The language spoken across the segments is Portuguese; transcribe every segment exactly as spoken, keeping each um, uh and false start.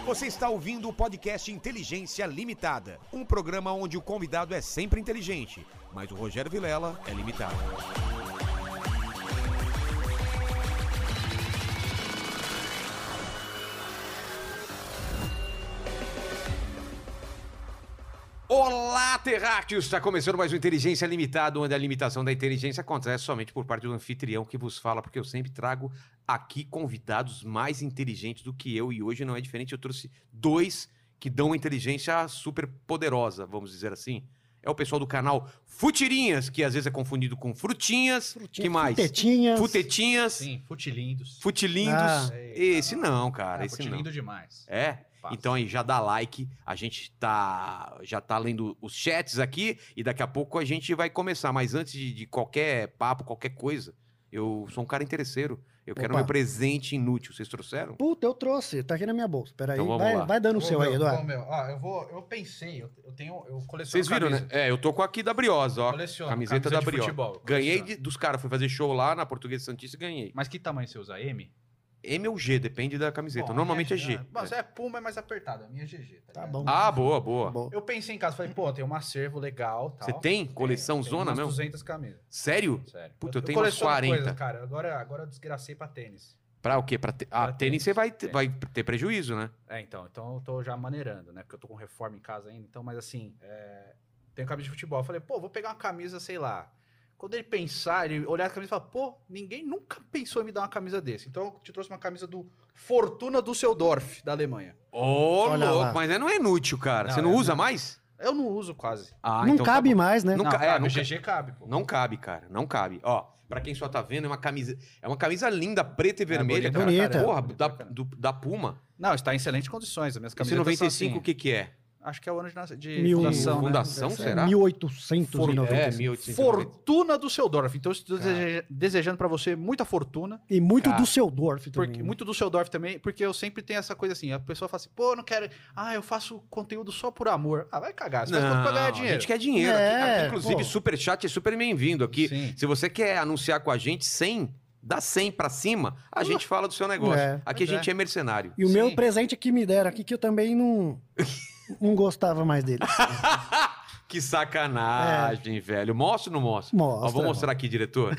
Você está ouvindo o podcast Inteligência Limitada, um programa onde o convidado é sempre inteligente, mas o Rogério Vilela é limitado. Olá, terráqueos! Está começando mais um Inteligência Limitada, onde a limitação da inteligência acontece somente por parte do anfitrião que vos fala, porque eu sempre trago aqui convidados mais inteligentes do que eu, e hoje não é diferente, eu trouxe dois que dão uma inteligência super poderosa, vamos dizer assim. É o pessoal do canal Futirinhas, que às vezes é confundido com Frutinhas. Frutinha, que mais? Futetinhas. Futetinhas. Sim, Futilindos. Futilindos. Ah, esse não, cara. Ah, esse futilindo não. demais. É? Passa. Então aí já dá like, a gente tá, já tá lendo os chats aqui e daqui a pouco a gente vai começar. Mas antes de, de qualquer papo, qualquer coisa, eu sou um cara interesseiro. Eu Opa. quero meu presente inútil. Vocês trouxeram? Puta, eu trouxe. Tá aqui na minha bolsa. Peraí, então vai, vai dando o seu meu, aí, Eduardo. Meu, ó, eu vou, eu pensei, eu, eu tenho, eu coleciono Vocês viram, camisa. né? É, eu tô com aqui da Briosa, ó. Coleciono, camiseta camisa da Briosa. Futebol, ganhei de, dos caras, fui fazer show lá na Portuguesa Santista e ganhei. Mas que tamanho você usa? M? M ou G, depende da camiseta. Bom, Normalmente é G. G. Mas é. é Puma, é mais apertada. A minha é G G. Tá, tá bom. Ah, boa, boa, boa. Eu pensei em casa, falei, pô, tem um acervo legal. Tal. Você tem? Coleção tem, zona tem mesmo? duzentas camisas. Sério? Sério. Puta, eu, eu tenho eu umas quarenta. Coisa, cara. Agora, agora eu desgracei pra tênis. Pra o quê? Pra te... Ah, pra tênis você vai, ter, vai ter prejuízo, né? É, então. Então eu tô já maneirando, né? Porque eu tô com reforma em casa ainda. Então, mas assim, é... tenho camisa de futebol. Eu falei, pô, vou pegar uma camisa, sei lá. Quando ele pensar, ele olhar a camisa e falar, pô, ninguém nunca pensou em me dar uma camisa desse. Então eu te trouxe uma camisa do Fortuna Düsseldorf, da Alemanha. Ô, oh, louco, mas não é inútil, cara. Não, Você não é, usa não... mais? Eu não uso quase. Ah, não então cabe tá mais, né? Não, não, ca... cara, é, no não G G cabe, pô. Não cabe, cara. Não cabe. Ó, pra quem só tá vendo, é uma camisa. É uma camisa linda, preta e vermelha. É bonita. Porra, da, do, da Puma. Não, está em excelentes condições. As minhas camisetas Esse noventa e cinco, assim. O que que é? Acho que é o ano de, de Mil, fundação, fundação, né? será? mil oitocentos e noventa e cinco. É, mil oitocentos e noventa. Fortuna Düsseldorf. Então, eu estou deseja, desejando pra você muita fortuna. E muito cara, Düsseldorf também. Porque, muito Düsseldorf também, porque eu sempre tenho essa coisa assim, a pessoa fala assim, pô, eu não quero... Ah, eu faço conteúdo só por amor. Ah, vai cagar, você não, faz conteúdo pra ganhar dinheiro. A gente quer dinheiro. É, aqui, inclusive, pô. Superchat é super bem-vindo aqui. Sim. Se você quer anunciar com a gente cem... Dá cem pra cima, a uh, gente fala do seu negócio. É. Aqui a gente é, é mercenário. E o Sim. meu presente que me deram aqui, que eu também não, não gostava mais dele. Que sacanagem, é. velho. Mostra ou não mostra? Mostra. Ó, vou mostrar aqui, diretor.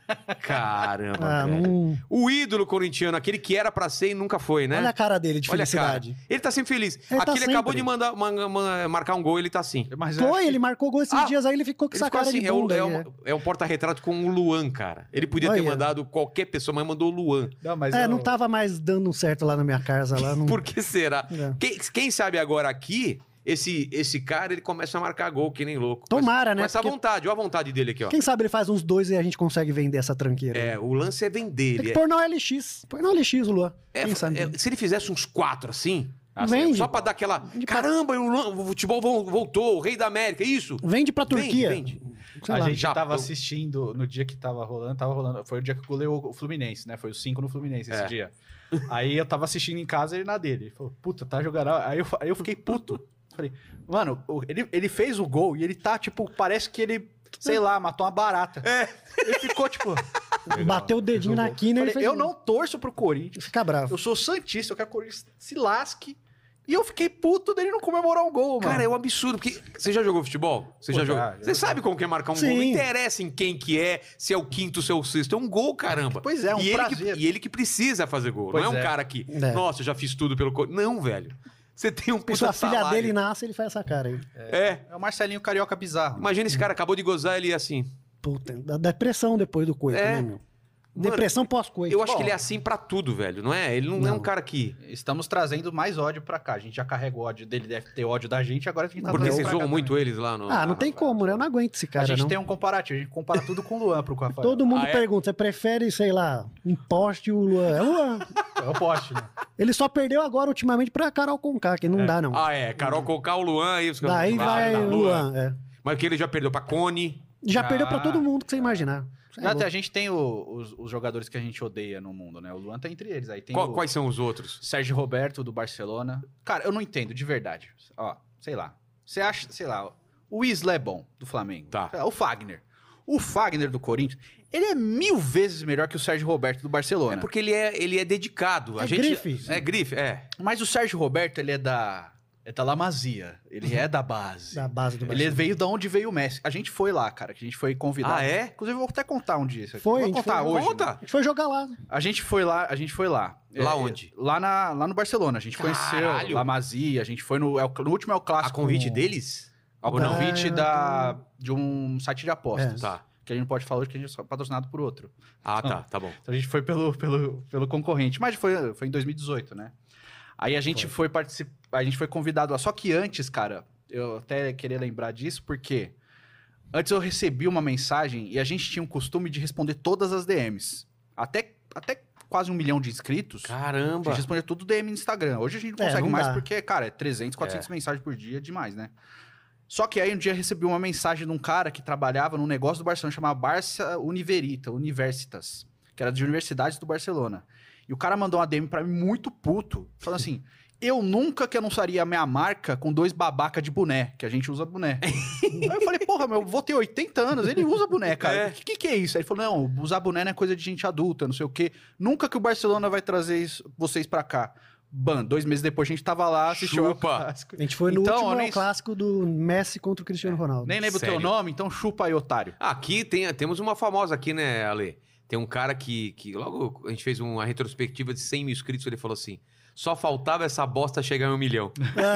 Caramba, ah, velho. Não... O ídolo corintiano, aquele que era pra ser e nunca foi, né? Olha a cara dele de Olha felicidade. Ele tá sempre feliz. Ele aqui tá ele sempre. acabou de mandar, man, man, marcar um gol, ele tá assim. Mas foi, que... ele marcou gol esses ah, dias, aí ele ficou com ele essa ficou cara assim, de é, bunda. é, aí, um, é. é um porta-retrato com o Luan, cara. Ele podia Olha. ter mandado qualquer pessoa, mas mandou o Luan. Não, mas é, eu... não tava mais dando certo lá na minha casa. Lá, não... Por que será? É. Quem, quem sabe agora aqui... Esse, esse cara, ele começa a marcar gol, que nem louco. Tomara, com né? Com essa Porque... vontade, olha a vontade dele aqui, ó. Quem sabe ele faz uns dois e a gente consegue vender essa tranqueira. É, o lance é vender. Tem que é... pôr no L X. Põe no L X, o Luan. É, Quem sabe? É, se ele fizesse uns quatro assim... Vende. Só pra dar aquela... Vende Caramba, pra... o futebol voltou, o rei da América, é isso? Vende pra Turquia. Vende, vende. A lá. gente Já, tava eu... assistindo no dia que tava rolando, tava rolando. Foi o dia que eu goleou o Fluminense, né? Foi o cinco no Fluminense esse é. dia. Aí eu tava assistindo em casa e ele na dele. Ele falou, puta, tá jogando. Aí eu, aí eu fiquei puto. Falei, mano, ele, ele fez o gol e ele tá, tipo, parece que ele, sei lá, matou uma barata. É. Ele ficou, tipo... Legal. Bateu o dedinho na quina e falei, eu não torço pro Corinthians. Fica bravo. Eu sou santista, eu quero que o Corinthians se lasque. E eu fiquei puto dele não comemorar o gol, mano. Cara, é um absurdo, porque... Você já jogou futebol? Você Pô, já jogou? já, Você já sabe como que é marcar um Sim. gol. Não interessa em quem que é, se é o quinto, se é o sexto. É um gol, caramba. Pois é, um e ele prazer. que, E ele que precisa fazer gol. Pois não é um é. cara que... É. Nossa, eu já fiz tudo pelo... Corinthians. Não, velho. Você tem um puta Se a filha salário. dele nasce, ele faz essa cara aí. É. É o Marcelinho Carioca bizarro. Imagina esse cara acabou de gozar, ele ia assim... Puta, dá depressão depois do coito, É. né, meu? Mano, Depressão pós-coito. Eu acho Bom, que ele é assim pra tudo, velho, não é? Ele não, Não. é um cara que... Estamos trazendo mais ódio pra cá. A gente já carrega o ódio dele, deve ter ódio da gente, agora a gente tá Porque trazendo vocês pra cá zoam muito também. eles lá no... Ah, não tem como, né? Eu não aguento esse cara, A gente não. tem um comparativo, a gente compara tudo com o Luan pro Rafael. Todo mundo Ah, é? pergunta, você prefere, sei lá, um poste ou o Luan? É o Luan. É o poste, né? Ele só perdeu agora, ultimamente, pra Carol Conká, que não É. dá, não. Ah, é. Carol Conká, o Luan... Aí os caras- Daí Ah, vai tá, o Luan, é. Mas que ele já perdeu pra Cone... Já Ah. perdeu pra todo mundo que você imaginar. Cê é Até louco. a gente tem o- os, os jogadores que a gente odeia no mundo, né? O Luan tá entre eles. Aí tem Qual- o Quais são os outros? Sérgio Roberto, do Barcelona. Cara, eu não entendo, de verdade. Ó, sei lá. Você acha, sei lá, o Isla é bom, do Flamengo. Tá. O Fagner. O Fagner do Corinthians, ele é mil vezes melhor que o Sérgio Roberto do Barcelona. É porque ele é, ele é dedicado. A É gente, grife. É grife, é. Mas o Sérgio Roberto, ele é da... É da La Masia. Ele é da base. Da base do Ele Barcelona. veio da onde veio o Messi. A gente foi lá, cara, que a gente foi convidado. Ah, é? Inclusive, eu vou até contar um dia isso aqui. Foi, a vou gente contar foi- hoje. Conta. né? A gente foi jogar lá. A gente foi lá, a gente foi lá. Lá É, onde? Lá, na, lá no Barcelona. A gente Caralho. conheceu La Masia, a gente foi no... é o- No último é o A clássico... convite deles? Ao Ou não? convite Ah, da, de um site de apostas. É. Tá. Que a gente não pode falar hoje, que a gente é só patrocinado por outro. Ah, tá, tá bom. Então a gente foi pelo, pelo, pelo concorrente. Mas foi, foi em dois mil e dezoito, né? Aí a gente foi, participar, a gente foi convidado lá. Só que antes, cara, eu até queria lembrar disso, porque antes eu recebi uma mensagem e a gente tinha o costume de responder todas as D Ms. Até, até quase um milhão de inscritos. A Caramba. gente respondia tudo D M no Instagram. Hoje a gente não É, consegue não mais dá. porque, cara, é trezentas, quatrocentas mensagens por dia, é demais, né? Só que aí um dia eu recebi uma mensagem de um cara que trabalhava num negócio do Barcelona, chamado Barça Univerita, Universitas, que era de universidades do Barcelona. E o cara mandou uma D M pra mim muito puto, falando assim, eu nunca que anunciaria a minha marca com dois babaca de boné, que a gente usa boné. Aí eu falei, porra, meu, eu vou ter oitenta anos, ele usa boné, cara. O É. que, que é isso? Aí ele falou, não, usar boné não é coisa de gente adulta, não sei o quê. Nunca que o Barcelona vai trazer isso- vocês pra cá. Ban, dois meses depois a gente tava lá, assistiu ao Chupa. clássico. A gente foi no Então, último eu nem- clássico do Messi contra o Cristiano Ronaldo. Nem lembro o Sério? teu nome, então chupa aí, otário. Aqui tem, temos uma famosa aqui, né, Ale? Tem um cara que, que logo a gente fez uma retrospectiva de cem mil inscritos, ele falou assim, só faltava essa bosta chegar em um milhão.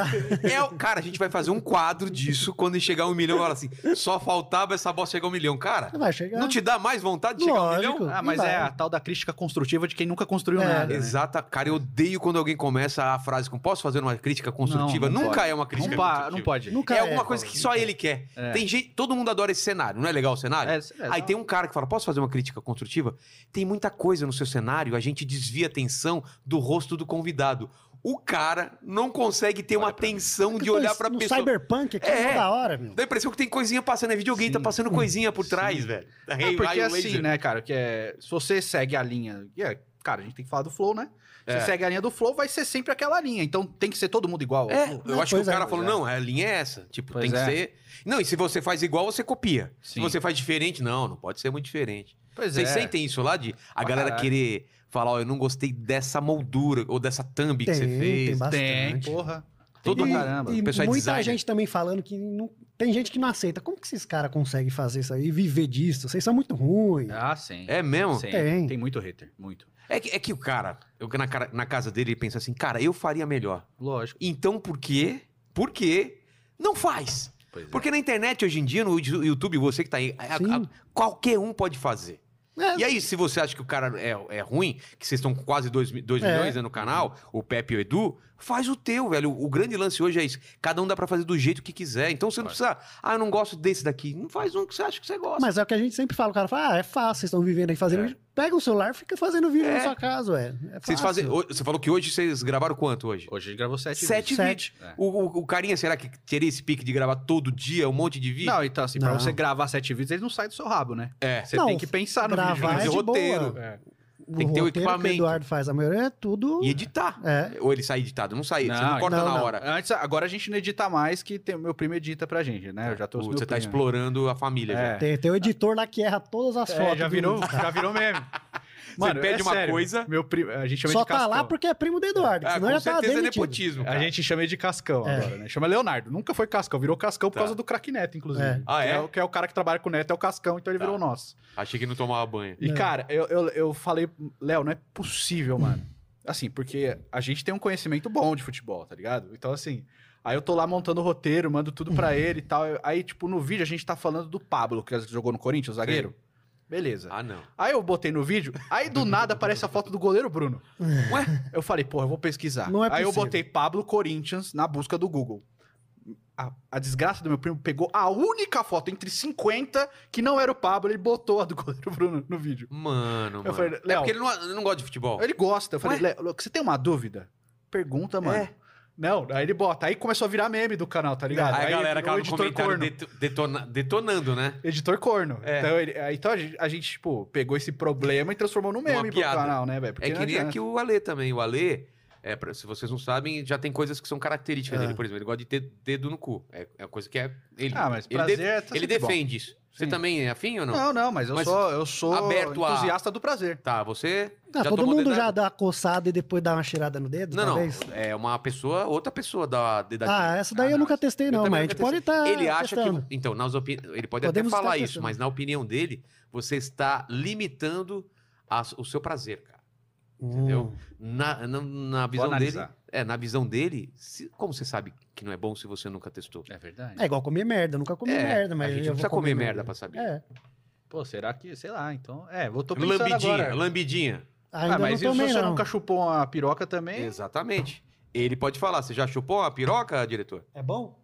É, o- cara, a gente vai fazer um quadro disso quando chegar a um milhão, fala assim, só faltava essa bosta chegar a um milhão. Cara, Vai chegar. não te dá mais vontade de chegar a um Lógico. milhão? Ah, mas vai. é a tal da crítica construtiva de quem nunca construiu É. nada. né? Exata. Cara, eu odeio quando alguém começa a frase com posso fazer uma crítica construtiva? Não, não Nunca pode. é uma crítica Não, pa- construtiva. não pode. Nunca É é, alguma coisa que só ele quer. É. Tem gente, todo mundo adora esse cenário, não é legal o cenário? É, é, Aí só- tem um cara que fala: posso fazer uma crítica construtiva? Tem muita coisa no seu cenário, a gente desvia a atenção do rosto do convidado. O cara não consegue ter uma atenção de olhar pra no pessoa. Cyberpunk aqui É. é da hora, meu. Dá a impressão que tem coisinha passando, é videogame, Sim. tá passando coisinha por trás, velho. É Raio- porque raio assim, laser. né, cara, que é, se você segue a linha, e é, cara, a gente tem que falar do Flow, né? Você É. segue a linha do Flow, vai ser sempre aquela linha, então tem que ser todo mundo igual. ao É, Flow. eu Não, acho que o pois é, cara pois falou, é. não, a linha é essa. Tipo, Pois tem que é. ser... Não, e se você faz igual, você copia. Se Sim. você faz diferente, não, não pode ser muito diferente. Pois Vocês é. sentem isso lá de a Pra galera caralho. querer falar, ó, eu não gostei dessa moldura ou dessa thumb que Tem, você fez. tem bastante. Tem, porra. Todo Tem E, pra caramba. e O pessoal é muita designer. gente também falando que não, tem gente que não aceita. Como que esses caras conseguem fazer isso aí, viver disso? Vocês são muito ruins. Ah, sim. É mesmo? Sim. Tem. Tem muito hater, muito. É que, é que o cara, eu, na, cara- na casa dele, ele pensa assim, cara, eu faria melhor. Lógico. Então por quê? Por quê? Não faz. Pois é. Porque na internet, hoje em dia, no YouTube, você que tá aí, a- a- Sim. qualquer um pode fazer. É, E aí, se você acha que o cara é, é ruim, que vocês estão com quase dois É. milhões né, no canal, o Pepe e o Edu, faz o teu, velho. O, o grande lance hoje é isso. Cada um dá pra fazer do jeito que quiser. Então você não precisa, ah, eu não gosto desse daqui. Não faz um que você acha que você gosta. Mas é o que a gente sempre fala. O cara fala, ah, é fácil, vocês estão vivendo aí fazendo É. vídeo. Pega o celular e fica fazendo vídeo É. na sua casa, ué. É Vocês fácil. fazem, ho- você falou que hoje vocês gravaram quanto hoje? Hoje a gente gravou sete, Sete vídeos. vídeos. É. O, o, o carinha, será que teria esse pique de gravar todo dia, um monte de vídeo? Não, então assim, pra Não. você gravar sete vídeos, ele não sai do seu rabo, né? É. Você Não, tem que pensar no vídeo. gravar né? fazer é de roteiro. boa. É. Tem que ter o roteiro equipamento. que o Eduardo faz, a maioria é tudo... E editar. É. Ou ele sai editado? Não sai, você não Não, corta não, na não. hora. Antes, agora a gente não edita mais, que tem, o meu primo edita pra gente, né? Eu já trouxe O- meu Você tá primo. explorando a família É. já. Tem, tem o editor lá que erra todas as É, fotos. já do- virou, já virou meme. Mano, pede é uma sério, coisa- Meu primo, a gente chama Só ele de tá Cascão. lá porque é primo do Eduardo, Ah, senão com já tá certeza é demitido. nepotismo. A cara. gente chama ele de Cascão É. agora, né? Chama Leonardo. Nunca foi Cascão, virou Cascão por Tá. causa do craque Neto, inclusive. É. Ah, Que é? o- Que é o cara que trabalha com o Neto, é o Cascão, então ele Tá. virou nosso. Achei que não tomava banho. E, Não. cara, eu, eu, eu falei, Léo, não é possível, mano. Assim, porque a gente tem um conhecimento bom de futebol, tá ligado? Então, assim, aí eu tô lá montando o roteiro, mando tudo pra ele e tal. Aí, tipo, no vídeo a gente tá falando do Pablo, que jogou no Corinthians, o zagueiro. Beleza. Ah, não. Aí eu botei no vídeo, aí do nada aparece a foto do goleiro Bruno. Ué? Eu falei, porra, eu vou pesquisar. Não é aí eu possível. botei Pablo Corinthians na busca do Google. A, a desgraça do meu primo pegou a única foto entre cinquenta que não era o Pablo, ele botou a do goleiro Bruno no vídeo. Mano, mano. falei, é Léo- porque ele não, ele não gosta de futebol. Ele gosta. Eu falei, Ué? Léo, você tem uma dúvida? Pergunta, mano. É. Não, aí ele bota. Aí começou a virar meme do canal, tá ligado? Aí a galera o acaba no editor comentário corno. deto- detona- detonando, né? Editor corno. É. Então, ele- aí, então a, gente, a gente, tipo, pegou esse problema e transformou num meme pro piada. canal, né, velho? Porque É não que nem adianta. aqui o Alê também. O Alê, É, pra- se vocês não sabem, já tem coisas que são características É. dele. Por exemplo, ele gosta de ter dedo no cu. É, é uma coisa que é. Ele, Ah, mas ele, prazer de- é tá ele sempre bom. defende isso. Você Sim. também é afim ou não? Não, não, mas eu Mas sou, eu sou aberto a- entusiasta do prazer. Tá, você. Ah, já todo tomou mundo já dedada? dá uma coçada e depois dá uma cheirada no dedo, Não, talvez? não. É uma pessoa, outra pessoa dá dedadinha. Ah, essa daí Ah, eu não, nunca testei, Eu não, também mas a nunca gente pode testei. estar. Ele acha testando. que. Então, nas opini... ele pode Podemos até falar estar isso, testando. mas na opinião dele, você está limitando a- o seu prazer, cara. Entendeu? Hum. Na, na, na visão dele. analisar. É, na visão dele, se- como você sabe que não é bom se você nunca testou? É verdade. É igual comer merda, eu nunca comi É, merda, mas a gente eu não vou precisa comer merda pra saber. É, Pô, será que, sei lá, então... É, eu tô pensando Lambidinha, agora. lambidinha. ainda Ah, mas e não se tomei, você não. nunca chupou uma piroca também? Exatamente. Ele pode falar, você já chupou uma piroca, diretor? É bom?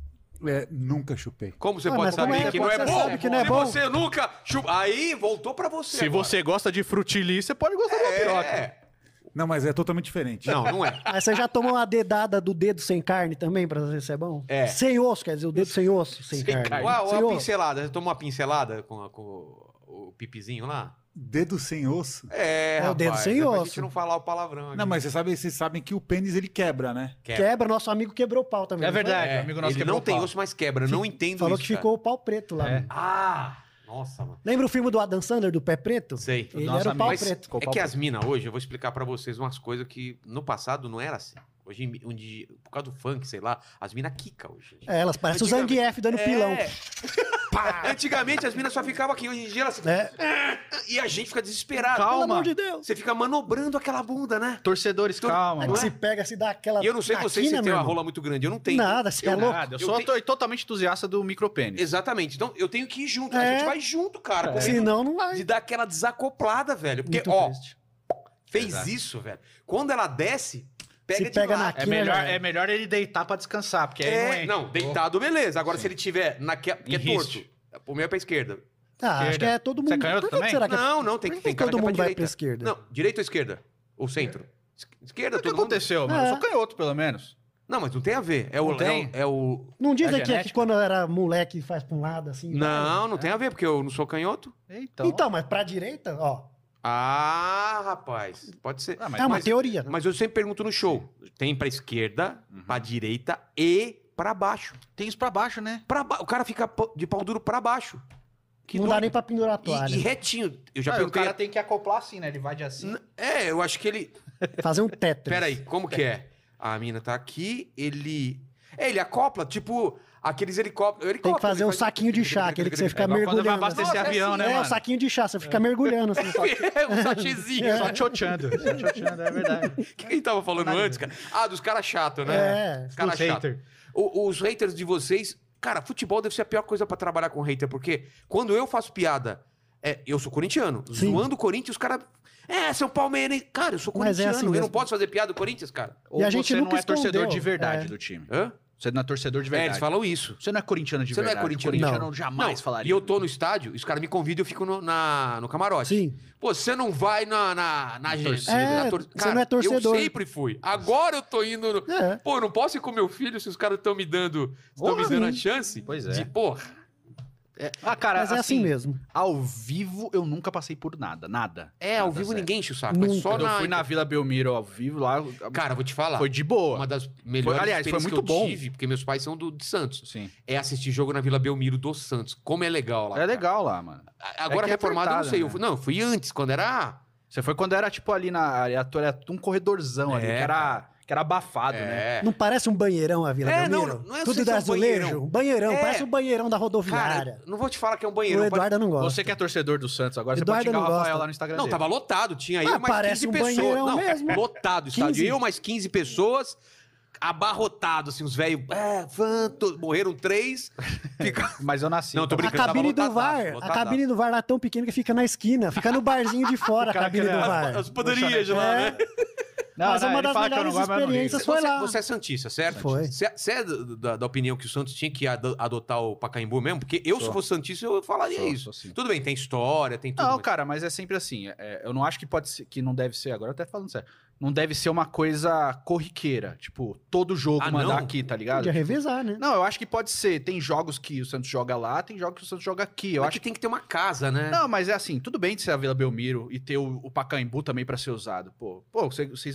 É, nunca chupei. Como você Ah, pode mas como saber é- que como não é você bom? sabe que não é Se bom? você nunca chupou... Aí, voltou pra você Se agora. você gosta de frutili, você pode gostar de uma piroca. É. Não, mas é totalmente diferente. Não, não é. Mas você já tomou uma dedada do dedo sem carne também, pra ver se é bom? É. Sem osso, quer dizer, o dedo sem osso, sem, Sem carne. carne. Ou a, ou Sem a osso. pincelada. Você tomou uma pincelada com, a- com o, o pipizinho lá? Dedo sem osso. É, É o dedo rapaz, sem é pra osso. gente não falar o palavrão aqui. Não, mas você sabe, vocês sabem que o pênis ele quebra, né? Quebra, nosso amigo quebrou o pau também. É não foi? verdade. É, o amigo nosso ele quebrou não o tem pau. osso, mas quebra. Eu não entendo Falou isso, que cara. ficou o pau preto lá. É. mano. Ah, nossa, mano. Lembra o filme do Adam Sandler, do Pé Preto? Sei. Ele Nossa, era o pau Mas preto. Ficou é pau que preto. as minas hoje, eu vou explicar pra vocês umas coisas que no passado não era assim. Hoje, em- onde, por causa do funk, sei lá, as minas quica hoje. É, elas parecem o Antigamente- Zangief dando pilão. É. Pá. Antigamente as minas só ficavam aqui, hoje em dia elas... É. E a gente fica desesperado. Pelo Calma. amor de Deus. Você fica manobrando aquela bunda, né? Torcedores, Tor- calma. Aí Não se é? pega, se dá aquela. E eu não sei você se taquina, tem meu uma irmão. rola muito grande, eu não tenho. Nada, você eu, é louco. Nada, eu, Eu sou tenho- to- totalmente entusiasta do micropênis. Exatamente. Então eu tenho que ir junto. A É. gente vai junto, cara. com medo Senão não vai. De dar aquela desacoplada, velho. Porque, Muito ó, triste. fez Exato. isso, velho. Quando ela desce, pega Se de pega lado. na É Aqui, né, melhor, já é. é melhor ele deitar pra descansar, porque aí não É, entra. não, deitado, beleza. Agora, se ele tiver naquela. Porque é Em torto. riste. O meu é pra esquerda. Ah, acho que é todo mundo. Você é canhoto Por que também? que será que é- Não, não, tem por que que tem cara todo que é pra mundo vai direita. pra esquerda? Não, direita ou esquerda? Ou centro? Es- Esquerda, O que todo mundo. aconteceu, mano? É. Eu sou canhoto, pelo menos. Não, mas não tem a ver. É o. Não tem? É o, é o- Não dizem É que, é que genética? quando eu era moleque faz pra um lado assim. Não, vai? não tem a ver, porque eu não sou canhoto. Então. Então, mas pra direita, ó. Ah, rapaz. Pode ser. Ah, mas- É uma mas- teoria. né? Mas eu sempre pergunto no show: tem pra esquerda, pra direita e pra baixo. tem isso pra baixo, né? Pra ba- O cara fica pa- de pau duro pra baixo. Que não dá doido. nem pra pendurar a toalha. E, e retinho. Eu já Ah, o perguntei. cara tem que acoplar assim, né? Ele vai de assim. N- É, eu acho que ele. Fazer um Tetris. Peraí, como que é? A mina tá aqui, ele. É, ele acopla, tipo, aqueles helicópteros. Tem que fazer um saquinho de chá, aquele que você fica É igual quando vai mergulhando. abastecer Nossa, é avião, assim, né, É, o mano? saquinho de chá, você fica mergulhando assim. É, um sachezinho. É. Só tchotchando. Só tchotchando, é verdade. O que a gente tava falando Nada. antes, cara? Ah, dos caras chatos, né? É, Os caras dos chatos. hater. O- Os haters de vocês. Cara, futebol deve ser a pior coisa pra trabalhar com hater, porque quando eu faço piada, é, eu sou corintiano, Sim. zoando o Corinthians, os caras. É, seu palmeirense. Cara, eu sou Mas é corintiano, assim eu não mesmo. posso fazer piada do Corinthians, cara. Ou E a gente você nunca não é torcedor escondeu. de verdade É. do time. Hã? Você não é torcedor de É, verdade. eles falam isso. Você não é corintiano de Você não é verdade. corintiano? Corintiano Não. jamais Não, falaria. E eu tô no estádio, os caras me convidam e eu fico no, na, no camarote. Sim. Pô, você não vai na, na, na, torcida. É, tor- você não é torcedor. Eu sempre fui. Agora eu tô indo. No... É. Pô, eu não posso ir com meu filho se os caras estão me dando. Estão me Porra, dando a sim. chance. Pois é. De, porra. Ah, cara, Mas é assim mesmo. Ao vivo eu nunca passei por nada. Nada. É, ao Nada vivo sério. ninguém enche o saco. Nunca. É só Quando na. eu fui na Vila Belmiro ao vivo lá, Cara, vou te falar. foi de boa. Uma das melhores aliás, foi experiências muito que eu bom. tive, porque meus pais são do, de Santos. Sim. É assistir jogo na Vila Belmiro do Santos. Como é legal lá. É cara. legal lá, mano. Agora É que é reformado, eu não apertada, sei. Eu né? fui- não, eu fui antes, quando era. Você foi quando era tipo ali na. Era um corredorzão ali, É, que era, que era abafado, né? É. Não parece um banheirão a Vila É, não, Belmiro? não é Tudo ser de um azulejo. banheirão. Um banheirão, É. parece o banheirão da rodoviária. Cara, não vou te falar que é um o banheiro. Eduardo não gosta. Você que é torcedor do Santos agora, Eduardo você pode xingar o não Rafael gosta. lá no Instagram Não, dele. tava lotado. Tinha eu Ah, mais parece quinze um pessoas. banheirão Não, mesmo. lotado o estádio. quinze. Eu mais quinze pessoas, abarrotado, assim, os velhos. É, fã, to- morreram três. Fica... Mas eu nasci. Não, tô então. A brincando. cabine do tava lotadaço, VAR, a lotadaço. cabine do VAR lá é tão pequena que fica na esquina, fica no barzinho de fora a cara cabine do queria- VAR. As padarias de lá, É. né? Não, Mas é não, uma ele das fala que eu não melhores gosto, mas eu não ligo. experiências. Foi Você, lá. você é Santista, certo? Foi. Você, você é da, da- da opinião que o Santos tinha que ado- adotar o Pacaembu mesmo? Porque eu, se Sou. fosse Santista, eu falaria Sou, isso. sou sim. Tudo bem, tem história, tem tudo. Não, mas- cara, mas é sempre assim. é, eu não acho que pode ser, que não deve ser, agora eu até falando sério, não deve ser uma coisa corriqueira. Tipo, todo jogo Ah, mandar não? aqui, tá ligado? Podia revezar, né? Não, eu acho que pode ser. Tem jogos que o Santos joga lá, tem jogos que o Santos joga aqui. Eu Mas acho que tem que ter uma casa, né? Não, mas é assim, tudo bem de ser a Vila Belmiro e ter o, o Pacaembu também pra ser usado. Pô, pô vocês, vocês,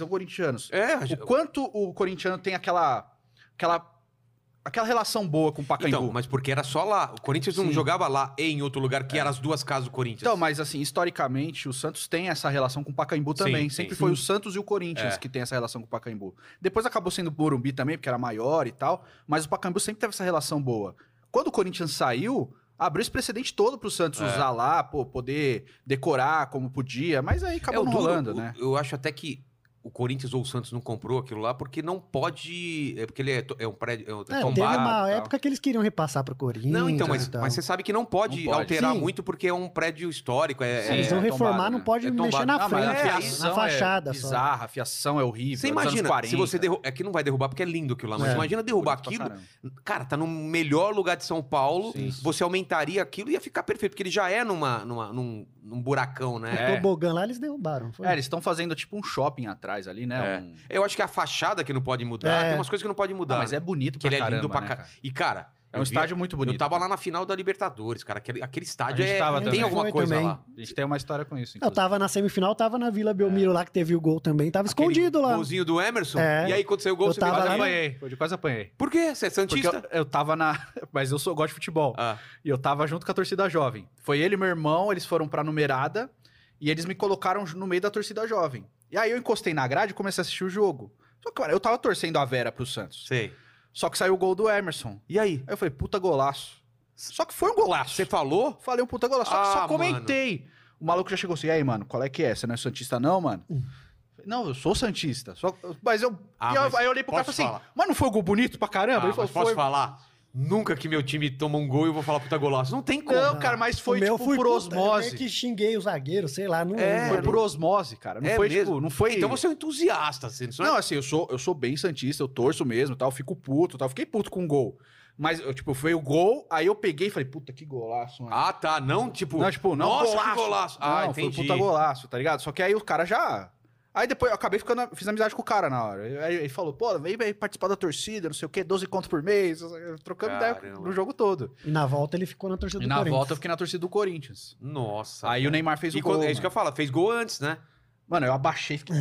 corintianos. É, O quanto o corintiano tem aquela, aquela, aquela relação boa com o Pacaembu. então, mas porque era só lá. O Corinthians não Sim. jogava lá e em outro lugar, que É. eram as duas casas do Corinthians. Então, mas assim, historicamente, o Santos tem essa relação com o Pacaembu Sim, também. sim, Sempre sim. foi o Santos e o Corinthians É. que tem essa relação com o Pacaembu. Depois acabou sendo o Morumbi também, porque era maior e tal, mas o Pacaembu sempre teve essa relação boa. Quando o Corinthians saiu, abriu esse precedente todo pro Santos É. usar lá, pô, poder decorar como podia, mas aí É, acabou o não duro, rolando, o- né? Eu acho até que o Corinthians ou o Santos não comprou aquilo lá porque não pode. É porque ele é, to- é um prédio. É um, É, teve tombado. uma tal. época que eles queriam repassar pro Corinthians. Não, então, mas, e tal. mas você sabe que não pode, Não pode. alterar Sim. muito porque é um prédio histórico. É, Sim, Eles é- vão é reformar, tombado, não né? pode É mexer tombado. na Não, mas frente, a é, fiação na fachada é só. bizarra, a fiação é horrível. Você é dos anos imagina, se quarenta. você derrubar. É que não vai derrubar porque é lindo aquilo lá, mas É. imagina derrubar Bonito pra aquilo. caramba. Cara, tá no melhor lugar de São Paulo. Sim. Você aumentaria aquilo e ia ficar perfeito, porque ele já é numa, numa, num, num buracão, né? É. O tobogã lá eles derrubaram. Foi. É, eles estão fazendo tipo um shopping atrás ali, né? É. Um... Eu acho que a fachada que não pode mudar, É. tem umas coisas que não pode mudar. Não, mas né? é bonito que pra ele é caramba, lindo pra né, caramba. cara? E, cara. É um eu vi- estádio muito bonito. Eu tava lá na final da Libertadores, cara. Aquele, aquele estádio A gente é. tava tem também. alguma Foi coisa também. lá. A gente tem uma história com isso, Eu inclusive. tava na semifinal, tava na Vila Belmiro lá, que teve o gol também. Tava Aquele escondido lá. golzinho do Emerson. É. E aí, quando saiu o gol, Eu você tava quase lá no- apanhei. apanhei. Eu quase apanhei. Por quê? Você é Porque eu, Santista? eu tava na... Mas eu sou, gosto de futebol. Ah, E eu tava junto com a torcida jovem. Foi ele e meu irmão, eles foram pra numerada e eles me colocaram no meio da torcida jovem. E aí eu encostei na grade e comecei a assistir o jogo. Só que, cara, eu tava torcendo a Vera pro Santos. sei. Só que saiu o gol do Emerson. E aí? Aí eu falei, puta golaço. Só que foi um golaço. Você falou? Falei um puta golaço. Só que Ah, só comentei. O maluco já chegou assim, e aí, mano, qual é que é? Você não é Santista não, mano? Hum. Falei, não, eu sou Santista. Só... Mas eu... Ah, e eu- mas aí eu olhei pro cara e posso falei assim, falar? mas não foi um gol bonito pra caramba? Ah, Ele falou, mas posso foi... falar? Nunca que meu time toma um gol e eu vou falar puta golaço. Não tem como. Não, cara, mas foi O meu tipo fui por puta, osmose. Eu meio que xinguei o zagueiro, sei lá. Não É, lembro. Foi por osmose, cara. Não É foi, mesmo? tipo, não foi... Então você é um entusiasta, assim. Não, Não, é... assim, eu sou, eu sou bem santista, eu torço mesmo, tal, fico puto, tal. Fiquei puto com o gol. Mas, eu, tipo, foi o gol, aí eu peguei e falei, puta, que golaço, mano. Ah, tá. Não, tipo. não, tipo, não nossa, golaço. que golaço. Ah, não, entendi. foi um puta golaço, tá ligado? Só que aí o cara já... Aí depois eu acabei ficando, fiz amizade com o cara na hora. Aí ele falou, pô, vem aí participar da torcida, não sei o quê, doze conto por mês. Trocando ideia Caramba. no jogo todo. E na volta ele ficou na torcida E do na Corinthians. volta eu fiquei na torcida do Corinthians. Nossa. Aí o Neymar fez o E gol. quando, é isso que eu mano. falo, fez gol antes, né? Mano, eu abaixei e fiquei...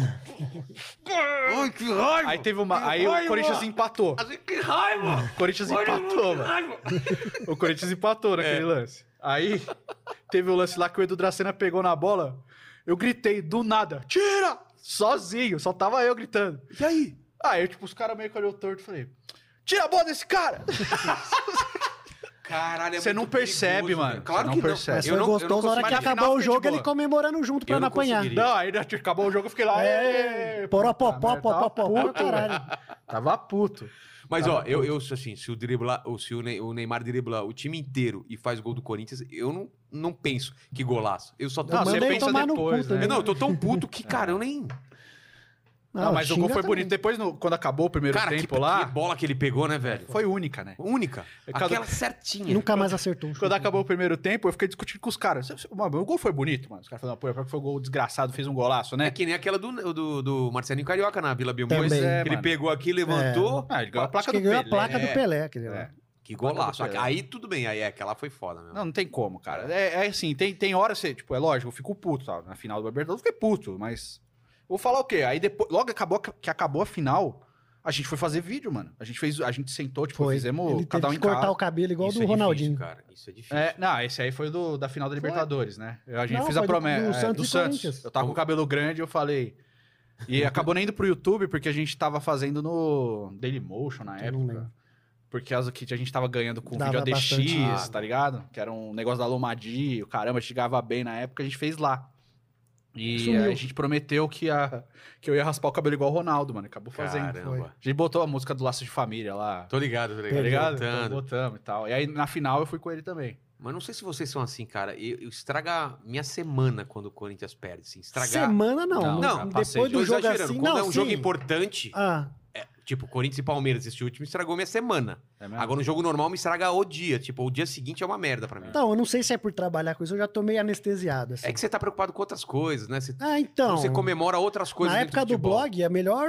Ai, que raiva! Aí teve uma... Que Aí o raiva! Corinthians empatou. Que raiva! O Corinthians empatou, mano. O Corinthians empatou naquele É. lance. Aí teve o lance lá que o Edu Dracena pegou na bola. Eu gritei do nada, tira! Sozinho, só tava eu gritando. E aí? Aí, tipo, os caras meio que olhou torto e falei, tira a bola desse cara! Caralho, é Você muito não percebe, perigoso, mano. velho. Claro Você não que percebe. não. Mas Eu foi não- eu não gostoso a hora consigo- que Mas na acabou final o foi de jogo, boa. ele comemorando junto pra Eu não não apanhar. conseguiria. Não, aí acabou o jogo, eu fiquei lá. É, "Ê, Poropopó, puta merda, popopó, tava puto, caralho. velho. Tava puto. Mas, Tava ó, eu, puto. eu, assim, se o driblar, ou se o Ney- o Neymar driblar o time inteiro e faz gol do Corinthians, eu não, não penso que golaço. Eu só tô. Não, eu, você Mandei pensa tomar no depois, cu né? também. não, eu tô tão puto que, cara, eu nem. Não, mas o gol xinga foi também. bonito. Depois, no- quando acabou o primeiro Cara, que, tempo lá, que bola que ele pegou, né, velho? foi única, né? Única. Cada- Aquela certinha. Nunca mais acertou. um Quando chute. acabou o primeiro tempo, eu fiquei discutindo com os caras. Mano, o gol foi bonito, mano. Os caras falaram, pô, é porque foi um gol desgraçado, fez um golaço, É né? que nem aquela do, do, do Marcelinho Carioca na Vila Belmiro. Também. É, que ele mano. pegou aqui, levantou. Ah, ele ganhou a placa Acho que do ganhou a Pelé. placa É. do Pelé, aquele lá. É. Que golaço. Placa do Pelé. Aí tudo bem, aí é, aquela foi foda mesmo. Não, não tem como, cara. É, é assim, tem, tem hora, você, tipo, é lógico, eu fico puto, tá? Na final do Libertadores eu fiquei puto, mas... Vou falar o quê? Aí depois, logo acabou, que acabou a final, a gente foi fazer vídeo, mano. A gente fez, a gente sentou, tipo, Foi. fizemos Ele cada um teve em que cortar casa. o cabelo igual Isso do é Ronaldinho. Difícil, cara. Isso é difícil. É, não, esse aí foi do, da final da Libertadores, né? Eu- A gente Não, fez a foi do- promessa. do é, Santos do e Santos. Corinthians. Eu tava com o cabelo grande e eu falei. E acabou nem indo pro YouTube, porque a gente tava fazendo no Dailymotion na Eu não época. lembro. Por causa que a gente tava ganhando com Dava vídeo A D X, bastante. tá ligado? Que era um negócio da Lomadi, o caramba, a gente ganhava bem na época, a gente fez lá. E Sumiu. a gente prometeu que, a, que eu ia raspar o cabelo igual o Ronaldo, mano. Acabou fazendo. foi. Caramba. A gente botou a música do Laço de Família lá. Tô ligado, tô ligado. Tá ligado? Então, Voltando. botamos e tal. E aí, na final, eu fui com ele também. Mas não sei se vocês são assim, cara. Eu, eu estraga minha semana quando o Corinthians perde, assim. Estragar. Semana não. Não, No- já passei. depois Tô do jogo exagerando. assim, Quando não, é um jogo sim. importante, Ah, é, tipo, Corinthians e Palmeiras, esse último, estragou minha semana. É mesmo? Agora, um jogo normal me estraga o dia. Tipo, o dia seguinte é uma merda pra mim. então, eu não sei se é por trabalhar com isso, eu já tô meio anestesiado, assim. É que você tá preocupado com outras coisas, né? Você, Ah, então. você comemora outras coisas Na dentro época do futebol. blog, a melhor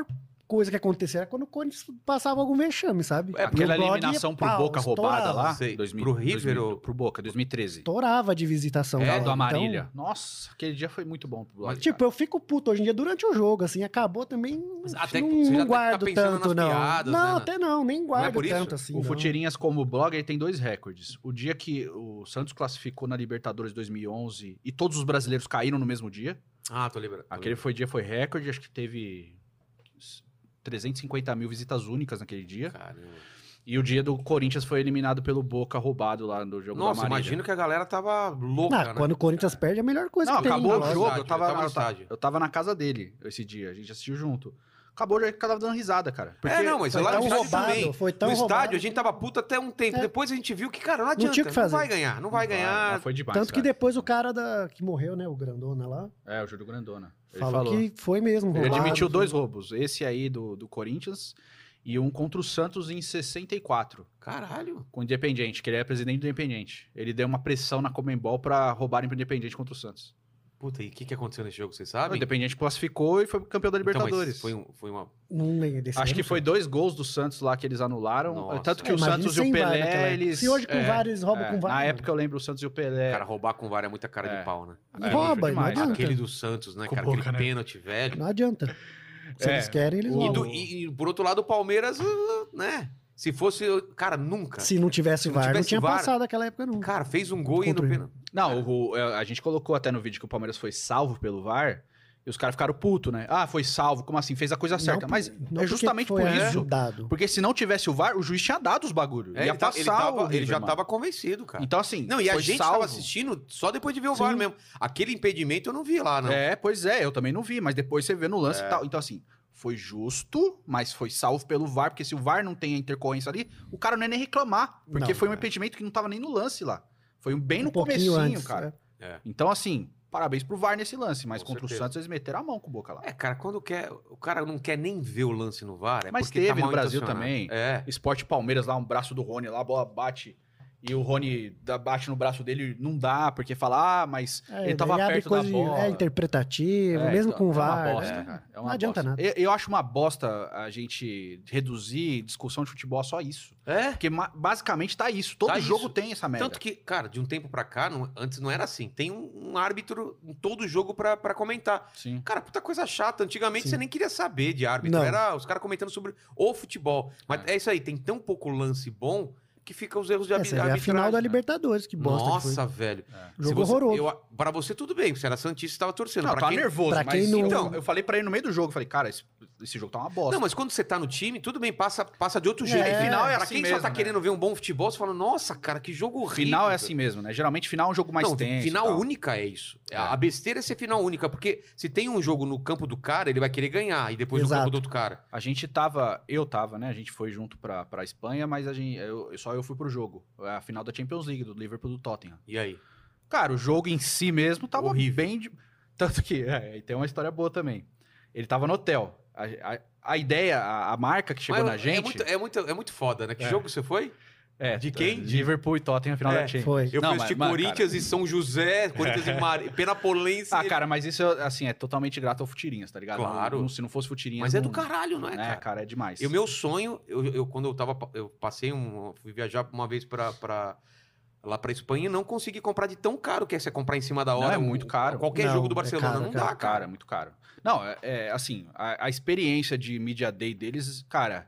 coisa que acontecia era quando o Corinthians passava algum vexame, sabe? É, porque E o aquela blog eliminação ia, pro pau, Boca roubada estourava. lá, Sei. dois mil, Pro River dois mil, ou- pro Boca, dois mil e treze. Estourava de visitação. É, lá. do Então, Amarília. Nossa, aquele dia foi muito bom pro blog. tipo, eu fico puto hoje em dia durante o jogo, assim, acabou também. Mas até não, que você já não tá guardo pensando tanto, nas não. piadas, não, né, até não, nem guardo por isso? tanto assim. O não. Futirinhas como blogger tem dois recordes. O dia que o Santos classificou na Libertadores dois mil e onze e todos os brasileiros caíram no mesmo dia. Ah, tô lembrando. tô Aquele foi, dia foi recorde, acho que teve trezentas e cinquenta mil visitas únicas naquele dia. lembrando. Caramba. E o dia do Corinthians foi eliminado pelo Boca roubado lá no jogo Nossa, da Marília. imagino que a galera tava louca, Ah, né? quando o Corinthians perde, é a melhor coisa Não, que tem. acabou o lógico. jogo, estádio, eu tava, eu tava no eu tava- estádio. eu tava na casa dele esse dia, a gente assistiu junto. Acabou, já tava dando risada, cara. Porque É, não, mas foi lá no tão estádio roubado, também. foi tão no estádio roubado. a gente tava puto até um tempo. É. Depois a gente viu que, cara, não adianta. tinha o que fazer. vai ganhar, não vai ganhar. Mas foi demais, Tanto que cara. depois o cara da, que morreu, né, o Grandona lá, É, o Júlio Grandona. Ele falou, falou. que foi mesmo Ele roubado. admitiu dois foi- roubos. Esse aí do, do Corinthians e um contra o Santos em sessenta e quatro, Caralho. com o Independiente, que ele é presidente do Independiente. Ele deu uma pressão na Comembol pra roubarem pro Independiente contra o Santos. Puta, e o que, que aconteceu nesse jogo, vocês O sabem? Independiente classificou e foi campeão da Então, mas Libertadores. foi, um, foi uma... Não lembro desse Acho ano, que foi não dois gols do Santos lá que eles anularam. Nossa. Tanto que É, o imagina Santos e o sem VAR naquela Pelé, época. eles... Se hoje com é, VAR eles roubam é, com VAR, Na né? época eu lembro o Santos e o Pelé. Cara, roubar com vara é muita cara É. de pau, né? E É, rouba, foi não demais, adianta. Aquele do Santos, né, Com cara? boca, Aquele né? pênalti velho. Não adianta. Se É. eles querem, eles O- E, roubam. do- e- e por outro lado, o Palmeiras, uh, né? Se fosse, cara, nunca. Se não tivesse Se não VAR, não tivesse tinha VAR, passado aquela época nunca. Cara, fez um gol e no Contra ele. pênalti. Não, o- o- a gente colocou até no vídeo que o Palmeiras foi salvo pelo VAR e os caras ficaram putos, né? Ah, foi salvo, como assim? Fez a coisa certa. Não, Mas não é porque justamente foi por isso. ajudado. Porque se não tivesse o VAR, o juiz tinha dado os bagulhos. É, ia ele, tá- passar ele, o tava, ele River, já mano. tava convencido, cara. Então, assim, Não, e a foi gente salvo. tava assistindo só depois de ver o VAR Sim. mesmo. Aquele impedimento eu não vi lá, não. É, pois é, eu também não vi, mas depois você vê no lance É. e tal. Então, assim, foi justo, mas foi salvo pelo VAR, porque se o VAR não tem a intercorrência ali, o cara não ia nem reclamar, porque Não, foi um é. impedimento que não tava nem no lance lá. Foi bem Um no pouquinho comecinho, antes, cara. é. É. Então, assim, parabéns pro VAR nesse lance, mas Com contra certeza. o Santos eles meteram a mão com o Boca lá. É, cara, quando quer, o cara não quer nem ver o lance no VAR, é Mas porque teve tá no mal Brasil intencionado. também. É. Esporte Palmeiras lá, um braço do Rony lá, a bola bate e o Rony dá- bate no braço dele, não dá, porque fala, ah, mas É, ele tava daí abre perto da coisa de- bola. É interpretativo, É, mesmo então, com é VAR. uma bosta, né? cara. É uma Não adianta bosta. nada. Eu, eu acho uma bosta a gente reduzir discussão de futebol a só isso. É. Porque ma- basicamente tá isso. Todo Tá jogo isso. tem essa merda. Tanto que, cara, de um tempo pra cá, não- antes não era assim. Tem um, um árbitro em todo jogo pra, pra comentar. Sim. Cara, puta coisa chata. Antigamente Sim. você nem queria saber de árbitro. Não. Era os caras comentando sobre o futebol. Mas é. isso aí, tem tão pouco lance bom que fica os erros de É, arbi- você vê a arbitragem. final da né? Libertadores, que bosta que Nossa, foi. velho. É. Se Jogo você- horroroso. eu- pra você, tudo bem, você era Santista e estava torcendo. Não, pra tá quem... nervoso, pra mas quem não- então, eu falei pra ele no meio do jogo, eu falei, cara, esse, esse jogo tá uma bosta. Não, mas quando você tá no time, tudo bem, passa, passa de outro jeito. É, final é pra assim quem quem mesmo, só tá né? querendo ver um bom futebol, você fala, nossa, cara, que jogo horrível. Final é cara. assim mesmo, né? Geralmente final é um jogo mais não, tenso. final e tal. única é isso. É. A besteira é ser final única, porque se tem um jogo no campo do cara, ele vai querer ganhar, e depois no Exato. campo do outro cara. A gente tava, eu tava, né? A gente foi junto pra, pra Espanha, mas a gente, eu, só eu fui pro jogo. A final da Champions League, do Liverpool do Tottenham. E aí? Cara, o jogo em si mesmo tava Horrível. bem... De... Tanto que, é, e tem uma história boa também. Ele tava no hotel. A, a, a ideia, a, a marca que chegou Mas na é gente... muito, é, muito, é muito foda, né? Que É. jogo você foi? É, de quem? Liverpool e Tottenham, final É, da Champions. foi. Eu Não, fui mas- assistir mas, Corinthians e São José, Corinthians e Mar... Penapolense. Ah, cara, mas isso, assim, é totalmente grato ao Futirinhas, tá ligado? Claro. Não- não- se não fosse Futirinhas... Mas é do não- caralho, não é, É, cara? cara, é demais. E o meu sonho, eu, eu- quando eu tava. Eu passei um. Fui viajar uma vez pra. pra lá pra Espanha e não consegui comprar de tão caro que é você comprar em cima da Não, hora. é muito um- caro. Qualquer Não, jogo do é Barcelona. caro, não é dá, Cara, cara. é muito caro. Não, é, é, assim, a, a experiência de Media Day deles, cara,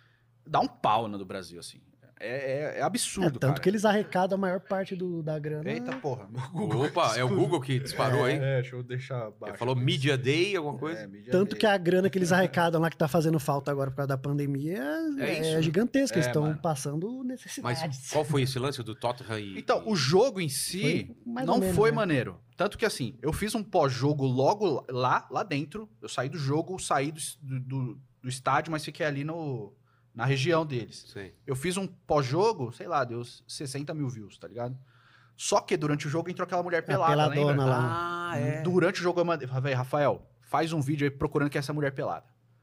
dá um pau na do Brasil, assim. É, é- é É, absurdo, tanto cara. que eles arrecadam a maior parte do, da grana. Eita porra. Opa, é o Google que disparou aí. É, deixa eu deixar Ele baixo. falou Media Day, alguma coisa? É, Media Tanto Day. que a grana que eles arrecadam lá, que tá fazendo falta agora por causa da pandemia, É é, isso. gigantesca. Eles É, estão mano. passando Mas necessidades. qual foi esse lance do Tottenham e. Então, o jogo em si Foi mais não ou menos, foi né? maneiro. Tanto que, assim, eu fiz um pós-jogo logo lá, lá dentro. Eu saí do jogo, saí do, do, do estádio, mas fiquei ali no, na região deles. Sei. Eu fiz um pós-jogo, sei lá, deu sessenta mil views, tá ligado? Só que durante o jogo entrou aquela mulher pelada, peladona lembra? lá. Ah, é. Durante o jogo eu mandei, falei, Rafael, faz um vídeo aí procurando que é essa mulher pelada.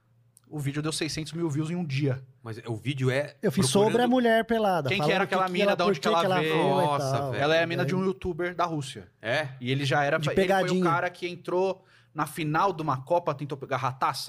O vídeo deu seiscentos mil views em um dia. Mas o vídeo é. Eu fiz procurando- sobre a mulher pelada. Quem que falando era aquela mina, ela- da onde por que ela que veio? foi e Nossa, tal. velho. Ela é a mina de um youtuber da Rússia. É? E ele já era. De ele foi o pegadinha. cara que entrou na final de uma Copa, tentou pegar a taça.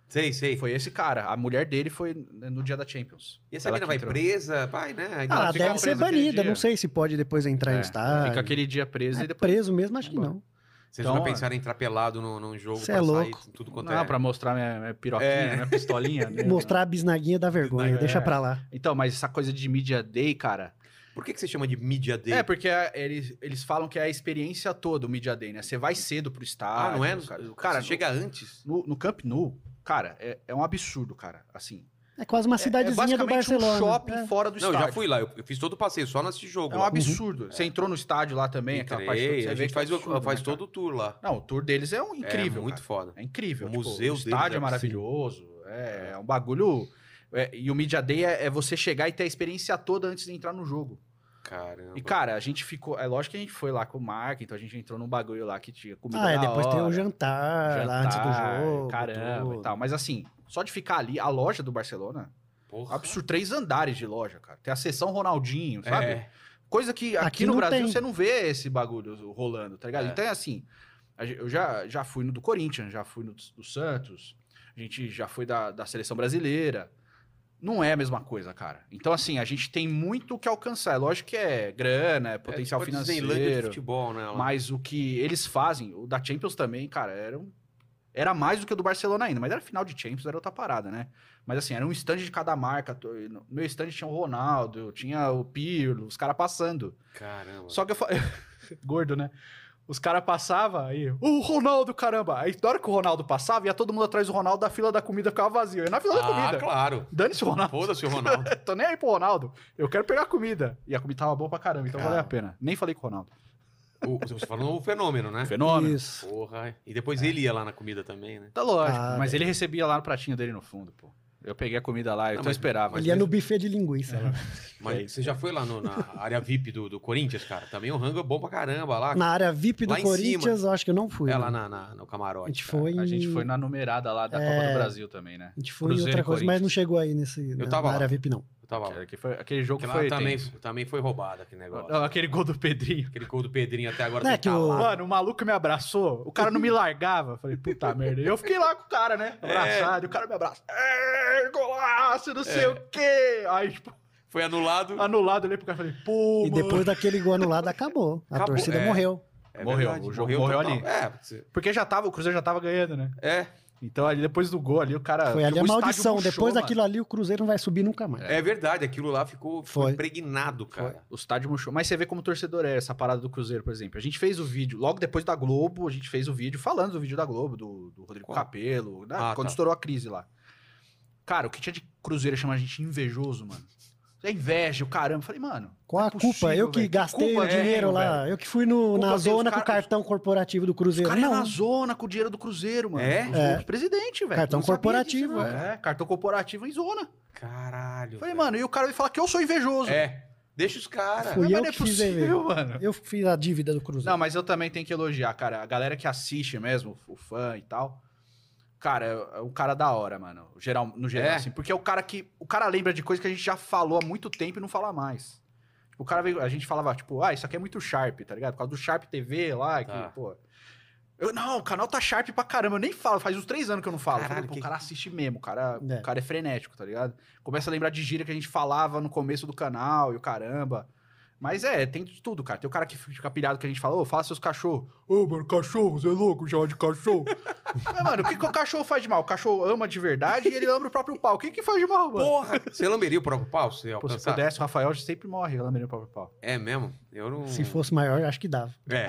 Sei, sei. Foi esse cara. A mulher dele foi no dia da Champions. E essa Ela mina que vai entrou. presa? Vai, né? Aí Ah, ela fica deve ser presa aquele banida. dia. Não sei se pode depois entrar em É, estádio. Fica aquele dia preso É, e depois... preso mesmo, acho que não. Vocês Então, nunca pensaram em entrar pelado num, num jogo Cê pra é sair louco. tudo quanto Não, é... pra mostrar minha, minha piroquinha, É. minha pistolinha. né? Mostrar a bisnaguinha da vergonha. É. Deixa pra lá. Então, mas essa coisa de Media Day, cara... Por que, que você chama de Media Day? É, porque é- eles, eles falam que é a experiência toda, o Media Day, né? Você vai cedo pro estádio. Ah, não é? Cara, Cara, cara você chega antes? no, no Camp Nou, cara, é, é um absurdo, cara. Assim, É quase uma é, é cidadezinha do basicamente Barcelona. um shopping É. fora do Não, eu estádio. já fui lá. Eu, eu fiz todo o passeio, só nesse jogo. É um lá. absurdo. Você entrou no estádio lá também, aquela parte toda, Entrei, você a vê gente que faz, é o- absurdo, faz né, todo o tour lá. cara? Não, o tour deles é um incrível, É muito cara. foda. É incrível. O tipo, museu o deles estádio é é maravilhoso. É, é um bagulho... é, e o Media Day é, é você chegar e ter a experiência toda antes de entrar no jogo. Caramba. E, cara, a gente ficou... É lógico que a gente foi lá com o Mark, então a gente entrou num bagulho lá que tinha comida Ah, é, da depois tem o hora, jantar, lá antes do jantar, jogo. Caramba tudo. e tal. Mas assim, só de ficar ali, a loja do Barcelona, Porra. absurdo, três andares de loja, cara. Tem a seção Ronaldinho, sabe? É. Coisa que aqui, Aqui no não Brasil tem. você não vê esse bagulho rolando, tá ligado? É. Então é assim, a gen- eu já, já fui no do Corinthians, já fui no do Santos, a gente já foi da, da seleção brasileira. Não é a mesma coisa, cara. Então, assim, a gente tem muito o que alcançar. É lógico que é grana, é potencial é tipo a Disneylândia de financeiro. futebol, né? lá. Mas o que eles fazem, o da Champions também, cara, era, um- era mais do que o do Barcelona ainda. Mas era final de Champions, era outra parada, né? Mas assim, era um stand de cada marca. to- No meu stand tinha o Ronaldo, tinha o Pirlo, os caras passando. Caramba. Só que eu falei... Gordo, né? Os caras passavam aí, o Ronaldo, caramba. Aí, na hora que o Ronaldo passava, ia todo mundo atrás do Ronaldo, da fila da comida ficava vazia. Eu ia na fila da Ah, comida. claro. Dane-se o Ronaldo. Foda-se o Ronaldo. Tô nem aí pro Ronaldo. Eu quero pegar a comida. E a comida tava boa pra caramba, então Cara. valeu a pena. Nem falei com o Ronaldo. O, você falou o fenômeno, né? Fenômeno. Isso. Porra. E depois ele ia lá na comida também, né? Tá lógico. Ah, mas velho. ele recebia lá no pratinho dele no fundo, pô. Eu peguei a comida lá, eu Não, então mas- esperava. mas Ele ia no buffet de linguiça. lá. Mas você já foi lá no- na área V I P do, do Corinthians, cara? Também o rango é bom pra caramba lá. Na área V I P do Lá em Corinthians, eu acho que eu não fui. É né? lá na, na- no camarote. A gente cara. foi em... A gente foi na numerada lá da É. Copa do Brasil também, né? A gente foi em Cruzeiro outra e coisa, mas não Corinthians. chegou aí nesse, na, tava na lá. área V I P, não. Eu tava lá. Que foi, aquele jogo Porque foi lá também, tenso. também foi roubado aquele negócio. Não, aquele gol do Pedrinho. Aquele gol do Pedrinho até agora Não é tem que o- calado. Mano, o maluco me abraçou, o cara não me largava. Eu falei, puta merda. E eu fiquei lá com o cara, né? Abraçado, e o cara me abraça. É, golaço, não sei É. o quê. Aí, tipo, Foi anulado. anulado, eu olhei pro cara e falei, pô, E mano. depois daquele gol anulado, acabou. A Acabou, torcida é. morreu. É Morreu, verdade, o jogo morreu total. ali. É, você- Porque já tava, o Cruzeiro já tava ganhando, né? é, Então ali depois do gol ali, o cara... Foi ali a o estádio maldição. murchou, Depois mano. daquilo ali, o Cruzeiro não vai subir nunca mais. é verdade. Aquilo lá ficou, ficou Foi. impregnado, cara. O estádio murchou. Mas você vê como torcedor é essa parada do Cruzeiro, por exemplo. A gente fez o vídeo, logo depois da Globo, a gente fez o vídeo falando do vídeo da Globo, do, do Rodrigo Qual? Capello, né? Ah, quando tá. estourou a crise lá. Cara, o que tinha de Cruzeiro chama a gente invejoso, mano. É inveja, o caramba. Eu falei, mano. Qual a não é possível, culpa? Eu que velho. gastei culpa o dinheiro é, lá. velho? Eu que fui no, Culpa na tem, zona os com o caras- cartão corporativo do Os Cruzeiro. caras iam Não, na zona com o dinheiro do Cruzeiro, mano. É? Os, É. os presidentes, velho. Cartão Não sabia corporativo, disso, não. É, cartão corporativo em zona. Caralho. Falei, velho. mano, e o cara vai falar que eu sou invejoso. É. Deixa os caras. Fui Mas eu não é que fiz possível, aí, mano. eu fiz a dívida do Cruzeiro. Não, mas eu também tenho que elogiar, cara. A galera que assiste mesmo, o fã e tal. Cara, é um cara da hora, mano. Geral, no geral, É? assim. Porque é o cara que. O cara lembra de coisa que a gente já falou há muito tempo e não fala mais. Tipo, o cara veio. A gente falava, tipo, ah, isso aqui é muito Sharp, tá ligado? Por causa do Sharp T V lá, que, Tá. pô. Eu, não, o canal tá Sharp pra caramba. Eu nem falo, faz uns três anos que eu não falo. Eu Caralho, falo, pô, que- O cara assiste mesmo, o cara, É. o cara é frenético, tá ligado? Começa a lembrar de gíria que a gente falava no começo do canal e o caramba. Mas é, tem de tudo, cara. Tem o cara que fica pilhado que a gente fala, ô, fala seus cachorros. Ô, mano, cachorro, você é louco, chama de cachorro. Mas, mano, o que, que o cachorro faz de mal? O cachorro ama de verdade e ele ama o próprio pau. O que que faz de mal, mano? Porra! Você lamberia o próprio pau se Pô, se alcançar? pudesse, o Rafael sempre morre lambendo o próprio pau. É mesmo? Eu não... Se fosse maior, acho que dava. É.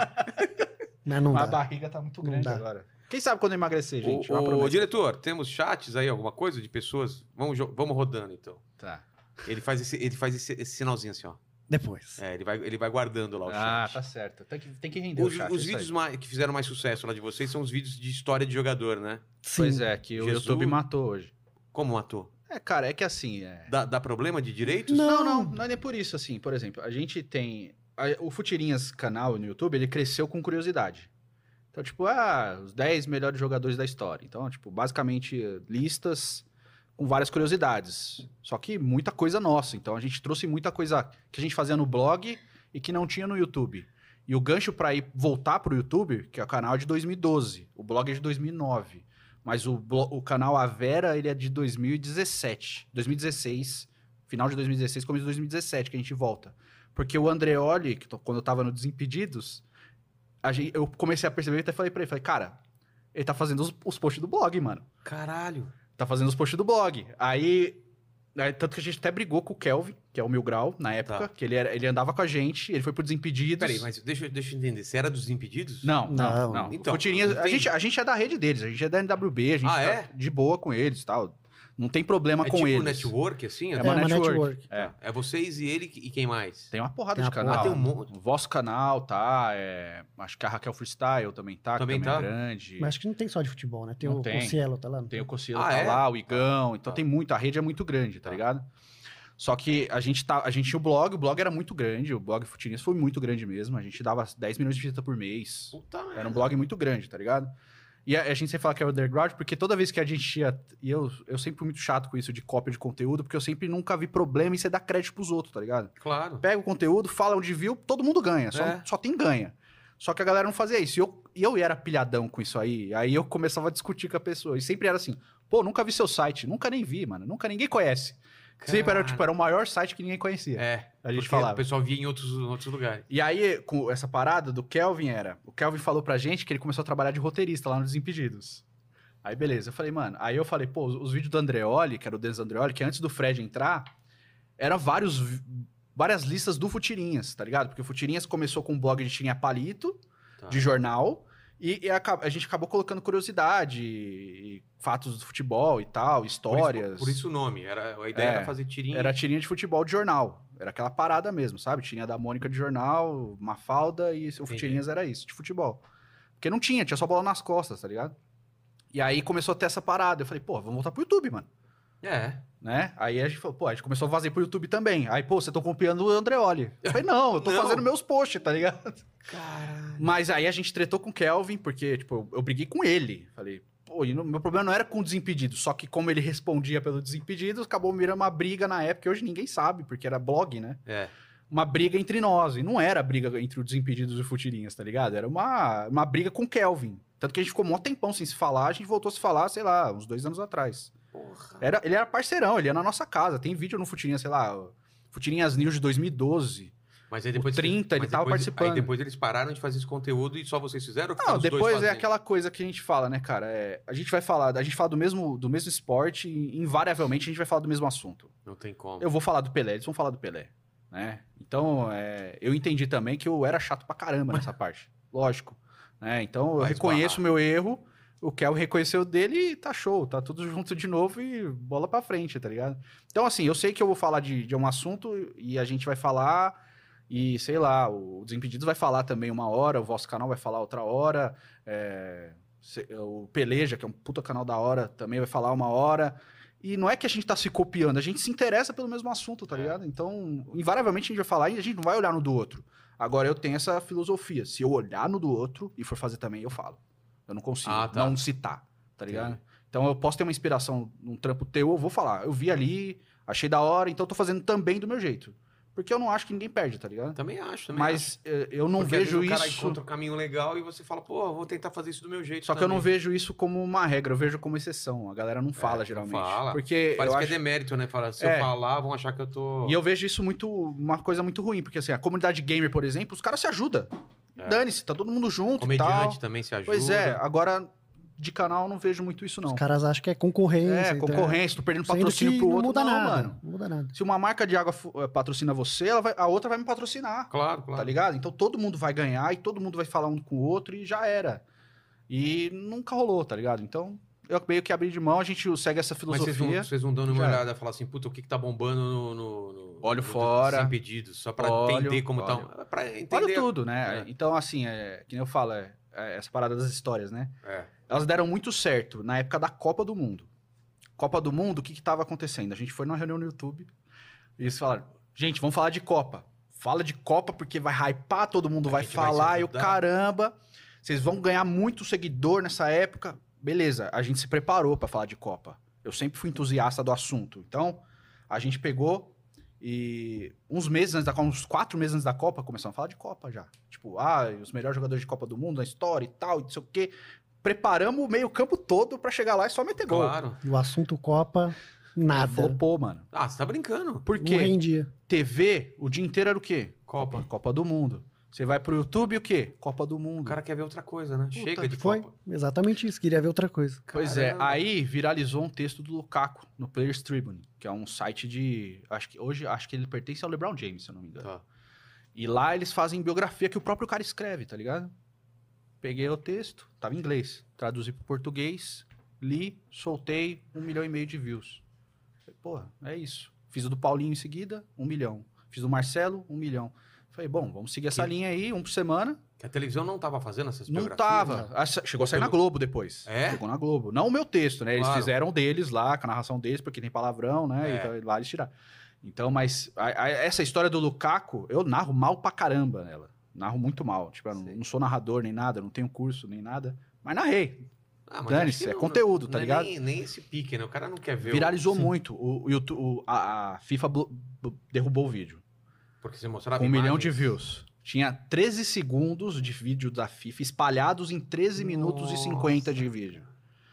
Mas não a dá. barriga tá muito Não grande dá. agora. Quem sabe quando eu emagrecer, gente? Ô, Uma ô, promessa. diretor, temos chats aí, alguma coisa de pessoas? Vamos, jo- vamos rodando, então. Tá. Ele faz esse, ele faz esse, esse sinalzinho assim, ó. Depois. É, ele vai, ele vai guardando lá o Ah, chat. tá certo. Tem que, tem que render Os, o chat. os isso aí. vídeos mais- que fizeram mais sucesso lá de vocês são os vídeos de história de jogador, né? Sim. Pois é, que o Jesus. YouTube matou hoje. Como ator? É, cara, é que assim, é... Dá, dá problema de direitos? Não, Não. não, não é nem por isso, assim. Por exemplo, a gente tem... a- o Futirinhas canal no YouTube, ele cresceu com curiosidade. Então, tipo, ah, os dez melhores jogadores da história. Então, tipo, basicamente, listas com várias curiosidades. Só que muita coisa nossa. Então, a gente trouxe muita coisa que a gente fazia no blog e que não tinha no YouTube. E o gancho pra ir voltar pro YouTube, que é o canal de dois mil e doze. O blog é de dois mil e nove. Mas o, blo- o canal Avera, ele é de dois mil e dezessete. dois mil e dezesseis. Final de dois mil e dezesseis, começo de dois mil e dezessete, que a gente volta. Porque o Andreoli, que to- quando eu tava no Desimpedidos, a gente- eu comecei a perceber e até falei pra ele, falei, cara, ele tá fazendo os, os posts do blog, mano. Caralho. Tá fazendo os posts do blog. Aí, aí, tanto que a gente até brigou com o Kelvin, que é o Mil Grau, na época, Tá. que ele, era, ele andava com a gente, ele foi pro Desimpedidos. Peraí, mas deixa, eu- deixa eu entender. Você era dos Impedidos? Não, não, Não. não. Então, Futirinhas- não a, tem- gente, a gente é da rede deles, a gente é da N W B, a gente Ah, tá é? de boa com eles e tal. Não tem problema É com tipo eles. network, assim? É até? uma uma network. network. É. É vocês e ele e quem mais? Tem uma porrada Tem de uma canal. porrada. Ah, tem um monte. O vosso canal tá. é, Acho que a Raquel Freestyle também tá. Também que também tá? é grande. Mas acho que não tem só de futebol, né? Tem Não o tem. Cielo, tá lá? não Tem o Cossielo Ah, tá é? lá, o Igão. Então Tá. tem muito. A rede é muito grande, tá, Tá. ligado? Só que a gente, tá, a gente tinha o blog, o blog era muito grande. O blog Futirinhas foi muito grande mesmo. A gente dava dez milhões de visitas por mês. Puta Era um merda. blog muito grande, tá ligado? E a, a gente sempre fala que é underground, porque toda vez que a gente ia... E eu, eu sempre fui muito chato com isso de cópia de conteúdo, porque eu sempre nunca vi problema em você dar crédito pros outros, tá ligado? Claro. Pega o conteúdo, fala onde viu, todo mundo ganha. Só, É. só tem ganha. Só que a galera não fazia isso. E eu, e eu era pilhadão com isso aí. Aí eu começava a discutir com a pessoa. E sempre era assim, pô, nunca vi seu site. Nunca nem vi, mano. Nunca ninguém conhece. Sempre era, Cara. tipo, era o maior site que ninguém conhecia. É. A gente porque falava. O pessoal via em outros, outros lugares. E aí, com essa parada do Kelvin era... O Kelvin falou pra gente que ele começou a trabalhar de roteirista lá no Desimpedidos. Aí, beleza. Eu falei, mano... Aí eu falei, pô, os, os vídeos do Andreoli, que era o Denis Andreoli, que antes do Fred entrar, era vários, vi- várias listas do Futirinhas, tá ligado? Porque o Futirinhas começou com um blog de tirinha palito, Tá. de jornal, e, e aca- a gente acabou colocando curiosidade, e fatos do futebol e tal, Por isso- histórias. Por isso, o nome. Era, a ideia É, era fazer tirinha. Era tirinha de futebol de jornal. Era aquela parada mesmo, sabe? Tirinha da Mônica de jornal, Mafalda e o Futirinhas era isso, de futebol. Porque não tinha, tinha só bola nas costas, tá ligado? E aí começou a ter essa parada. Eu falei, pô, vamos voltar pro YouTube, mano. É. Né? Aí a gente falou, pô, a gente começou a fazer pro YouTube também. Aí, pô, você tá copiando o Andreoli. Eu falei, não, eu tô Não. fazendo meus posts, tá ligado? Caralho. Mas aí a gente tretou com o Kelvin, porque, tipo, eu, eu briguei com ele. Falei, pô, e no- meu problema não era com o Desimpedido, só que como ele respondia pelo Desimpedido, acabou virando uma briga na época, que hoje ninguém sabe, porque era blog, né? É. Uma briga entre nós. E não era briga entre o Desimpedidos e o Futirinhas, tá ligado? Era uma, uma briga com o Kelvin. Tanto que a gente ficou um mó tempão sem se falar, a gente voltou a se falar, sei lá, uns dois anos atrás. Porra. Era, ele era parceirão, ele ia na nossa casa. Tem vídeo no Futirinhas, sei lá, o Futirinhas News de dois mil e doze. Mas aí depois... O trinta, ele mas tava depois- participando. Aí depois eles pararam de fazer esse conteúdo e só vocês fizeram? Ou Não, ficaram os dois depois é fazendo? aquela coisa que a gente fala, né, cara? É, a gente vai falar, a gente fala do mesmo, do mesmo esporte e invariavelmente a gente vai falar do mesmo assunto. Não tem como. Eu vou falar do Pelé, eles vão falar do Pelé, né? Então, é, eu entendi também que eu era chato pra caramba nessa parte. Lógico. Né? Então, eu Vai reconheço o esbarrar. meu erro, o Kel reconheceu dele e tá show, tá tudo junto de novo e bola pra frente, tá ligado? Então, assim, eu sei que eu vou falar de, de um assunto e a gente vai falar e, sei lá, o Desimpedidos vai falar também uma hora, o vosso canal vai falar outra hora, é, se- o Peleja, que é um puta canal da hora, também vai falar uma hora. E não é que a gente tá se copiando, a gente se interessa pelo mesmo assunto, tá É. ligado? Então, invariavelmente a gente vai falar e a gente não vai olhar no do outro. Agora, eu tenho essa filosofia. Se eu olhar no do outro e for fazer também, eu falo. Eu não consigo Ah, tá. não citar, tá ligado? Entendi. Então, eu posso ter uma inspiração num trampo teu, eu vou falar. Eu vi ali, achei da hora, então eu tô fazendo também do meu jeito. Porque eu não acho que ninguém perde, tá ligado? Também acho, também acho. Mas eh, eu não Porque às vejo vezes o cara isso... encontra um caminho legal e você fala, pô, eu vou tentar fazer isso do meu jeito Só que eu não também. vejo isso como uma regra, eu vejo como exceção. A galera não fala, não geralmente. fala. Porque Parece eu que acho... é demérito, né? Fala, se É. eu falar, vão achar que eu tô... E eu vejo isso muito, uma coisa muito ruim, porque assim, a comunidade gamer, por exemplo, os caras se ajudam. É. Dane-se, tá todo mundo junto e Comediante tal. também se ajuda. Pois é, agora de canal eu não vejo muito isso, não. Os caras acham que é concorrência. É, então- concorrência, tô perdendo Sendo patrocínio que pro não outro. muda não, nada. mano. Não muda nada. Se uma marca de água fu- eh, patrocina você, ela vai- a outra vai me patrocinar. Claro, claro. Tá ligado? Então todo mundo vai ganhar e todo mundo vai falar um com o outro e já era. E nunca rolou, tá ligado? Então, eu meio que abri de mão, a gente segue essa Mas vocês filosofia. não, vocês não dão uma Já. olhada e falar assim, puta, o que que tá bombando no... no, no Olho no- fora. Sem pedidos, só pra Olho, entender como olho. tá... Pra entender... Olha tudo, né? É. Então, assim, é, que nem eu falo, é, é essa parada das histórias, né? É. Elas deram muito certo na época da Copa do Mundo. Copa do Mundo, o que que tava acontecendo? A gente foi numa reunião no YouTube e eles falaram, gente, vamos falar de Copa. Fala de Copa porque vai hypar, todo mundo A vai gente vai se falar e o ajudar. caramba. Vocês vão ganhar muito seguidor nessa época. Beleza, a gente se preparou pra falar de Copa. Eu sempre fui entusiasta do assunto. Então, a gente pegou e uns meses antes da Copa, uns quatro meses antes da Copa, começamos a falar de Copa já. Tipo, ah, os melhores jogadores de Copa do Mundo na história e tal, e não sei o quê. preparamos o meio-campo todo pra chegar lá e só meter gol. Claro. E o assunto Copa, nada. Flopou, mano. Ah, você tá brincando. Por Não quê? rendia. T V, o dia inteiro era o quê? Copa. Copa do Mundo. Você vai pro YouTube, o quê? Copa do Mundo. O cara quer ver outra coisa, né? Puta, Chega de Foi Copa. exatamente isso. Queria ver outra coisa. Pois é, Caramba. aí viralizou um texto do Lukaku no Players Tribune, que é um site de... Acho que hoje acho que ele pertence ao LeBron James, se eu não me engano. Tá. E lá eles fazem biografia que o próprio cara escreve, tá ligado? Peguei o texto, tava em inglês, traduzi pro português, li, soltei, um milhão e meio de views. Falei, porra, é isso. Fiz o do Paulinho em seguida, um milhão. Fiz o do Marcelo, um milhão. Falei, bom, vamos seguir essa Que- linha aí, um por semana. Que a televisão não tava fazendo essas Não biografias, tava. né? Essa- Chegou a sair Pelo- na Globo depois. É? Chegou na Globo. Não o meu texto, né? Eles Claro. fizeram deles lá, com a narração deles, porque tem palavrão, né? É. Então lá eles tiraram. Então, mas a- a- essa história do Lukaku, eu narro mal pra caramba nela. Narro muito mal. Tipo, eu não, Sim. não sou narrador nem nada, não tenho curso nem nada. Mas narrei. Ah, mas Dane-se, acho que é não- conteúdo, não tá é ligado? Nem, nem esse pique, né? O cara não quer ver. o- Viralizou Sim. muito. O, o YouTube, o- a, a FIFA blo- blo- derrubou o vídeo. Porque você mostrava Com um milhão de imagens. views. Tinha treze segundos de vídeo da FIFA espalhados em treze minutos e cinquenta de vídeo.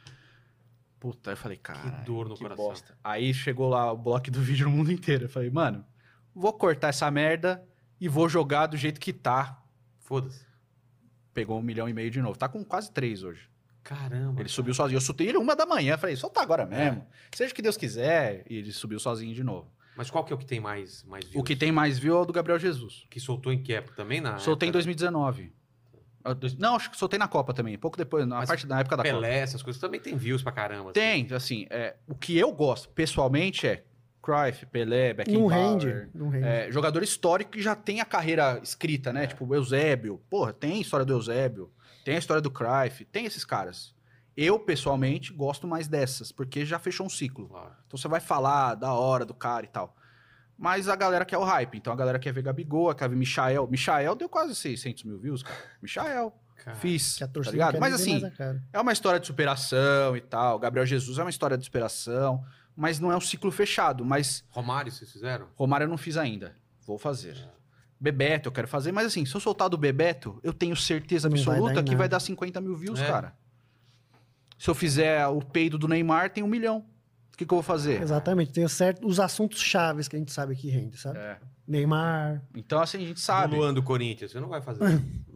Puta, eu falei, cara, Que dor no coração. bosta. Aí chegou lá o bloco do vídeo no mundo inteiro. Eu falei, mano, vou cortar essa merda e vou jogar do jeito que tá. Foda-se. Pegou um milhão e meio de novo. Tá com quase três hoje. Caramba. Ele subiu sozinho. Eu soltei ele uma da manhã. Falei, soltar agora mesmo. Seja o que Deus quiser. E ele subiu sozinho de novo. Mas qual que é o que tem mais, mais views? O que tem mais view é o do Gabriel Jesus. Que soltou em que época? Também na Soltei em época dois mil e dezenove. Ah, dois- Não, acho que soltei na Copa também. Pouco depois, na Mas parte da época da Copa. Pelé, essas coisas também tem views pra caramba. assim. Tem, assim, é, o que eu gosto pessoalmente é Cruyff, Pelé, Não Beckenbauer. rende. Não rende. É, jogador histórico que já tem a carreira escrita, né? É. Tipo, o Eusébio. Porra, tem a história do Eusébio. Tem a história do Cruyff. Tem esses caras. Eu, pessoalmente, gosto mais dessas, porque já fechou um ciclo. Claro. Então você vai falar da hora do cara e tal. Mas a galera quer o hype. Então a galera quer ver Gabigol, quer ver Michael. Michael deu quase seiscentos mil views, cara. Michael. Cara, Fiz. Que a Tá torcida ligado? quer Mas ver assim, mais a cara. é uma história de superação e tal. Gabriel Jesus é uma história de superação. Mas não é um ciclo fechado. Mas Romário, vocês fizeram? Romário eu não fiz ainda. Vou fazer. Bebeto eu quero fazer. Mas assim, se eu soltar do Bebeto, eu tenho certeza Não vai dar absoluta em que nada. vai dar cinquenta mil views, É. cara. Se eu fizer o peido do Neymar, tem um milhão. O que, que eu vou fazer? Exatamente. Tem certo, os assuntos chaves que a gente sabe que rende, sabe? É. Neymar. Então, assim, a gente Do sabe. Luan do Corinthians, você não vai fazer.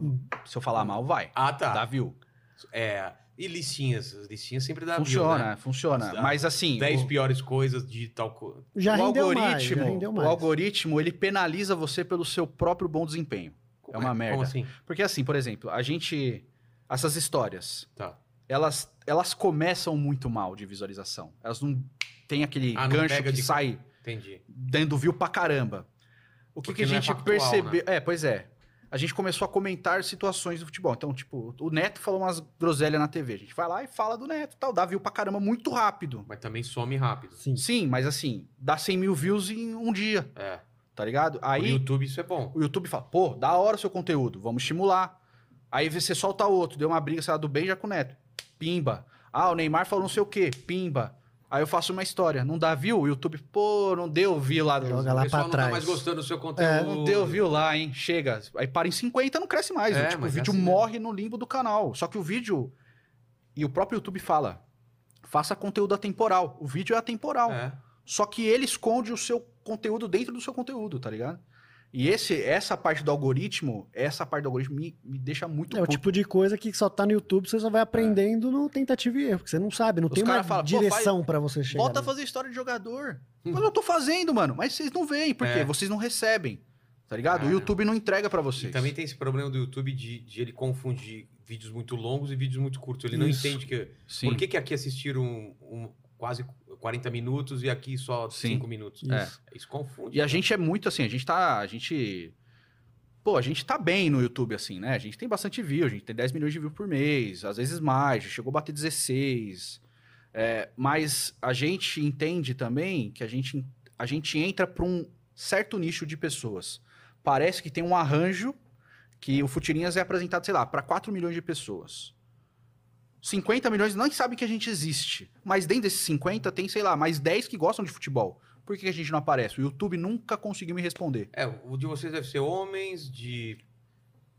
Se eu falar mal, vai. Ah, tá. Dá view. É. E listinhas? As listinhas sempre dá Funciona, view, né? funciona. Dá Mas assim, dez o, piores coisas de tal coisa. Já o rendeu mais. algoritmo, Já rendeu o mais. algoritmo, ele penaliza você pelo seu próprio bom desempenho. É uma merda. Como assim? Porque assim, por exemplo, a gente... Essas histórias, Tá. elas, elas começam muito mal de visualização. Elas não têm aquele Ah, não gancho pega que de- sai Entendi. dando view pra caramba. O que, Porque que a não é gente factual, percebeu... É, pois é. A gente começou a comentar situações do futebol. Então, tipo, o Neto falou umas groselhas na T V. A gente vai lá e fala do Neto e tal. Dá view pra caramba muito rápido. Mas também some rápido. Sim. Sim, mas assim, dá cem mil views em um dia, É. tá ligado? No Aí YouTube isso é bom. o YouTube fala, pô, da hora o seu conteúdo, vamos estimular. Aí você solta outro, deu uma briga, sei lá, do Benja com o Neto. Pimba. Ah, o Neymar falou não sei o quê, pimba. Aí eu faço uma história, não dá view? O YouTube, pô, não deu view lá. Joga O lá pessoal pra não tá trás. mais gostando do seu É, conteúdo. Não deu view lá, hein? Chega. Aí para em cinquenta, não cresce mais. É, tipo, o mas é vídeo assim morre no limbo do canal. Só que o vídeo... E o próprio YouTube fala, faça conteúdo atemporal. O vídeo é atemporal. É. Só que ele esconde o seu conteúdo dentro do seu conteúdo, tá ligado? E esse, essa parte do algoritmo, essa parte do algoritmo me, me deixa muito É o puto. tipo de coisa que só tá no YouTube, você só vai aprendendo no tentativa e erro, porque você não sabe, não Os tem uma cara fala, pô, direção pra você chegar. Volta a ali. fazer história de jogador. Mas eu tô fazendo, mano. Mas vocês não veem, porque É. vocês não recebem, tá ligado? Caramba. O YouTube não entrega pra E vocês. também tem esse problema do YouTube de, de ele confundir vídeos muito longos e vídeos muito curtos. Ele não Isso. entende que... Sim. Por que, que aqui assistiram um, um- quase quarenta minutos e aqui só Sim. cinco minutos? Isso. É. Isso confunde. E a cara. gente é muito assim, a gente tá... A gente... Pô, a gente tá bem no YouTube, assim, né? A gente tem bastante view, a gente tem dez milhões de views por mês, às vezes mais, já chegou a bater dezesseis. É, mas a gente entende também que a gente, a gente entra pra um certo nicho de pessoas. Parece que tem um arranjo que o Futirinhas é apresentado, sei lá, pra quatro milhões de pessoas. cinquenta milhões não sabem que a gente existe. Mas dentro desses cinquenta tem, sei lá, mais dez que gostam de futebol. Por que que a gente não aparece? O YouTube nunca conseguiu me responder. É, o de vocês deve ser homens de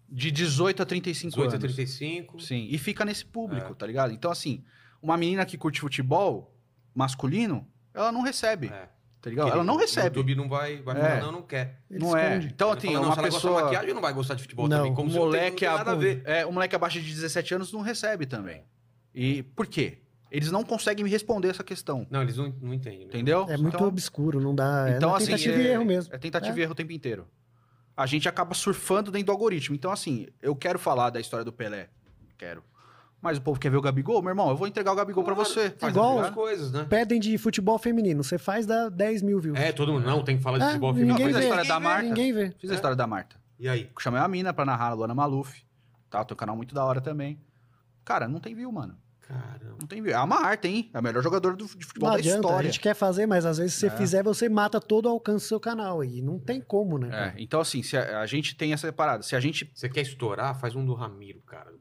De dezoito a trinta e cinco dezoito a anos. trinta e cinco. Sim, e fica nesse público, É. tá ligado? Então, assim, uma menina que curte futebol masculino, ela não recebe, É. tá ligado? Porque Ela não o recebe. YouTube não vai, vai É. falar, não, não quer. Ele Não é. esconde. Então, Ela assim, fala, não, uma se ela gosta pessoa... de maquiagem, não vai gostar de futebol Não. também. Como O se eu tenho- moleque, não tem nada a ver. é, o moleque abaixo de dezessete anos não recebe também. E por quê? Eles não conseguem me responder essa questão. Não, eles não, não entendem. Né? Entendeu? É muito então, obscuro, não dá. É então, na assim, tentativa é, e erro mesmo. É tentativa É. e erro o tempo inteiro. A gente acaba surfando dentro do algoritmo. Então, assim, eu quero falar da história do Pelé. Quero. Mas o povo quer ver o Gabigol? Meu irmão, eu vou entregar o Gabigol pra Claro, você. Faz igual- as coisas, né? Pedem de futebol feminino. Você faz, dá dez mil views. É, todo mundo não tem que falar de Ah, futebol ninguém feminino. Fiz a vê. história da Ninguém vê. Marta. Ninguém vê. Fiz a É. história da Marta. E aí? Chamei a mina pra narrar, a Luana Maluf. Tá, tem um canal muito da hora também. Cara, não tem view, mano. Caramba. Não tem view. É a Marta, hein? É a melhor jogadora do, de futebol Não da adianta, história. a gente quer fazer, mas às vezes se você É. fizer, você mata todo o alcance do seu canal. E não tem como, né? É, cara? então assim, se a, a gente tem essa parada, se a gente, Você quer estourar? Faz um do Ramiro, cara.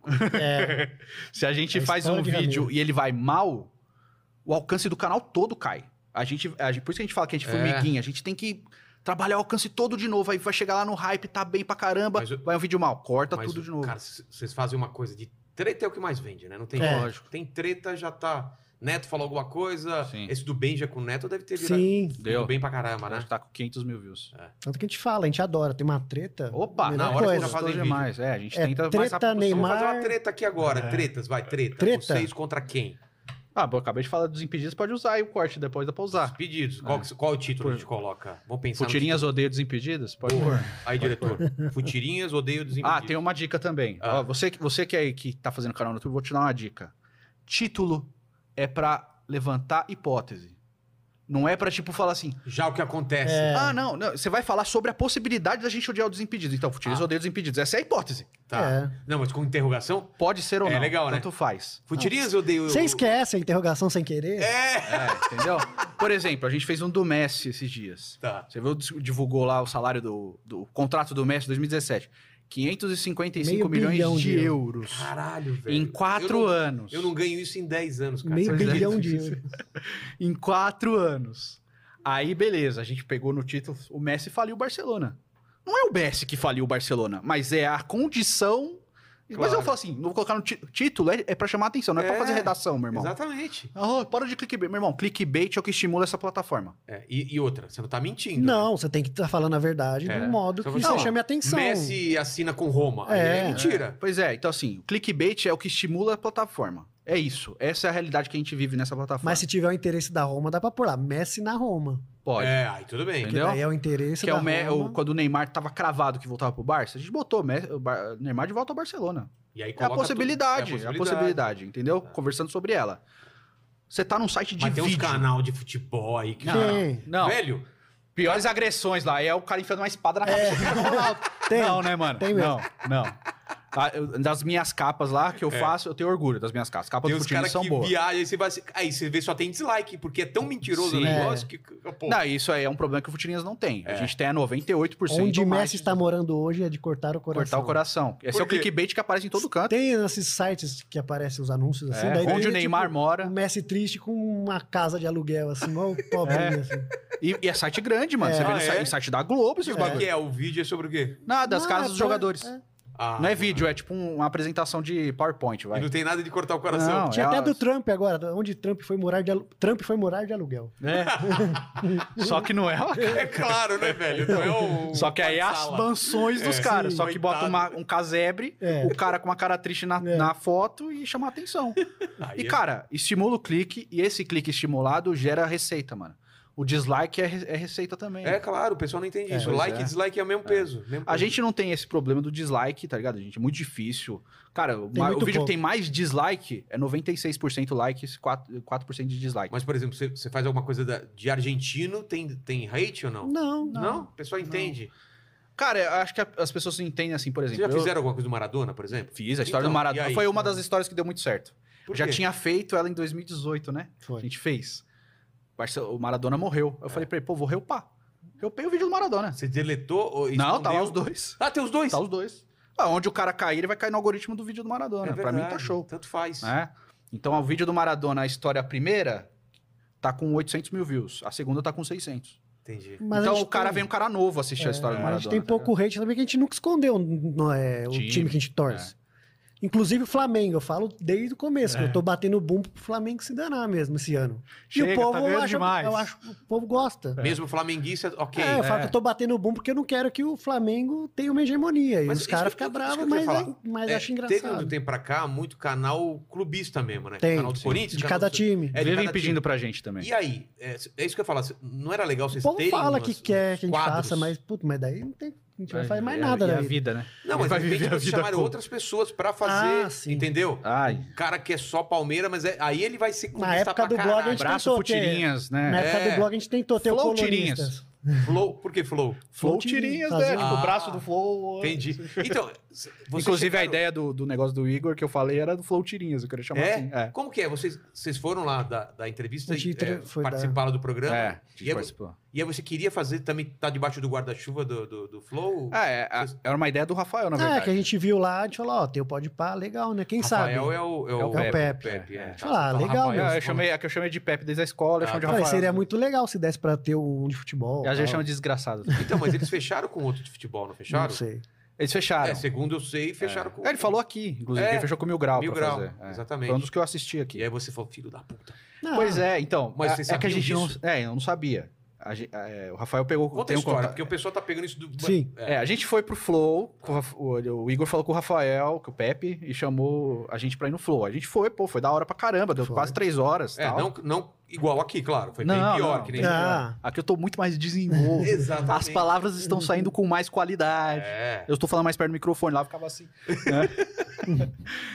É, se a gente É a faz história um de vídeo Ramiro. e ele vai mal, o alcance do canal todo cai. A gente, a gente- por isso que a gente fala que a gente é É. formiguinha, a gente tem que trabalhar o alcance todo de novo, aí vai chegar lá no hype, tá bem pra caramba, Mas eu- vai um vídeo mal, corta Mas, tudo de novo. Cara, c- vocês fazem uma coisa de treta é o que mais vende, né? Não tem É. lógico. Tem treta, já tá. Neto falou alguma coisa. Sim. Esse do Benja com o Neto deve ter virado. sim. Deu. Tudo bem pra caramba, né? A gente tá com quinhentos mil views. Tanto que a gente fala, a gente adora. Tem uma treta. Opa, melhor na hora que coisa. já fazem Gostou vídeo. demais. É, a gente É, tenta mais treta, rápido possível. Vamos Neymar- fazer uma treta aqui agora. Tretas, vai, treta. Treta? Vocês contra quem? Ah, bom, eu acabei de falar dos impedidos, pode usar aí o corte depois, dá pra Os usar. pedidos. Qual, que- qual é o título Por- que a gente coloca? Vamos pensar. no Futirinhas odeia desimpedidos? Pode título. pôr. Aí, diretor. Futirinhas, odeio desimpedidos. Ah, tem uma dica também. Ah. Ó, você, você que, é, que tá fazendo canal no YouTube, vou te dar uma dica. Título é pra levantar hipótese. Não é pra, tipo, falar assim, Já o que acontece. É. ah, não, não, você vai falar sobre a possibilidade da gente odiar o Desimpedidos. Então, Futirinhas Ah. odeia o Desimpedidos. Essa é a hipótese. Tá. É. Não, mas com interrogação? Pode ser ou É não. legal, né? Tanto faz. Futirinhas, eu odeio. Você esquece a interrogação sem querer? É! É, entendeu? Por exemplo, a gente fez um do Messi esses dias. Tá. Você viu, divulgou lá o salário do, do contrato do Messi dois mil e dezessete. quinhentos e cinquenta e cinco Meio bilhão milhões de de euros. Caralho, velho. Em quatro eu não, anos. Eu não ganho isso em dez anos, cara. Meio Sabe? Pois é. bilhão de euros. Em quatro anos. Aí, beleza, a gente pegou no título, o Messi faliu o Barcelona. Não é o Messi que faliu o Barcelona, mas é a condição... Mas Claro. eu falo assim, não vou colocar no tí- título, é, é pra chamar atenção, não é, É, pra fazer redação, meu irmão. Exatamente. Ah, para de clickbait. Meu irmão, clickbait é o que estimula essa plataforma. É, e, e outra, você não tá mentindo. Não, você tem que estar falando a verdade É. de um modo Só que você- você Não, chame a atenção. Messi assina com Roma. Aí É. é mentira. Pois é, então assim, o clickbait é o que estimula a plataforma. É isso. Essa é a realidade que a gente vive nessa plataforma. Mas se tiver o interesse da Roma, dá pra pôr lá. Messi na Roma. Pode. É, aí tudo bem. Que Entendeu? daí é o interesse Que é da o, Me- Roma. o- quando o Neymar tava cravado que voltava pro Barça, a gente botou o, Me- o Bar- o Neymar de volta ao Barcelona. E aí É a coloca possibilidade, tudo- é a possibilidade, entendeu? É. Conversando sobre ela. Você tá num site de Mas tem uns vídeo. canal de futebol aí que... Não, Tem. Não, Velho, piores agressões lá. É o cara enfiando uma espada na cabeça do Cristiano Ronaldo. Tem. Não, né, mano? Tem mesmo. Não, não. Ah, eu- Das minhas capas lá que eu É. faço, eu tenho orgulho das minhas capas. As capas tem do uns Futirinhas caras são que boas. viajam, aí você vai... Aí você vê só tem dislike, porque é tão mentiroso o Sim. negócio que... Pô, Não, isso aí é um problema que o Futirinhas não tem. A É. gente tem a noventa e oito por cento Onde ou mais Messi está morando hoje é de cortar o coração. cortar o coração. Esse Por é o quê? clickbait que aparece em todo canto. Tem esses sites que aparecem os anúncios assim. É, daí onde tem, o Neymar tipo, mora. O Messi triste com uma casa de aluguel, assim, igual o pobrinho, É. assim. E, e é site grande, mano. É. Você vê Ah, no é? site, em site da Globo esses o que que bagulho. é? O vídeo é sobre o quê? Nada, as Não, casas é dos pra- jogadores. é. Ah, Não é vídeo, é tipo um- uma apresentação de PowerPoint, E vai. não tem nada de cortar o coração. Não, Tinha é até as- do Trump agora, onde Trump foi morar de, alu... Trump foi morar de aluguel. É. Só que não é uma... É claro, né, velho? Não é o... Só que aí é as sala. mansões dos É, caras. sim, Só que bota coitado. uma- um casebre, É. o cara com uma cara triste na, É. na foto e chama a atenção. Aí E, é- cara, estimula o clique e esse clique estimulado gera receita, mano. O dislike é, re- é receita também. É claro, o pessoal não entende É, isso. pois Like é. e dislike é o mesmo peso. mesmo A peso. gente não tem esse problema do dislike, tá ligado? A gente é muito difícil. Cara, o, Tem ma- muito o vídeo pouco. que tem mais dislike é noventa e seis por cento likes, quatro por cento de dislike. Mas, por exemplo, você, você faz alguma coisa da- de argentino, tem, tem hate ou não? Não, Não? O pessoal entende. Cara, eu acho que a- as pessoas não entendem assim, por Vocês exemplo. já eu fizeram alguma coisa do Maradona, por exemplo? Fiz a história Então, do e Maradona. aí? Foi uma das histórias que deu muito certo. Por Já quê? tinha feito ela em dois mil e dezoito, né? A foi. gente fez. Barce- O Maradona morreu. Eu falei pra ele, pô, vou reupar. Reupei o vídeo do Maradona. Você deletou ou Não, escondeu? tá lá os dois. Ah, tem os dois? Tá os dois. Ah, onde o cara cair, ele vai cair no algoritmo do vídeo do Maradona. É pra mim tá verdade, show. Tanto faz. Né? Então, o vídeo do Maradona, a história primeira, tá com oitocentos mil views. A segunda tá com seiscentos. Entendi. Mas a então gente o cara tem- vem um cara novo assistir a história do A Maradona. gente tem tá pouco hate também, que a gente nunca escondeu no, é, o Time, time que a gente torce. Inclusive o Flamengo, eu falo desde o começo, que eu tô batendo bumbo pro Flamengo se danar mesmo esse ano. Chega, e o povo, tá ganhando acha, demais. eu acho que o povo gosta. Mesmo flamenguista, ok. É, eu falo é. que eu tô batendo bumbo porque eu não quero que o Flamengo tenha uma hegemonia. E Mas os isso caras que eu- ficam isso bravos, que eu mas, queria falar. é- mas É, acho teve engraçado. um tempo pra cá muito canal clubista mesmo, né? Tem, canal do sim. Corinthians. De canal cada do- time. É, de Vivem cada pedindo time. pra gente também. E aí? É, é isso que eu ia falar. Não era legal O vocês povo terem fala umas- que quer que a gente quadros? faça, mas, puto, mas daí não tem, a gente não faz mais É- nada, é né? a vida, né? Não, mas vai de repente viver a vocês vida chamaram como? outras pessoas pra fazer, Ah, sim. entendeu? Ai. O cara que é só Palmeira, mas é- aí ele vai ser Na clubista época pra do blog, a caralho. gente Braço tentou ter- Futirinhas, Na né? época É. do blog a gente tentou ter o Flow Colonistas. Tirinhas. Flow, por que Flow? Flow Flow Tirinhas, Tirinhas, né? fazia- Tipo, o Ah. braço do Flow. Entendi. Então, vocês Inclusive, a chegaram- ideia do, do negócio do Igor que eu falei era do Flow Tirinhas, eu queria chamar É? assim. É. Como que é? Vocês, vocês foram lá da, da entrevista A e gente é, foi participaram do programa? É, a gente E aí, participou. e aí você queria fazer também, tá debaixo do guarda-chuva do, do, do Flow? Ah, é, a- era uma ideia do Rafael, na É, verdade. que a gente viu lá, a gente falou, ó, tem o Pode Pá, legal, né? Quem sabe? Rafael é o, é o, É o Pepe. Pepe, é. É. Tá, Ah, você fala legal, Rafael, É, você eu chamei, a que eu chamei de Pepe desde a escola, eu Ah, chamo de tá. Falei, Rafael. seria muito legal se desse pra ter um de futebol. E às vezes tal. chama de desgraçado. Então, mas eles fecharam com outro de futebol, não fecharam? Não sei. Eles fecharam. É, segundo eu sei, fecharam com É, ele falou aqui, inclusive, É, que ele fechou com o Mil Grau Mil pra Grau, fazer. É. exatamente. Foi um dos que eu assisti aqui. E aí você falou, filho da puta. Não, Pois é, então. Mas é, vocês é que a sabiam gente não. disso? É, eu não sabia. A gen- é, o Rafael pegou. Conta tem a um história, contato- porque o pessoal tá pegando isso do... Sim. É. É, a gente foi pro Flow, com o, Raf- o- o Igor falou com o Rafael, com o Pepe, e chamou a gente pra ir no Flow. A gente foi, pô, foi da hora pra caramba, deu Foi. quase três horas. É, tal. não, não igual aqui, claro. Foi bem Não, pior não, que nem... bem Ah. Aqui eu tô muito mais desenvolto. Exatamente. As palavras estão saindo com mais qualidade. É. Eu estou falando mais perto do microfone, lá eu ficava assim. né?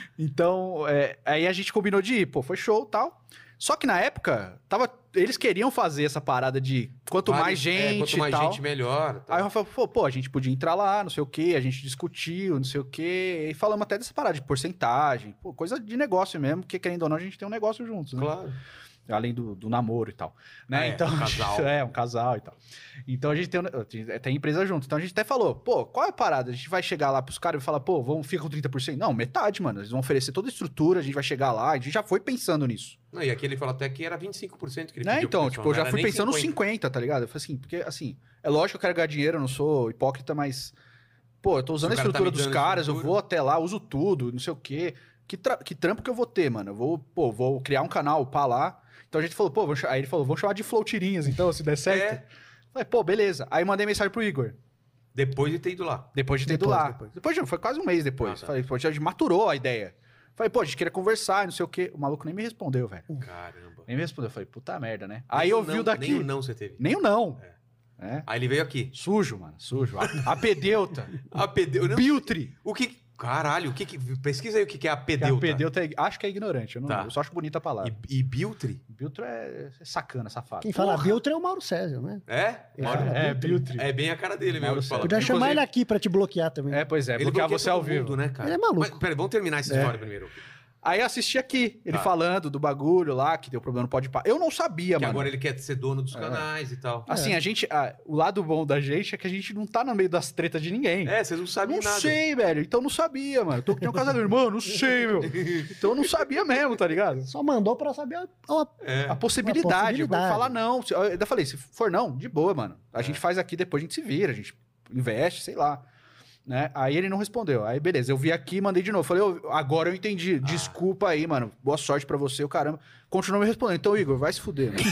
Então, é, aí a gente combinou de ir, pô, foi show e tal. Só que na época, tava, eles queriam fazer essa parada de quanto Vale- mais gente é, quanto mais e tal. gente, melhor. Tá. Aí o Rafael falou, pô, a gente podia entrar lá, não sei o quê, a gente discutiu, não sei o quê, e falamos até dessa parada de porcentagem, pô, coisa de negócio mesmo, porque querendo ou não, a gente tem um negócio juntos, né? Claro. Além do, do namoro e tal. Né? Ah, é, então, um a gente- casal. é, um casal e tal. Então a gente tem, um- tem empresa junto. Então a gente até falou, pô, qual é a parada? A gente vai chegar lá pros caras e falar, pô, vamos ficar com trinta por cento? Não, metade, mano. Eles vão oferecer toda a estrutura, a gente vai chegar lá, a gente já foi pensando nisso. Não, e aqui ele falou até que era vinte e cinco por cento que ele Né? pediu pro Então, pessoal, tipo, eu não já era fui nem pensando nos cinquenta. cinquenta, tá ligado? Eu falei assim, porque assim, é lógico que eu quero ganhar dinheiro, eu não sou hipócrita, mas, pô, eu tô usando Se o a cara tá estrutura me dos dando caras, eu estrutura. vou até lá, uso tudo, não sei o quê. Que, tra- que trampo que eu vou ter, mano? Eu vou, pô, vou criar um canal, pá, lá. Então a gente falou, pô, vamos cha- aí ele falou, vamos chamar de Flow Tirinhas, então, se der certo. É, Falei, pô, beleza. Aí mandei mensagem pro Igor. depois de ter ido lá. Depois de ter ido Depois, lá. depois. Depois, de- foi quase um mês depois. Ah, tá. Falei, pô, a gente maturou a ideia. Falei, pô, a gente queria conversar, não sei o quê. O maluco nem me respondeu, velho. Caramba. Nem me respondeu. Falei, puta merda, né? Aí Nem eu o vi não- o daqui. Nem o não você teve. Nem o não. É. Aí ele veio aqui. Sujo, mano. Sujo. A- Apedeuta. Apedeu... não- Biltre. O que... Caralho, o que que... Pesquisa aí o que que é Que apedeuta. Apedeuta é... Acho que é ignorante. Eu, não... Tá. eu só acho bonita a palavra. E, e biltre? Biltre é é sacana, safado. Quem fala Porra. Biltre é o Mauro Césio, né? É? Ele Mauro- fala É, Biltre. Biltre. É bem a cara dele mesmo. Mauro que fala. Podia Inclusive- chamar ele aqui pra te bloquear também. É, pois é. Ele Bloquear bloqueia você ao todo vivo. mundo, né, cara? Ele é maluco. Mas, peraí, vamos terminar essa É. história primeiro. Aí eu assisti aqui, ele Tá. falando do bagulho lá, que deu problema no Pode Pá. Eu não sabia, Que mano. agora ele quer ser dono dos canais e tal. Assim, a gente. ah, o lado bom da gente é que a gente não tá no meio das tretas de ninguém. É, vocês não sabem não nada. sei, velho. Então não sabia, mano. Tô tem um casamento, irmão, não sei, meu. Então eu não sabia mesmo, tá ligado? Só mandou pra saber a, a- É. A possibilidade. Uma possibilidade. Eu vou falar não. Se- Eu ainda falei, se for não, de boa, mano. A gente faz aqui, depois a gente se vira, a gente investe, sei lá. Né? Aí ele não respondeu. Aí beleza, eu vi aqui e mandei de novo. Falei, "Ô, agora eu entendi. Desculpa aí, mano. Boa sorte pra você, o caramba. Continuou me respondendo. Então, Igor, vai se fuder, né?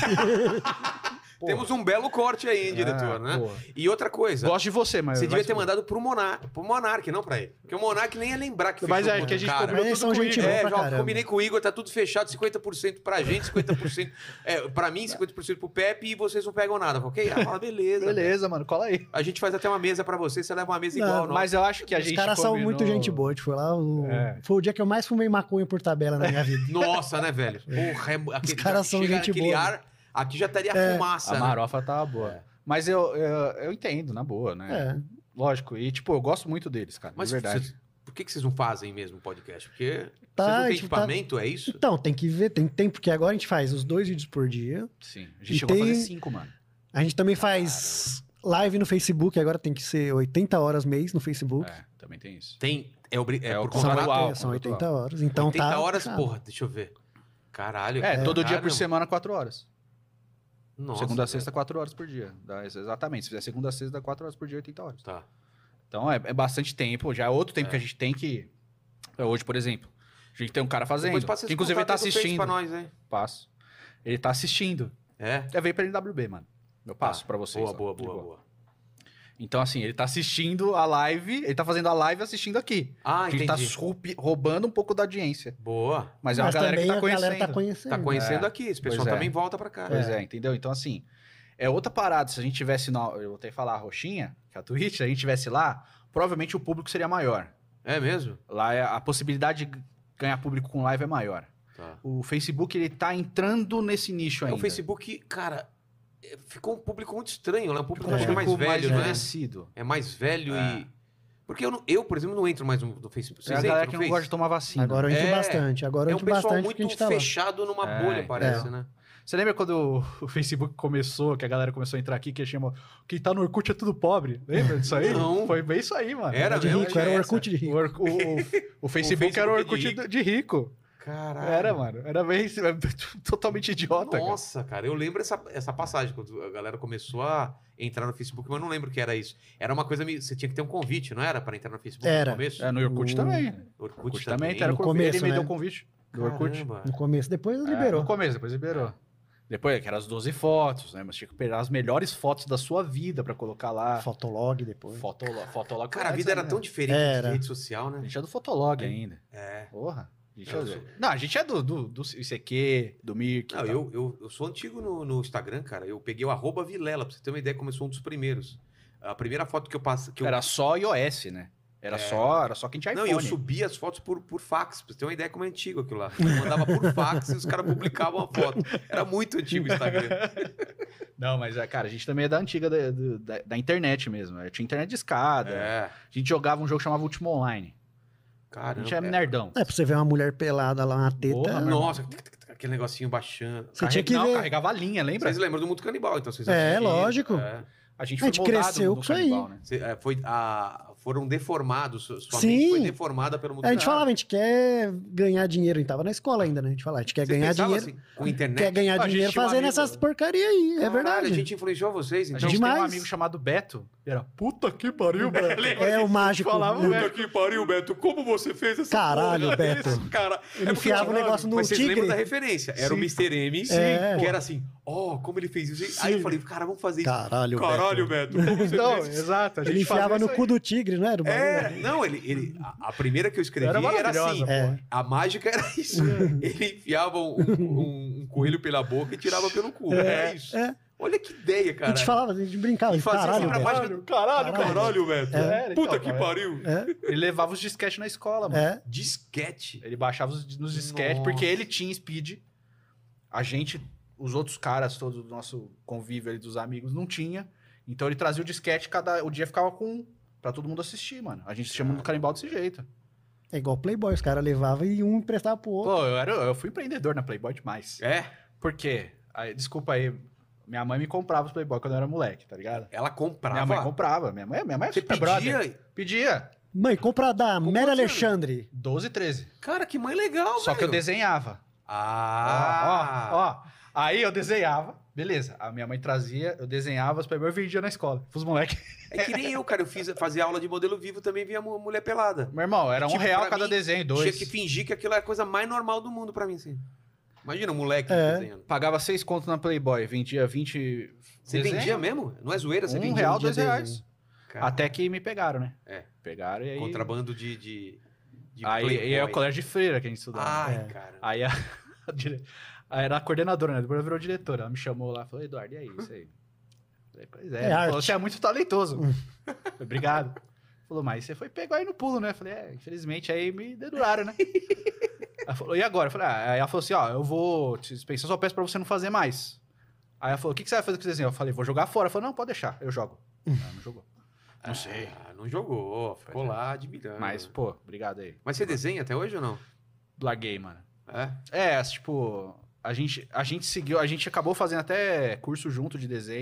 Temos um belo corte aí, hein, diretor, Ah, né? porra. E outra coisa, Gosto de você, mas. você vai devia se ter fuder. mandado pro Monark, pro Monark, não pra ele. Porque o Monark nem ia lembrar que Mas fechou é com que a o gente cara. combinou Mas eles tudo são com gente ele. boa É, pra já caramba. combinei com o Igor, tá tudo fechado, cinquenta por cento pra gente, cinquenta por cento é, pra mim, cinquenta por cento pro Pepe e vocês não pegam nada. Ok? Ah, fala, beleza. Beleza, mano, cola aí. A gente faz até uma mesa pra você, você leva uma mesa Não, igual. não. Mas eu acho que a Os gente. caras são combinou- muito gente boa. A gente foi lá, o- É. foi o dia que eu mais fumei maconha por tabela na minha vida. Nossa, né, velho? Porra, é, aquele, caras são chega gente aquele boa, ar, aqui já estaria É. fumaça, A né? marofa tava boa. Mas eu, eu, eu entendo, na boa, né? É. Lógico. E, tipo, eu gosto muito deles, cara. Mas de verdade. vocês- por que, que vocês não fazem mesmo podcast? Porque Tá, vocês não a têm gente tá- equipamento, é isso? Então, tem que ver, tem tempo, porque agora a gente faz os dois vídeos por dia. Sim. A E gente chegou a tem- fazer cinco, mano. A gente também faz live no Facebook, agora tem que ser oitenta horas mês no Facebook. É, também tem isso. Tem. É, obri- é É o por São, contrato? contratual, oitenta, são contratual. oitenta horas. Então oitenta tá. horas, tá. porra, deixa eu ver. Caralho. É, todo dia por caramba. semana, quatro horas. Nossa, segunda a velho. sexta, quatro horas por dia. Dá, exatamente. Se fizer segunda a sexta, dá quatro horas por dia, oitenta horas. Tá. Então é, é bastante tempo. Já é outro tempo É. que a gente tem que... Hoje, por exemplo, a gente tem um cara fazendo. Depois passa esse Inclusive, ele tá contato do Face assistindo. pra nós, hein? Passo. Ele tá assistindo. É? É, veio pra N W B, mano. Eu passo Tá. pra vocês. Boa, ó. boa, De boa, boa. Então, assim, ele tá assistindo a live, ele tá fazendo a live assistindo aqui. Ah, a gente entendi. tá roubi- roubando um pouco da audiência. Boa. Mas é uma galera que também tá a conhecendo. galera tá conhecendo. Tá conhecendo É. aqui. Esse pessoal Pois é. também volta pra cá. Pois é. entendeu? Então, assim, é outra parada. Se a gente tivesse, na, eu vou até falar a roxinha, que é a Twitch, se a gente tivesse lá, provavelmente o público seria maior. É mesmo? Lá é- a possibilidade de ganhar público com live é maior. Tá. O Facebook, ele tá entrando nesse nicho É, ainda. o Facebook, cara, é, ficou um público muito estranho, né? Um público É. acho que é mais Público velho, né? envelhecido. É mais velho É. e... Porque eu, não- eu, por exemplo, não entro mais no, no Facebook. É Vocês a galera entram que no não Face? gosta de tomar vacina. Agora eu entro É, bastante. Agora eu É um entro pessoal bastante muito porque a gente tá lá. fechado numa É, bolha, parece, é. né? Você lembra quando o Facebook começou, que a galera começou a entrar aqui, que chama quem tá no Orkut é tudo pobre? Lembra disso aí? Não. Foi bem isso aí, mano. Era de mesmo? rico, era o Tinha Orkut de O, rico. Or- o- o- o Facebook era o Facebook Orkut de de rico. Caralho. Era, mano. Era bem totalmente idiota. cara. Nossa, cara, eu lembro essa, essa passagem, quando a galera começou a entrar no Facebook, mas eu não lembro o que era isso. Era uma coisa, meio- você tinha que ter um convite, não era? Pra entrar no Facebook Era. no começo? É, no Orkut O- também. Orkut, Orkut também. também. Era No o convite. começo, Ele me né? deu o convite do Orkut. Caramba. No começo, depois É, liberou. no começo, depois liberou. Depois, que eram as doze fotos, né? Mas tinha que pegar as melhores fotos da sua vida pra colocar lá. Fotolog depois. Fotolog. Fotolog Cara, a antes vida era ainda. tão diferente Era. de rede social, A né? gente é do Fotolog ainda. É. Porra. A gente Eu é... sou- Não, a gente é do, do, do I C Q, do Mirk. Não, eu, eu, eu sou antigo no, no Instagram, cara. Eu peguei o arroba Vilela, pra você ter uma ideia, começou um dos primeiros. A primeira foto que eu passei. Que eu... Era só iOS, né? Era, É. só, era só quem tinha Não, iPhone. e eu subia as fotos por, por fax, pra você ter uma ideia como é antigo aquilo lá. Eu mandava por fax e os caras publicavam a foto. Era muito antigo o Instagram. Não, mas, é, cara, a gente também é da antiga da, do- da, da internet mesmo. Eu tinha internet de escada. É. A gente jogava um jogo que chamava Último Online. A Caramba. gente é é. nerdão. É, pra você ver uma mulher pelada lá na teta. Porra, meu Nossa, aquele negocinho baixando. Você tinha que Não, ver. carregava a linha, lembra? Vocês lembram do Mundo Canibal, então vocês É, assistiram. lógico. É. A gente A foi gente moldado cresceu no com isso aí. canibal, né? Cê- é, foi a, foram deformados, sua sua Sim. mente foi deformada pelo Mundo A gente Canibal. falava, a gente quer ganhar dinheiro. A gente tava na escola ainda, né? A gente falava, a gente quer Vocês ganhar pensavam dinheiro. assim, com internet? Quer ganhar A gente dinheiro tinha um fazendo amigo- essas porcaria aí. É Caralho, verdade. a gente influenciou vocês, A então. gente tem um Demais. amigo chamado Beto. E era, puta que pariu, Beto. É o mágico. falava, Puta velho. que pariu, Beto. Como você fez essa Caralho, porra? Beto. Esse cara... Ele É porque enfiava tinha- o negócio no Mas vocês tigre. lembram da referência. Era o Sim. mister M, É. que era assim, ó, como ele fez isso. Aí eu falei, cara, vamos fazer isso. Caralho, Caralho, Beto. Como você Não, fez isso? exato. A gente Ele enfiava fazia no isso cu aí. do tigre, não era? O bagulho? É, não, ele, ele a, a primeira que eu escrevi Era era, maravilhosa, assim. É. A mágica era isso. Ele enfiava um, um- um coelho pela boca e tirava pelo cu. É, isso. é. Olha que ideia, A cara. gente falava, a gente brincava. E fazia Caralho, sempre a Beto. mágica. Caralho, Caralho. Caralho, Beto. É, Puta então, que é. pariu. É, Ele levava os disquetes na escola, mano. é. Disquete. Ele baixava os, nos disquetes, Nossa. porque ele tinha speed. A gente, os outros caras, todo o nosso convívio ali dos amigos, não tinha. Então ele trazia o disquete, cada, o dia ficava com um, pra todo mundo assistir, mano. A gente se chama do canibal desse jeito. É igual Playboy, os caras levavam e um emprestava pro outro. Pô, eu, era, eu fui empreendedor na Playboy demais. É, Por quê? Aí, desculpa aí, minha mãe me comprava os Playboy quando eu era moleque, tá ligado? ela comprava. Minha mãe comprava. Minha mãe, minha mãe é Você super pedia? brother. Pedia. Mãe, compra da Com Mary quantos Alexandre. doze, treze. Cara, que mãe legal, Só que eu velho. desenhava. Ah. Ó, ó, ó. Aí eu desenhava, beleza. A minha mãe trazia, eu desenhava, os Playboy eu vendia na escola. Pros moleques. É que nem eu, cara. Eu fiz, fazia aula de modelo vivo, também via mu- mulher pelada. Meu irmão, era um Tipo, real pra cada mim, desenho, dois. Tinha que fingir que aquilo é a coisa mais normal do mundo pra mim, assim. Imagina um moleque É. desenhando. Pagava seis contos na Playboy, vendia vinte. Você desenho, vendia mesmo? Não é zoeira? Você Um vendia real, vendia dois reais. desenho. Cara, Até que me pegaram, né? É. Pegaram e aí. contrabando de, de, de Aí, Playboy. aí é o colégio de freira que a gente estudava. Ai, É. cara. Aí a, a dire- aí era a coordenadora, né? Depois ela virou diretora. Ela me chamou lá e falou: Eduardo, e aí? Isso aí. Falei, pois é. É Ela arte. falou, você é muito talentoso. Falei, obrigado. Falou, mas você foi pegou aí no pulo, né? Falei, é, infelizmente aí me deduraram, né? Ela falou, e agora? Eu falei, ah, aí ela falou assim: ó, eu vou te dispensar sua peça pra você não fazer mais. Aí ela falou: o que, que você vai fazer com esse desenho? Eu falei, vou jogar fora. Ela falou, não, pode deixar, eu jogo. Ela não jogou. Não sei. Ah, não jogou. Ficou Pois é. lá admirando. Mas, pô, obrigado aí. Mas você desenha até hoje ou não? Larguei, mano. É? É, tipo, a gente, a gente seguiu, a gente acabou fazendo até curso junto de desenho,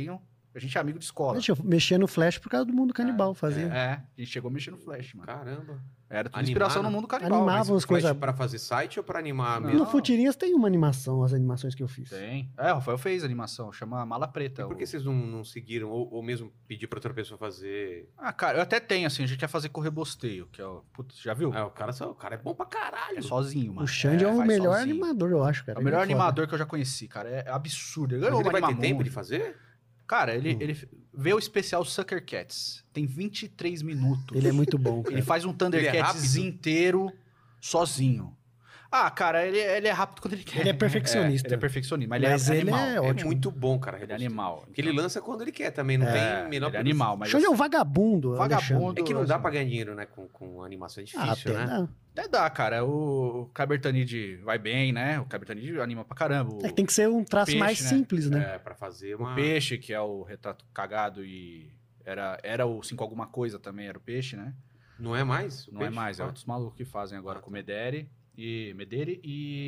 A gente é amigo de escola. Gente, eu mexia no Flash por causa do mundo canibal, fazia. É, a gente chegou a mexer no Flash, mano. Caramba. Era tudo Animar, inspiração né? no mundo canibal. Animava mas- as coisas. Pra fazer site ou pra animar Não. mesmo? No Futirinhas tem uma animação, as animações que eu fiz. Tem. É, o Rafael fez a animação, chama Mala Preta. E por que o- vocês não, não seguiram? Ou, ou mesmo pedir pra outra pessoa fazer? Ah, cara, eu até tenho, assim, a gente quer fazer correbosteio, que é o... Putz, já viu? Ah, o, cara, só- o cara é bom pra caralho. É sozinho, mano. O Xande é, o faz melhor sozinho. animador, eu acho, cara. É o melhor Ele é foda. animador que eu já conheci, cara. É absurdo. Ele Mas ganhou ele o vai ter Animamundi. tempo de fazer? Cara, ele, Hum. ele vê o especial Sucker Cats. Tem vinte e três minutos. Ele é muito bom, cara. Ele faz um Thundercats rápido? inteiro sozinho. Ah, cara, ele, ele é rápido quando ele quer. Ele é perfeccionista. ele é perfeccionista, mas, Mas ele é ele animal. é É ótimo. muito bom, cara. Ele é animal. Porque ele lança quando ele quer também, não É, tem a menor ele é animal, mas... Xande é um vagabundo. Vagabundo. Alexandre. É que não dá assim, pra ganhar dinheiro, né? Com, com animação é Ah, difícil, até né? dá. Até dá, cara. O, o Cabertanide vai bem, né? O Cabertanide anima pra caramba. O, É que tem que ser um traço Peixe, mais né? simples, né? É, pra fazer o uma... Peixe, que é o retrato cagado e... Era, era o cinco alguma coisa também, era o Peixe, né? Não é mais? o Não é peixe? mais, é Ah. outros malucos que fazem agora Ah, com o tá. Mederi e Mederi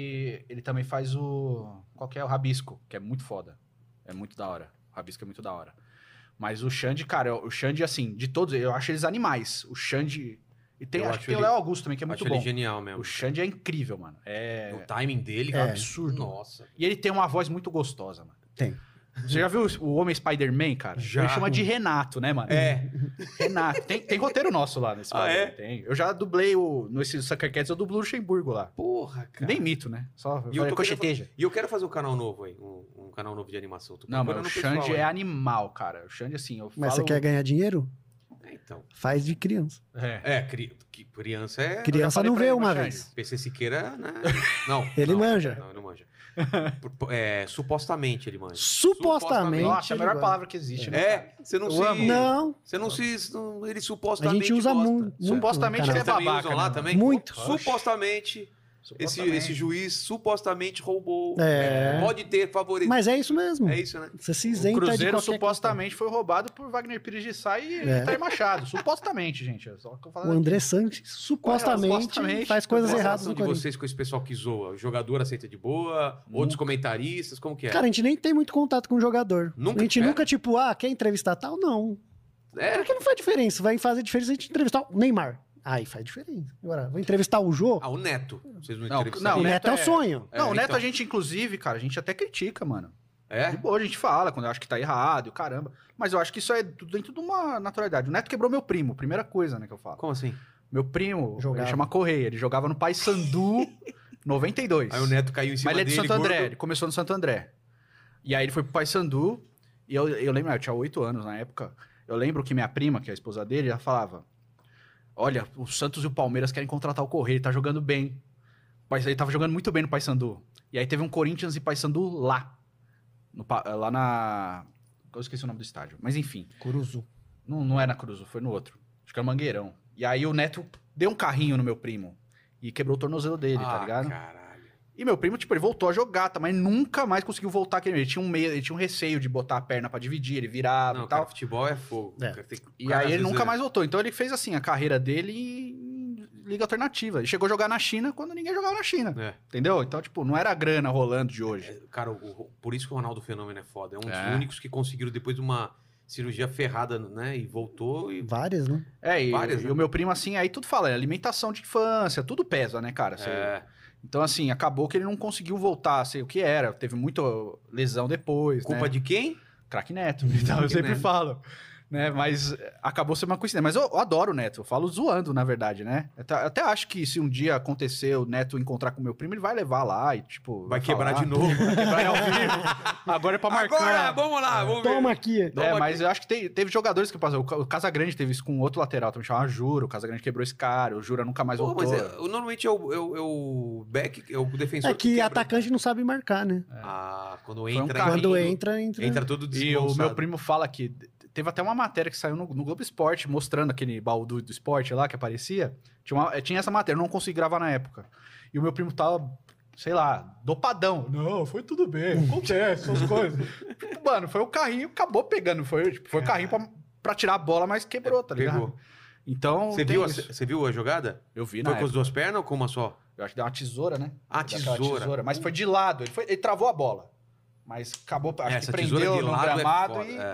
e ele também faz o qual que é o Rabisco, que é muito foda. É muito da hora. O Rabisco é muito da hora. Mas o Xande, cara, o Xande assim, de todos, eu acho eles animais. O Xande e tem, Eu acho acho que tem o ele- Léo Augusto também, que é muito Acho bom. ele genial mesmo. O Xande é incrível, mano. É O timing dele, É. absurdo. Nossa. e ele tem uma voz muito gostosa, mano. Tem. Você já viu o Homem Spider-Man, cara? Já. Ele chama de Renato, né, mano? É. Renato. Tem, tem roteiro nosso lá nesse Ah, bagulho, é? Tem. Eu já dublei o. Nesse Sucker Cats, eu dublo o Luxemburgo lá. Porra, cara. Nem mito, né? Só E eu falei, tô cocheteja. E eu quero fazer um canal novo aí. Um, um canal novo de animação. Tô Não, mas o procurando pessoal Xande aí. é animal, cara. O Xande, assim, eu Mas falo... você quer ganhar dinheiro? É, então. Faz de criança. É. É, cri... que criança é... Criança falei não pra vê ele, uma Xande. vez. P C Siqueira, né? Não. Ele não, manja. Não, ele não manja. Por- é, supostamente ele manja. Supostamente. Nossa, a melhor ele palavra que existe, né? É, você não Eu se... amo. Não, Você não se... não- ele a supostamente gente usa gosta. mu muito. Supostamente no ele é canal. Vocês também babaca, usam lá né, também? Muito. Supostamente, esse, Supostamente. esse juiz supostamente roubou. É. Pode ter favorecido. Mas é isso mesmo. É isso, né? Você se O isenta de Cruzeiro qualquer supostamente foi roubado por Wagner Pires de Sá e É. Itair Machado. Supostamente, gente. É só que eu questão. falando O aqui. André Sanches supostamente, Supostamente. faz coisas Qual a erradas relação no de Corinthians. vocês com esse pessoal que zoa? O jogador aceita de boa? Outros comentaristas? Como que é? Cara, a gente nem tem muito contato com o jogador. Nunca a gente tiveram? nunca, tipo, ah, quer entrevistar tal? Não. é? Porque não faz diferença. Vai fazer diferença a gente entrevistar o Neymar. Aí faz diferença. Agora, vou entrevistar o Jô? Ah, o Neto. Vocês não Não, entrevistaram? não, o Neto é o sonho. É, Não, o Neto então. a gente, inclusive, cara, a gente até critica, mano. É? De boa, a gente fala quando eu acho que tá errado, e o caramba. Mas eu acho que isso é tudo dentro de uma naturalidade. O Neto quebrou meu primo, primeira coisa, né, que eu falo. Como assim? Meu primo, Jogava. ele chama Correia, ele jogava no Paysandu noventa e dois. Aí o Neto caiu em cima Mas ele é de dele, Santo André, gordo. ele começou no Santo André. E aí ele foi pro Paysandu, e eu, eu lembro, eu tinha oito anos na época, eu lembro que minha prima, que é a esposa dele, ela falava, olha, o Santos e o Palmeiras querem contratar o Correia, ele tá jogando bem. Mas ele tava jogando muito bem no Paysandu. E aí teve um Corinthians e Paysandu lá. No pa- lá na... Eu esqueci o nome do estádio. Mas enfim, Curuzu. não, não é na Cruz, foi no outro. Acho que era Mangueirão. E aí o Neto deu um carrinho no meu primo. E quebrou o tornozelo dele, tá Ah, ligado? caralho. E meu primo, tipo, ele voltou a jogar, tá? Mas nunca mais conseguiu voltar aquele. Ele tinha um meio, ele tinha um receio de botar a perna pra dividir, ele virava Não, e tal. cara, futebol é fogo. É. Cara, tem- E cara, aí às ele vezes nunca é- mais voltou. Então ele fez assim, a carreira dele em liga alternativa. Ele chegou a jogar na China quando ninguém jogava na China. É. Entendeu? Então, tipo, não era a grana rolando de hoje. É, cara, o- o- por isso que o Ronaldo Fenômeno é foda. É um dos É. únicos que conseguiram, depois de uma cirurgia ferrada, né? E voltou e... Várias, né? É, e, Várias, e né? o meu primo, assim, aí tudo fala, é alimentação de infância, tudo pesa, né, cara? Você- É. Então, assim, acabou que ele não conseguiu voltar a ser o que era. Teve muita lesão depois, Culpa né? de quem? Craque Neto, então eu sempre Neto. falo. Né? Mas eh, acabou sendo uma coincidência. Mas eu, eu adoro o Neto, eu falo zoando, na verdade, né? Eu até, eu até acho que se um dia acontecer o Neto encontrar com o meu primo, ele vai levar lá e, tipo... Vai quebrar falar. de novo. Vai quebrar ao vivo. Agora é pra marcar. Agora, vamos lá, vamos ver. Toma aqui. É, Toma mas aqui. eu acho que te- teve jogadores que passaram. O Ca- O Casagrande teve isso com outro lateral, também chamava Jura. O Casagrande quebrou esse cara, o Jura nunca mais Pô, voltou. mas é, o- normalmente é o, é o- é o back, é o defensor É que quebra. atacante não sabe marcar, né? Ah, quando um entra... carrinho. Quando entra, entra. Entra todo E o desgonçado. meu primo fala que teve até uma matéria que saiu no, no Globo Esporte, mostrando aquele baú do, do esporte lá que aparecia. Tinha, uma- tinha essa matéria, eu não consegui gravar na época. E o meu primo tava, sei lá, dopadão. Não, foi tudo bem, acontece, essas coisas. Tipo, mano, foi o carrinho, acabou pegando. Foi, tipo, foi o carrinho pra, pra tirar a bola, mas quebrou, tá ligado? Pegou. Então, Você tem viu, a, isso. você viu a jogada? Eu vi, Foi na com as época. duas pernas ou com uma só? Eu acho que deu uma tesoura, né? Ah, Deu aquela tesoura. Mas foi de lado, ele, foi, ele travou a bola. Mas acabou, acho Essa que tesoura prendeu de no lado é gramado foda, e... é.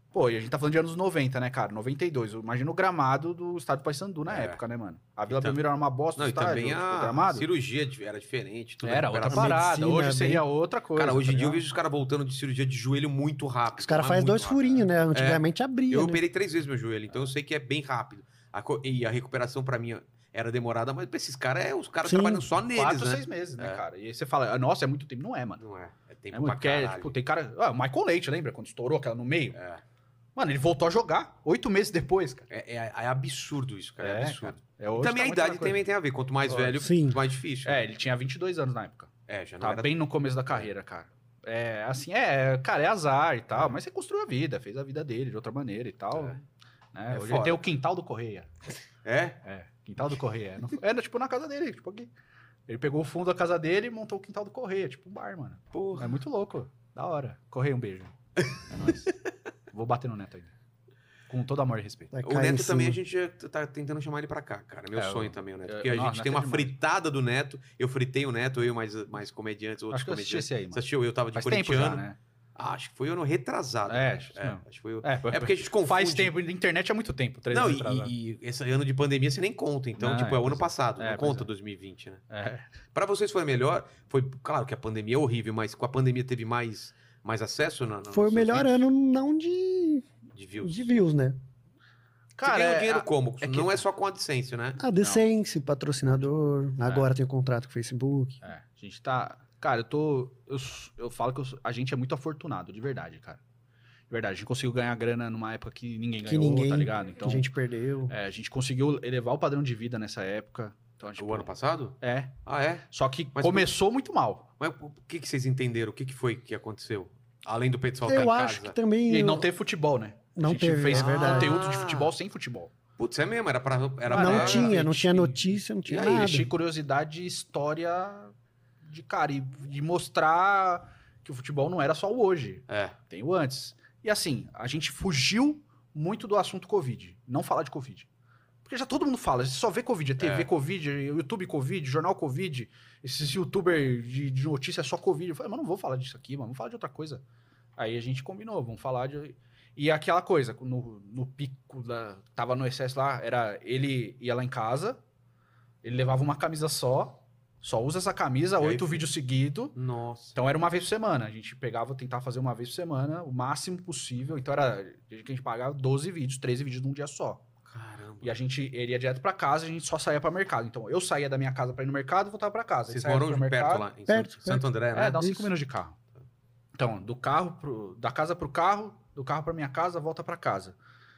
Pô, e a gente tá falando de anos noventa, né, cara? noventa e dois. Imagina o gramado do estádio Paysandu na É. época, né, mano? A Vila tam- Belmiro era uma bosta Não, do e estádio, também tipo, o a gramado. cirurgia de- era diferente. tudo, a Era outra recuperação. parada. medicina, Hoje seria bem- outra coisa. Cara, hoje em tá dia eu ligado? vejo os caras voltando de cirurgia de joelho muito rápido. Os caras mas fazem muito dois rápido. furinhos, né? Antigamente abria, Eu né? operei três vezes meu joelho, então eu sei que é bem rápido. A co- e a recuperação pra mim era demorada, mas pra esses caras, é, os caras Sim. trabalham só neles, Quatro, né? seis meses, né, É. cara? E aí você fala, ah, nossa, é muito tempo. Não é, mano. Não é, é tempo É muito, pra porque, é, caralho. tipo, tem cara... Ah, o Michael Leite, lembra? Quando estourou aquela no meio. É, Mano, ele voltou a jogar oito meses depois, cara. é, é- é absurdo isso, cara, é, absurdo. cara. É, E hoje também tá a muito idade outra coisa. também tem a ver, quanto mais velho, Sim. mais difícil. É, ele tinha vinte e dois anos na época. É, já não Tá era... bem no começo da carreira, cara. É, assim, é, cara, é azar e tal, mas você construiu a vida, fez a vida dele de outra maneira e tal. É. Né? É Hoje foda. ele tem o quintal do Correia. É? É, quintal do Correia. É, no- é, tipo, na casa dele, tipo aqui. Ele pegou o fundo da casa dele e montou o quintal do Correia, tipo um bar, mano. Porra. É muito louco. Da hora. Correia, um beijo. É nóis. Vou bater no Neto ainda. Com todo amor e respeito. Vai O cair em Neto também, a cima. gente já tá tentando chamar ele pra cá, cara. Meu É, sonho eu- também, o Neto. eu- Porque a nossa, gente Neto tem é uma demais. fritada do Neto. Eu fritei o Neto, eu e mais, mais comediantes, outros Acho que eu assisti comediantes. esse aí, mano. Você assistiu? Eu tava de Faz tempo corintiano. já, né? Ah, acho que foi ano retrasado. É, né? acho que é, não. acho que foi o... É, É porque a gente confunde. Faz tempo, na internet é muito tempo. Três Não, anos e, atrasado. e- e esse ano de pandemia você nem conta. Então, Não, tipo, é, é o ano pois é. passado. É, não pois conta é. dois mil e vinte, né? É. Pra vocês foi melhor. Foi, claro que a pandemia é horrível, mas com a pandemia teve mais, mais acesso na, na, Foi nos o seus melhor vídeos? ano, não de, De views. de views, né? Você ganha é- dinheiro como? é que- Não é só com a AdSense, né? A Decence, patrocinador. Agora tem o contrato com o Facebook. É, a gente tá. Cara, eu tô. Eu, s- eu falo que eu sou- a gente é muito afortunado, de verdade, cara. De verdade, a gente conseguiu ganhar grana numa época que ninguém Que ganhou, ninguém. tá ligado? Então, Que a gente perdeu. é, a gente conseguiu elevar o padrão de vida nessa época. Então, tipo, O ano passado? É. Ah, é? Só que Mas começou muito mal. Mas o que, que vocês entenderam? O que, que foi que aconteceu? Além do pessoal estar Eu em acho casa. que também. E eu- não teve futebol, né? Não a gente teve, fez é verdade. conteúdo de Ah. futebol sem futebol. Putz, é mesmo, era pra... Era Ah, não pra- tinha, não tinha investir- notícia, não E tinha aí, nada. investir curiosidade e história de cara, e de mostrar que o futebol não era só o hoje. É. Tem o antes. E assim, a gente fugiu muito do assunto Covid. Não falar de Covid. Porque já todo mundo fala, você só vê Covid, é T V É. Covid, YouTube Covid, jornal Covid, esses youtubers de, de notícia é só Covid. Eu falei, mas não vou falar disso aqui, mano, vamos falar de outra coisa. Aí a gente combinou, vamos falar de... E aquela coisa, no, no pico, da, tava no excesso lá, era ele ia lá em casa, ele levava uma camisa só, só usa essa camisa, E aí oito foi- vídeos seguidos. Nossa. Então era uma vez por semana. A gente pegava, tentava fazer uma vez por semana, o máximo possível. Então era que a gente pagava doze vídeos, treze vídeos num dia só. Caramba. E a gente ele ia direto pra casa, a gente só saía pra mercado. Então eu saía da minha casa pra ir no mercado e voltava pra casa. Vocês Aí saía moram pro perto mercado. lá, em Perto, Santo, Santo André, né? É, dá uns cinco Isso. minutos de carro. Então, do carro pro, da casa pro carro, do carro pra minha casa, volta pra casa.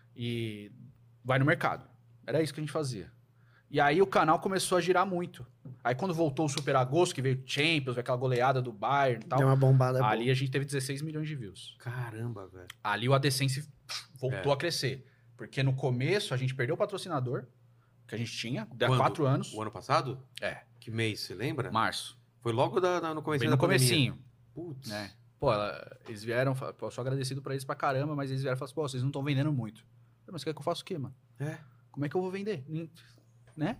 E vai no mercado. Era isso que a gente fazia. E aí o canal começou a girar muito. Aí quando voltou o Super Agosto, que veio Champions, veio aquela goleada do Bayern e tal, Deu uma bombada. ali boa. a gente teve dezesseis milhões de views. Caramba, velho. Ali o AdSense voltou É. a crescer. Porque no começo a gente perdeu o patrocinador, que a gente tinha, há Quando? quatro anos. O ano passado? É, Que mês, você lembra? março. Foi logo da, da- no começo Bem da no pandemia. comecinho. Putz. Né? Pô, ela- eles vieram, fa- pô, eu sou agradecido pra eles pra caramba, mas eles vieram e falaram assim, pô, vocês não estão vendendo muito. Eu falei, mas quer que eu faça o quê, mano? É. Como é que eu vou vender? Nem- Né?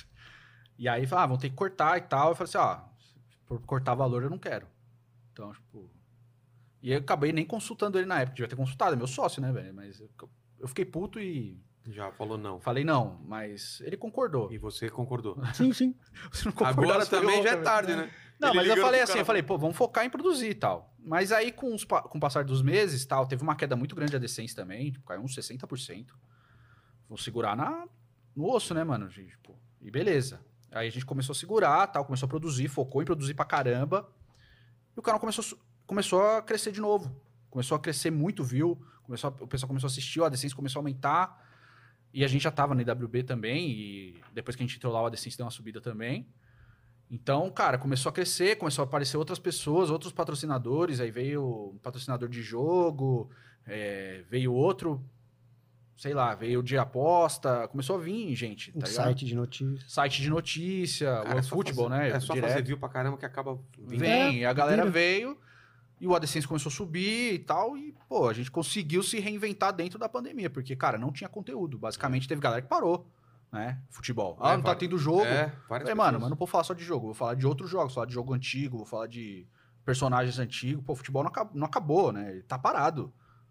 E aí, falaram, ah, vão ter que cortar e tal. Eu falei assim, ó, por cortar valor eu não quero. Então, tipo... E eu acabei nem consultando ele na época, devia ter consultado, é meu sócio, né, velho? Mas eu, eu fiquei puto e Já falou não. falei não, mas ele concordou. E você concordou. Sim, sim. Se não Agora concordasse, foi também já é outra, tarde, né? né? Não, Ele mas eu ligando falei pro assim, cara, eu falei, pô, vamos focar em produzir e tal. Mas aí, com, os, pa- com o passar dos meses tal, teve uma queda muito grande de AdSense também, tipo, caiu uns sessenta por cento. Vou segurar na, no osso, né, mano? Gente, tipo, e beleza. Aí a gente começou a segurar, tal, começou a produzir, focou em produzir pra caramba. E o canal começou, a su- começou a crescer de novo. Começou a crescer muito, viu? Começou a- o pessoal começou a assistir, o AdSense começou a aumentar. E a gente já tava no I W B também, e depois que a gente entrou lá, o AdSense deu uma subida também. Então, cara, começou a crescer, começou a aparecer outras pessoas, outros patrocinadores, aí veio um patrocinador de jogo, é, veio outro, sei lá, veio de aposta, começou a vir gente, tá Um ligado? site de notícias. Site de notícia, Cara, é o só futebol, fazer- né? É só direto. fazer view pra caramba que acaba vindo. Vem, e a galera vira. veio, e o AdSense começou a subir e tal, e, pô, a gente conseguiu se reinventar dentro da pandemia, porque, cara, não tinha conteúdo. Basicamente, teve galera que parou, né? Futebol. Ah, É, não tá várias- tendo jogo. É, várias Falei, mano, pessoas. mas não vou falar só de jogo, vou falar de outros jogos, vou falar de jogo antigo, vou falar de personagens antigos. Pô, o futebol não acabou, não acabou, né? Ele tá parado.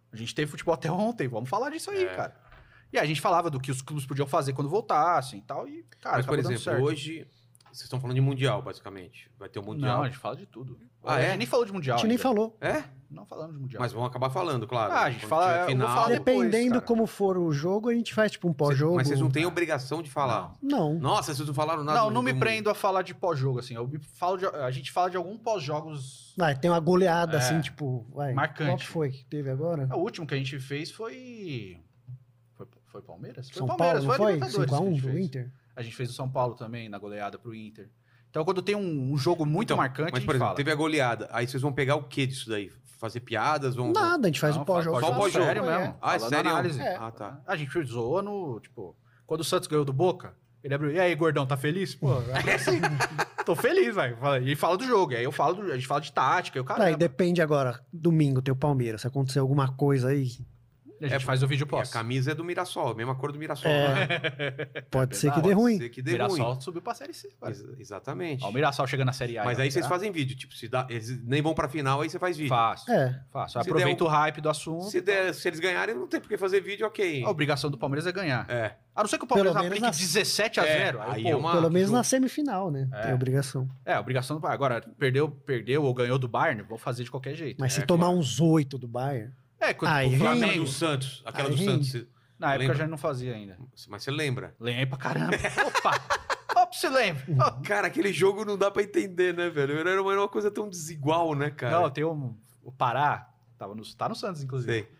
A gente teve futebol até ontem, vamos falar disso aí, É. cara. E a gente falava do que os clubes podiam fazer quando voltassem e tal, e, cara, Mas, por tava dando exemplo, certo. hoje, vocês estão falando de Mundial, basicamente. Vai ter o Mundial. Não, a gente fala de tudo. Ah, a é? gente nem falou de A Mundial gente nem ainda. falou. É? Não falamos de Mundial. Mas vão acabar falando, claro. Ah, a gente Quando fala- tiver eu vou final. falar depois. Dependendo cara. como for o jogo, a gente faz tipo um pós-jogo. Mas vocês não têm obrigação de falar. Não. Nossa, vocês não falaram nada Não, do- não me do- prendo a falar de pós-jogo, assim. Eu me falo de- a gente fala de algum pós-jogos. Vai, tem uma goleada É. assim, tipo. Vai, Marcante. Qual que foi que teve agora? O último que a gente fez foi. Foi, foi Palmeiras? Foi São Palmeiras, Paulo, não foi? Libertadores que a cinco a um gente do fez. Inter? A gente fez o São Paulo também, na goleada pro Inter. Então, quando tem um, um jogo muito Então, marcante, Mas, a gente por exemplo, fala. teve a goleada. Aí vocês vão pegar o que disso daí? Fazer piadas? Vão, vão- Nada, a gente faz Não, o pós-jogo. fala Só o pós-jogo. Sério É. mesmo. Ah, é Falando sério? análise. É. Ah, tá. A gente zoou no, tipo... Quando o Santos ganhou do Boca, ele abriu... E aí, gordão, tá feliz? Pô, é assim. Tô feliz, velho. E fala do jogo. E aí eu falo do, a gente fala de tática. E o cara... Aí depende agora, domingo tem o Palmeiras. Se acontecer alguma coisa aí, A gente faz o vídeo E a pós. camisa é do Mirassol, a mesma cor do Mirassol. É. né? pode ser que Pode dê ruim. Pode ser que O dê Mirassol ruim. subiu pra Série C. agora. Ex- exatamente. Ó, o Mirassol chega na Série A. Mas ó. aí vocês É. fazem vídeo. Tipo, se dá, eles nem vão pra final, aí você faz vídeo. Faço. É. Faço. Se Aproveita der o hype do assunto. Se, der- se eles ganharem, não tem por que fazer vídeo, ok. A obrigação do Palmeiras é ganhar. É. A não ser que o Palmeiras Pelo menos aplique na- dezessete a É, zero. aí pô, é uma- Pelo menos jogo. na semifinal, né? É. Tem obrigação. É, a obrigação do Agora, perdeu, perdeu ou ganhou do Bayern, vou fazer de qualquer jeito. Mas É, se tomar claro. uns oito do Bayern. É, quando Aí o rende. Aquela Flamengo. do Santos. Aquela Aí do rende. Santos. você- Na época lembra? a gente não fazia ainda. Mas você lembra? Lembra pra caramba. Opa! Opa, você lembra? Oh. Cara, aquele jogo não dá pra entender, né, velho? Era uma, era uma coisa tão desigual, né, cara? Não, tem um, o Pará. Tava no, tá no Santos, inclusive. Sei.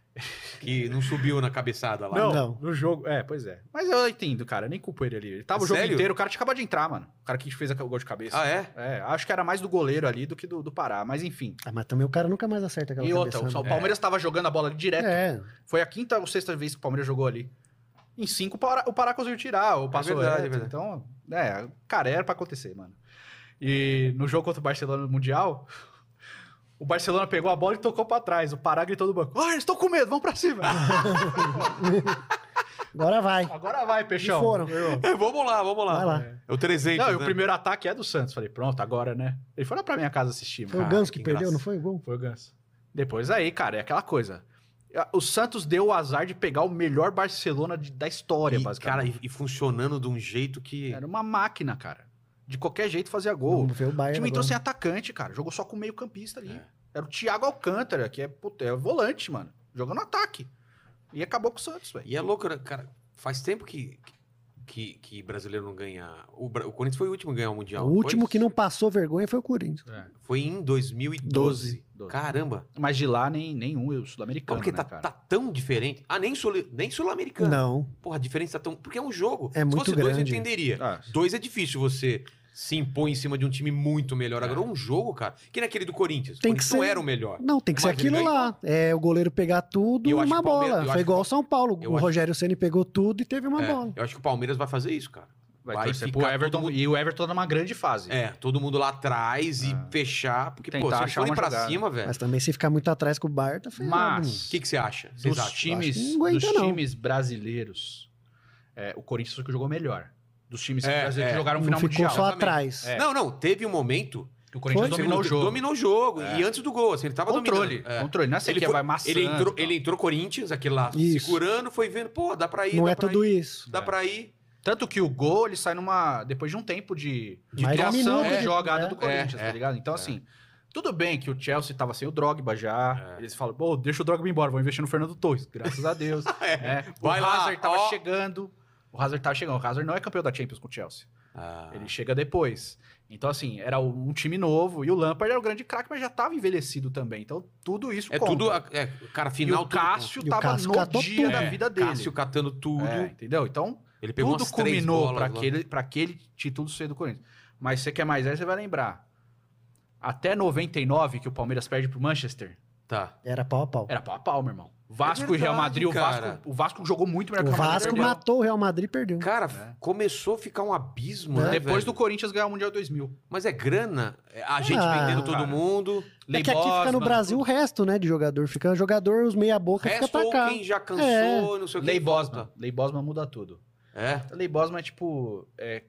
Que não subiu na cabeçada lá. Não, Não. no jogo. É, pois é. Mas eu entendo, cara. Eu nem culpo ele ali. Ele tava o jogo Sério? inteiro, o cara tinha acabado de entrar, mano. O cara que fez a- o gol de cabeça. Ah, é? É, acho que era mais do goleiro ali do que do, do Pará. Mas enfim. Ah, mas também o cara nunca mais acerta aquela E outra, o, cabeçada. o Palmeiras tava jogando a bola ali direto. É. Foi a quinta ou sexta vez que o Palmeiras jogou ali. Em cinco, o Pará, o Pará conseguiu tirar, ou passou verdade, reto. é verdade. Então, é, cara, era pra acontecer, mano. E no jogo contra o Barcelona no Mundial, o Barcelona pegou a bola e tocou pra trás. O Pará gritou do banco: "Ah, eles estão com medo, vamos pra cima." Agora vai. Agora vai, Peixão. E foram. É, vamos lá, vamos lá. Vai lá. É o trezentos, Não, e né? o primeiro ataque é do Santos. Falei, pronto, agora, né? Ele foi lá pra minha casa assistir, Foi mano. o Ganso que que perdeu, engraçado. não foi o gol? Foi o Ganso. Depois aí, cara, é aquela coisa. O Santos deu o azar de pegar o melhor Barcelona de- da história, E, basicamente. cara, e, e funcionando de um jeito que... Era uma máquina, cara. De qualquer jeito fazia gol. Vamos ver o O Bayern time entrou agora. sem atacante, cara. Jogou só com meio campista ali. É. Era o Thiago Alcântara, que é, puta, é volante, mano. Jogando ataque. E acabou com o Santos, velho. E é louco, né, cara? Faz tempo que, que, que brasileiro não ganha... O, Bra- o Corinthians foi o último a ganhar o Mundial. O último foi? que não passou vergonha foi o Corinthians. Foi em dois mil e doze. Doze. Caramba. Mas de lá, nem, nenhum eu sul-americano, Porque né, tá, cara? tá tão diferente. Ah, nem, sul, nem sul-americano. Não. Porra, a diferença tá tão... Porque é um jogo. É Se muito fosse dois, eu grande. entenderia. Ah, Dois é difícil você se impor em cima de um time muito melhor. Agora, um jogo, cara... Que nem aquele do Corinthians. Tem o que Corinthians não ser- era o melhor. Não, tem que ser Mas ele aquilo ganhou. lá. É o goleiro pegar tudo E eu e acho uma que o Palmeiras- bola. eu Foi acho igual que- o São Paulo. eu O acho- Rogério Ceni pegou tudo e teve uma É, bola. eu acho que o Palmeiras vai fazer isso, cara. vai, Vai torcer ficar pro Everton. todo mundo- E o Everton tá numa grande fase. É, todo mundo lá atrás e Ah. fechar. Porque, pô, Tentar se eles achar forem uma pra jogada. cima, velho... Mas também se ficar muito atrás com o Bayern, tá ferrado. Mas- O que, que você acha? Vocês Dos acham? times, Eu acho que não aguenta, dos não. times brasileiros, é, o Corinthians foi o que jogou melhor. Dos times É, brasileiros é. que jogaram no Não final ficou mundial. só exatamente. atrás. É. Não, não, teve um momento... Que o Corinthians Foi? dominou o jogo. Dominou o jogo. É. E antes do gol, assim, ele tava Controle. dominando. É. Controle. Não é assim Ele, que foi- vai maçã. ele, entrou, ele entrou Corinthians, aquele lá, Isso. segurando, foi vendo, pô, dá pra ir, Não dá é pra tudo ir, isso. dá É. pra ir. Tanto que o gol, ele sai numa... Depois de um tempo de, de Mais de um criação minuto de de- jogada é. do Corinthians, É, tá é. ligado? Então, assim, tudo bem que o Chelsea tava sem o Drogba já. É. Eles falam, pô, deixa o Drogba embora, vou investir no Fernando Torres. Graças a Deus. É. O Vai lá, Hazard tava ó. chegando. O Hazard tava chegando. O Hazard não é campeão da Champions com o Chelsea. Ah, Ele chega depois. Então, assim, era um time novo. E o Lampard era o grande craque, mas já tava envelhecido também. Então, tudo isso é conta. tudo, é, cara, E final... o Cássio E o tava Cássio no catou dia tudo. da tudo, vida é, dele. Cássio catando tudo. É, entendeu? Então, Ele pegou tudo umas três culminou bolas para lá. aquele, pra aquele título ser do Corinthians. Mas você quer mais aí, você vai lembrar. Até noventa e nove, que o Palmeiras perde pro Manchester, Tá. Era pau a pau. era pau a pau, meu irmão. Vasco É verdade, e Real Madrid, o cara. Vasco, o Vasco jogou muito melhor O que o Real Madrid. Vasco perdeu. matou o Real Madrid e perdeu. Cara, É. começou a ficar um abismo, né, Depois velho? do Corinthians ganhar o Mundial dois mil. Mas é grana, é a gente Ah, vendendo todo cara. mundo, É que aqui fica no Brasil o resto, né, de jogador. Fica jogador, os meia boca, fica resto pra ou cá. quem já cansou, É. não sei o que. Lei volta. Bosman. Lei Bosman muda tudo. É, A Lei Bosman é tipo... É,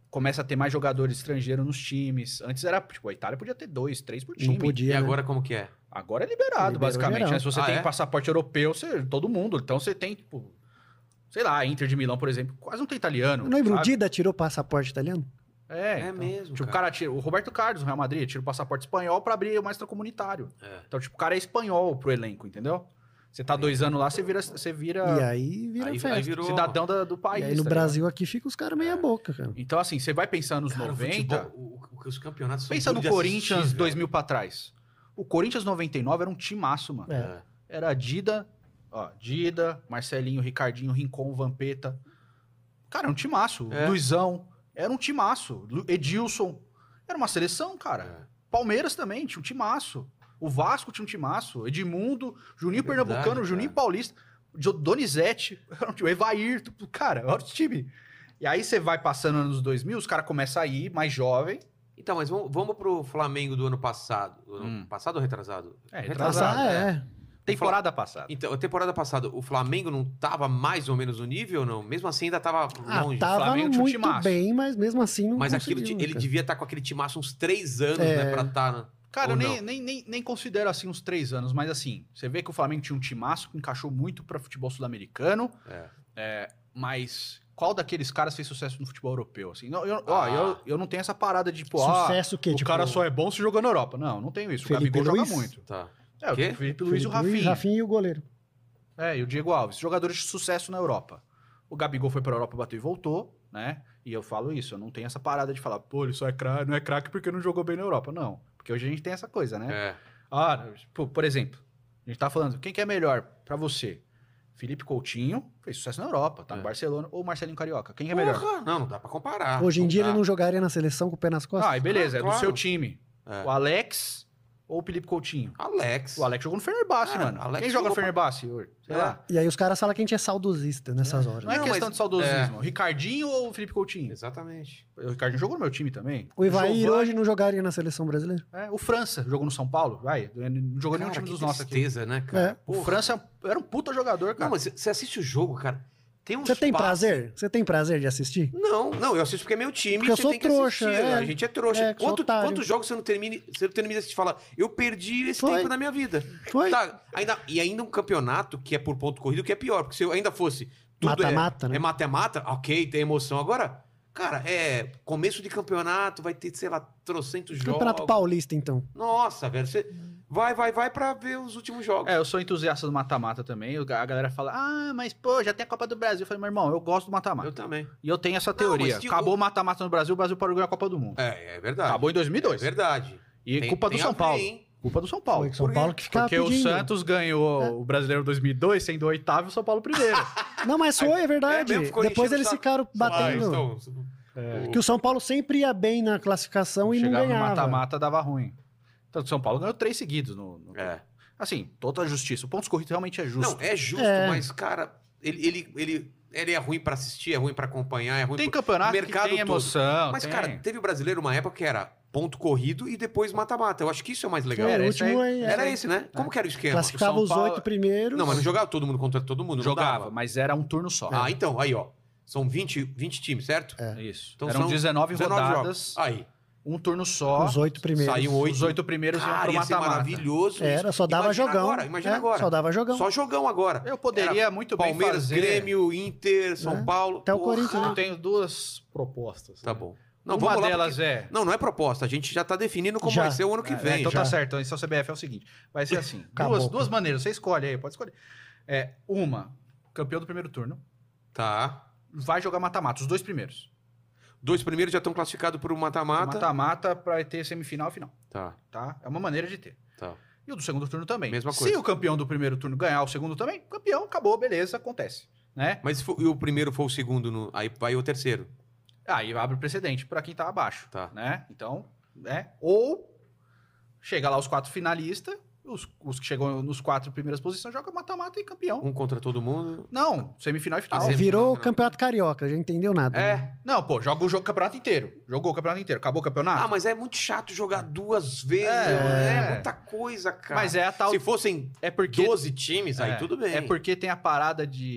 começa a ter mais jogadores estrangeiros nos times. Antes era, tipo, a Itália podia ter dois, três por time. Não podia, E né? agora como que é? Agora é liberado, Liberou basicamente. geral. Né? Se você Ah, tem é? passaporte europeu, você, todo mundo. Então você tem, tipo, sei lá, a Inter de Milão, por exemplo, quase não tem italiano. Eu lembro, o sabe? Dida tirou passaporte italiano? É, É então. mesmo, Tipo, o cara. cara tira, o Roberto Carlos, no Real Madrid, tira o passaporte espanhol pra abrir o extracomunitário. É. Então, tipo, o cara é espanhol pro elenco, entendeu? Você tá dois anos lá, você vira, você vira E aí vira Aí, festa. aí virou... cidadão da- do E país. aí no tá Brasil aqui fica os caras meia boca, cara. ligado? Então, assim, você vai pensar nos Cara, o noventa... futebol, o- o- os campeonatos são Pensa no duros de Corinthians assistir, dois velho. mil pra trás. O Corinthians noventa e nove era um timaço, mano. É. Era Dida, ó, Dida, Marcelinho, Ricardinho, Rincon, Vampeta. Cara, era um timaço. É. Luizão, era um timaço. Lu- Edilson, era uma seleção, cara. É. Palmeiras também, tinha um timaço. O Vasco tinha um timaço. Edmundo, Juninho Verdade, Pernambucano, cara. Juninho Paulista, Jo- Donizete, era um time, Evair, tu- cara, era o time. E aí você vai passando anos dois mil, os caras começam a ir mais jovem. Então, mas vamos, vamos pro Flamengo do ano passado. Do ano Hum. passado ou retrasado? É, retrasado. Ah, é. Temporada passada. Então, a temporada passada, o Flamengo não tava mais ou menos no nível, não? Mesmo assim, ainda tava Ah, longe. tava Flamengo tinha um muito timaço. bem, mas mesmo assim não Mas conseguiu, aquilo, ti- né, ele cara? devia estar com aquele timaço uns três anos, É. né, pra estar... na- Cara, Ou eu nem, não? nem, nem, nem considero assim uns três anos, mas assim, você vê que o Flamengo tinha um timaço que encaixou muito pra futebol sul-americano, É. é, mas qual daqueles caras fez sucesso no futebol europeu? Assim? Não, eu, ó, Ah. eu, eu não tenho essa parada de, tipo, ah, Sucesso o quê? o Tipo, cara só é bom se jogou na Europa. Não, não tenho isso. Felipe o Gabigol Luiz? joga muito. Tá. É, Quê? o Felipe Luiz e o Felipe Luiz, Rafinha. Rafinha e o goleiro. É, e o Diego Alves. Jogadores de sucesso na Europa. O Gabigol foi pra Europa, bateu e voltou, né? E eu falo isso, eu não tenho essa parada de falar, pô, ele só é craque, não é craque porque não jogou bem na Europa. Não, porque hoje a gente tem essa coisa, né? É. Ah, por, por exemplo, a gente tá falando, quem que é melhor pra você? Felipe Coutinho fez sucesso na Europa, tá É. no Barcelona, ou Marcelinho Carioca? Quem que é melhor? Porra, não, não dá pra comparar. Hoje em dia dá. ele não jogaria na seleção com o pé nas costas? Ah, e beleza, Ah, é do claro. seu time. É. O Alex ou o Felipe Coutinho? Alex. O Alex jogou no Fenerbahçe, É, mano. Alex Quem joga no jogou pra- Fenerbahçe? hoje? Sei É. lá. E aí os caras falam que a gente é saudosista nessas horas. Não é Não, questão mas- de saudosismo. é. O Ricardinho ou o Felipe Coutinho? Exatamente. O Ricardinho jogou no meu time também. O Ivair Giovani- hoje não jogaria na seleção brasileira? É, o França jogou no São Paulo, vai. Não jogou nenhum Cara, time que dos nossos aqui. tristeza, né, cara? É. O Porra. França era um puta jogador, cara. Não, mas você assiste o jogo, cara. Tem uns Você tem passes- prazer? Você tem prazer de assistir? Não, não, eu assisto porque é meu time. Porque eu você sou tem que trouxa, assistir, é. A gente é trouxa. É, que sou Quanto- otário. quantos jogos você não termina, você não termina de assistir e fala, eu perdi esse Foi. tempo da minha vida. Foi? Tá, ainda, e ainda um campeonato que é por ponto corrido, que é pior. Porque se eu ainda fosse. tudo Mata-mata, é, né? É mata-mata, ok, tem emoção. Agora, cara, é começo de campeonato, vai ter, sei lá, trocentos jogos. Campeonato Paulista, então. Nossa, velho, você vai, vai, vai pra ver os últimos jogos. É, eu sou entusiasta do mata-mata também. A galera fala, ah, mas pô, já tem a Copa do Brasil. Eu falei, meu irmão, eu gosto do mata-mata. Eu também. E eu tenho essa Não, teoria. mas, tipo, Acabou o mata-mata no Brasil, o Brasil parou de ganhar a Copa do Mundo. É, é verdade. Acabou em dois mil e dois. É verdade. E Tem- culpa do tem São a ver, Paulo. hein? Culpa do São Paulo. Foi São Por quê? Paulo que ficava Porque o pedindo. Santos ganhou o Brasileiro dois mil e dois, sendo o oitavo e o São Paulo primeiro. Não, mas foi, é verdade. É mesmo, ficou Depois enchendo eles o saco. ficaram batendo. Ah, então, É. Que o São Paulo sempre ia bem na classificação e não Chegava no ganhava. mata-mata, dava ruim. Então, o São Paulo ganhou três seguidos. No, no- É. Assim, toda a justiça. O pontos corridos realmente é justo. Não, é justo, É. mas, cara, ele, ele, ele, ele é ruim pra assistir, é ruim pra acompanhar, é ruim Tem pro- campeonato mercado que tem todo. emoção. Mas, tem. cara, teve o brasileiro uma época que era ponto corrido e depois mata-mata. Eu acho que isso é o mais legal. Foi, Era o esse último aí. aí, Era é. esse, né? Como que era o esquema? Classificava O São os Paulo- oito primeiros. Não, mas não jogava todo mundo contra todo mundo, não jogava, dava. mas era um turno só. Ah, então, aí, ó. São vinte, vinte times, certo? É. Isso. Então Eram são dezenove, rodadas, jogos. Aí. um turno só. Os oito primeiros. Saiu oito. Os oito primeiros iam Cara, pro ia ser mata-mata. maravilhoso. Era, isso. só dava Imagina jogão. Agora, imagina É, agora. Só dava jogão. Só jogão agora. Eu poderia Era muito bem Palmeiras, fazer... Grêmio, Inter, São É. Paulo. Até o Porra. Corinthians, Eu tenho duas propostas. Tá né? bom. Não, Uma vamos lá, delas porque- é... Não, não é proposta. A gente já tá definindo como Já. vai ser o ano que É, vem. então já. tá certo. Então, esse é o C B F é o seguinte. Vai ser assim. Acabou. duas, duas maneiras. Você escolhe aí. Pode escolher. É, uma, campeão do primeiro turno. Tá. Vai jogar mata-mata. Os dois primeiros. Dois primeiros já estão classificados para o mata-mata. Mata-mata pra ter semifinal e final. Tá, Tá? É uma maneira de ter. tá. E o do segundo turno também. Mesma Se coisa. o campeão do primeiro turno ganhar o segundo também, campeão, acabou, beleza, acontece. Né? Mas se for- e o primeiro for o segundo, no- aí vai o terceiro. Aí abre o precedente pra quem tá abaixo. Tá. Né? Então, né? Ou chega lá os quatro finalistas, os, os que chegam nos quatro primeiras posições jogam mata-mata e campeão. Um contra todo mundo. Não, semifinal e final. Ah, Ó, Semifinal, virou o final. Campeonato Carioca, já entendeu nada. né? É. Não, pô, joga o jogo o campeonato inteiro. Jogou o campeonato inteiro. Acabou o campeonato. Ah, mas é muito chato jogar duas vezes. É. É, muita coisa, cara. Mas é a tal. Se fossem É porque. doze times, aí é, tudo bem. É porque tem a parada de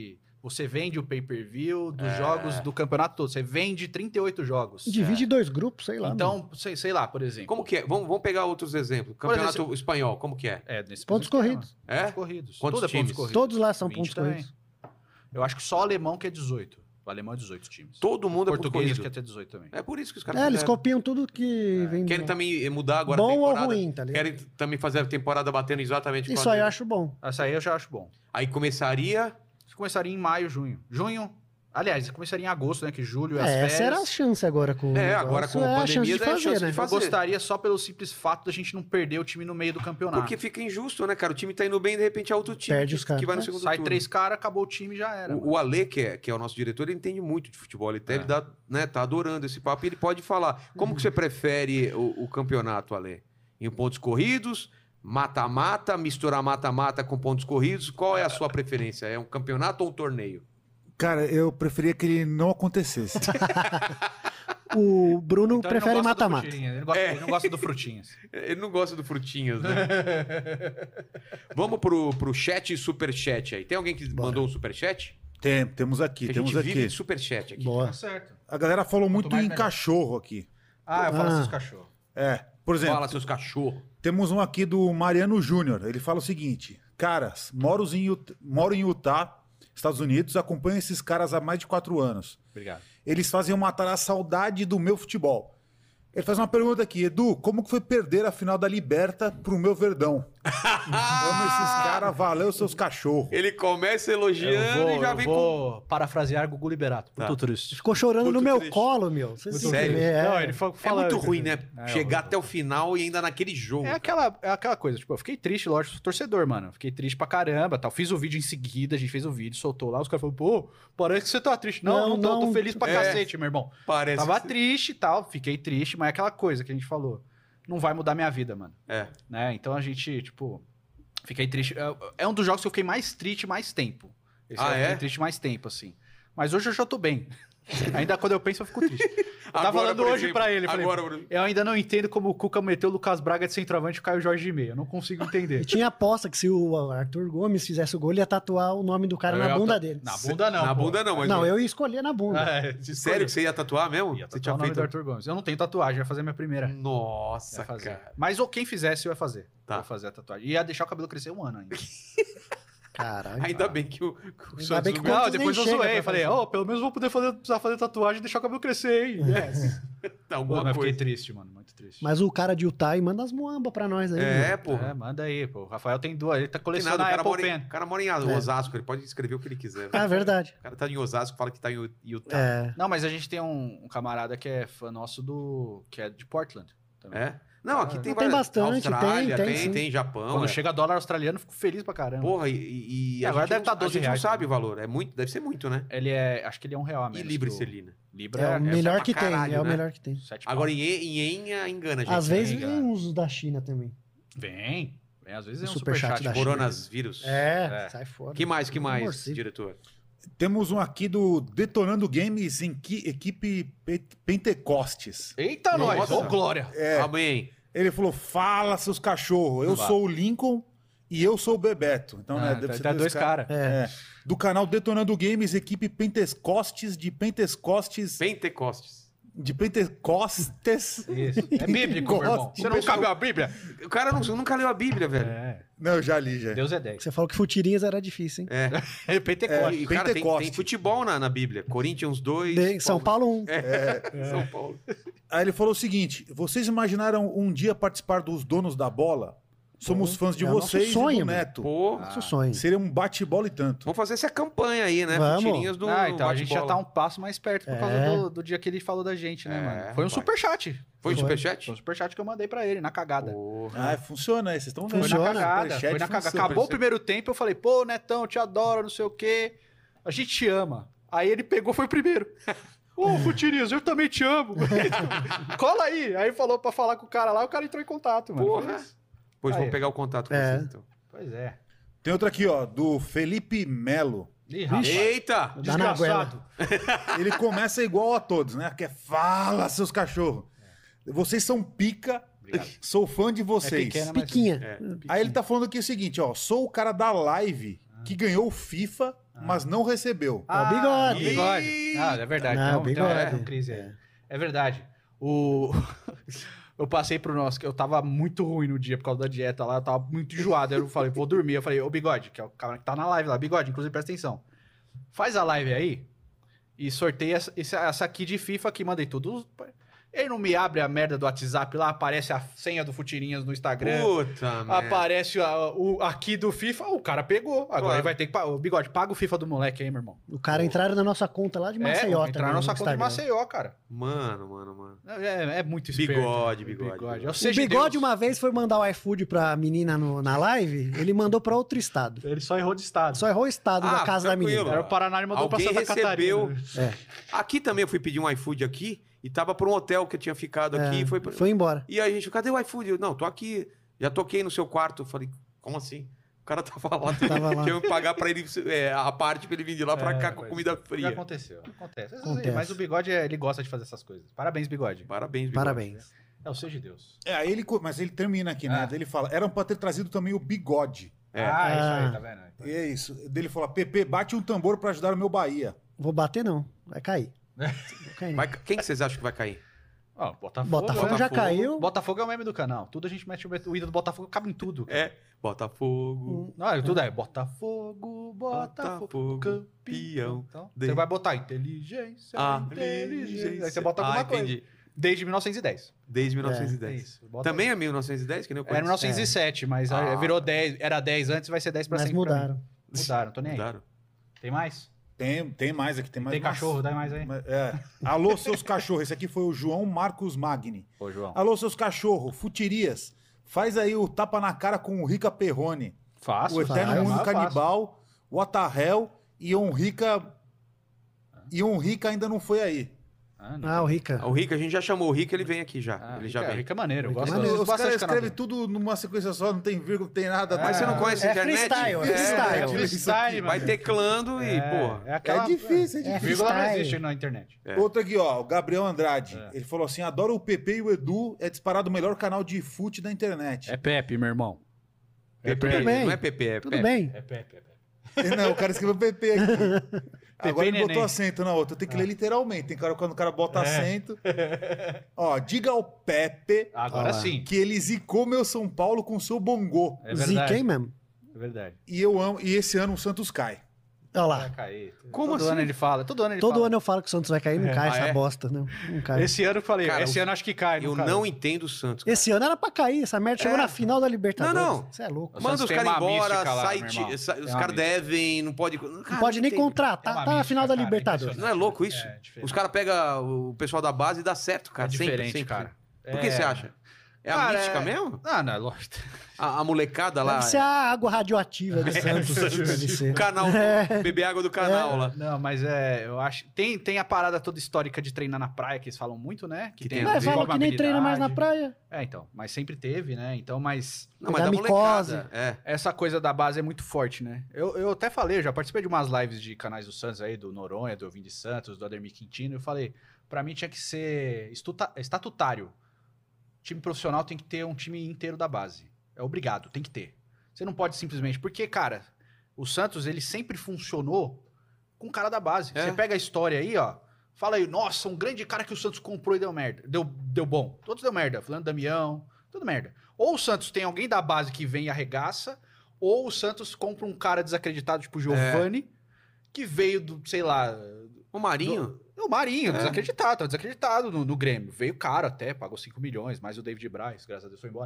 Você vende o pay-per-view dos É. jogos do campeonato todo. Você vende trinta e oito jogos. Divide em dois grupos, sei lá. mano. Então, sei, sei lá, por exemplo. Como que é? Vamos, vamos pegar outros exemplos. Por exemplo, Campeonato espanhol, como que é? É, nesse Pontos mesmo corridos. esquema. É? Pontos corridos. Quantos Tudo é times? pontos corridos. Todos lá são vinte pontos também. corridos. Eu acho que só o alemão que é dezoito. O alemão é dezoito times. Todo mundo é ponto Português corrido. quer ter dezoito também. É por isso que os caras É, eles fizeram. copiam tudo que vem. Querem do- também mudar agora a Bom ou temporada. ruim, tá ligado? Querem também fazer a temporada batendo exatamente com Isso a aí eu dele. acho bom. Essa aí eu já acho bom. Aí começaria... Começaria em maio, junho. Junho, aliás, começaria em agosto, né? Que julho é as É, férias. essa era a chance agora com o É, negócio, agora com a é a pandemia, chance de daí é a fazer, chance de né? Eu fazer. gostaria só pelo simples fato da gente não perder o time no meio do campeonato. Porque fica injusto, né, cara? O time tá indo bem, de repente é outro time Perde que, os caras. que vai no É. segundo Sai turno. três caras, acabou o time e já era. O, o Ale, que é, que é o nosso diretor, ele entende muito de futebol. Ele deve É. dar, né, tá adorando esse papo e ele pode falar. Como que você prefere o, o campeonato, Ale? Em pontos corridos, mata-mata, misturar mata-mata com pontos corridos? Qual é a sua preferência? É um campeonato ou um torneio? Cara, eu preferia que ele não acontecesse. O Bruno Então ele não prefere gosta do mata-mata. Frutinhas, Ele, não gosta- É. ele não gosta do Frutinhas. Ele não gosta do Frutinhas, né? Vamos pro, pro chat e superchat aí. Tem alguém que Bora. mandou um superchat? Tem, temos aqui, Que a temos gente vive aqui. de superchat aqui. Boa. Tá certo. A galera falou muito mais, em melhor. cachorro aqui. Ah, eu falo Ah. seus cachorros. É, por exemplo, Fala, seus cachorros. temos um aqui do Mariano Júnior. Ele fala o seguinte: caras, moro em, Ut- moro em Utah, Estados Unidos, acompanho esses caras há mais de quatro anos. Obrigado. Eles faziam matar a saudade do meu futebol. Ele faz uma pergunta aqui, Edu, como que foi perder a final da Liberta pro meu Verdão? Amo esses caras, valeu seus cachorros. Ele começa Eu elogiando vou, e já eu vem com... vou parafrasear Gugu Liberato. Tá. Muito triste. Ficou chorando Muito no meu triste. colo, meu. Você Muito tem que sério? ver, é. Não, ele fa- É fala... muito ruim, né? É, Chegar eu- até o final e ainda naquele jogo. É aquela, é aquela coisa, tipo, eu fiquei triste, lógico, sou torcedor, mano. Eu Fiquei triste pra caramba, tal. Fiz o vídeo em seguida, a gente fez o vídeo, soltou lá, os caras falaram, pô, parece que você tá triste. Não, Não, não, tô, não. tô feliz pra É. cacete, meu irmão. Parece Tava que- triste e tal, fiquei triste, mas é aquela coisa que a gente falou. Não vai mudar minha vida, mano. É. Né? Então a gente, tipo, fiquei triste. É- É um dos jogos que eu fiquei mais triste mais tempo. Esse Ah, eu é? fiquei triste mais tempo, assim. Mas hoje eu já tô bem. Ainda quando eu penso, eu fico triste. Eu tava Agora, falando por hoje exemplo, pra ele, falei, agora, por- eu ainda não entendo como o Cuca meteu o Lucas Braga de centroavante e o Caio Jorge de meia. Eu não consigo entender. E tinha aposta que se o Arthur Gomes fizesse o gol, ele ia tatuar o nome do cara Eu na ia bunda ta- dele. Na bunda não. Na pô. bunda não, mas... Não, eu ia escolher na bunda. É, Sério que você ia tatuar mesmo? ia Você tatuar o nome feito... do Arthur Gomes. Eu não tenho tatuagem, ia fazer minha primeira. Nossa, Ia fazer. cara. Mas ou quem fizesse, eu ia fazer. Tá. Eu ia fazer a tatuagem. Ia deixar o cabelo crescer um ano ainda. Caralho. Ainda bem que o, que o Ainda Santos bem que não- Quantos Não, depois nem eu chega zoei. pra Falei, fazer? ó, pelo menos vou poder fazer, precisar fazer tatuagem e deixar o cabelo crescer, hein? Yes. Tá Pô, alguma mas fiquei coisa. triste, mano. Muito triste. Mas o cara de Utah aí manda as muambas pra nós aí. É, meu. porra. É, manda aí, pô. O Rafael tem duas. Ele tá Tem colecionando nada, o a cara, Apple mora em, Pen. o cara mora em É. Osasco, ele pode escrever o que ele quiser. É verdade. O cara tá em Osasco, fala que tá em Utah. É. Não, mas a gente tem um, um camarada que é fã nosso do... que é de Portland. Também. É? Não, aqui tem, Não, tem várias- bastante, Austrália, tem, tem, tem, tem, sim. Japão. Quando é. chega dólar australiano, eu fico feliz pra caramba. Porra, e, e, e É, a agora gente deve não, tá a doze gente não reais, sabe né? o valor. É muito, deve ser muito, né? Ele é... acho que ele é um real a E menos. Libra que o- esterlina. Libra É o é... melhor pra que tem. caralho, É o né? melhor que tem. sete pau. Agora, em ien, em engana, gente. Às vezes né, vem cara? uns da China também. Vem. Vem, às vezes é O um superchat superchat. da China. Coronavírus. É, É. sai fora. Que mais, que mais, Morcego. diretor? Temos um aqui do Detonando Games em que- equipe Pe- Pentecostes. Eita, nós! Nossa. Ô, Glória! É, Amém. ele falou: fala, seus cachorros, eu Vá. sou o Lincoln e eu sou o Bebeto. Então, né, Ah, deve tá, ser tá dois caras. É. É. Do canal Detonando Games, equipe Pentecostes de Pentecostes. Pentecostes. De Pentecostes. Isso. É bíblico, meu irmão. Você não Pessoal- cabe a Bíblia? O cara não- nunca leu a Bíblia, velho. É. Não, eu já li, já. Deus é dez. Você falou que futirinhas era difícil, hein? É. É Pentecostes. E, cara, tem, Pentecoste. tem futebol na, na Bíblia. Corinthians dois. De- São Paulo um. É, São Paulo. Aí ele falou o seguinte: vocês imaginaram um dia participar dos Donos da Bola? Somos fãs de é o nosso vocês sonho, e do meu. Neto. Pô, Nosso sonho. Seria um bate-bola e tanto. vamos fazer essa campanha aí, né? Vamos. Futirinhas do Ah, então a gente já bate-bola. tá um passo mais perto por É. causa do, do dia que ele falou da gente, né, É, mano? Foi um rapaz. superchat. Foi o Foi. superchat? Foi um superchat que eu mandei pra ele, na cagada. Porra. Ah, funciona aí, vocês estão vendo. Foi na Funciona. cagada. Superchat Foi na cagada. funciona. Acabou o primeiro tempo, eu falei, pô, Netão, eu te adoro, não sei o quê. A gente te ama. Aí ele pegou, foi o primeiro. Ô, Futirinhas, eu também te amo. Cola aí. Aí falou pra falar com o cara lá, o cara entrou em contato, mano. Porra. Foi isso. Pois Aí. vamos pegar o contato com É. vocês, então. Pois é. Tem outra aqui, ó, do Felipe Melo. Ih, rapaz. Eita! Dá na goela. Ele começa igual a todos, né? Que é fala, seus cachorros. Vocês são pica, Obrigado. sou fã de É vocês. pequena, mas... Piquinha. É. Aí ele tá falando aqui o seguinte, ó, sou o cara da live que ganhou o FIFA, mas não recebeu. É o Bigode. o bigode. Ah, é verdade. Não, Então, o Bigode. então é, um crise aí. É verdade. O... eu passei pro nosso, que eu tava muito ruim no dia por causa da dieta lá, eu tava muito enjoado. Aí eu falei, vou dormir. Eu falei, ô Bigode, que é o cara que tá na live lá. Bigode, inclusive, presta atenção. Faz a live aí e sorteia essa, essa aqui de FIFA que mandei tudo. Ele não me abre a merda do WhatsApp lá, aparece a senha do Futirinhas no Instagram. Puta, merda. Aparece a- o, aqui do FIFA, o cara pegou. Agora Claro. ele vai ter que pagar. O Bigode, paga o FIFA do moleque aí, meu irmão. O cara entraram na nossa conta lá de Maceió é, entrar também, na nossa no conta de Instagram. Maceió, cara. Mano, mano, mano. É, é muito esperto. Bigode, né? bigode, bigode. É o O seja Bigode Deus. uma vez foi mandar o iFood pra menina no- na live, ele mandou pra outro estado. Ele só errou de estado. Só errou o estado Ah, da casa da tranquilo. menina. Era o Paraná, ele mandou Alguém pra Santa recebeu- Catarina. É, Aqui também eu fui pedir um iFood aqui e tava pra um hotel que eu tinha ficado aqui. é, e foi, pra- foi embora. E aí a gente, cadê o iFood? Eu, não, tô aqui. Já toquei no seu quarto. Eu falei, como assim? O cara tava lá. Tava lá. Tinha que pagar pra ele é, a parte pra ele vir de lá pra É, cá com pois comida Já fria. aconteceu. Acontece. Acontece. Mas o Bigode, é- ele gosta de fazer essas coisas. Parabéns, Bigode. Parabéns, Bigode. Parabéns. É o seja Deus. É, aí ele, co- mas ele termina aqui, né? Ah. Daí ele fala, eram pra ter trazido também o bigode. É. Ah, isso Ah. aí, tá vendo? E é isso. Dele fala, Pepe, bate um tambor pra ajudar o meu Bahia. Vou bater não, vai cair. Vai cair, não. Vai- quem que vocês acham que vai cair? Ó, Botafogo. Botafogo né? já Botafogo. caiu. Botafogo é o meme do canal. Tudo a gente mete o o ídolo do Botafogo, cabe em tudo. cara. É, Botafogo. Não, é tudo é Botafogo, Botafogo, Botafogo, campeão. peão Então, de- você vai botar inteligência, Ah, inteligência. Aí você bota alguma ah, coisa. entendi. Desde mil novecentos e dez. Desde mil novecentos e É dez. isso. Bota Também aí. é mil novecentos e dez, que nem eu Era mil conheço. novecentos e sete, mas Ah. aí virou dez. Era dez antes, vai ser dez pra Mas sempre. pra mim. mudaram. Mudaram, tô nem aí. Mudaram. Tem mais? Tem, tem mais aqui, tem mais Tem umas- cachorro, dá mais aí. Mas- É. Alô, seus cachorros. Esse aqui foi o João Marcos Magni. Ô, João. Alô, seus cachorros, futirias. Faz aí o tapa na cara com o Rica Perrone. Fácil. O Eterno fácil, Mundo fácil. Canibal, o Atahel e o Rica. E o Rica ainda não foi aí. Ah, não. Ah, o Rica. O Rico, a gente já chamou o Rico, ele vem aqui já. Ah, ele Rica, já vem. Rica é maneiro. Eu Rica é gosto maneiro. Os bastante caras do canal escrevem dele. tudo numa sequência só, não tem vírgula, não tem nada. Mas você não conhece a É internet? freestyle, é É, freestyle. é, Freestyle, Vai mano. teclando e, porra. É, aquela... É difícil, é É difícil. Vírgula não freestyle. existe na internet. É. Outro aqui, ó, o Gabriel Andrade. É. Ele falou assim: adoro o Pepe e o Edu, é disparado o melhor canal de fute da internet. É Pepe, meu irmão. É Pepe, Tudo bem. Não é P P, é Tudo Pepe. bem. É Pepe, é Pepe. Não, o cara escreveu Pepe aqui. Agora ele neném. botou acento na outra. Tem que ler literalmente. Tem cara quando o cara bota É. acento. Ó, diga ao Pepe Agora Olha lá. sim. que ele zicou meu São Paulo com seu bongô. É Ziquei verdade. mesmo. É verdade. E eu amo. E esse ano o Santos cai. Olha Vai lá. cair. Como todo assim? ano ele fala. Todo ano ele Todo fala. ano eu falo que o Santos vai cair, não cai Ah, essa é? bosta, não. Não cai. Esse... Esse ano eu falei. Cara, esse eu- ano acho que cai. Eu cai. não entendo o Santos. cara. ano era pra cair, essa merda chegou É. na final da Libertadores. Não, não. Você é louco. O Manda Santos os tem caras uma embora, mística lá, sai, meu ti- irmão. sa- Tem os uma caras mística. Não devem, não pode. Não pode nem contratar, É uma tá na mística, final da cara, Libertadores. impressionante. Não é louco isso? É, diferente. Os caras pegam o pessoal da base e dá certo, cara. É Sempre, diferente, sempre. cara. Por que É. você acha? É a Cara, mística é- mesmo? Ah, não, lógico. A, a molecada lá. Deve ser a água radioativa do Santos. Deve O ser. canal, beber água do canal lá. Não, mas é, eu acho. Tem, tem a parada toda histórica de treinar na praia, que eles falam muito, né? Que tem tem a a Vai, ver. ver fala com que nem treina mais na habilidade. praia. É, então. Mas sempre teve, né? Então, mas. Não, mas Pegar da micose. molecada. É. Essa coisa da base é muito forte, né? Eu, eu até falei, eu já participei de umas lives de canais do Santos aí, do Noronha, do Vim de Santos, do Ademir Quintino. Eu falei, pra mim tinha que ser estuta- estatutário. Time profissional tem que ter um time inteiro da base. É obrigado, tem que ter. Você não pode simplesmente... Porque, cara, o Santos, ele sempre funcionou com o cara da base. É. Você pega a história aí, ó. Fala aí, nossa, um grande cara que o Santos comprou e deu merda. Deu, deu bom. Todos deu merda. Fulano Damião, tudo merda. Ou o Santos tem alguém da base que vem e arregaça, ou o Santos compra um cara desacreditado, tipo o Giovani, que veio do, sei lá... O Marinho. do- O Marinho, É. desacreditado, tá desacreditado no, no Grêmio. Veio caro até, pagou cinco milhões, mais o David Braz, graças a Deus foi embora.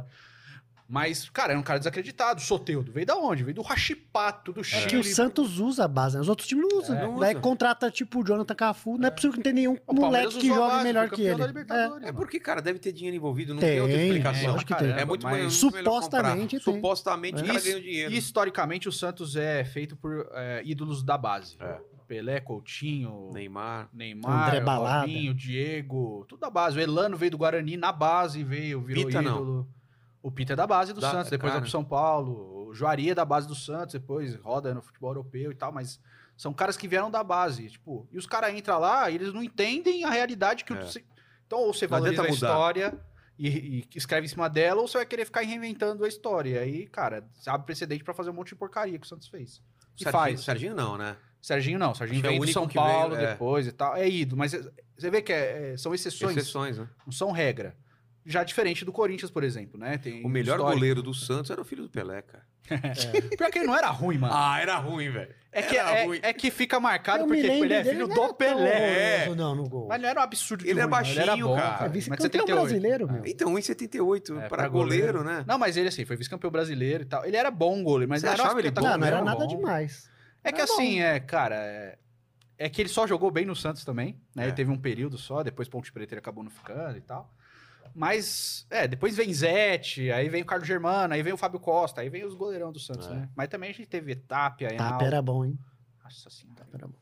Mas, cara, era um cara desacreditado. Soteudo, veio da onde? Veio do Rachipato, do Chile. Que o Santos usa a base, né? Os outros times não usam. É. Não Não Daí usa. contrata tipo o Jonathan Cafu. Não é possível que não tenha nenhum O Palmeiras moleque que usou a jogue base, melhor foi que campeão da ele. Libertadores, É mano. porque, cara, deve ter dinheiro envolvido, não Tem, tem, outra explicação. é, lógico que tem. É muito Mas melhor supostamente comprar. tem. Supostamente o cara Isso- ganha o dinheiro. Historicamente, o Santos é feito por é, ídolos da base. É. Pelé, Coutinho, Neymar. Neymar, André Balada. Robinho, Diego, tudo da base. O Elano veio do Guarani na base, veio, virou Pita, não. ídolo. O Pita é da base do Da- Santos, depois cara. vai pro São Paulo. O Juari é da base do Santos, depois roda no futebol europeu e tal, mas são caras que vieram da base, tipo, e os caras entram lá e eles não entendem a realidade que É. o... Então, ou você Não valoriza a adianta mudar. história e, e escreve em cima dela, ou você vai querer ficar reinventando a história. E aí, cara, abre precedente pra fazer um monte de porcaria que o Santos fez. E Serginho, faz. Serginho não, né? Serginho não, Serginho Acho que é o veio do único São que Paulo veio, é. depois e tal. É ido, mas é- você vê que é- é- são exceções, Exceções, né? não são regra. Já diferente do Corinthians, por exemplo, né? Tem O melhor histórico. goleiro do Santos era o filho do Pelé, cara. Pior que ele não era ruim, mano. Ah, era ruim, velho. é, que, era é, ruim. é que fica marcado Eu me porque tipo, ele lembro é dele, filho não do era tão Pelé. horroroso, não, no gol. Mas não era um absurdo de Ele é ruim, não. Ele era baixinho, bom, cara. É Mas vice-campeão setenta e oito. brasileiro, meu. Então, um e setenta e oito É, para pra goleiro, goleiro. né? Não, mas ele assim, foi vice-campeão brasileiro e tal. Ele era bom goleiro, mas Você não era um achava ele bom? Não, não era mesmo. nada Bom. demais. É que Era assim, é, cara, é... é que ele só jogou bem no Santos também, né? É. Ele teve um período só, depois Ponte Preta ele acabou não ficando e tal. Mas, é, depois vem Zete, aí vem o Carlos Germano, aí vem o Fábio Costa, aí vem os goleirão do Santos, É. né? Mas também a gente teve Tapia, Enal. Tapia era bom, hein? Nossa senhora. Tapia era bom.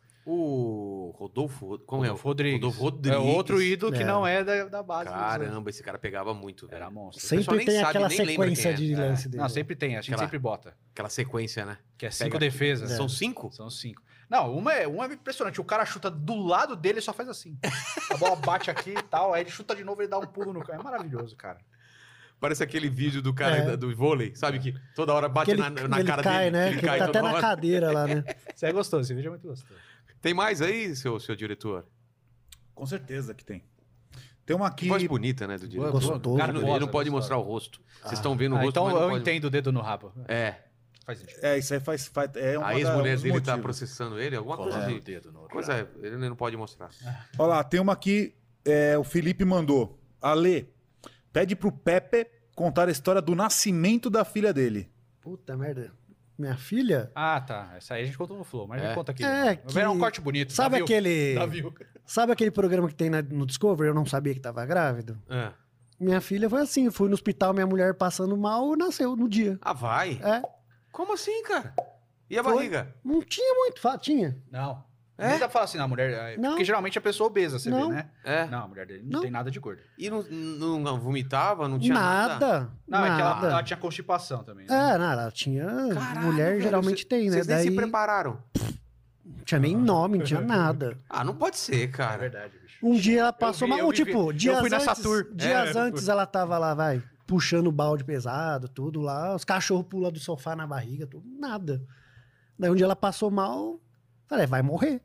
O Rodolfo, como Rodolfo é? Rodrigues. Rodolfo Rodrigues. É outro ídolo que É. não é da, da base. dos Caramba, esse cara pegava muito, Era velho. monstro. pessoal Sempre nem tem sabe, aquela nem lembra sequência quem é. de É. lance dele. Não, sempre tem, a gente Aquela- sempre bota. Aquela sequência, né? Que é cinco Pega- defesas. São cinco? São cinco. Não, uma é, uma é impressionante. O cara chuta do lado dele e só faz assim. A bola bate aqui e tal, aí ele chuta de novo e ele dá um pulo no campo. É maravilhoso, cara. Parece aquele vídeo do cara É. da- do vôlei, sabe? Que toda hora bate Que ele, na, na ele cara cai, dele. né? Ele Que cai ele tá até toda na hora. cadeira lá, né? Isso é gostoso, esse vídeo é muito gostoso. Tem mais aí, seu, seu diretor? Com certeza que tem. Tem uma Que aqui. voz bonita, né, do diretor. Gostoso. Cara, ele não, ele não pode Gostosa. mostrar o rosto. Vocês estão vendo o Ah, rosto, então mas não eu pode- entendo o dedo no rabo. É. Faz sentido. É, isso aí faz. faz é uma A da- ex-mulher um dos dele tá motivos. processando ele, alguma coisa Colando de... o dedo no Coisa, ele não pode mostrar. Olha lá, tem uma aqui. é, o Felipe mandou. Ale, pede pro Pepe contar a história do nascimento da filha dele. Puta merda. Minha filha? Ah, tá. Essa aí a gente contou no Flow, mas É. já conta aqui. É, Vai virar um que- corte bonito. Sabe Davi, aquele. Davi. Sabe aquele programa que tem na- no Discovery? Eu não sabia que tava grávida. É. Minha filha foi assim, fui no hospital, minha mulher passando mal, nasceu no dia. Ah, vai? É. Como assim, cara? E a Foi. barriga? Não tinha muito, fa- tinha. Não. É? Nem dá pra falar assim, na mulher. é, Não. Porque geralmente a pessoa obesa, você Não. vê, né? É. Não, a mulher dele não, Não. tem nada de gordo. E não, não, não vomitava? Não tinha nada? Nada. Não, é que ela, nada. ela tinha constipação também. Né? É, não, ela tinha. Caralho, mulher velho, geralmente cê- tem, né? Vocês nem Daí se prepararam. não tinha nem nome, não tinha nada. Ah, não pode ser, É cara. verdade, bicho. Um dia ela passou vi, mal, eu vi- tipo, eu dias fui nessa antes, tour. dias É, antes ela tava lá, vai, puxando o balde pesado, tudo lá, os cachorros pulam do sofá na barriga, tudo, nada. Daí um dia ela passou mal, falei, vai morrer.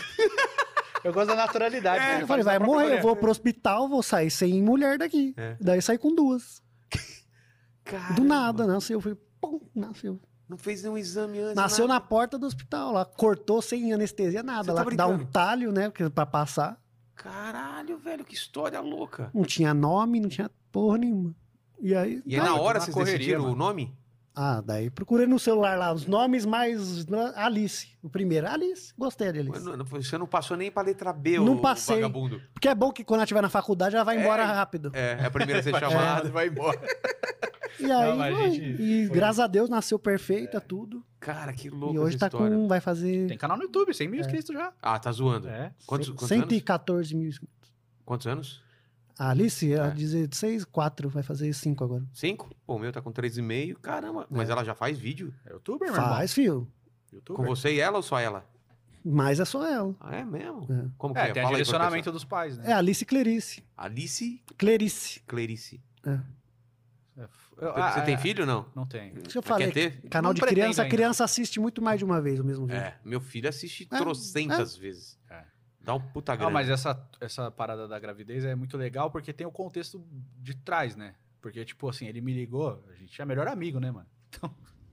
Eu gosto da naturalidade. né? Eu Ele falei, faz vai na morrer, própria eu vou pro hospital, vou sair sem mulher daqui. É. Daí saí com duas. Caramba. Do nada, nasceu, foi, pum, nasceu. Não fez nenhum exame antes. Nasceu nada. na porta do hospital lá, cortou sem anestesia, nada. Você tá Lá dá um brincando? talho, né, porque- pra passar. Caralho, velho, que história louca. Não tinha nome, não tinha porra nenhuma. E aí. E aí, tá. na hora, na vocês correria, decidiram o mano. nome? Ah, daí procurei no celular lá os nomes mais. Alice, o primeiro. Alice, gostei de Mas Alice. não- não- Você não passou nem pra letra B, Não o passei. vagabundo. Porque é bom que quando ela estiver na faculdade, ela vai embora É. rápido. É, é a primeira a ser Vai chamada. chamado, vai embora. E aí, Não, mas a foi. gente- e foi- graças a Deus nasceu perfeita, tudo. Cara, que louco E hoje essa tá história. com. Vai fazer Tem canal no YouTube, cem mil inscritos já. Ah, tá zoando. É. Quantos, quantos cento e anos? quatorze mil inscritos. Quantos anos? A Alice, ela É. diz seis, quatro, vai fazer cinco agora. Cinco? Pô, o meu tá com três e meio. Caramba. Mas ela já faz vídeo? É youtuber, meu irmão. Faz, fio. Youtuber. Com você e ela ou só ela? Mas é só ela. Ah, é mesmo? É. Como que É, é? tem Fala o aí pro direcionamento dos pais, né? É Alice Clerice. pessoal. Alice Clerice. Clerice. É. Eu- Você ah, tem é, filho ou não? Não tem. Isso eu Mas falei. quer ter? Canal Não de pretendo criança, a ainda. criança assiste muito mais de uma vez o mesmo vídeo. É, meu filho assiste É, trocentas vezes. É. Dá um puta Não, grana. mas essa, essa parada da gravidez é muito legal porque tem o contexto de trás, né? Porque, tipo assim, ele me ligou, a gente é melhor amigo, né, mano? Então.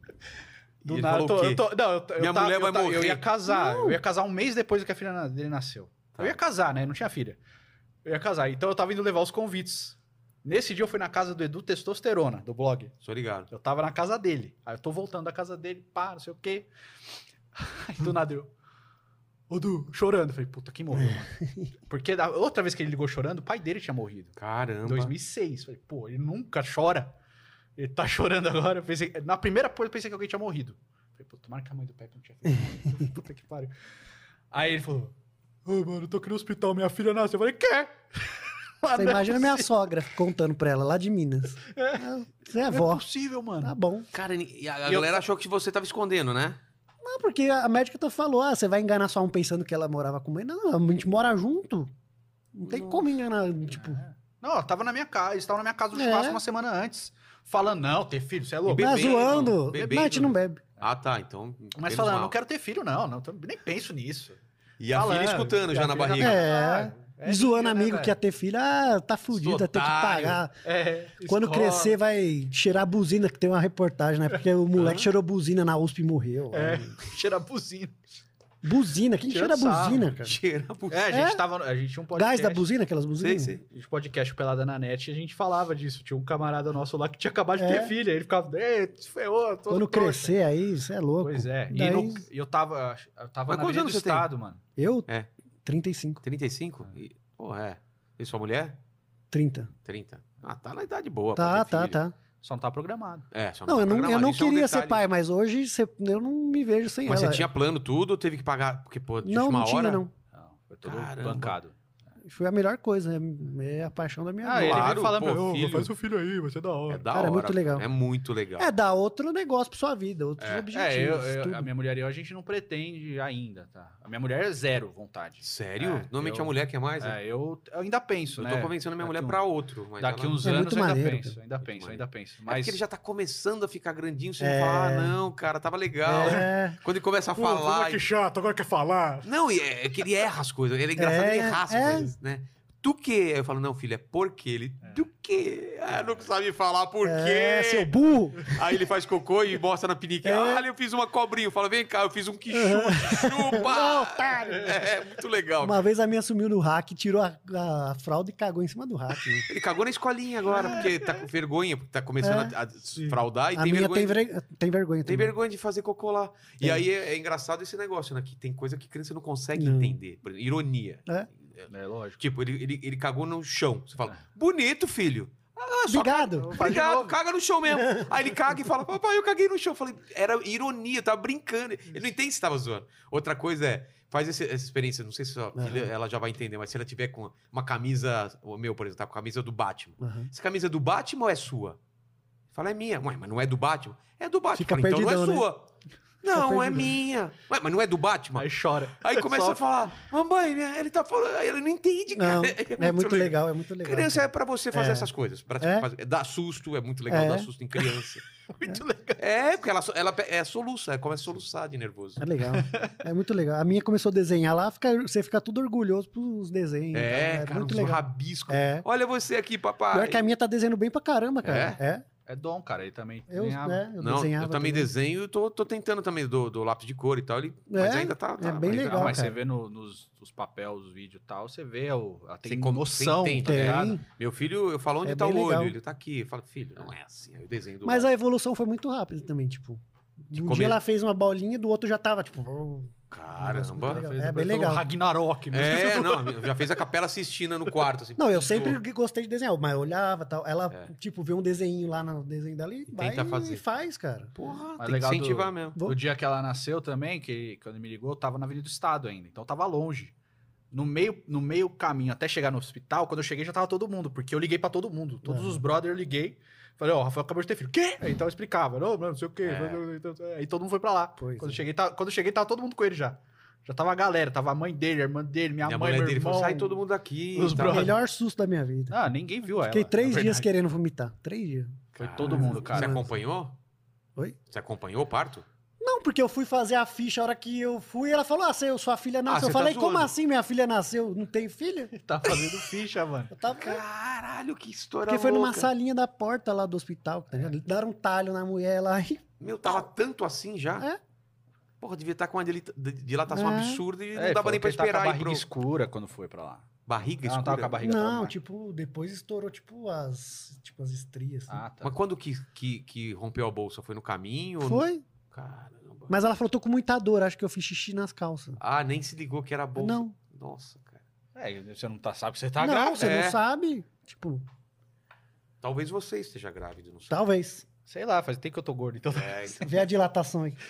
E ele nada, falou eu tô- o quê? eu tô- não, eu, tô- eu Minha tava- mulher eu vai tava- Eu morrer. ia casar, Não. eu ia casar um mês depois que a filha na- dele nasceu. Tá. Eu ia casar, né? Não tinha filha. Eu ia casar. Então eu tava indo levar os convites. Nesse dia eu fui na casa do Edu Testosterona, do blog. Sou ligado. Eu tava na casa dele. Aí eu tô voltando da casa dele, pá, não sei o quê. Aí do nada eu. Ô, Du, chorando. Eu falei, puta, quem morreu, mano? Porque da outra vez que ele ligou chorando, o pai dele tinha morrido. Caramba. Em dois mil e seis. Falei, pô, ele nunca chora. Ele tá chorando agora. Eu pensei, na primeira coisa eu pensei que alguém tinha morrido. Falei, pô, tomara que a mãe do Pepe não tinha feito. Puta que pariu. Aí ele falou, ô, mano, eu tô aqui no hospital, minha filha nasceu. Eu falei, quê? Você imagina minha sogra contando pra ela lá de Minas. Ah, Você é Não é avó. possível, mano. Tá bom. Cara, e a, a E eu- galera achou que você tava escondendo, né? Não, porque a médica tá falou, ah, você vai enganar só um pensando que ela morava com mãe. Não, a gente mora junto. Não tem como enganar, tipo... Não, eu tava na minha casa, eles estavam na minha casa no É. churrasco uma semana antes. Falando, não, ter filho, você é louco. E Tá bebendo, zoando. bebendo. Não, a gente não bebe. Ah, tá. Então. Mas menos falando, mal. não quero ter filho, não. não tô- nem penso nisso. E a filha Falando, escutando e já a na filha barriga. É. É E zoando filho, né, amigo velho? que ia ter filho, ah, tá fudido, vai ter que Otário. pagar. É, Quando escola. crescer, vai cheirar buzina, que tem uma reportagem, né? Porque o moleque cheirou buzina na U S P e morreu. É, cheira buzina. Buzina, quem Tira cheira sarro, buzina, cara? Cheira a bu- É, a gente É? tava. A gente tinha um podcast. Gás da buzina, aquelas Sei, buzinas? sei. A gente podcast Pelada na Net e a gente falava disso. Tinha um camarada nosso lá que tinha acabado de É. ter filha. Ele ficava, ei, se ferrou, todo Quando torto." crescer aí, você é louco. Pois é. E Daí, no- e eu tava, eu tava Mas na quantos Avenida do anos você tem? Estado, mano. Eu, É. trinta e cinco. trinta e cinco? E, porra, é. E sua mulher? trinta. trinta. Ah, tá na idade boa. Tá, pra ter tá, filho. tá. Só não tá programado. É, só Não, eu não, eu programado. não Isso é um queria ser detalhe. pai, mas hoje cê- eu não me vejo sem Mas ela. você tinha plano tudo ou teve que pagar? Porque, pô, de Não, última não tinha, hora... não. Não, foi todo Caramba. bancado. Foi a melhor coisa, é, é a paixão da minha Ah, vida. ele Claro, veio falando pô, pra mim, filho. "Ô, faz seu filho aí, vai ser da hora. É da Cara, é hora. muito legal. É muito legal. É dar outro negócio pra sua vida, outros É. objetivos. É, eu, eu- tudo. a minha mulher e eu, a gente não pretende ainda, tá? A minha mulher é zero vontade. Sério? É, Normalmente eu- a mulher quer mais, né? É, eu, eu ainda penso, Eu né? tô convencendo a minha Daqui mulher um- pra outro. Mas Daqui ela... uns É anos muito eu ainda maneiro, penso, cara. ainda Muito penso, maneiro. ainda penso. É Mas porque ele já tá começando a ficar grandinho, você É. não fala, ah, não, cara, tava legal. É, Quando ele começa a falar... e- chato, agora quer falar. Não, e é, é que ele erra as coisas. Ele é engraçado, É, ele erra as é. coisas, né? Do que? Eu falo, não, filho, é porque ele... Do que? Ah, não sabe falar por é, quê. seu burro. Aí ele faz cocô e mostra na piniquinha. É. Ah, eu fiz uma cobrinha. Eu falo, vem cá, eu fiz um que chupa. Chupa! Otário. É, é muito legal. Uma vez a minha sumiu no hack, tirou a, a fralda e cagou em cima do hack. né? Ele cagou na escolinha agora, porque tá com vergonha, porque tá começando É. a, a fraudar e A tem minha vergonha. tem, vere- tem vergonha Tem também. vergonha de fazer cocô lá. E Tem. aí é, é engraçado esse negócio, né? Que tem coisa que criança não consegue Não. entender. Por exemplo, ironia. É. É lógico. Tipo, ele, ele, ele cagou no chão. Você fala, bonito, filho. Ah, só Obrigado. Faz de Obrigado, novo. caga no chão mesmo. Aí ele caga e fala, papai, eu caguei no chão. Eu falei, era ironia, tava brincando. Ele não entende se tava zoando. Outra coisa é, faz esse- essa experiência, não sei se sua filha, ela já vai entender, mas se ela tiver com uma camisa, o meu, por exemplo, tá com a camisa do Batman. Aham. Essa camisa é do Batman ou é sua? Fala, é minha. Ué, mas não é do Batman? É do Batman. Fica Fala, então não é perdidão, né? sua. Não, é perdidão. minha. Ué, mas não é do Batman? Aí chora. Aí começa Só- a falar, mamãe, né, ele tá falando, aí ele não entende, cara. Não, é muito legal, é muito legal. Criança é pra você fazer É. essas coisas. Pra É. fazer, dar susto, é muito legal É. dar susto em criança. Muito legal. É, porque ela, ela é soluça, ela começa a soluçar de nervoso. É legal. É muito legal. A minha começou a desenhar lá, fica, você fica tudo orgulhoso pros desenhos. É, tá? cara, muito uns legal. rabiscos. É. Olha você aqui, papai. Pior que a minha tá desenhando bem pra caramba, cara. É. É dom, cara. Ele também Eu, desenhava. é, eu Não, desenhava. eu também desenho e tô, tô tentando também do, do lápis de cor e tal. Ele, mas É, ainda tá. tá é bem mas- legal. Ah, mas cara. você vê no- nos, nos papéis, os vídeos e tal, você vê, o, ela tem Você com- noção, você entende, tá né? ligado? Tem. Meu filho, eu falo onde É tá o bem olho. legal. Ele tá aqui. Eu falo, filho, não é assim. Aí eu desenho do Mas lado. a evolução foi muito rápida também, tipo. Um comer- dia ela fez uma bolinha, do outro já tava, tipo. Caramba. legal. Fez- É bem foi o legal. Ragnarok. mesmo. É, não, já fez a Capela Sistina no quarto. Assim, Não, eu pisou. sempre gostei de desenhar, mas eu olhava e tal. Ela, É. tipo, vê um desenho lá no desenho dela e vai tenta fazer. e faz, cara. Porra, Mas tem legal que do- incentivar mesmo. Vou- No dia que ela nasceu também, que quando me ligou, eu tava na Avenida do Estado ainda. Então tava longe. No meio, no meio caminho até chegar no hospital, quando eu cheguei já tava todo mundo, porque eu liguei pra todo mundo. Todos Aham. os brothers eu liguei. Falei, ó, o Rafael acabou de ter filho. Quê? Então eu explicava. Não, não sei o quê. É. Aí todo mundo foi pra lá. Pois Quando eu é. cheguei, tava, quando eu cheguei, tava todo mundo com ele já. Já tava a galera, tava a mãe dele, a irmã dele, minha, Minha mãe, mulher meu dele irmão. falou, sai todo mundo daqui. Os e tal. O brothers. melhor susto da minha vida. Ah, ninguém viu ela. Fiquei três na dias verdade. querendo vomitar. Três dias. Foi Caramba. todo mundo, Você cara. acompanhou? Oi? Você acompanhou o parto? Não, porque eu fui fazer a ficha a hora que eu fui, ela falou: Ah, seu, sua filha Ah, nasceu. você eu tá falei, como zoando. assim minha filha nasceu? Não tem filha? Tá fazendo ficha, mano. Eu tava. Caralho, que história Porque foi numa louca. salinha da porta lá do hospital, tá ligado? Deram um talho na mulher lá e. Meu, tava tanto assim já? É. Porra, devia estar com uma dilita- de- dilatação É. absurda e não É, dava falou nem pra que ele tava esperar com a ir barriga pro... escura quando foi pra lá. Barriga Ela não tava com a escura? barriga tava Não, mais. tipo, depois estourou, tipo, as. Tipo, as estrias. assim. Ah, tá. Mas quando que, que, que rompeu a bolsa? Foi no caminho? ou no- Foi. Caramba. Mas ela falou: tô com muita dor, acho que eu fiz xixi nas calças. Ah, nem se ligou que era a bolsa. Não. Nossa, cara. É, você não tá, sabe que você tá não, grávida. você é. não sabe. Tipo, Talvez você esteja grávido, não sei. talvez. Sei lá, faz tempo que eu tô gordo. Então, É, então... Vê a dilatação aí.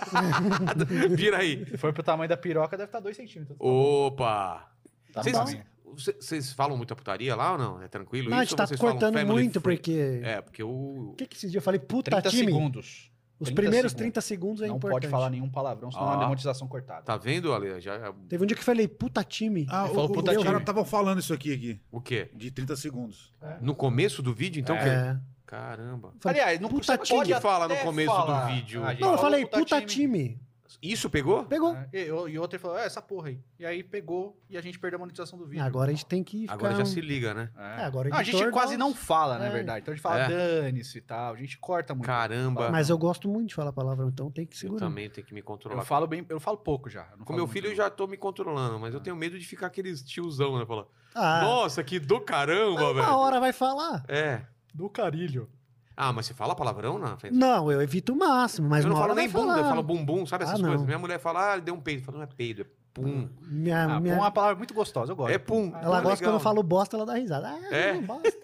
Vira aí. se for pro tamanho da piroca, deve estar dois centímetros. Opa! Tá Vocês, bom. cê- vocês falam muita putaria lá ou não? É tranquilo Não, a isso? gente ou tá vocês falam cortando family muito, free- porque. É, porque o... O que que esses dias eu falei? Puta trinta time. segundos. Os trinta primeiros segundos. trinta segundos é Não importante. pode falar nenhum palavrão, senão é Ah. uma demonetização cortada. Tá vendo, Ale? Já... Teve um dia que eu falei, puta time. Ah, Ele o, falou o, puta os time. caras estavam falando isso aqui, aqui, O quê? de trinta segundos. No começo do vídeo, então? É. que- É. Caramba. Falei, Aliás, não puta você time. pode Pode falar no até começo falar. do vídeo. A gente Não, eu falou falei, puta time. Isso pegou? Pegou. É, e, e outro falou, é, essa porra aí. E aí pegou e a gente perdeu a monetização do vídeo. Agora a gente tem que ficar... Agora já um- se liga, né? É. É, agora o Não, a gente editor quase não- não fala, na É. verdade. Então a gente fala É. dane-se e tal. A gente corta muito. Caramba. Mas eu gosto muito de falar palavrão, então tem que Eu segurar. também tenho que me controlar. Eu falo bem, eu falo pouco já. eu não Com falo meu muito, filho eu não. já tô me controlando, mas eu Ah. tenho medo de ficar aqueles tiozão, né? Falar, Ah, nossa, que do caramba, uma velho. hora vai falar. É. Do carilho. Ah, mas você fala palavrão na frente? Não, eu evito o máximo, mas eu não uma falo hora nem vai bunda, falar. eu falo bumbum, sabe essas Ah, não. coisas? Minha mulher fala, ah, ele deu um peido. Eu falo, não é peido, é pum. Minha, Ah, minha... pum é uma palavra muito gostosa, eu gosto. É pum. Ela Pum, gosta legal. quando eu falo bosta, ela dá risada. Ah, É? não, bosta.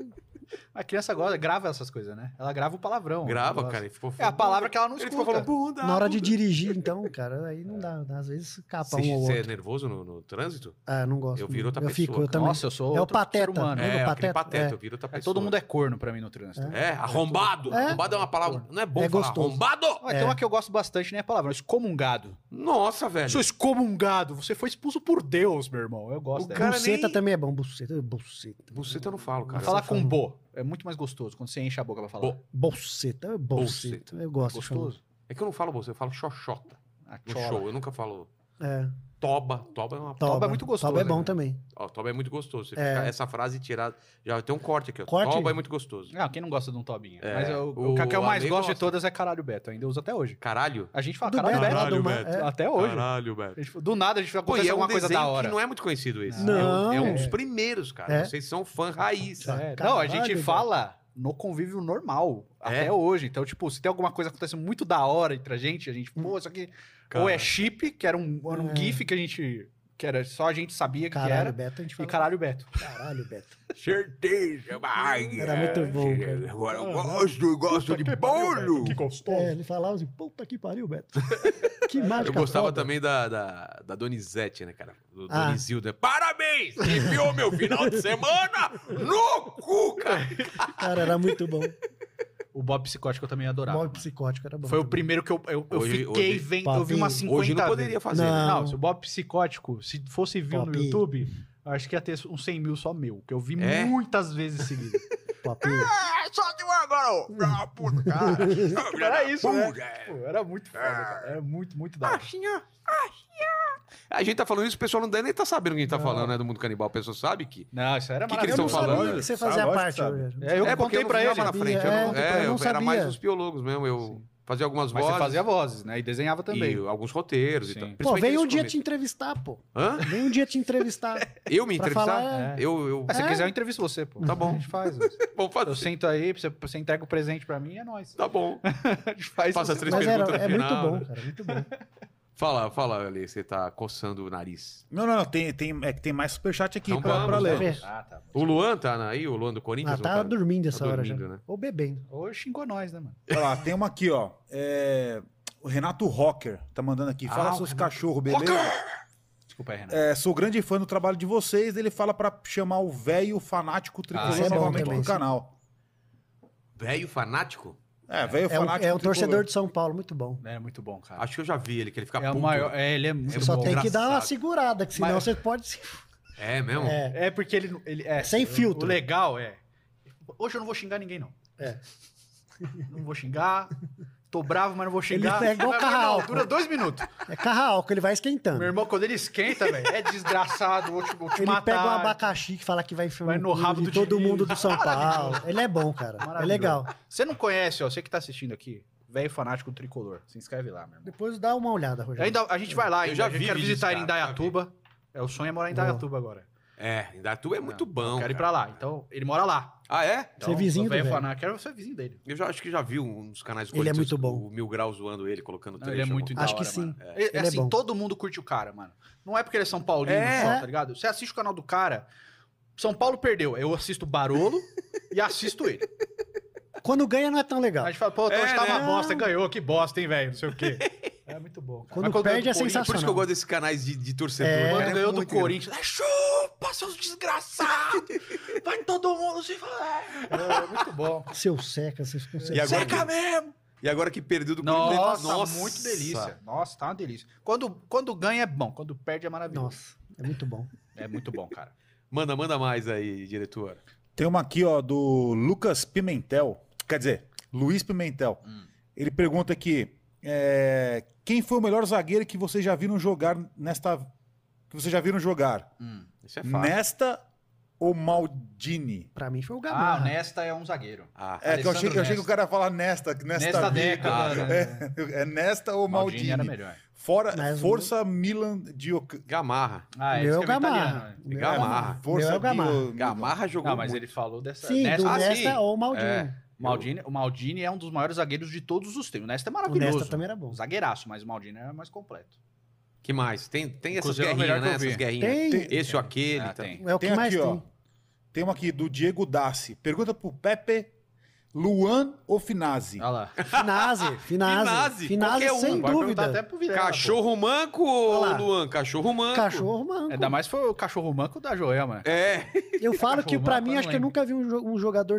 A criança gosta, grava essas coisas, né? Ela grava o palavrão. Grava, ela cara. gosta. E ficou É a palavra que ela não Ele escuta. ficou falando bunda. Na hora de bunda. dirigir, então, cara, aí não dá. Às vezes capa Você, um ou você é outro. nervoso no, no trânsito? Ah, não gosto. Eu viro outra eu pessoa, Fico, eu cara. também. Nossa, eu sou É o outro pateta. ser humano. Lembra É, o aquele pateta? pateta, É. eu viro outra É, pessoa. todo mundo é corno pra mim no trânsito. É, arrombado. É. Arrombado é uma palavra. Não é bom É falar gostoso. arrombado? Mas tem uma que eu gosto bastante, nem é palavra, excomungado. Nossa, velho. Sou excomungado, você foi expulso por Deus, meu irmão. Eu gosto O dela. cara Buceta nem- também é bom. Buceta, buceta. Buceta eu não falo, cara. Falar você com fala. bo é muito mais gostoso quando você enche a boca pra falar. Bo. Buceta, buceta. Eu gosto de falar. Gostoso? É que eu não falo bolsa, eu falo xoxota Ah, no chola. show. Eu nunca falo É. toba. Toba é uma... Toba é muito gostoso, Toba é bom né? também. Ó, toba é muito gostoso. Você É. fica essa frase tirada... Já tem um corte aqui, ó. Corte? Toba é muito gostoso. Não, quem não gosta de um tobinha? É, Mas eu, o o que eu mais Ale gosto gosta. de todas é caralho Beto. Ainda uso até hoje. Caralho. A gente fala Do caralho Beto, Beto. lá do Caralho, Ma- Beto. é. Até hoje. Caralho, velho. A gente- Do nada a gente Pô, acontece e é um alguma coisa desenho da hora. que não é muito conhecido esse. Não. É, um, é um É. dos primeiros, cara. É. Vocês são fã raiz. É, Caralho, não, a gente velho. fala no convívio normal, É? até hoje. Então, tipo, se tem alguma coisa acontecendo muito da hora entre a gente, a gente, pô, isso aqui... Ou é Cara. chip, que era um, era um É. gif que a gente... Que era só a gente sabia que Caralho, era. Beto, a gente E fala. caralho Beto. Caralho, Beto. Certeza, vai. Era muito bom, cara. Agora eu gosto, gosto de bolo. gostoso. É, ele falava assim, puta que pariu, Beto. Que mágica Eu gostava foda. também da, da, da Donizete, né, cara? Do Ah. Donizildo. né? Parabéns! Enviou meu final de semana no cu, cara. Cara, era muito bom. O Bob Psicótico eu também adorava. Bob mano. Psicótico era bom. Foi o também. primeiro que eu, eu, eu Hoje- fiquei hoje- vendo. Eu vi Papinho. umas cinquenta Hoje não poderia vezes. fazer. Não. né? Não, se o Bob Psicótico, se fosse view no Papinho. YouTube, eu acho que ia ter uns cem mil só meu. Que eu vi É? muitas vezes seguidas. Papinho. Ah, só de um agora, ô. Ah, puta, cara. Era isso, né? Puta, é. Pô, era muito foda, cara. Era muito, muito da hora. Achinha, achinha. A gente tá falando isso, o pessoal não deve nem tá sabendo o que a gente tá Não. falando, né, do mundo canibal. A pessoa sabe que... Não, isso era Que que eles Eu tão não maravilhoso. sabia falando? que você Sabe, fazia lógico parte. que sabe. Rogério. É, eu é, porque contei eu não pra ele. ficava na frente. Eu É, não, eu é, não eu era mais sabia. os biólogos mesmo. Eu fazia algumas Mas vozes. você fazia vozes, né? E desenhava também. E alguns roteiros e Sim. tal. Pô, Principalmente vem um nesse dia começo. te entrevistar, pô. Hã? Vem um dia te entrevistar. Eu me Pra entrevistar? falar, é. Eu, eu... Mas se É? quiser, eu entrevisto você, pô. Tá bom. A gente faz. Vamos fazer. Eu sento aí, você, você entrega o presente pra mim, é nóis. Tá bom. A gente faz Faça você as três Mas era, perguntas no é muito final, bom, né? cara, muito bom. Fala, fala ali, você tá coçando o nariz. Não, não, não. Tem, tem, é que tem mais superchat aqui Então pra, vamos, pra ler. vamos. Ah, tá. O Luan tá aí, o Luan do Corinthians? Ah, não tá dormindo essa Tá hora dormindo, já. né? Ou bebendo. Ou xingou nós, né, mano? Olha lá, tem uma aqui, ó. É, o Renato Rocker tá mandando aqui. Fala Ah, o seus Renato. cachorros, beleza? Desculpa aí, Renato. É, sou grande fã do trabalho de vocês. Ele fala pra chamar o velho fanático tricolor Ah, isso é bom novamente também, no sim. canal. Velho fanático? É, velho É um, fanático é um tricolor. torcedor de São Paulo, muito bom. É muito bom, cara. Acho que eu já vi ele, que ele fica é o puto. maior. É, ele é muito Você É só bom. tem que dar uma engraçado. segurada, que senão Mas- você pode se... É mesmo? É, É porque ele. ele é, Sem o- filtro. O legal é. Hoje eu não vou xingar ninguém, não. é. Não vou xingar. Tô bravo, mas não vou xingar. Ele é igual Mas, carro meu irmão, álcool. dura dois minutos. É carro álcool, ele vai esquentando. Meu irmão, quando ele esquenta, velho, é desgraçado. Vou te, vou te Ele matar. pega um abacaxi que fala que vai enfiar Vai no cu rabo de do todo Diniz. mundo do São Paulo. Ele é bom, cara. É Maravilhoso. legal. Você não conhece, ó, você que tá assistindo aqui, velho fanático tricolor. Se inscreve lá, meu irmão. Depois dá uma olhada, Rogério. Ainda, a gente vai lá, Eu ainda. já a gente vi quer vídeos, visitar ele em cara, já Dayatuba. É, o sonho é morar em Boa. Dayatuba agora. É, Indaiatuba é muito bom. Quero ir cara. pra lá. Então, ele mora lá. Ah, é? Então, Ser vizinho o do velho velho. fanático, quero ser vizinho dele. Eu já acho que já vi um dos canais do Ele é Corinthians, muito bom. O Mil Grau zoando ele, colocando Não, ele é trecho, muito da Acho hora, que sim. mano. É. É, Ele é assim, bom. todo mundo curte o cara, mano. Não é porque ele é São Paulino É. só, tá ligado? Você assiste o canal do cara, São Paulo perdeu. Eu assisto Barolo e assisto ele. Quando ganha não é tão legal. A gente fala, pô, hoje É, tá né? uma bosta, ganhou, que bosta, hein, velho? Não sei o quê. É muito bom, cara. Quando Mas perde é do Corinthians- Por isso que eu sensacional. gosto desses canais de, de torcedor. É. Quando né? ganhou do Muito Corinthians, é chupa, seus desgraçados! Vai todo mundo se falar! É muito bom. Seu seca, vocês E conseguem. agora Seca que- mesmo! E agora que perdeu do Nossa, Corinthians. muito delícia. Nossa, tá uma delícia. Quando, quando ganha é bom, quando perde é maravilhoso. Nossa, é muito bom. É muito bom, cara. Manda, manda mais aí, diretor. Tem uma aqui, ó, do Lucas Pimentel. Quer dizer, Luiz Pimentel. Hum. Ele pergunta aqui: é, quem foi o melhor zagueiro que vocês já viram jogar nesta. Que vocês já viram jogar? Hum. Isso é fácil. Nesta ou Maldini? Pra mim foi o Ah, Gamarra. o Nesta é um zagueiro. Ah, É, que eu achei, Alessandro eu achei que o Nesta. cara ia falar nesta. Nesta, Nesta vida. década, né? É, é nesta ou Maldini Maldini? era melhor. Fora, Mas o- Força Milan de Oc... Gamarra. Ah, Meu é o escreveu Gamarra. italiano, né? Meu é o Gamarra. Gamarra. Força Meu é o Gamarra. Mil- Gamarra jogou Não, mas muito. ele falou dessa... Sim, Nesta, do Ah, Nesta sim. ou Maldini. É. Maldini, o Maldini é um dos maiores zagueiros de todos os tempos. O Nesta é O maravilhoso. Nesta também era bom. Zagueiraço, mas o Maldini era mais completo. Que mais? Tem, tem essas Inclusive, é o melhor guerrinhas, né? que eu vi. Essas guerrinhas. Tem. Esse ou aquele. Ah, tá. tem. É o que Tem mais aqui, ó. tem. Tem uma aqui do Diego Dassi. Pergunta pro Pepe, Luan ou Finazzi? Olha lá. Finazzi, Finazzi. Finazzi, Finazzi, qualquer um. sem Pode perguntar dúvida. até pro Vilela, Cachorro manco ou Olha lá. Luan? Cachorro manco. Cachorro, mano. pô. Ainda mais foi o cachorro manco da Joelma. É. Eu falo que Cachorro pra manco, mim, eu acho não que eu lembro. nunca vi um, jo- um jogador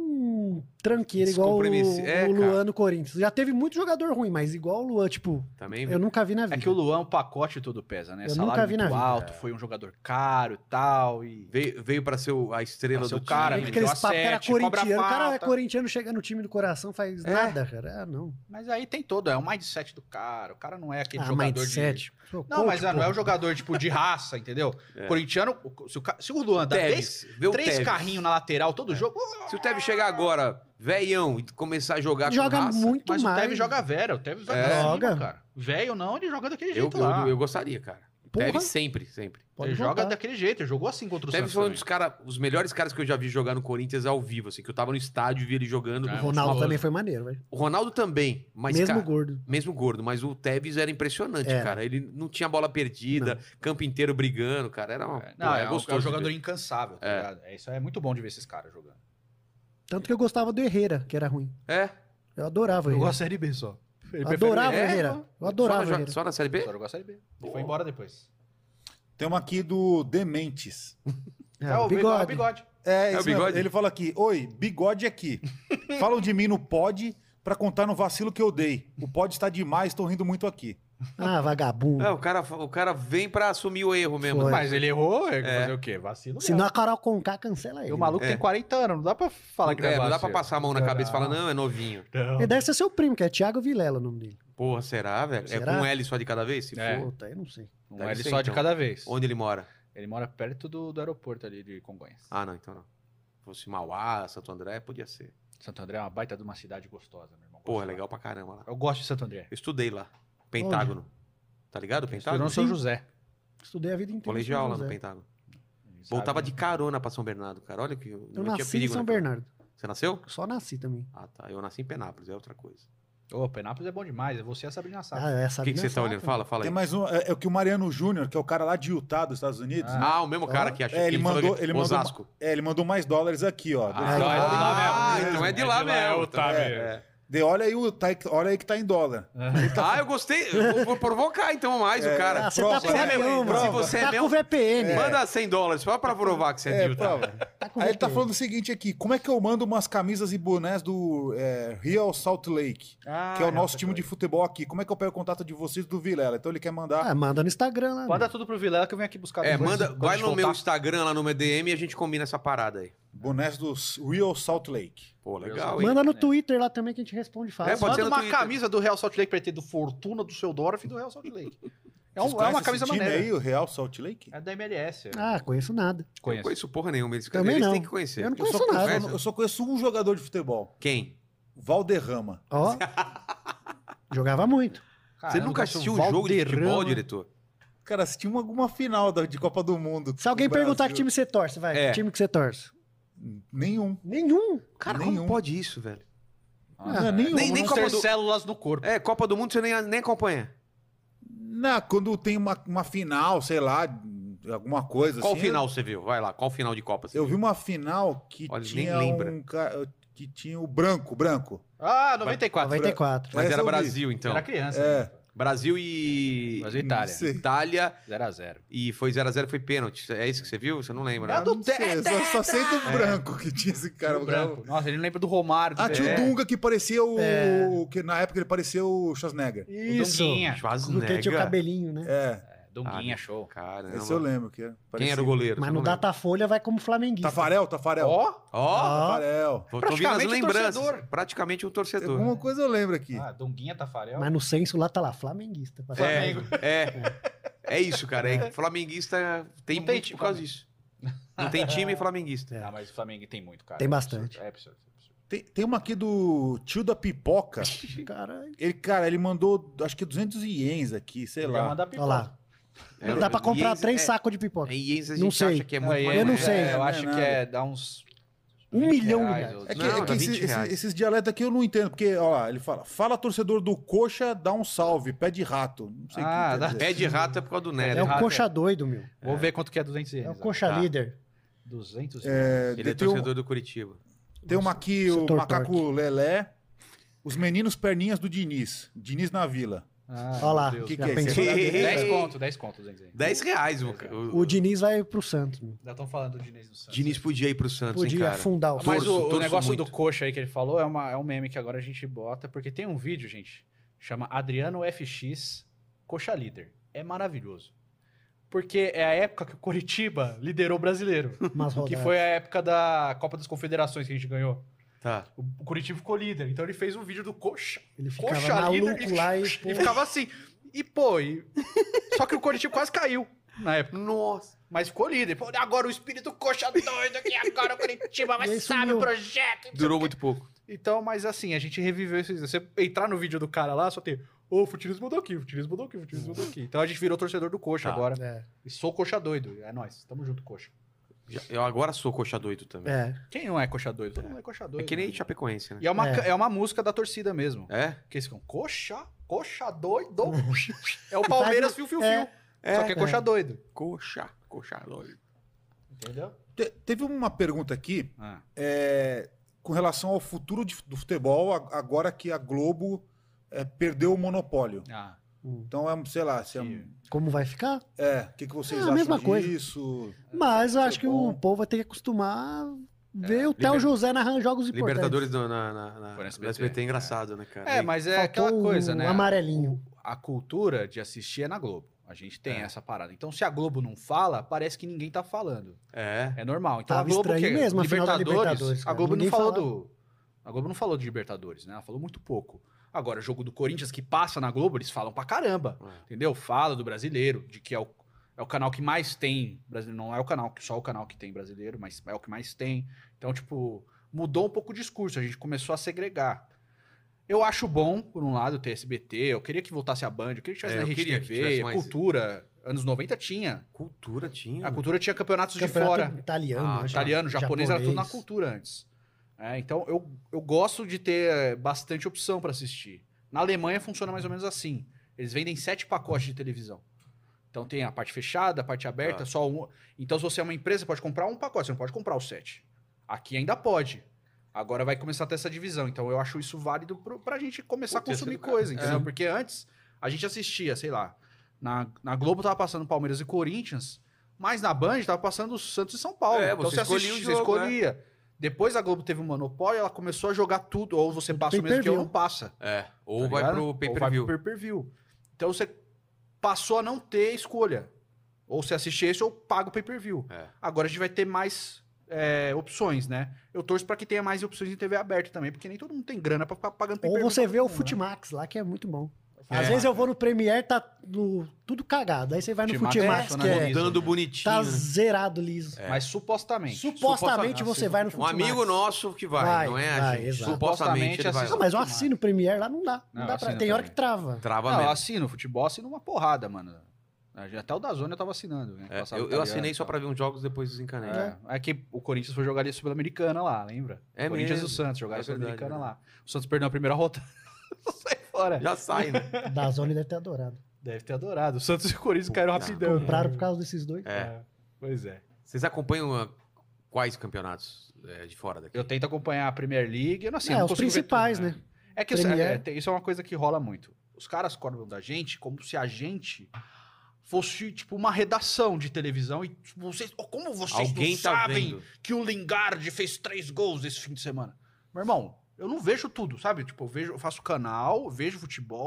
tão tranqueiro igual o, Descompromiss- é, o Luan cara. no Corinthians. Já teve muito jogador ruim, mas igual o Luan, tipo, Também. eu nunca vi na vida. É que o Luan, o pacote todo pesa, né? Eu Salário nunca vi na muito vida. alto, foi um jogador caro e tal. E... Veio, veio pra ser o- a estrela Pra ser do o cara, time. né? Aqueles meteu a papos que era sete, cobra corintiano. O cara é falta. corintiano, chega no time do coração, faz É. nada, cara. Ah, não. Mas aí tem todo, é o mindset do cara. O cara não é aquele Ah, jogador mindset. de... Sou Não, coach, mas ah, não é pô. o jogador, tipo, de raça, entendeu? É. O corintiano, o- se o, ca- se o Luan dá três, Tevez. Vê o três Tevez. carrinhos na lateral todo jogo... Se o Tevez chegar agora, velhão, e começar a jogar Joga com raça, muito Mas mais. o Tevez joga velho, o Tevez joga É. pra cima, Joga. cara. Velho não, ele joga daquele eu, jeito eu, lá. eu gostaria, cara. Porra. Tevez sempre, sempre. Pode ele voltar. joga daquele jeito, ele jogou assim contra o Tevez Santos foi um também. dos cara, os melhores caras que eu já vi jogar no Corinthians ao vivo, assim, que eu tava no estádio e vi ele jogando. É, O Ronaldo musculoso. também foi maneiro, velho. O Ronaldo também, mas Mesmo cara, gordo. mesmo gordo, mas o Tevez era impressionante, Era. cara. Ele não tinha bola perdida, campo inteiro brigando, cara. Era uma, É, Não, pô, é, um- gostoso é um de jogador ver. incansável, tá É. ligado? É, isso é muito bom de ver esses caras jogando. Tanto que eu gostava do Herrera, que era ruim. É. Eu adorava o Eu Herrera. gosto da Série B só. Ele Eu prefere adorava o o Herrera. Herrera. Eu adorava só, o na, Herrera. só na Série B? Só jogou a Série B. Ele foi embora depois. Tem uma aqui do Dementes. É, É, o o bigode. É o bigode. bigode. É, É o isso mesmo. Bigode? Ele fala aqui: Oi, bigode aqui. Falam de mim no pod pra contar no vacilo que eu dei. O pod está demais, tô rindo muito aqui. Ah, vagabundo. É, o cara, o cara vem pra assumir o erro mesmo. Foi. Mas ele errou, é. É. fazer o quê? Vacilo Se mesmo. não a Carol Conká, cancela E ele. o maluco É. tem quarenta anos, não dá pra falar que não é É, não dá pra vacilo. passar a mão na cabeça e Não. falar, não, é novinho. Não. Ele deve ser seu primo, que é Thiago Vilela o nome dele. Porra, será, velho? É Será? com um L só de cada vez? Se É. for. Puta, eu não sei. Um Deve L ser, só de então. cada vez. Onde ele mora? Ele mora perto do, do aeroporto ali de Congonhas. Ah, não, então não. Se fosse Mauá, Santo André, podia ser. Santo André é uma baita de uma cidade gostosa, meu irmão. Porra, Gosto legal pra caramba lá. lá. Eu gosto de Santo André. Eu estudei lá. Pentágono. Tá ligado? Estudou Pentágono? no São Sim. José. Estudei a vida inteira. em Colegial São lá no José. Pentágono. Sabe, Voltava né? de carona pra São Bernardo, cara. Olha que. Eu não tinha nasci em perigo, São né? Bernardo. Você nasceu? Só nasci também. Ah, tá. Eu nasci em Penápolis, é outra coisa. Ô, Penápolis é bom demais. É você e a Sabrina Sato. Ah, é, O sabe que, que você tá olhando? Fala, fala aí. Tem mais um, é, é o que o Mariano Júnior, que é o cara lá de Utah, dos Estados Unidos. Ah, o mesmo cara que achou É, que ele falou mandou, que- ele mandou, Osasco. é, ele mandou mais dólares aqui, ó. Ah, então é de lá ah, mesmo. então é de É lá de lá, é mesmo. o Otávio. É. De, olha aí o tá, olha aí que tá em dólar. Ah, eu gostei. Eu vou- vou provocar então mais o cara. Ah, você Prova, tá porra né? nenhuma. Se você é tá meu- com V P N. Manda cem dólares só pra provar que você é, É, de Utah. prova. Tá com Aí ele tá V P N. falando o seguinte aqui: como é que eu mando umas camisas e bonés do é, Real Salt Lake, Ah, que é o Real nosso Salt time de Lake. futebol aqui? Como é que eu pego o contato de vocês do Vilela? Então ele quer mandar. Ah, manda no Instagram lá. Manda né? tudo pro Vilela que eu venho aqui buscar. É, depois, manda, quando a vai gente no meu voltar. Instagram, lá no meu D M e a gente combina essa parada aí. Bonés do Real Salt Lake. Pô, legal, hein? Manda no É. Twitter lá também que a gente responde fácil. É, pode Manda ser no uma Twitter. camisa do Real Salt Lake pra ter do Fortuna, do seu Dorf e do Real Salt Lake. É, um- Vocês é conhecem uma camisa esse time maneira. aí, o Real Salt Lake? É da M L S. Ah, conheço nada. Eu não conheço porra nenhuma. Eles, Também eles não. têm que conhecer. Eu não Eu só, conheço nada. conheço, eu só conheço um jogador de futebol: Quem? Valderrama. Ó. Jogava muito. Cara, Você eu nunca conheço assistiu um jogo de futebol, Valderrama. diretor? Cara, assistiu uma- alguma final da- de Copa do Mundo. Se alguém do Brasil. perguntar que time você torce, vai. É. Que time que você torce? Nenhum. Nenhum. Cara, Nenhum. como pode isso, velho? Ah, Não, é. nenhum. Nem- nem Não Copa ter do- células no corpo. É, Copa do Mundo você nem, nem acompanha. Não, quando tem uma, uma final, sei lá, alguma coisa Qual assim. final você viu? Vai lá, qual final de Copa você Eu vi viu? uma final que Olha, nem tinha lembra. um ca- que tinha o branco, branco. Ah, noventa e quatro. noventa e quatro. Mas Essa era eu vi. Brasil, então. Era criança. É. né? Brasil e... Brasil e Itália. Não sei. Itália zero a zero. e foi zero a zero, foi pênalti. É isso que você viu? Você não lembra? É né? do Não sei, só, só sei do branco que tinha esse cara. o branco. Nossa, ele lembra do Romário. Do Ah, tinha Pelé. o Dunga que parecia o. É. que na época ele parecia o Schwarzenegger. O Isso. Dunguinha. Porque Schwarzenegger. tinha o cabelinho, né? É. Dunguinha, Ah, show. Caramba. Esse eu lembro. Que era Quem era o goleiro? Mas Você no não lembra? Datafolha vai como flamenguista. Tafarel, Tafarel. Ó, Ó, Tafarel. tô tô ouvindo as praticamente um lembranças. torcedor. Praticamente um torcedor. Alguma coisa eu lembro aqui. ah, Dunguinha, Tafarel. Mas no censo lá tá lá, flamenguista. Pra É, Flamengo. é, é isso, cara. É, flamenguista tem Não tem muito time, por causa disso. Não tem time flamenguista. Ah, mas o Flamengo tem muito, cara. Tem É bastante. absurdo, É absurdo. é absurdo. Tem, tem uma aqui do tio da pipoca. Caralho. Ele, cara, ele mandou, acho que duzentos ienes aqui, sei Ia lá. mandar Olha pipoca. lá. É, Dá pra comprar Iens- três é, sacos de pipoca. Em Iens a Não gente sei. acha que é Não, muito e mais. eu não é- sei. Eu Não é acho que nada. é dar uns. Um vinte milhão de reais, reais. ou- É que, Não, é dá que esse- vinte esse- reais. esses dialetos aqui eu não entendo, porque, ó lá, ele fala, fala torcedor do coxa, dá um salve, pé de rato. Não sei o Ah, que dá- quer dizer. Pé de rato é por causa do Neto. É o errado, coxa doido, meu. Vou ver quanto que é duzentos ienes. É o ó. coxa Tá. líder. duzentos É, Ele é tem, um- torcedor do Curitiba. tem uma aqui, o Setor macaco Torque. Lelé, os meninos perninhas do Diniz. Diniz na vila. Ah, Olha lá. meu Deus. Que Já que é isso? pensou? dez conto, dez conto, duzentos ienes. dez reais. O, o, O Diniz vai pro Santos, meu. Já estão falando do Diniz do Santos. Diniz podia ir pro Santos, hein, Podia cara. afundar o Mas Torço, o, o torço negócio muito. do coxa aí que ele falou é, uma, é um meme que agora a gente bota, porque tem um vídeo, gente, chama Adriano F X Coxa Líder. É maravilhoso. Porque é a época que o Coritiba liderou o brasileiro. Umas Que rodadas. foi a época da Copa das Confederações que a gente ganhou. Tá. O, o Coritiba ficou líder. Então ele fez um vídeo do coxa. Ele ficava Coxa maluco líder lá e... e pô, ficava assim. E, pô, e... só que o Coritiba quase caiu na época. Nossa. Mas ficou líder. Pô, agora o espírito coxa doido aqui, agora o Coritiba E vai aí sabe sumiu. o projeto. não sei Durou o quê. muito pouco. Então, mas assim, a gente reviveu isso. Você entrar no vídeo do cara lá, só tem. Ô, o Futilismo mudou aqui, o Futilismo mudou aqui, o Futilismo mudou aqui. Então a gente virou torcedor do coxa Tá. agora. É. E sou coxa doido. É nóis. Tamo junto, coxa. Já- Eu agora sou coxa doido também. É. Quem não é coxa doido? Todo mundo é coxa doido. É que nem né? Chapecoense, né? E é uma, É. é uma música da torcida mesmo. É? Que eles ficam, coxa, coxa doido. É o Palmeiras fio, fio, fio. É. Só que é coxa doido. Coxa, coxa doido. Entendeu? Te- teve uma pergunta aqui Ah. é, com relação ao futuro de- do futebol, a- agora que a Globo é, perdeu o monopólio. Ah. Então, é, sei lá, se é, Sim. Como vai ficar? é, o que, que vocês É a acham mesma coisa. disso? Mas eu acho que bom. o povo vai ter que acostumar a ver o Theo Liber- José narrando jogos importantes. Libertadores no- na, na, na, Foi no no S B T, S B T é engraçado, né, cara? É, mas é Faltou aquela coisa, o né? amarelinho. A cultura de assistir é na Globo. A gente tem É. essa parada. Então, se a Globo não fala, parece que ninguém tá falando. É. É normal. Então Tava a Globo estranho que mesmo a final da Libertadores, a cara. Globo Ninguém não falou falava. do A Globo não falou de Libertadores, né? Ela falou muito pouco. Agora, jogo do Corinthians que passa na Globo, eles falam pra caramba. É. Entendeu? Fala do brasileiro, de que é o, é o canal que mais tem brasileiro. Não é o canal, só o canal que tem brasileiro, mas é o que mais tem. Então, tipo, mudou um pouco o discurso. A gente começou a segregar. Eu acho bom, por um lado, ter S B T. Eu queria que voltasse a Band, eu queria que tivesse É, na eu Rede queria que T V, tivesse mais- Cultura. Anos noventa tinha. Cultura tinha. A Cultura tinha campeonatos de Campeonato fora. italiano, Ah, né? Italiano, japonês, era tudo na Japonês. cultura antes. É, então eu, eu gosto de ter bastante opção para assistir. Na Alemanha funciona mais ou menos assim. Eles vendem sete pacotes de televisão. Então tem a parte fechada, a parte aberta, Ah. só um. Então se você é uma empresa, você pode comprar um pacote, você não pode comprar os sete. Aqui ainda pode. Agora vai começar a ter essa divisão. Então eu acho isso válido pro, pra gente começar Putz, a consumir esse- coisa, entendeu? é. Porque antes a gente assistia, sei lá, na, na Globo tava passando Palmeiras e Corinthians, mas na Band tava passando Santos e São Paulo. É, então você você escolhia assistia, o você jogo, escolhia. Depois a Globo teve um monopólio, ela começou a jogar tudo. Ou você passa o mesmo que eu, pay-per-view. não passa. É. Ou tá vai ligado? pro Ou vai pay-per-view. pro pay-per-view. Então você passou a não ter escolha. Ou você assiste esse ou paga o pay-per-view. É. Agora a gente vai ter mais é, opções, né? Eu torço pra que tenha mais opções em T V aberta também, porque nem todo mundo tem grana pra ficar pagando Ou pay-per-view. você pra vê o todo mundo, né? Futimax lá, que é muito bom. Às É. vezes eu vou no Premiere, tá no- tudo cagado. Aí você vai no Futimax Futimax, é que é, liso, Dando né? bonitinho. tá né? zerado liso. É. Mas supostamente. Supostamente Suposta- você Ah, vai no Um Futimax. amigo nosso que vai, Vai, não é a vai, gente. exato. Supostamente ele vai. Supostamente Ah, mas eu assino o Premiere lá, não dá. Não, Não, dá eu pra... assino Tem hora também. que trava. Trava Não, eu mesmo. assino futebol, assino uma porrada, mano. Até o da Zona eu tava assinando. Né? É, Passava eu, eu italiano assinei e só tal. pra ver uns jogos, depois desencanei. É, é que o Corinthians foi jogar ali a Sul-Americana lá, lembra? É Corinthians mesmo. e o Santos jogaram É a Sul-Americana verdade, lá. O Santos perdeu a primeira rodada. Sai fora. Já sai, né? Da Zona deve ter adorado. Deve ter adorado. O Santos e o Corinthians caíram Puta. rapidão. Compraram por causa desses dois. É. Pois é. Vocês acompanham ah, quais campeonatos é, de fora daqui? Eu tento acompanhar a Premier League. Eu não, assim, É, eu não os consigo ver principais, tudo, né? É que isso Premier. é, tem- isso é uma coisa que rola muito. Os caras cobram da gente como se a gente fosse, tipo, uma redação de televisão e tipo, vocês, oh, como vocês Alguém não tá sabem vendo. que o Lingard fez três gols esse fim de semana? Meu irmão, eu não vejo tudo, sabe? Tipo, eu, vejo, eu faço canal, vejo futebol,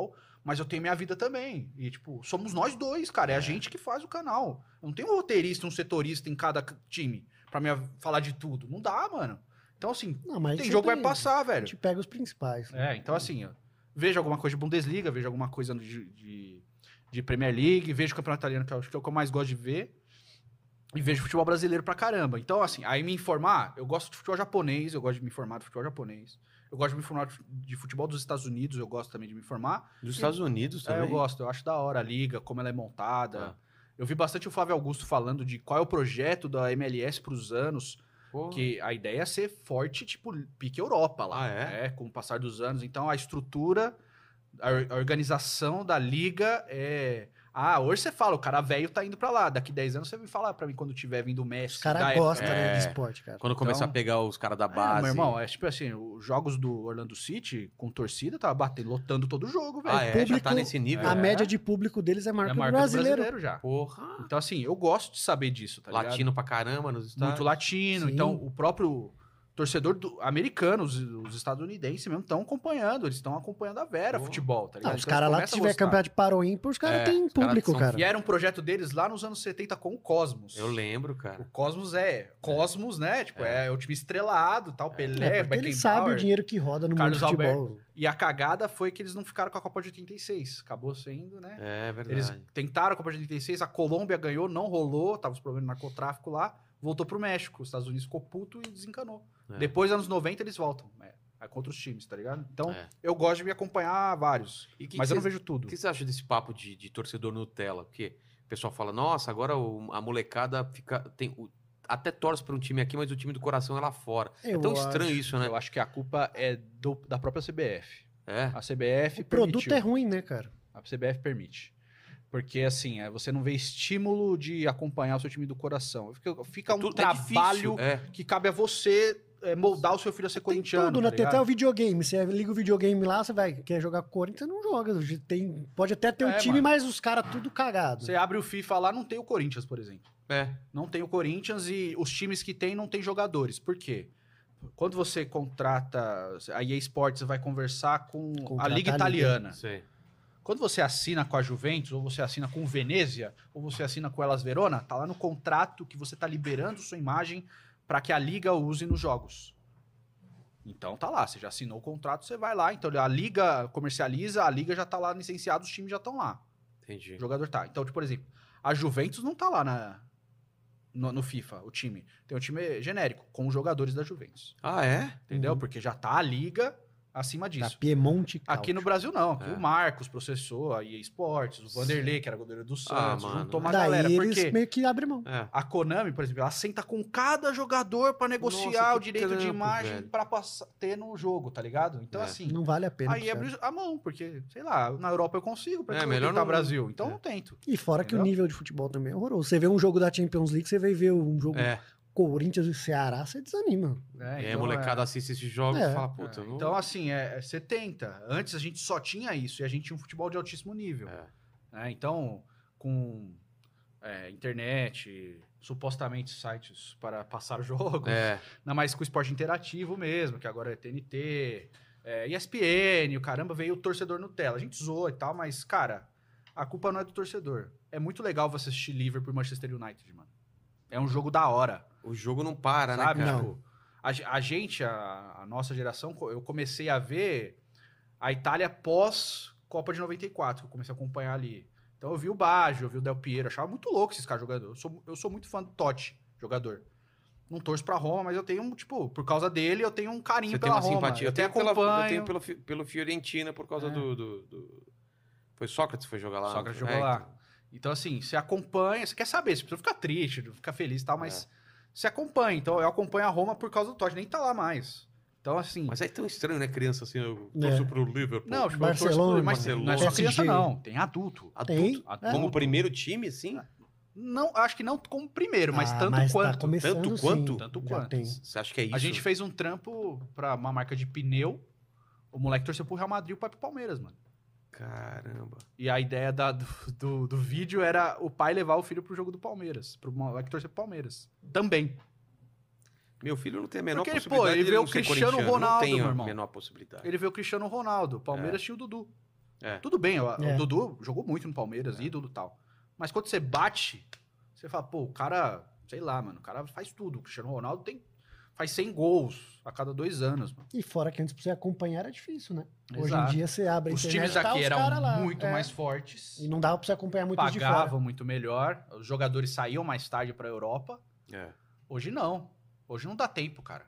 mas eu tenho minha vida também. E, tipo, somos nós dois, cara. É, a gente que faz o canal. Eu não tem um roteirista, um setorista em cada time pra me falar de tudo. Não dá, mano. Então, assim, Não, mas tem você jogo que vai tem- passar, A velho. gente pega os principais. É, então assim, ó, vejo alguma coisa de Bundesliga, vejo alguma coisa de, de, de Premier League, vejo o Campeonato Italiano, que eu acho que é o que eu mais gosto de ver, e vejo futebol brasileiro pra caramba. Então, assim, aí me informar, eu gosto de futebol japonês, eu gosto de me informar do futebol japonês, eu gosto de me informar de futebol dos Estados Unidos, eu gosto também de me informar. Dos Estados Unidos É, também. eu gosto, eu acho da hora a liga, como ela é montada. Ah. Eu vi bastante o Flávio Augusto falando de qual é o projeto da M L S pros anos, Pô. que a ideia é ser forte, tipo, pique Europa lá. Ah, é? Com o passar dos anos. Então, a estrutura, a, or- a organização da liga é... Ah, hoje você fala, o cara velho tá indo pra lá. Daqui dez anos você me fala pra mim quando tiver vindo o Messi. Os da caras época. gostam, é. né, de esporte, cara. Quando começar Então- a pegar os caras da É, base. meu irmão, é tipo assim, os jogos do Orlando City, com torcida, tava batendo, lotando todo jogo, velho. Ah, é? Já Público- tá nesse nível. A É. média de público deles é É maior a que o marca do brasileiro. brasileiro já. Porra. Então, assim, eu gosto de saber disso, tá ligado? Latino pra caramba nos Estados Muito latino. Sim. Então, o próprio torcedor do, americano, os, os estadunidenses mesmo, estão acompanhando. Eles estão acompanhando a Vera Pô. futebol, tá ligado? Ah, os Então, caras eles lá, começam se a tiver gostar. campeonato de Paro Ímpar, os caras É, têm os caras público, são cara. E era um projeto deles lá nos anos setenta com o Cosmos. Eu lembro, O cara. Cosmos é. Cosmos, né? Tipo, é, o time estrelado, tal, Pelé, É, porque eles Beckenbauer. sabem o dinheiro que roda no Carlos mundo do futebol. E a cagada foi que eles não ficaram com a Copa de oitenta e seis. Acabou sendo, né? É verdade. Eles tentaram a Copa de oitenta e seis, a Colômbia ganhou, não rolou, tava os problemas de narcotráfico lá, voltou pro México. Os Estados Unidos ficou puto e desencanou. É. Depois, anos noventa, eles voltam. É, é contra os times, tá ligado? Então, É. eu gosto de me acompanhar vários. E que mas que eu não cês- vejo tudo. O que você acha desse papo de, de torcedor Nutella? Porque o pessoal fala, nossa, agora o- a molecada fica. Tem, o- até torce pra um time aqui, mas o time do coração é lá fora. Eu é tão acho. estranho isso, né? Eu acho que a culpa é do- da própria C B F. É. A C B F O produto permitiu. é ruim, né, cara? A C B F permite. Porque, assim, é, você não vê estímulo de acompanhar o seu time do coração. Fica, fica um Tudo é trabalho difícil, é. que cabe a você é, moldar o seu filho a ser Tem corintiano. tudo, tá né? Tem até ligado? o videogame. Você liga o videogame lá, você vai, quer jogar Corinthians, você não joga. Tem, pode até ter o É, time, mano. mas os caras tudo cagado. Você abre o FIFA lá, não tem o Corinthians, por exemplo. É. Não tem o Corinthians e os times que tem não tem jogadores. Por quê? Quando você contrata, a E A Sports vai conversar com a Contrata Liga a Liga. Italiana. Sei. Quando você assina com a Juventus, ou você assina com o Venezia, ou você assina com o Elas Verona, tá lá no contrato que você tá liberando sua imagem para que a Liga use nos jogos. Então tá lá, você já assinou o contrato, você vai lá. Então a Liga comercializa, a Liga já tá lá licenciada, os times já estão lá. Entendi. O jogador tá. Então, tipo, por exemplo, a Juventus não tá lá na, no, no FIFA, o time. Tem um time genérico, com os jogadores da Juventus. Ah, é? Entendeu? Uhum. Porque já tá a liga acima Da disso. Piemonte Aqui no Calcio. Brasil não. Aqui É. o Marcos processou, a E A Sports, o Vanderlei, que era goleiro do Santos, mano. juntou uma Daí galera. eles Porque meio que abrem mão. É. a Konami, por exemplo, ela senta com cada jogador pra negociar Nossa, o que direito de trampo, imagem velho. pra passar, ter no jogo, tá ligado? Então, É. assim, Não vale a pena. aí pros abre caras. a mão, porque, sei lá, na Europa eu consigo, pra É, que eu vou melhor tentar não- Brasil. Então é. não tento. E fora que o Entendeu? nível de futebol também é horroroso. Você vê um jogo da Champions League, você vai ver um jogo É. Corinthians e Ceará, você desanima. É, E aí a então, molecada é- assiste esses jogos É. e fala, puta, É, eu vou... então, assim, é, é setenta. Antes a gente só tinha isso, e a gente tinha um futebol de altíssimo nível. É. Né? Então, com é, internet, supostamente sites para passar jogos, É. ainda mais com esporte interativo mesmo, que agora é T N T, é, E S P N, o caramba, veio o torcedor Nutella. A gente zoa e tal, mas, cara, a culpa não é do torcedor. É muito legal você assistir Liverpool e Manchester United, mano. É um jogo da hora. O jogo não para, Sabe? né, cara? Não. Tipo, a, ge- a gente, a, a nossa geração, co- eu comecei a ver a Itália pós Copa de noventa e quatro, que eu comecei a acompanhar ali. Então eu vi o Baggio, eu vi o Del Piero, achava muito louco esses caras jogando. Eu sou, eu sou muito fã do Totti, jogador. Não torço pra Roma, mas eu tenho, um, tipo, por causa dele, eu tenho um carinho Você tem pela uma Roma. simpatia. Eu, Eu tenho, pela, acompanho. eu tenho pelo, Fi- pelo Fiorentina por causa É. do, do, do- Foi Sócrates que foi jogar lá. Sócrates não foi? jogou É, lá. Então, assim, você acompanha, você quer saber, você precisa ficar triste, ficar feliz e tal, mas você acompanha. Então, eu acompanho a Roma por causa do Totti, nem tá lá mais. Então, assim... Mas é tão estranho, né, criança, assim, eu É. torço pro Liverpool. Não, tipo, Barcelona, eu torço por- mas Barcelona, não é só P S G. criança, não. Tem adulto. Adulto. Tem. adulto. É. Como primeiro time, assim? Não, acho que não como primeiro, mas Ah, tanto mas quanto. Tá começando, Tanto sim. quanto? Tanto Já quanto. tem. Você acha que é isso? A gente fez um trampo pra uma marca de pneu. O moleque torceu pro Real Madrid e pro Palmeiras, mano. Caramba. E a ideia da- do, do, do vídeo era o pai levar o filho pro jogo do Palmeiras. Pro moleque torcer pro Palmeiras. Também. Meu filho não tem a menor Porque ele, possibilidade pô, ele de vê o não ser Cristiano corintiano. Ronaldo, Não tem meu a irmão. menor possibilidade. Ele vê o Cristiano Ronaldo. O Palmeiras tinha o Dudu. É. Tudo bem, o, É. o Dudu jogou muito no Palmeiras, É. ídolo e tal. Mas quando você bate, você fala, pô, o cara, sei lá, mano, o cara faz tudo. O Cristiano Ronaldo tem, faz cem gols a cada dois anos, mano. E fora que antes pra você acompanhar era difícil, né? Hoje Exato. em dia você abre a Os internet, times tá daqui os eram cara lá. muito É. mais fortes, E não dava pra você acompanhar muito de fora. pagavam muito melhor, os jogadores saíam mais tarde pra Europa. É. Hoje não. Hoje não dá tempo, cara.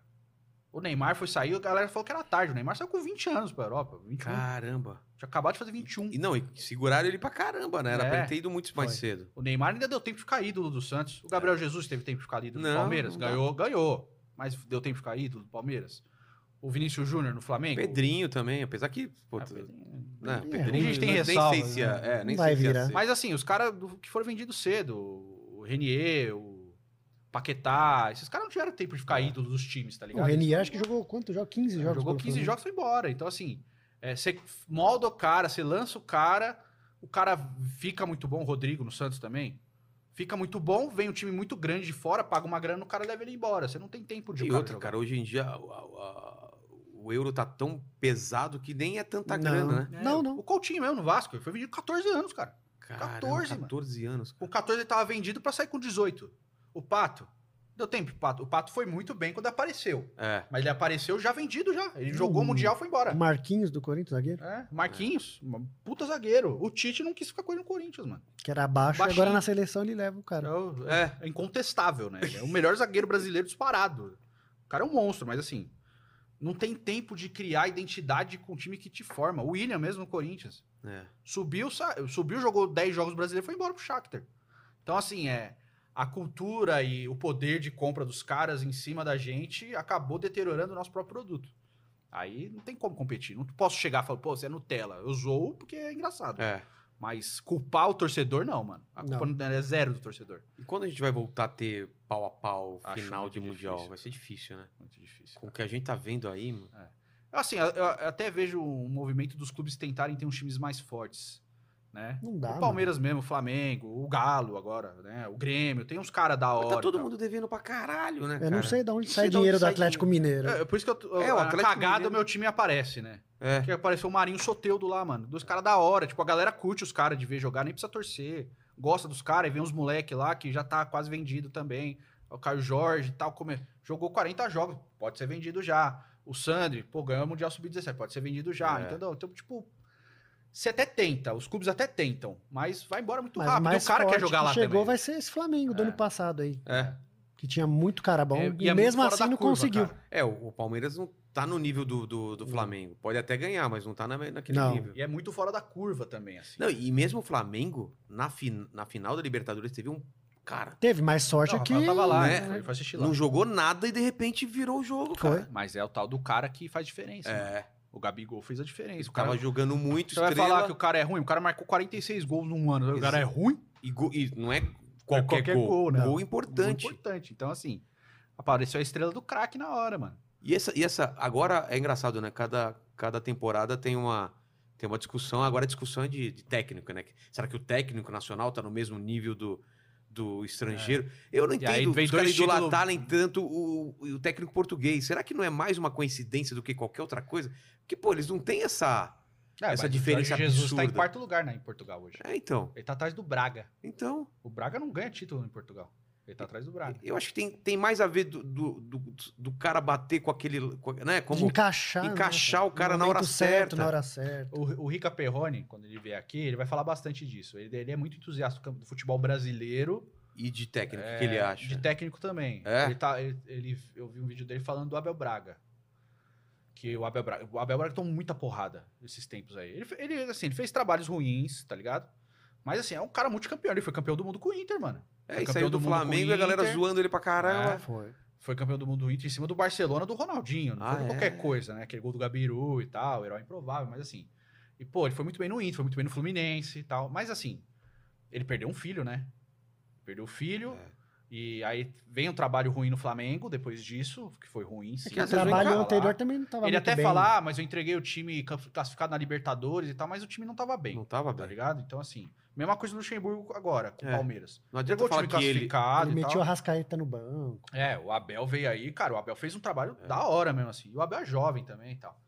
O Neymar foi sair, a galera falou que era tarde. O Neymar saiu com vinte anos pra Europa. vinte e um. Caramba. Tinha acabado de fazer vinte e um. E não, e seguraram ele pra caramba, né? Era É. pra ele ter ido muito mais Foi. cedo. O Neymar ainda deu tempo de ficar ídolo do Santos. O Gabriel Jesus teve tempo de ficar ídolo do Não, Palmeiras. não dá. Ganhou, ganhou. Mas deu tempo de ficar ídolo do Palmeiras. O Vinícius Júnior no Flamengo. Pedrinho também, apesar que. Pô, Ah, tu- Pedrinho. Não, É, Pedrinho, a gente tem nem ressalvas, sei se ia, né? é, nem Não vai sei se ia virar. ser. Mas assim, os caras do- que foram vendidos cedo, o Renier, o Paquetá, esses caras não tiveram tempo de ficar ídolo dos times, tá ligado? O Renier acho que jogou quantos jogos? quinze Ele jogos. jogou pelo quinze Flamengo. jogos e foi embora. Então, assim, é, você molda o cara, você lança o cara, o cara fica muito bom, o Rodrigo no Santos também. Fica muito bom, vem um time muito grande de fora, paga uma grana, o cara leva ele embora. Você não tem tempo de E o cara outra, jogar. cara, hoje em dia a- a- o euro tá tão pesado que nem é tanta Não. grana, né? É, Não, não. O Coutinho mesmo no Vasco, ele foi vendido com catorze anos, cara. Caramba, catorze, mano. catorze anos. Com catorze ele tava vendido pra sair com dezoito. O Pato, deu tempo, o Pato. O Pato foi muito bem quando apareceu. É. Mas ele apareceu já vendido já. Ele jogou o Hum. Mundial e foi embora. O Marquinhos do Corinthians, zagueiro, É, Marquinhos, uma puta zagueiro. O Tite não quis ficar com ele no Corinthians, mano. que era baixo, e Baixinho. agora na seleção ele leva o cara. É, é incontestável, né? Ele é o melhor zagueiro brasileiro disparado. O cara é um monstro, mas assim, não tem tempo de criar identidade com o time que te forma. O William mesmo no Corinthians. É. Subiu, sa- subiu, jogou dez jogos brasileiros e foi embora pro Shakhtar. Então, assim, é, a cultura e o poder de compra dos caras em cima da gente acabou deteriorando o nosso próprio produto. Aí não tem como competir. Não posso chegar e falar, pô, você é Nutella. Eu zoo porque é engraçado. É. Mas culpar o torcedor, não, mano. A culpa Não. não. é zero do torcedor. E quando a gente vai voltar a ter pau a pau Acho final muito de Mundial? difícil. Vai ser difícil, né? Muito difícil. Com o que a gente tá vendo aí, mano. Assim, eu, eu até vejo um movimento dos clubes tentarem ter uns times mais fortes, né? Não dá, O Palmeiras mesmo, o Flamengo, o Galo agora, né? O Grêmio, tem uns caras da Mas hora. tá todo e tal. mundo devendo pra caralho, né, Eu cara? não sei de onde Não sai sei de onde dinheiro do sai Atlético Mineiro. É, por isso que eu, É, o a Atlético cagada Mineiro- o meu time aparece, né? É. Que apareceu o Marinho Soteldo lá, mano. Dos caras da hora. Tipo, a galera curte os caras de ver jogar, nem precisa torcer. Gosta dos caras, e vem uns moleque lá que já tá quase vendido também. O Caio Jorge e tal. Come... Jogou quarenta jogos, pode ser vendido já. O Sandri, pô, ganhou o Mundial sub dezessete, pode ser vendido já, É. entendeu? Então, tipo, você até tenta, os clubes até tentam, mas vai embora muito Mas rápido. E mais o cara quer forte jogar que lá chegou também. vai ser esse Flamengo do É. ano passado aí. É. Que tinha muito cara bom. É, e é muito mesmo fora assim da não curva, conseguiu. cara. É, o, o Palmeiras não tá no nível do, do, do Flamengo. Pode até ganhar, mas não tá na, naquele Não. nível. E é muito fora da curva também, assim. Não, e mesmo o Flamengo, na, fin na final da Libertadores, teve um. Cara, Teve mais sorte Não, o aqui. Rafael tava lá, né? né? Ele foi assistir lá. não jogou nada e de repente virou o jogo, Foi. cara. Mas é o tal do cara que faz diferença. mano. É. O Gabigol fez a diferença. O Tava cara, jogando muito você vai estrela. falar que o cara é ruim? O cara marcou quarenta e seis gols num ano. O cara é ruim? E, go- e não é qualquer, qualquer gol. gol, né? Gol importante. Muito importante. Então, assim, apareceu a estrela do craque na hora, mano. E essa, e essa. Agora é engraçado, né? Cada, cada temporada tem uma, tem uma discussão. Agora a discussão é de, de técnico, né? Será que o técnico nacional tá no mesmo nível do, do estrangeiro? Eu não E aí entendo vem os caras dois títulos- idolatrarem tanto o, o técnico português. Será que não é mais uma coincidência do que qualquer outra coisa? Porque, pô, eles não têm essa. É, Essa mas o diferença Jorge Jesus tá em absurda. quarto lugar, né, em Portugal hoje. É, então. Ele tá atrás do Braga. Então. O Braga não ganha título em Portugal. Ele tá atrás do Braga. Eu acho que tem, tem mais a ver do, do, do, do cara bater com aquele. com- né? De Como encaixar. encaixar o cara No na hora momento certa. Na hora certa. O, o Rica Perrone, quando ele vier aqui, ele vai falar bastante disso. Ele, ele é muito entusiasta do campo- do futebol brasileiro. e de técnico. O é, que ele acha? De técnico também. É? Ele tá, ele, ele- eu vi um vídeo dele falando do Abel Braga. Que o Abel Braga, o Abel Braga tomou muita porrada esses tempos aí. Ele, fe- ele, assim, ele fez trabalhos ruins, tá ligado? Mas, assim, é um cara multicampeão. Ele foi campeão do mundo com o Inter, mano. É, Foi e campeão saiu do do mundo com o Flamengo e a galera Inter. zoando ele pra caramba. É. Foi. Foi campeão do mundo do Inter em cima do Barcelona do Ronaldinho. Não Ah, foi é? qualquer coisa, né? Aquele gol do Gabiru e tal, herói improvável, mas assim. E, pô, ele foi muito bem no Inter, foi muito bem no Fluminense e tal. Mas assim, ele perdeu um filho, né? Perdeu o filho. É. E aí vem um trabalho ruim no Flamengo depois disso, que foi ruim, sim. que O às vezes trabalho vem cá, anterior também não tava Ele muito até bem. fala, ah, mas eu entreguei o time classificado na Libertadores e tal, mas o time não tava bem, Não tava tá bem. ligado? Então, assim, mesma coisa do Luxemburgo agora, com o É. Palmeiras. Não adianta Entregou o falar time que ele. classificado Ele e metiu tal. a Rascaeta no banco. É, o Abel veio aí, cara, o Abel fez um trabalho É. da hora mesmo, assim. E o Abel é jovem também e tal.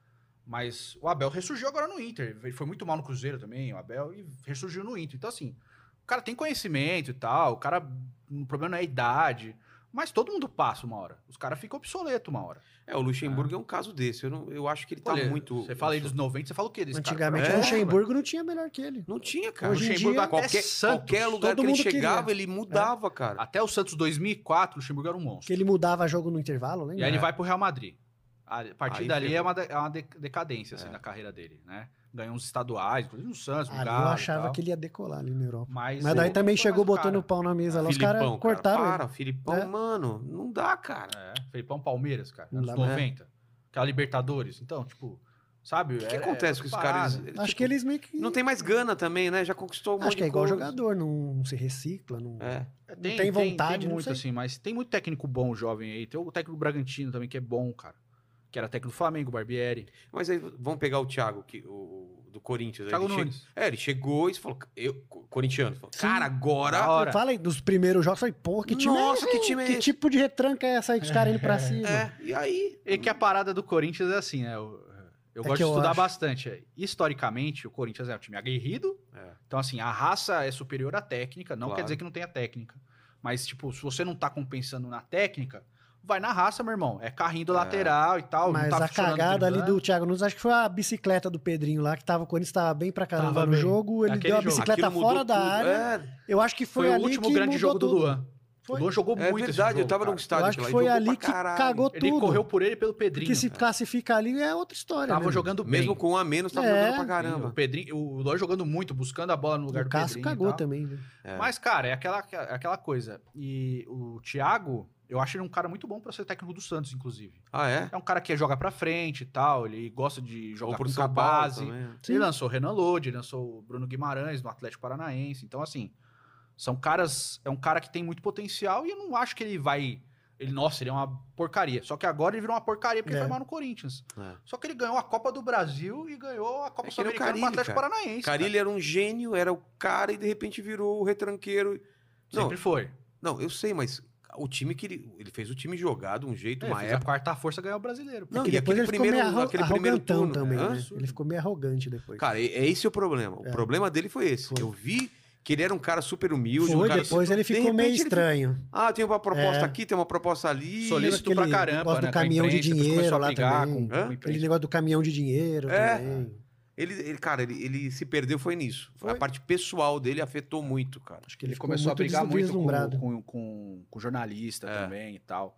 Mas o Abel ressurgiu agora no Inter. Ele foi muito mal no Cruzeiro também, o Abel, e ressurgiu no Inter. Então, assim, o cara tem conhecimento e tal, o cara, o problema não é a idade, mas todo mundo passa uma hora. Os caras ficam obsoletos uma hora. É, o Luxemburgo é, um caso desse. Eu, não, eu acho que ele tá Olha, muito... Você fala aí dos noventa, você fala o quê desse Antigamente cara? o É, Luxemburgo não tinha melhor que ele. Não tinha, cara. Hoje em Luxemburgo dia, até Qualquer, Santos, qualquer lugar todo que ele mundo queria. chegava, ele mudava, cara. Até o Santos dois mil e quatro, o Luxemburgo era um monstro. Que ele mudava jogo no intervalo, lembra? E aí ele É. vai pro Real Madrid. A partir Aí dali ferrou. é uma, de- é uma de- decadência, assim, É. da carreira dele, né? Ganhou uns estaduais, inclusive no Santos, no Ali Galo eu e achava tal. que ele ia decolar ali na Europa. Mas, Mas daí ele também não foi chegou mais o botando o cara. pau na mesa lá. Os Filipão, caras cara, cortaram para, ele. Filipão, É. mano, não dá, cara. É, Felipão Palmeiras, cara, Não anos dá mais. noventa. Aquela Libertadores. Então, tipo, sabe? O que, que acontece com esses caras? Acho Tipo, que eles meio que... Não tem mais gana também, né? Já conquistou um monte Acho que é de igual coisa. jogador, não, não se recicla, não... É. Tem, tem vontade, tem não muito, sei. assim, mas tem muito técnico bom jovem aí. Tem o técnico Bragantino também, que é bom, cara. Que era técnico do Flamengo, Barbieri. Mas aí vamos pegar o Thiago, que, o, do Corinthians. aí Thiago ele che- Nunes. É, ele chegou e falou, eu, co- corintiano, falou, Sim. cara, agora... Da hora. Fala aí, dos primeiros jogos, falei, porra, que time Nossa, é que esse? time é Que esse? tipo de retranca é essa aí dos caras indo pra cima? É, e aí? E que a parada do Corinthians é assim, né? Eu, eu É gosto que de eu estudar acho. bastante. Historicamente, o Corinthians é um time aguerrido. É. Então, assim, a raça é superior à técnica. Não Claro. quer dizer que não tenha técnica. Mas, tipo, se você não tá compensando na técnica, vai na raça, meu irmão. É carrinho do lateral e tal. Mas não tá a funcionando cagada ali driblando. do Thiago Nunes, acho que foi a bicicleta do Pedrinho lá, que tava, quando ele estava bem pra caramba Tava no bem. jogo, ele Aquele deu a jogo. bicicleta Aquilo mudou fora da tudo. área. É, Eu acho que foi, Foi o ali último que grande mudou jogo do tudo. Luan. Foi. O Luan jogou é muito esse verdade, jogo, eu tava cara. no estádio. Eu acho que lá, ele foi jogou ali pra que caralho. cagou Ele tudo. correu por ele e pelo Pedrinho. Porque se classificar ali é outra história. Tava né? jogando bem. Mesmo com um a menos, tava É. jogando pra O caramba. Pedrinho, o Luan jogando muito, buscando a bola no lugar O do Cássio Pedrinho. e cagou tal. também, né? É. Mas, cara, é aquela, é aquela coisa. E o Thiago, eu acho ele um cara muito bom pra ser técnico do Santos, inclusive. Ah, é? É um cara que joga pra frente e tal, ele gosta de Ou jogar pro com São a Paulo base. também. Sim. Ele lançou o Renan Lodi, ele lançou o Bruno Guimarães no Atlético Paranaense. Então, assim, são caras... É um cara que tem muito potencial e eu não acho que ele vai... Ele, nossa, ele é uma porcaria. Só que agora ele virou uma porcaria porque É. ele foi mal no Corinthians. É. Só que ele ganhou a Copa do Brasil e ganhou a Copa É que nem o Sul-Americana com o Carille, Atlético cara. Paranaense. Carilli era um gênio, era o cara e de repente virou o retranqueiro. cara. Não, Sempre foi. não, eu sei, mas o time que ele, ele fez o time jogar de um jeito, Ele uma fez a época. quarta força ganhou o brasileiro. Não, É que e depois aquele ele ficou primeiro, meio arro aquele primeiro arrogantão turno, também, hã? né? Ele ficou meio arrogante depois. Cara, é é esse o problema. O É. problema dele foi esse. Foi. Eu vi que ele era um cara super humilde. Foi, um cara depois super- ele de ficou meio repente ele estranho. Ah, tem uma proposta É. aqui, tem uma proposta ali. Solícito Lembra pra aquele caramba, negócio né? do com a caminhão de imprensa, depois dinheiro começou a lá brigar também. com- com a Hã? imprensa. Aquele negócio do caminhão de dinheiro É. também. Ele, ele, cara, ele, ele se perdeu foi nisso. Foi. A parte pessoal dele afetou muito, cara. Acho que ele, Ele ficou começou a muito brigar muito com, deslumbrado. com, com, com jornalista É. também e tal.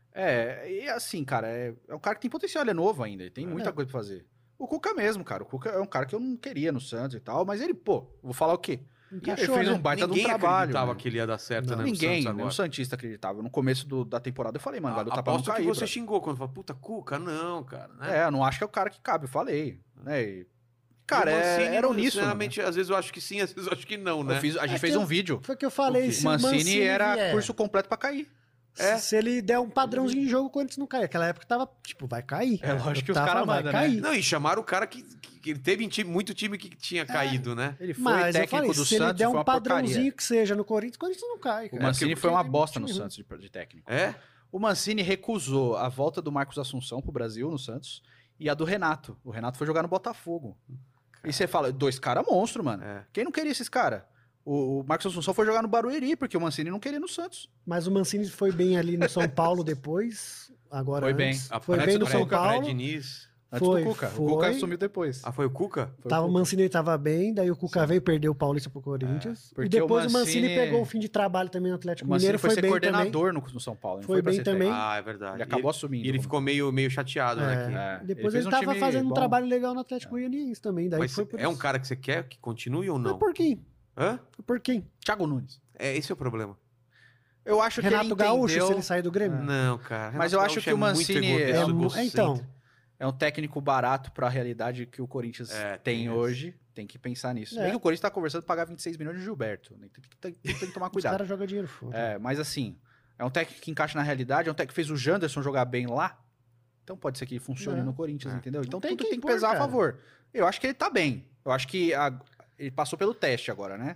É, e assim, cara, é, é um cara que tem potencial, ele é novo ainda, ele tem muita É. coisa pra fazer. O Cuca mesmo, cara, o Cuca é um cara que eu não queria no Santos e tal, mas ele, pô, vou falar o quê? E ele Encaixou, fez né? um baita de Ninguém um trabalho. acreditava né? que ele ia dar certo, Não. né? no Ninguém, Santos né? agora. O Santista acreditava. No começo do- da temporada eu falei, mano, vai lutar pra não Aposto cair. que você brother. xingou quando falou, puta, Cuca, não, cara. Né? É, eu não acho que é o cara que cabe, eu falei. Né? E, cara, E o é, Mancini, era uníssono. Né? Sinceramente, às vezes eu acho que sim, às vezes eu acho que não, né? Eu fiz- a gente É fez que um eu- vídeo. Foi o que eu falei. O Se O Mancini, Mancini era vier, curso completo pra cair. É. Se ele der um padrãozinho de jogo, o Corinthians não cai. Naquela época tava, tipo, vai cair. É lógico que Eu os tava caras falando, vai mandam, né? cair. Não, e chamaram o cara que, que, que ele teve em time, muito time que tinha caído, né? Ele foi Mas eu técnico falei, do se ele Santos, der foi um uma porcaria. padrãozinho que seja no Corinthians, o Corinthians não cai. O Cara. Mancini Porque foi uma tem bosta muito no time Santos de, de técnico. É? O Mancini recusou a volta do Marcos Assunção pro Brasil, no Santos, e a do Renato. O Renato foi jogar no Botafogo. E você fala, dois caras monstro, mano. É. Quem não queria esses caras? O, o Marcos Assunção foi jogar no Barueri, porque o Mancini não queria no Santos. Mas o Mancini foi bem ali no São Paulo depois. Agora Foi bem. antes. A Foi parece bem no do São Cuca, Paulo. Fred Diniz. Antes Foi, do Cuca. foi. O Cuca assumiu depois. Ah, foi o Cuca? Foi Tava, o Cuca. Mancini tava bem, daí o Cuca veio e perdeu o Paulista pro Corinthians. É, e porque depois o o Mancini... Mancini- pegou o fim de trabalho também no O Atlético Mancini Mineiro, foi, foi, ser bem também. coordenador no, no São Paulo. Não Foi foi pra bem ser também. técnico. Ah, é verdade. Ele E acabou assumindo. E ele como- ficou meio, meio chateado, né? É. que- É, Depois fez ele, um tava time fazendo um bom. trabalho legal no Atlético Goianiense também. Daí Mas foi por é um isso. cara que você quer que continue ou Mas não? por quem? Hã? Por quem? Thiago Nunes. É, esse é o problema. Eu acho que Renato ele Gaúcho, entendeu- se ele sair do Grêmio. Não, cara. Mas Renato eu acho Gaúcho que o muito Mancini ego- é É, egocêntrico. mu- então, É um técnico barato pra realidade que o Corinthians É, tem tem hoje. Tem que pensar nisso. Se É. bem que o Corinthians tá conversando pra pagar vinte e seis milhões de Gilberto. Né? Tem, que- tem- tem que tomar os cuidado. caras jogam dinheiro fora. É, mas assim, é um técnico que encaixa na realidade, é um técnico que fez o Janderson jogar bem lá. Então pode ser que ele funcione É. no Corinthians, É. entendeu? Então tem tudo quem tem que pôr, pesar cara. a favor. Eu acho que ele tá bem. Eu acho que a- ele passou pelo teste agora, né?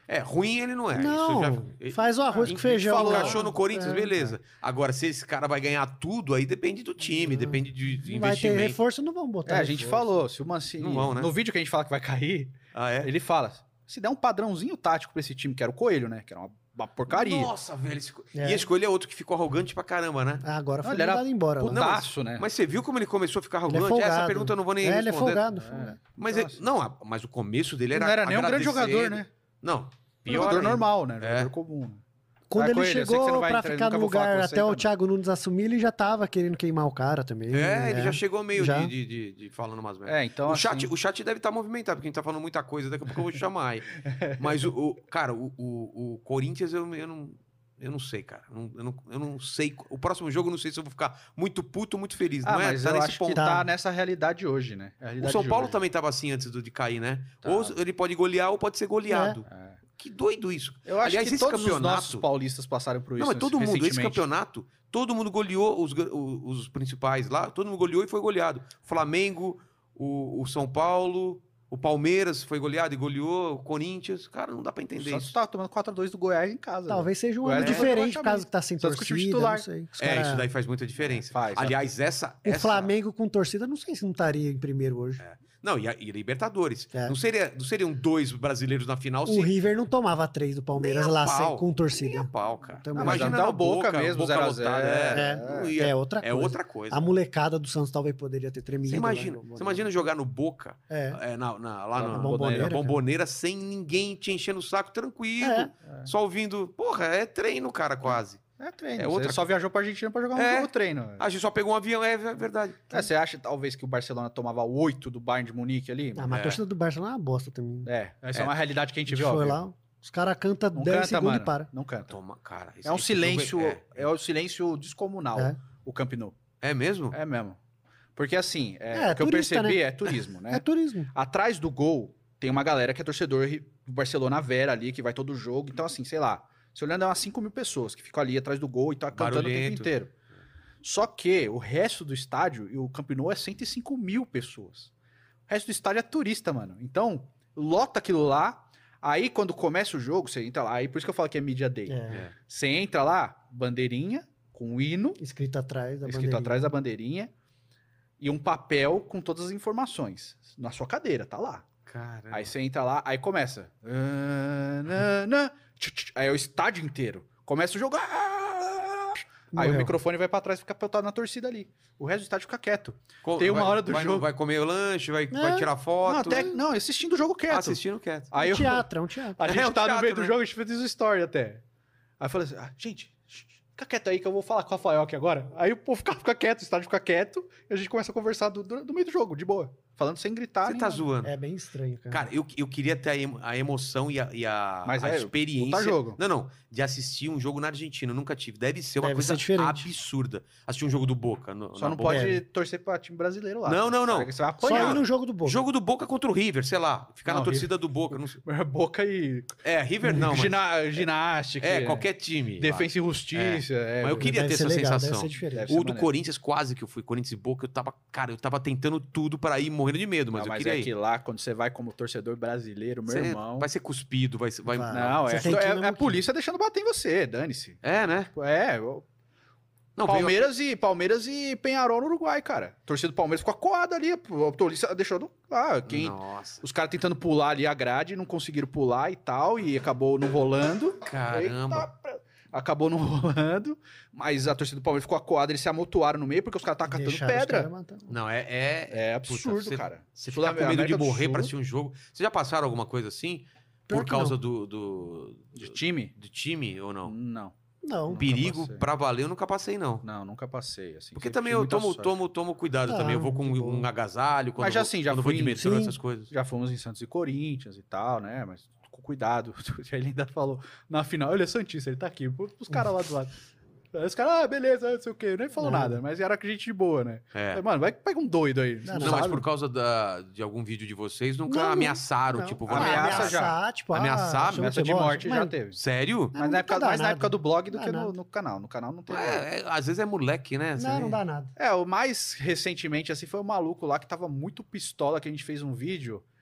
É, ruim ele não é. Não, Isso já... faz o arroz En- com feijão. Falou, lá. encaixou no Corinthians, É. beleza. Agora, se esse cara vai ganhar tudo, aí depende do time, depende de de Não vai ter investimento. reforço, não vão botar É, a gente reforço. falou, se o Mancini... Não vão, né? No vídeo que a gente fala que vai cair, Ah, é? ele fala, se der um padrãozinho tático pra esse time, que era o Coelho, né? Que era uma, uma porcaria. Nossa, velho. Esse... É. E esse Coelho é outro que ficou arrogante pra caramba, né? Ah, agora Não, foi ele era mandado embora. lá. Não, mas- Putaço, né? Mas você viu como ele começou a ficar Ele é arrogante? folgado. Essa pergunta eu não vou nem É, ele é responder. folgado. folgado. Mas, Então, ele- assim, não, a- mas o começo dele era não era nem um grande jogador, agradecendo. né? Não, pior Jogador ainda. normal, né? É. Jogador comum. né? Quando Vai, ele Coelho, eu sei que você chegou não vai pra entrar, ficar nunca no vou falar lugar com você, até o então. Thiago Nunes assumir, ele já tava querendo queimar o cara também. É, ele né? já chegou meio Já. de, de, de- de falando umas merdas. É, então o, assim, chat, o chat deve estar movimentado, porque a gente tá falando muita coisa, daqui a pouco eu vou te chamar aí. Mas, o, o- cara, o, o, o Corinthians, eu, eu, não, eu não sei, cara. Não- Eu não, eu não sei. O próximo jogo, eu não sei se eu vou ficar muito puto ou muito feliz. Ah, não é? mas Tá eu nesse acho ponto. que tá nessa realidade hoje, né? É a O realidade São de Paulo hoje. também tava assim antes do- de cair, né? Tá. Ou ele pode golear ou pode ser goleado. É. Que doido isso. Eu acho Aliás, que esse todos os campeonato- nossos paulistas passaram por isso Não, mas todo mundo, esse recentemente. campeonato, todo mundo goleou os, os, os principais lá, todo mundo goleou e foi goleado. O Flamengo, o, o São Paulo, o Palmeiras foi goleado e goleou, o Corinthians. Cara, não dá pra O entender Santos isso. tá tomando quatro a dois do Goiás em casa. Talvez seja um Goiás ano é diferente, por praticamente. causa que tá sem Santos com o time torcida, titular. não sei. Os É, cara- isso daí faz muita diferença. Faz, faz. Aliás, essa... O essa... Flamengo com torcida, não sei se não estaria em primeiro hoje. Não, e a, e a Libertadores. É. Não, seria, não seriam dois brasileiros na final O River não tomava três do Palmeiras Nem a lá pau. sem, com Nem a torcida. pau, cara. Então, Não, mas Imagina até na o Boca mesmo, zero a zero. lotada, é. É, Não ia- é outra É coisa. outra coisa. A molecada do Santos talvez poderia ter tremido. Você imagina, né? você imagina jogar no Boca, É. é, na, na- lá Na na, Bomboneira, na cara. bomboneira, sem ninguém te enchendo o saco, tranquilo. É. Só ouvindo. Porra, é treino, cara, quase. É treino. É É outra Você só viajou pra Argentina pra jogar um É. jogo treino. A gente só pegou um avião, é verdade. É, você acha talvez que o Barcelona tomava oito do Bayern de Munique ali? Ah, mas É. a torcida do Barcelona é uma bosta também. É, essa é. É. uma realidade que a A gente gente viu. foi ó, lá, os caras cantam Não dez canta, segundos mano. e para. Não canta. Toma, cara. esse- É um esse jogo silêncio, É, é um silêncio descomunal, É. o Camp Nou. é mesmo? É mesmo. Porque assim, é, É, o que eu turista, percebi né? é turismo, né? É turismo. Atrás do gol tem uma galera que é torcedor do Barcelona Vera ali, que vai todo jogo. Então, assim, sei lá, se olhando é umas cinco mil pessoas que ficam ali atrás do gol e tá cantando o Barulhento. tempo inteiro. Só que o resto do estádio, e o Camp Nou é cento e cinco mil pessoas. O resto do estádio é turista, mano. Então, lota aquilo lá. Aí, quando começa o jogo, você entra lá. Aí, por isso que eu falo que é Media Day. É. É. Você entra lá, bandeirinha, com o hino, Escrito atrás da escrito bandeirinha. atrás da bandeirinha, e um papel com todas as informações. Na sua cadeira, tá lá. Caramba. Aí você entra lá, aí começa. Ah, na, na, tch, tch, Aí é o estádio inteiro. Começa o jogo. ah, Aí o Morreu. microfone vai pra trás e fica pelotado na torcida ali. O resto do estádio fica quieto. Co- tem uma vai- hora do vai, jogo. Vai comer o lanche, vai, vai É. tirar foto. Não, até, não, assistindo o jogo quieto. Assistindo quieto. Aí É eu, um teatro, é um teatro. a gente É um tá no teatro, meio do né? jogo, a gente fez o story até. Aí eu falei assim, ah, gente, shh, fica quieto aí que eu vou falar com o Rafael aqui agora. Aí o povo fica, fica quieto, o estádio fica quieto, e a gente começa a conversar do, do, do meio do jogo, de boa. Falando sem gritar. Você nem tá nada. zoando. É bem estranho, cara. Cara, eu, eu queria ter a, emo- a emoção e a, e a, Mas a é, experiência. puta jogo. Não, não. De assistir um jogo na Argentina. Eu nunca tive. Deve ser uma Deve coisa ser diferente. absurda. Assistir um jogo do Boca. no- Só na não Boca. pode É. torcer pra time brasileiro lá. Não, não, não. Sabe que Você vai Só apanhar. ir no jogo do Boca. Jogo do Boca contra o River, sei lá. Ficar Não, na torcida do Boca. Não sei. Boca e É, River não, mas... Gina- ginástica. É, qualquer time. Defesa e justiça. é. Mas eu queria Deve ter ser essa legal, sensação. Deve ser diferente. Deve O ser do maneiro. Corinthians, quase que eu fui. Corinthians e Boca, eu tava... Cara, eu tava tentando tudo pra ir morrendo de medo, mas Não, eu mas queria é ir. que lá, quando você vai como torcedor brasileiro, meu Cê irmão. Vai ser cuspido, vai... vai... Vai. Não, Você é, tem que ir é, no é a Muquinho. polícia deixando bater em você, dane-se. É, né? É, o- Não, veio- Palmeiras, e, Palmeiras e Penharol no Uruguai, cara. A torcida do Palmeiras ficou acuada ali. A polícia deixou. no- Ah, quem, Nossa. os caras tentando pular ali a grade, não conseguiram pular e tal, e acabou não rolando. Caramba. Eita, acabou não rolando, mas a torcida do Palmeiras ficou acuada, eles se amotoaram no meio porque os caras estavam catando Deixaram os pedra. caras matar. Não, é... é... É absurdo, Puta, você- cara. Você Sul- ficar com medo de América do morrer Sul, pra assistir um jogo. Vocês já passaram alguma coisa assim? Pior Por que causa não. do, do, de do, time? do time ou não? Não. Não. Nunca Perigo passei. pra valer eu nunca passei, não. Não, nunca passei. Assim, Porque sempre também tive eu muita tomo, sorte. tomo, tomo cuidado Ah, também. Eu vou com de um, boa. um agasalho, quando, Mas já vou, assim, já quando vou de fui- metrô, sim. essas coisas. Já fomos em Santos e Corinthians e tal, né? Mas com cuidado. Ele ainda falou na final, ele é Santista, ele tá aqui. Os caras lá do lado. Aí os caras, ah, beleza, não sei o quê. Nem falou Nada. nada, mas era gente de boa, né? É. Falei, mano, vai que pega um doido aí. Não, Não, não mas sabe? por causa da, de algum vídeo de vocês, nunca Não, não. ameaçaram, Não. tipo, Ah, vou ameaça ameaçar. já. ameaçar, tipo, Ameaçar, ah, chama Ameaça de você morte mas- já teve. Sério? Mas Não, na época, nunca dá mais na nada. época do blog do Dá que no, nada. no canal. No canal não tem nada. É, é, às vezes é moleque, né? Você- Não, não dá nada. É, o mais recentemente, assim, foi o maluco lá que tava muito pistola, que a gente fez um vídeo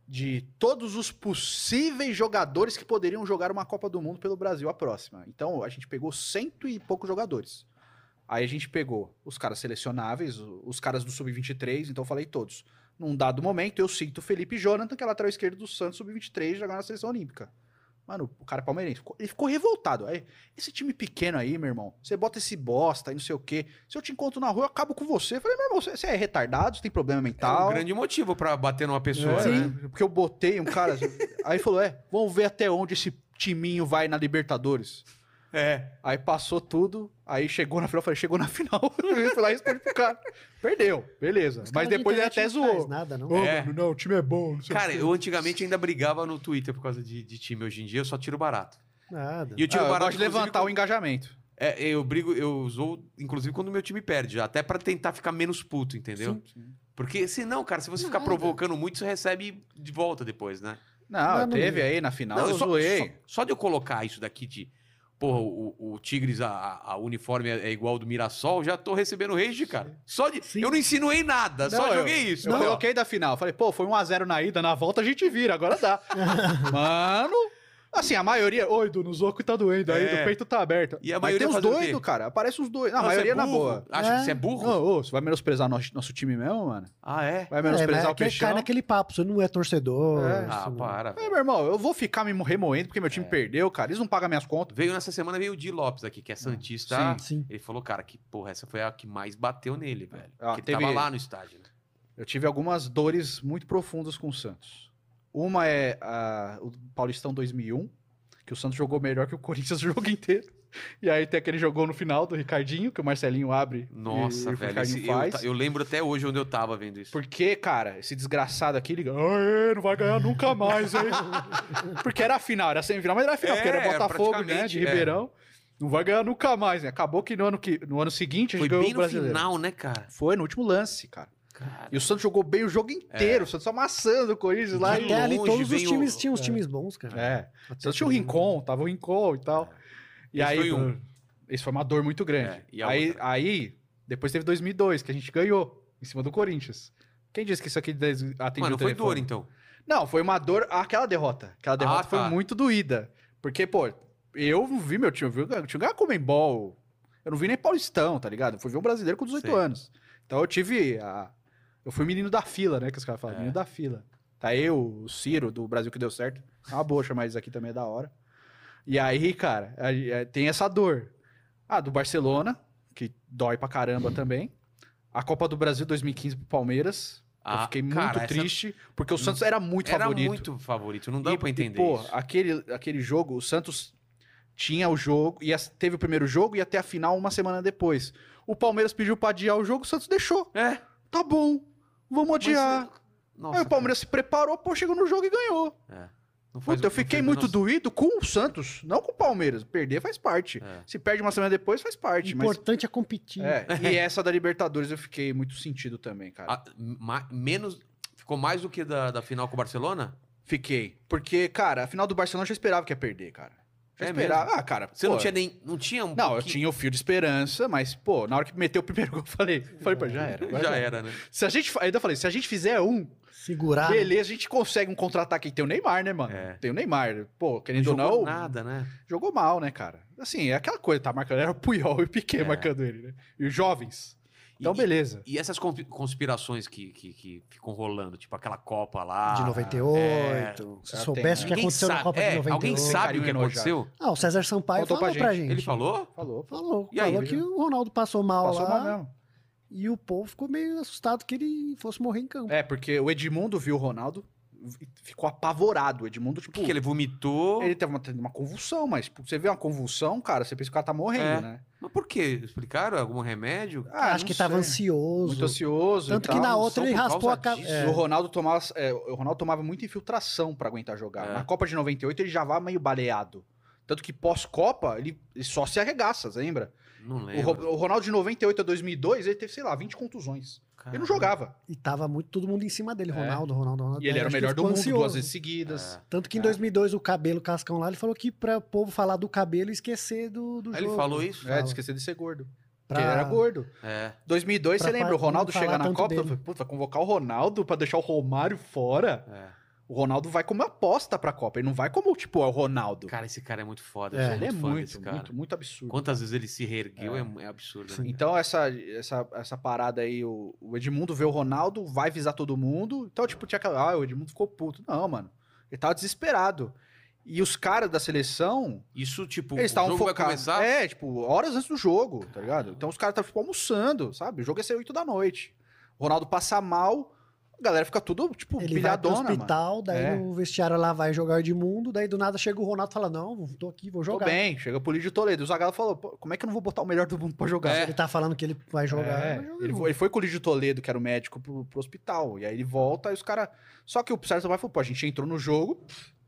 de todos os possíveis jogadores que poderiam jogar uma Copa do Mundo pelo Brasil, a próxima. Então, a gente pegou cento e poucos jogadores. Aí a gente pegou os caras selecionáveis, os caras do sub vinte e três, então eu falei todos. Num dado momento, eu cito o Felipe Jonathan, que é lateral esquerdo do Santos sub vinte e três, jogando na seleção olímpica. Mano, o cara é palmeirense. Ele ficou revoltado. Aí, esse time pequeno aí, meu irmão, você bota esse bosta aí, não sei o quê. Se eu te encontro na rua, eu acabo com você. Eu falei, meu irmão, você, você é retardado? Você tem problema É mental? um grande motivo pra bater numa pessoa, É, né? porque eu botei um cara... aí falou, é, vamos ver até onde esse timinho vai na Libertadores. É. Aí passou tudo, aí chegou na final, eu falei, chegou na final. Eu fui lá e respondi pro cara. Perdeu, beleza. Os Mas caras de depois ele internet até não faz zoou. nada, não. Ô, É. mano, não, o time é bom. Não sei Cara, o quê. eu antigamente ainda brigava no Twitter por causa de, de time. Hoje em dia eu só tiro barato. Nada. E eu tiro Ah, eu barato, gosto de inclusive, levantar com- o engajamento. É, eu brigo, eu uso, inclusive, quando o meu time perde, já, até pra tentar ficar menos puto, entendeu? Porque senão, cara, se você ficar Nada. provocando muito, você recebe de volta depois, né? Não, Não, não teve liga. aí na final, Não, eu só, zoei. só, só de eu colocar isso daqui de. Porra, o, o Tigres, a, a uniforme é igual ao do Mirassol, já tô recebendo rage, cara. Só de. Sim. Eu não insinuei nada, Não, só eu- joguei isso. Eu Ó. coloquei da final. Falei, pô, foi um a zero na ida, na volta a gente vira, agora dá. Mano, assim, a maioria... Oi, Edu, no Zoco tá doendo aí, É. do peito tá aberto. E a Mas maioria tem uns fazendo o quê? doidos, cara. Aparece uns doidos. Não, a Não, você maioria é na burro? boa. Acha que É. você é burro? Não, ô, você vai menosprezar nosso, nosso time mesmo, mano? Ah, é? Vai É, menosprezar mas o é que peixão? cai naquele papo, você não é torcedor. É. Ah, isso não- para. É, meu irmão, eu vou ficar me remoendo porque meu time perdeu, cara. Eles não pagam minhas contas. Veio nessa semana, veio o Di Lopes aqui, que é Santista. Sim. Ele falou, cara, que porra, essa foi a que mais bateu nele, velho. Ah, Porque teve- ele tava lá no estádio. Né? Eu tive algumas dores muito profundas com o Santos. Uma é a- o Paulistão dois mil e um, que o Santos jogou melhor que o Corinthians o jogo inteiro. E aí tem aquele jogou no final do Ricardinho, que o Marcelinho abre Nossa, e, e o velho. Ricardinho esse- eu, faz. ta- eu lembro até hoje onde eu tava vendo isso. Porque, cara, esse desgraçado aqui liga, "Aê, não vai ganhar nunca mais, hein?" Porque era a final, era semifinal, mas era a final, É, porque era Botafogo, né, praticamente, de é. Ribeirão. Não vai ganhar nunca mais, né? Acabou que no ano, que, no ano seguinte a Foi gente ganhou bem o no Brasileiro. final, né, cara? Foi no último lance, cara. Cara, E o Santos jogou bem o jogo inteiro, o Santos amassando o Corinthians lá. de e- Até ali longe todos os vem o- times tinham os É. times bons, cara. É. O Santos tinha o Rincon, tava o Rincon e tal. E Esse aí, foi um. esse foi uma dor muito grande. É, e a aí, outra? aí, depois teve dois mil e dois, que a gente ganhou em cima do Corinthians. Quem disse que isso aqui des- atendeu Mano, o foi telefone? dor, então. Não, foi uma dor, aquela derrota. Aquela derrota Ah, foi tá. muito doída. Porque, pô, eu não vi meu time, eu vi o time ganhar Comembol. Eu não vi nem Paulistão, tá ligado? Eu fui ver um brasileiro com dezoito Sei. anos. Então eu tive a... Eu fui menino da fila, né? Que os caras falam, É. menino da fila. Tá eu, o Ciro, do Brasil que deu certo. É uma boa chamar eles aqui também, é da hora. E aí, cara, a- a- tem essa dor. Ah, do Barcelona, que dói pra caramba também. A Copa do Brasil dois mil e quinze pro Palmeiras. eu Ah, fiquei muito cara, essa- triste, porque o Santos era muito Era favorito. muito favorito, não dá E- pra e, entender pô, isso. Aquele, aquele jogo, o Santos tinha o jogo, ia, teve o primeiro jogo e até a final uma semana depois. O Palmeiras pediu pra adiar o jogo, o Santos deixou. É. Tá bom, vamos adiar. Mas, nossa, Aí o Palmeiras se preparou, pô, chegou no jogo e ganhou. cara, é. Não faz- Puta, eu não fiquei faz muito menor- doído com o Santos, não com o Palmeiras. Perder faz parte. É. Se perde uma semana depois, faz O parte. Mas, importante é competir. é, e essa da Libertadores eu fiquei muito sentido também, cara. Ah, ma- menos. Ficou mais do que da, da final com o Barcelona? Fiquei. Porque, cara, a final do Barcelona eu já esperava que ia perder, cara. Já É esperava. mesmo? Ah, cara. Você pô, não tinha nem. Não tinha um. Não, eu pouquinho- tinha o fio de esperança, mas, pô, na hora que meteu o primeiro gol, eu falei, falei, pô, já era. agora Já era, né? Se a gente, fa- ainda falei, se a gente fizer um, Segurar. beleza, a gente consegue um contra-ataque. E tem o Neymar, né, mano? É. Tem o Neymar. Pô, Não querendo ou jogou não, nada, né? jogou mal, né, cara? Assim, é aquela coisa, tá marcando, era o Puyol e o Piquet É. marcando ele, né? E os jovens. Então, E- beleza. E essas conspi- conspirações que, que, que ficam rolando, tipo aquela Copa lá. De noventa e oito. Se é, soubesse o que Ninguém aconteceu na sabe- Copa é, de noventa e oito. Alguém sabe o Carinho que enojado. aconteceu? Ah, o César Sampaio Contou falou pra pra gente. gente. Ele falou? Falou. Falou. E aí, falou viu? que o Ronaldo passou mal Passou lá. mal mesmo. E o povo ficou meio assustado que ele fosse morrer em campo. É, porque o Edmundo viu o Ronaldo, e ficou apavorado. O Edmundo, tipo, Porque ele vomitou. ele teve uma, teve uma convulsão, mas tipo, você vê uma convulsão, cara, você pensa que o cara tá morrendo, É. né? Mas por quê? Explicaram algum remédio? Ah, Acho não que tava sei. ansioso. Muito ansioso. Tanto e que tal. na não outra são ele por raspou causa a cabeça. disso. E o Ronaldo tomava, é, o Ronaldo tomava muita infiltração pra aguentar jogar. É. Na Copa de noventa e oito ele já vai meio baleado. Tanto que pós-Copa ele, ele só se arregaça, lembra? Não O, lembro. Ro- o Ronaldo de noventa e oito a dois mil e dois ele teve, sei lá, vinte contusões. Ele não jogava. E tava muito todo mundo em cima dele. Ronaldo, Ronaldo, Ronaldo. E ele era o Acho que melhor do ficou mundo ansioso. duas vezes seguidas. É. Tanto que em É. dois mil e dois, o cabelo Cascão lá, ele falou que pra o povo falar do cabelo e esquecer do, do Aí jogo. ele falou isso? É, de esquecer de ser gordo. Pra- Porque ele era gordo. É. dois mil e dois, Pra você lembra? fa- O Ronaldo não falar chega na tanto Copa, dele. eu falei, puta, vai convocar o Ronaldo pra deixar o Romário fora? É. O Ronaldo vai como aposta pra Copa. Ele não vai como, tipo, é o Ronaldo. Cara, esse cara é muito foda. É, eu sou ele é fã muito, desse cara. muito, muito absurdo. Quantas vezes ele se reergueu é, é absurdo. Né? Então, essa, essa, essa parada aí, o, o Edmundo vê o Ronaldo, vai visar todo mundo. Então, tipo, tinha aquela. Ah, o Edmundo ficou puto. Não, mano. Ele tava desesperado. E os caras da seleção. Isso, tipo, Eles o estavam jogo vai focados. começar... É, tipo, horas antes do jogo, tá ligado? Então os caras estavam, tipo, almoçando, sabe? O jogo ia ser oito da noite. O Ronaldo passa mal, a galera fica tudo, tipo, Ele vai pro pilhadona, hospital, mano. daí É. no vestiário lá vai jogar de mundo, daí do nada chega o Ronaldo e fala, não, tô aqui, vou Tô jogar. bem, chega pro Lídio Toledo. O Zagallo falou, pô, como é que eu não vou botar o melhor do mundo pra jogar? É. Ele tá falando que ele vai jogar. É, vai jogar. ele, foi, ele foi com o Lídio Toledo, que era o médico, pro, pro hospital. E aí ele volta e os caras... Só que o Sérgio Tomás falou, pô, a gente entrou no jogo...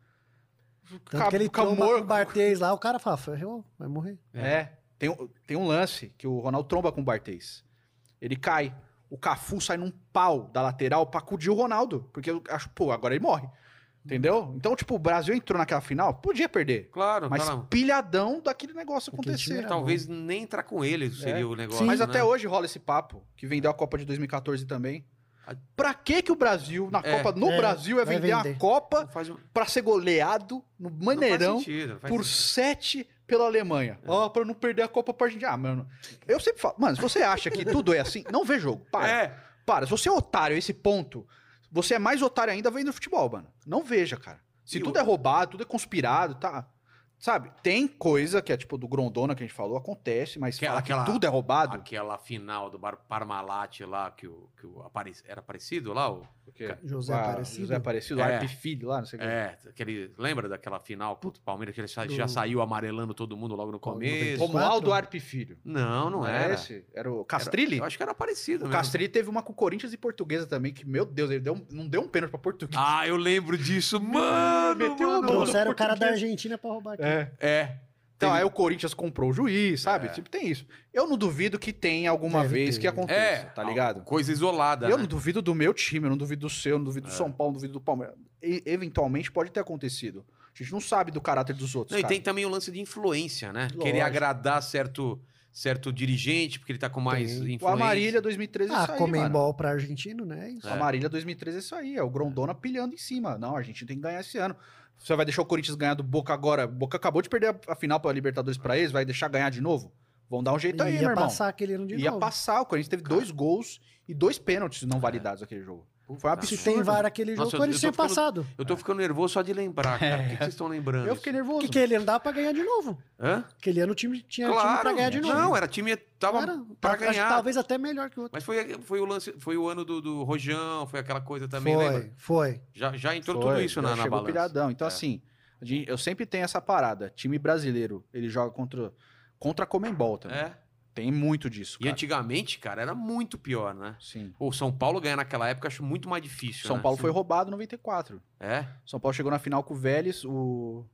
Tanto que ele Acabou- tromba com o Barthez lá, o cara fala, ferrou, vai morrer. É, tem, um- tem um lance que o Ronaldo tromba com o Barthez. Ele cai. O Cafu sai num pau da lateral pra acudir o Ronaldo. Porque eu acho, pô, agora ele morre. Entendeu? Então, tipo, o Brasil entrou naquela final, podia perder. Claro, Mas tá lá. pilhadão daquele negócio Aquele time acontecer. era Talvez nem entrar com ele seria É. o negócio. Sim. Mas né? até hoje rola esse papo, que vendeu a Copa de dois mil e quatorze também. Pra que que o Brasil, na É. Copa no É, Brasil, é vai vender a vender. Copa Não faz, não pra ser goleado no Maneirão faz sentido. não faz por sentido. sete pela Alemanha? Ó, pra não perder a Copa pra Argentina. Ah, mano, eu sempre falo, mano, se você acha que tudo é assim, não vê jogo, para. É, Para, se você é otário a esse ponto, você é mais otário ainda vendo futebol, mano. Não veja, cara. Se E tudo o- é roubado, tudo é conspirado, tá... Sabe, tem coisa que é tipo do Grondona que a gente falou, acontece, mas Aquela- falar aquela- que tudo é roubado... aquela final do Bar Parmalat lá, que o, que o apare... era parecido lá? O... O quê? José Ah, Aparecido. José Aparecido, É. Arpe Filho lá, não sei o quê. É, aquele, lembra daquela final contra o Palmeiras que ele já, Do- já saiu amarelando todo mundo logo no começo? Como quatro? Aldo Arpe Filho. Não, não era. esse? Era o Castrilli? Era- eu acho que era parecido O mesmo. Castrilli teve uma com Corinthians e Portuguesa também, que, meu Deus, ele deu um- não deu um pênalti pra Portuguesa. Ah, eu lembro disso, mano! Meteu a mano. mão. Trouxeram o cara da português. Argentina pra roubar aqui. É. É. Então, Teve- aí o Corinthians comprou o juiz, sabe? É. Tipo, tem isso. Eu não duvido que tenha alguma Deve vez ter. que aconteça, É, tá ligado? Coisa isolada. Eu né? não duvido do meu time, eu não duvido do seu, eu não duvido do É. São Paulo, não duvido do Palmeiras. E, eventualmente pode ter acontecido. A gente não sabe do caráter dos outros, Não, e cara. tem também o lance de influência, né? Lógico. Querer agradar certo, certo dirigente, porque ele tá com mais Tem. O influência. Amarília dois mil e treze é Ah, isso aí, mano. Comembol pra argentino, né? Isso. O Amarília dois mil e treze é isso aí, é o Grondona pilhando em cima. Não, a gente tem que ganhar esse ano. Você vai deixar o Corinthians ganhar do Boca agora? O Boca acabou de perder a a final pra Libertadores pra eles, vai deixar ganhar de novo? Vão dar um jeito aí, Ia meu irmão. passar aquele ano de Ia novo. passar, o Corinthians teve dois gols e dois pênaltis não validados naquele jogo. Foi um Puta Se absurdo. tem VAR aquele jogo, Nossa, o Corinthians eu tinha tô ficando- passado. Eu tô ficando nervoso só de lembrar, cara. O que, que vocês estão lembrando? Eu fiquei O nervoso. que aquele ano dava pra ganhar de novo. Hã? Aquele ano o time tinha time Claro. pra ganhar de novo. Não, era time tava Era, pra tá- acho que ganhar. talvez até melhor que o outro. Mas foi, foi o lance, foi o ano do, do Rojão, foi aquela coisa também, Foi, lembra? foi. Já, já entrou Foi, tudo isso já na, na chegou balança. pilhadão. Então, É. assim, a gente- eu sempre tenho essa parada. Time brasileiro, ele joga contra, contra a Comembol também. É. Tem muito disso, E cara. antigamente, cara, era muito pior, né? Sim. O São Paulo ganhar naquela época eu acho muito mais difícil. São né? Paulo foi roubado em noventa e quatro. É? São Paulo chegou na final com o Vélez, o,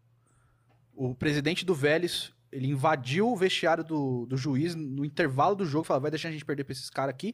o presidente do Vélez, ele invadiu o vestiário do, do juiz no intervalo do jogo, falou, vai deixar a gente perder pra esses caras aqui?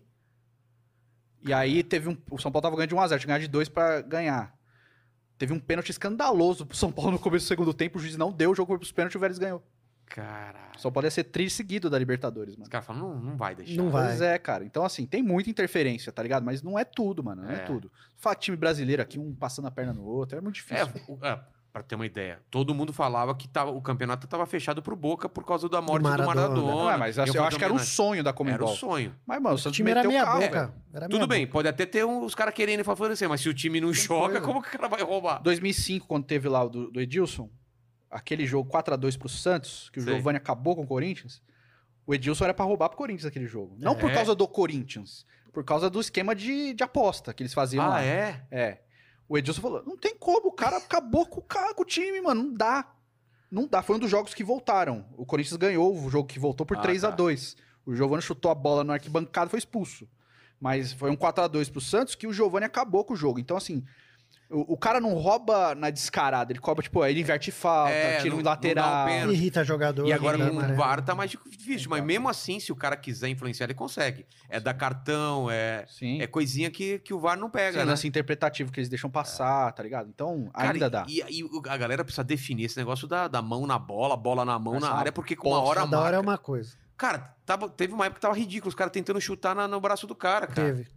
E aí teve um... O São Paulo tava ganhando de um a zero, tinha que ganhar de dois pra ganhar. Teve um pênalti escandaloso pro São Paulo no começo do segundo tempo, o juiz não deu, o jogo foi pros pênaltis e o Vélez ganhou. Caralho. O São Paulo ia ser tri seguido da Libertadores, mano. Os caras falam, não, não vai deixar. Não vai. Pois é, cara. Então, assim, tem muita interferência, tá ligado? Mas não é tudo, mano. Não é, É. tudo. Fala time brasileiro aqui, um passando a perna no outro, é muito É, difícil. o- é, pra ter uma ideia, todo mundo falava que tava, o campeonato tava fechado pro Boca por causa da morte do Maradona. Maradona. Não é, mas eu, Iam acho que era um fazer sonho da homenagem. Comembol. Era o sonho. Mas, mano, o O Santos time era meteu o meia carro, boca. velho. Era Tudo meia bem, boca. pode até ter um- os caras querendo favorecer, mas se o time não joga, coisa. como que o cara vai roubar? dois mil e cinco, quando teve lá o do, do Edilson, aquele jogo quatro a dois pro Santos, que o Sei. Giovani acabou com o Corinthians, o Edilson era pra roubar pro Corinthians aquele jogo. Não por É? causa do Corinthians, por causa do esquema de, de aposta que eles faziam Ah, lá. é? É. O Edilson falou: não tem como, o cara acabou com o, cara, com o time, mano. Não dá. Não dá. Foi um dos jogos que voltaram. O Corinthians ganhou o jogo que voltou por Ah, três a tá. dois. O Giovani chutou a bola no arquibancada e foi expulso. Mas foi um quatro a dois pro Santos que o Giovani acabou com o jogo. Então, assim, o, o cara não rouba na descarada. Ele cobra, tipo, ele inverte falta, É, tira não- um não dá um lateral. pênalti. Irrita jogador. E agora irrita com o amarelo. V A R tá mais difícil, mas mesmo assim, se o cara quiser influenciar, ele consegue. É dar cartão, é, Sim. é coisinha que, que o V A R não pega, Sim, né? lance interpretativo que eles deixam passar, tá ligado? Então, Cara, ainda dá. E, e o- a galera precisa definir esse negócio da, da mão na bola, bola na mão Essa na área, porque com uma hora Cada hora é marca. uma coisa. Cara, tava, teve uma época que tava ridículo, os caras tentando chutar na- no braço do cara, cara. Teve.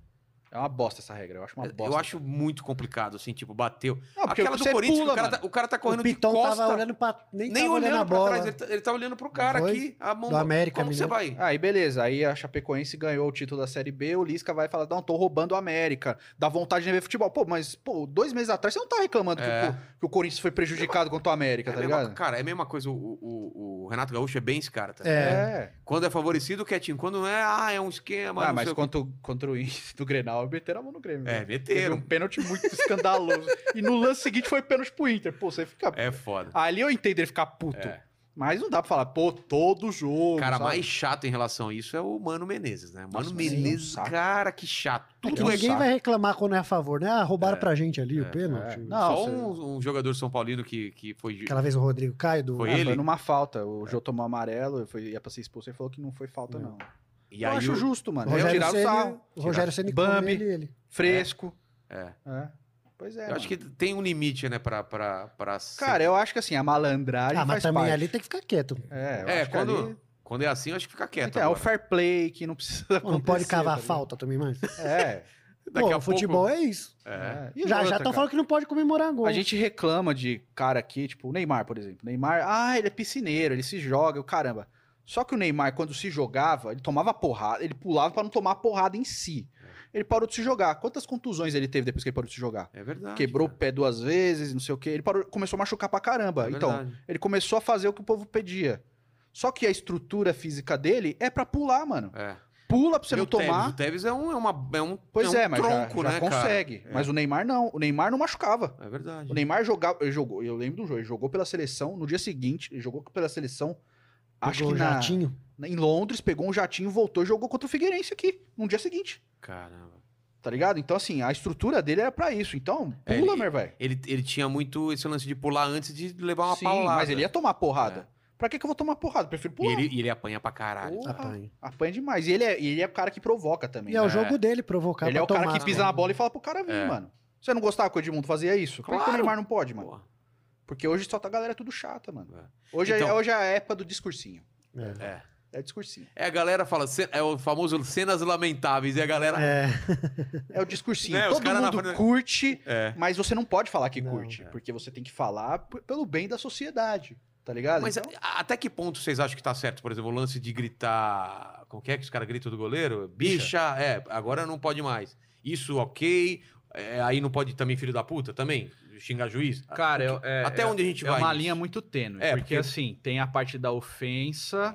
É uma bosta essa regra, eu acho uma bosta. Eu acho muito complicado, assim, tipo, bateu. Não, porque Aquela do você Corinthians, pula, o, cara mano. tá, o cara tá correndo O de Piton costa, tava olhando pra... Nem, nem tava olhando olhando a pra bola. trás, ele tá, ele tá olhando pro cara Foi. aqui, a mão... Do América, Como me você lembro. vai? Aí beleza, aí a Chapecoense ganhou o título da Série B, o Lisca vai falar, não, tô roubando o América, dá vontade de ver futebol. Pô, mas, pô, dois meses atrás você não tá reclamando que, É. o- que o Corinthians foi prejudicado contra o América, É tá a mesma- ligado? cara, é a mesma coisa, o, o, o Renato Gaúcho é bem esse cara, tá? É. É. Quando é favorecido, quietinho. Quando não é, ah, é um esquema, Ah, não mas sei o quê. contra, o- contra o índice do Grenal, meteram a mão no Grêmio. É, né? meteram. Teve um pênalti muito escandaloso. E no lance seguinte foi pênalti pro Inter. Pô, você fica... É foda. Ali eu entendo ele ficar puto. É. Mas não dá pra falar, pô, todo jogo, O cara sabe? mais chato em relação a isso é o Mano Menezes, né? Mano Nossa, mas Menezes, é um saco. cara, que chato. É que Tudo é ninguém chato. vai reclamar quando é a favor, né? Ah, roubaram pra gente ali o pênalti. é. Não, Só você- um, um jogador São Paulino que, que foi... Aquela vez o Rodrigo Caio do... Foi Ah, ele? Foi numa falta. O Jô tomou amarelo, foi, ia pra ser expulso, ele falou que não foi falta, não. E eu aí acho o- justo, O mano. Rogério Tiraram o Ceni, sarro. o Rogério Ceni Bambi. come ele, ele. Fresco. É. É. Pois é, Eu mano. acho que tem um limite, né, pra... pra, pra ser- Cara, eu acho que assim, a malandragem Ah, mas faz também parte. ali tem que ficar quieto. É, eu É, acho que quando, ali- quando é assim, eu acho que fica quieto Então, é o agora. fair play que não precisa Pô, não pode acontecer, cavar tá ligado? falta também mais. É. Daqui Pô, a o futebol pouco- é isso. É. é. E Já outra, já estão cara? falando que não pode comemorar gol. A gente reclama de cara aqui, tipo o Neymar, por exemplo. Neymar, ah, ele é piscineiro, ele se joga, o caramba. Só que o Neymar, quando se jogava, ele tomava porrada, ele pulava pra não tomar porrada em si. Ele parou de se jogar. Quantas contusões ele teve depois que ele parou de se jogar? É verdade. Quebrou o cara. pé duas vezes, não sei o quê. Ele parou, começou a machucar pra caramba. É então, verdade. ele começou a fazer o que o povo pedia. Só que a estrutura física dele é pra pular, mano. É. Pula pra você E não o Tevez, tomar. o Tevez é um, é uma, é um, Pois é, um é, mas já- tronco, já, né, cara? consegue. É. Mas o Neymar não. O Neymar não machucava. É verdade. O Neymar jogava, ele jogou, eu lembro do jogo, ele jogou pela seleção, no dia seguinte, ele jogou pela seleção, acho Pegou que o na, jatinho. na- em Londres, pegou um jatinho, voltou e jogou contra o Figueirense aqui, no dia seguinte, Caramba. tá ligado? Então, assim, a estrutura dele era pra isso, então, É, pula, ele- meu velho. Ele, ele tinha muito esse lance de pular antes de levar uma Sim, paulada. mas ele ia tomar porrada. É. Pra que que eu vou tomar porrada? Prefiro E pular. ele, e ele apanha pra caralho. Porra, Apanha. apanha demais. E ele é, e ele é o cara que provoca também. E é o né? jogo dele provocar Ele é pra o cara tomar. que pisa na bola e fala pro cara vir, É. mano. Você não gostava que o Edmundo fazia isso? Por que que o Claro. Neymar não pode, mano? Porra. Porque hoje só tá a galera tudo chata, mano. É. Hoje, é, Então- hoje é a época do discursinho. É. É. É discursinho. É, a galera fala, ce- é o famoso cenas lamentáveis, e a galera... É. É o discursinho. Né, os Todo cara na mundo frente- curte, É. mas você não pode falar que Não. curte. É. Porque você tem que falar p- pelo bem da sociedade. Tá ligado? Mas Então, a- até que ponto vocês acham que tá certo? Por exemplo, o lance de gritar... Como que é que os caras gritam do goleiro? Bicha, é, agora não pode mais. Isso, ok. É, aí não pode também filho da puta, também? Xingar juiz? cara, O que- é, até é- onde a gente é vai uma nisso? linha muito tênue. É, porque, porque- assim, tem a parte da ofensa,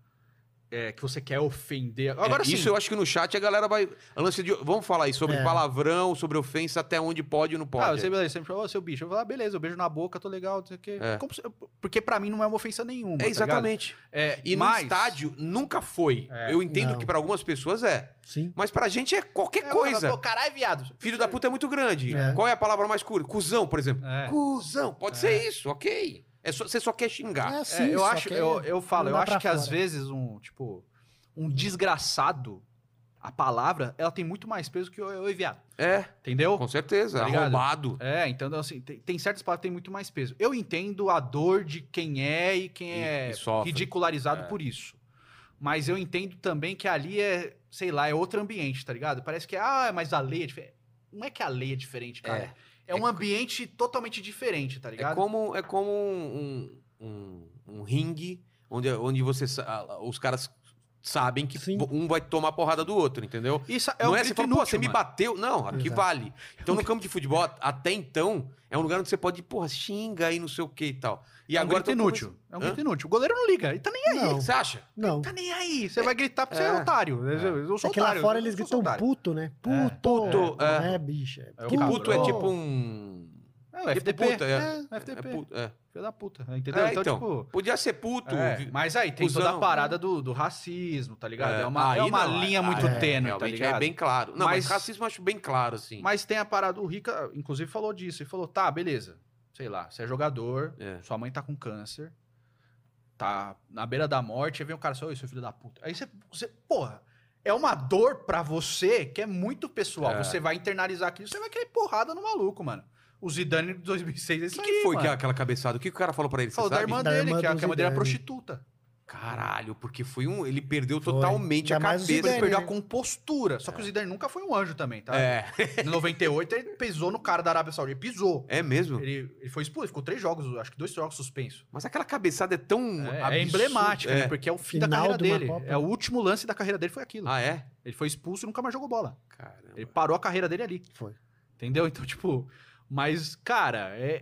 é, que você quer ofender. Agora É, sim. isso eu acho que no chat a galera vai... a lance de, vamos falar aí sobre É. palavrão, sobre ofensa, até onde pode e não pode. Ah, você, beleza, sempre falou, ô, seu bicho. Eu vou falar, beleza, eu beijo na boca, tô legal, não sei o quê. É. Como se- porque pra mim não é uma ofensa nenhuma. É, tá ligado? exatamente. É, E mas, no estádio nunca foi. É. Eu entendo Não. que pra algumas pessoas é. Sim. Mas pra gente é qualquer É, coisa. Pô, caralho, viado. Filho da puta é muito grande. É. Qual é a palavra mais curta? Cusão, por exemplo. É. Cusão. Pode ser isso, ok. É só, você só quer xingar. É É, assim, eu só acho, que eu, eu falo, não eu dá acho pra que às fora. vezes um, tipo, um desgraçado, a palavra, ela tem muito mais peso que o oi, viado. É, Entendeu? com certeza. Tá ligado? Arrombado. É, então assim, tem, tem certas palavras que têm muito mais peso. Eu entendo a dor de quem é e quem E- é e sofre. ridicularizado É. por isso. Mas eu entendo também que ali é, sei lá, é outro ambiente, tá ligado? Parece que, ah, mas a lei é diferente. Não é que a lei é diferente, cara. É, um ambiente totalmente diferente, tá É ligado? como, é como um, um, um ringue onde, onde você, sa- os caras sabem que Sim. um vai tomar porrada do outro, entendeu? Isso é não um é você grito fala, pô, inútil, você me mano. bateu. Não, aqui Exato. vale. Então, no campo de futebol, até então, é um lugar onde você pode, porra, xinga aí, não sei o que e tal. E É um agora grito tão inútil. começando- É um Hã? grito inútil. O goleiro não liga. Ele tá nem aí. Não. Você acha? Não. Tá nem aí. Você vai gritar porque você é É. otário. Eu sou É que lá otário, fora eu eles sou gritam otário. puto, né? É. Puto. Puto, Não é. é, bicha. É o Que cabrão. puto é tipo um... É o F T P. Tipo puta, é. É, É, F T P. puto, é. Filho da puta. Entendeu? É, então, então, tipo... podia ser puto. É, vi- mas aí tem cuzão. toda a parada do, do racismo, tá ligado? É, uma, é Aí uma não, linha aí- muito é, tênue, tá realmente ligado? É bem claro. Não, mas, Mas- racismo eu acho bem claro, assim. Mas tem a parada, o Rica, inclusive, falou disso. Ele falou, tá, beleza. Sei lá, você é jogador, É. sua mãe tá com câncer, tá na beira da morte, aí vem um cara só, oi, seu filho da puta. Aí você, você porra, é uma dor pra você que é muito pessoal. É. Você vai internalizar aquilo, você vai querer porrada no maluco, mano. O Zidane de dois mil e seis é O isso que, aí, que foi mano. que aquela cabeçada? O que, que o cara falou pra ele? Você Falou da sabe? irmã Da dele, irmã que, a, do que a mãe dele era Zidane. prostituta. Caralho, porque foi um. Ele perdeu Foi. totalmente a Ainda mais o cabeça. Ele Zidane, perdeu né? a compostura. Só que o Zidane nunca foi um anjo também, tá? É. Em noventa e oito, ele pisou no cara da Arábia Saudita. Ele pisou. É mesmo? Ele, ele foi expulso, ficou três jogos, acho que dois jogos suspenso. Mas aquela cabeçada é tão. É, é absurda. emblemática, É. né? Porque é o fim da Final carreira de uma dele. Copa. É o último lance da carreira dele foi aquilo. Ah, é? Ele foi expulso e nunca mais jogou bola. Caramba. Ele parou a carreira dele ali. Foi. Entendeu? Então, tipo... Mas, cara, é...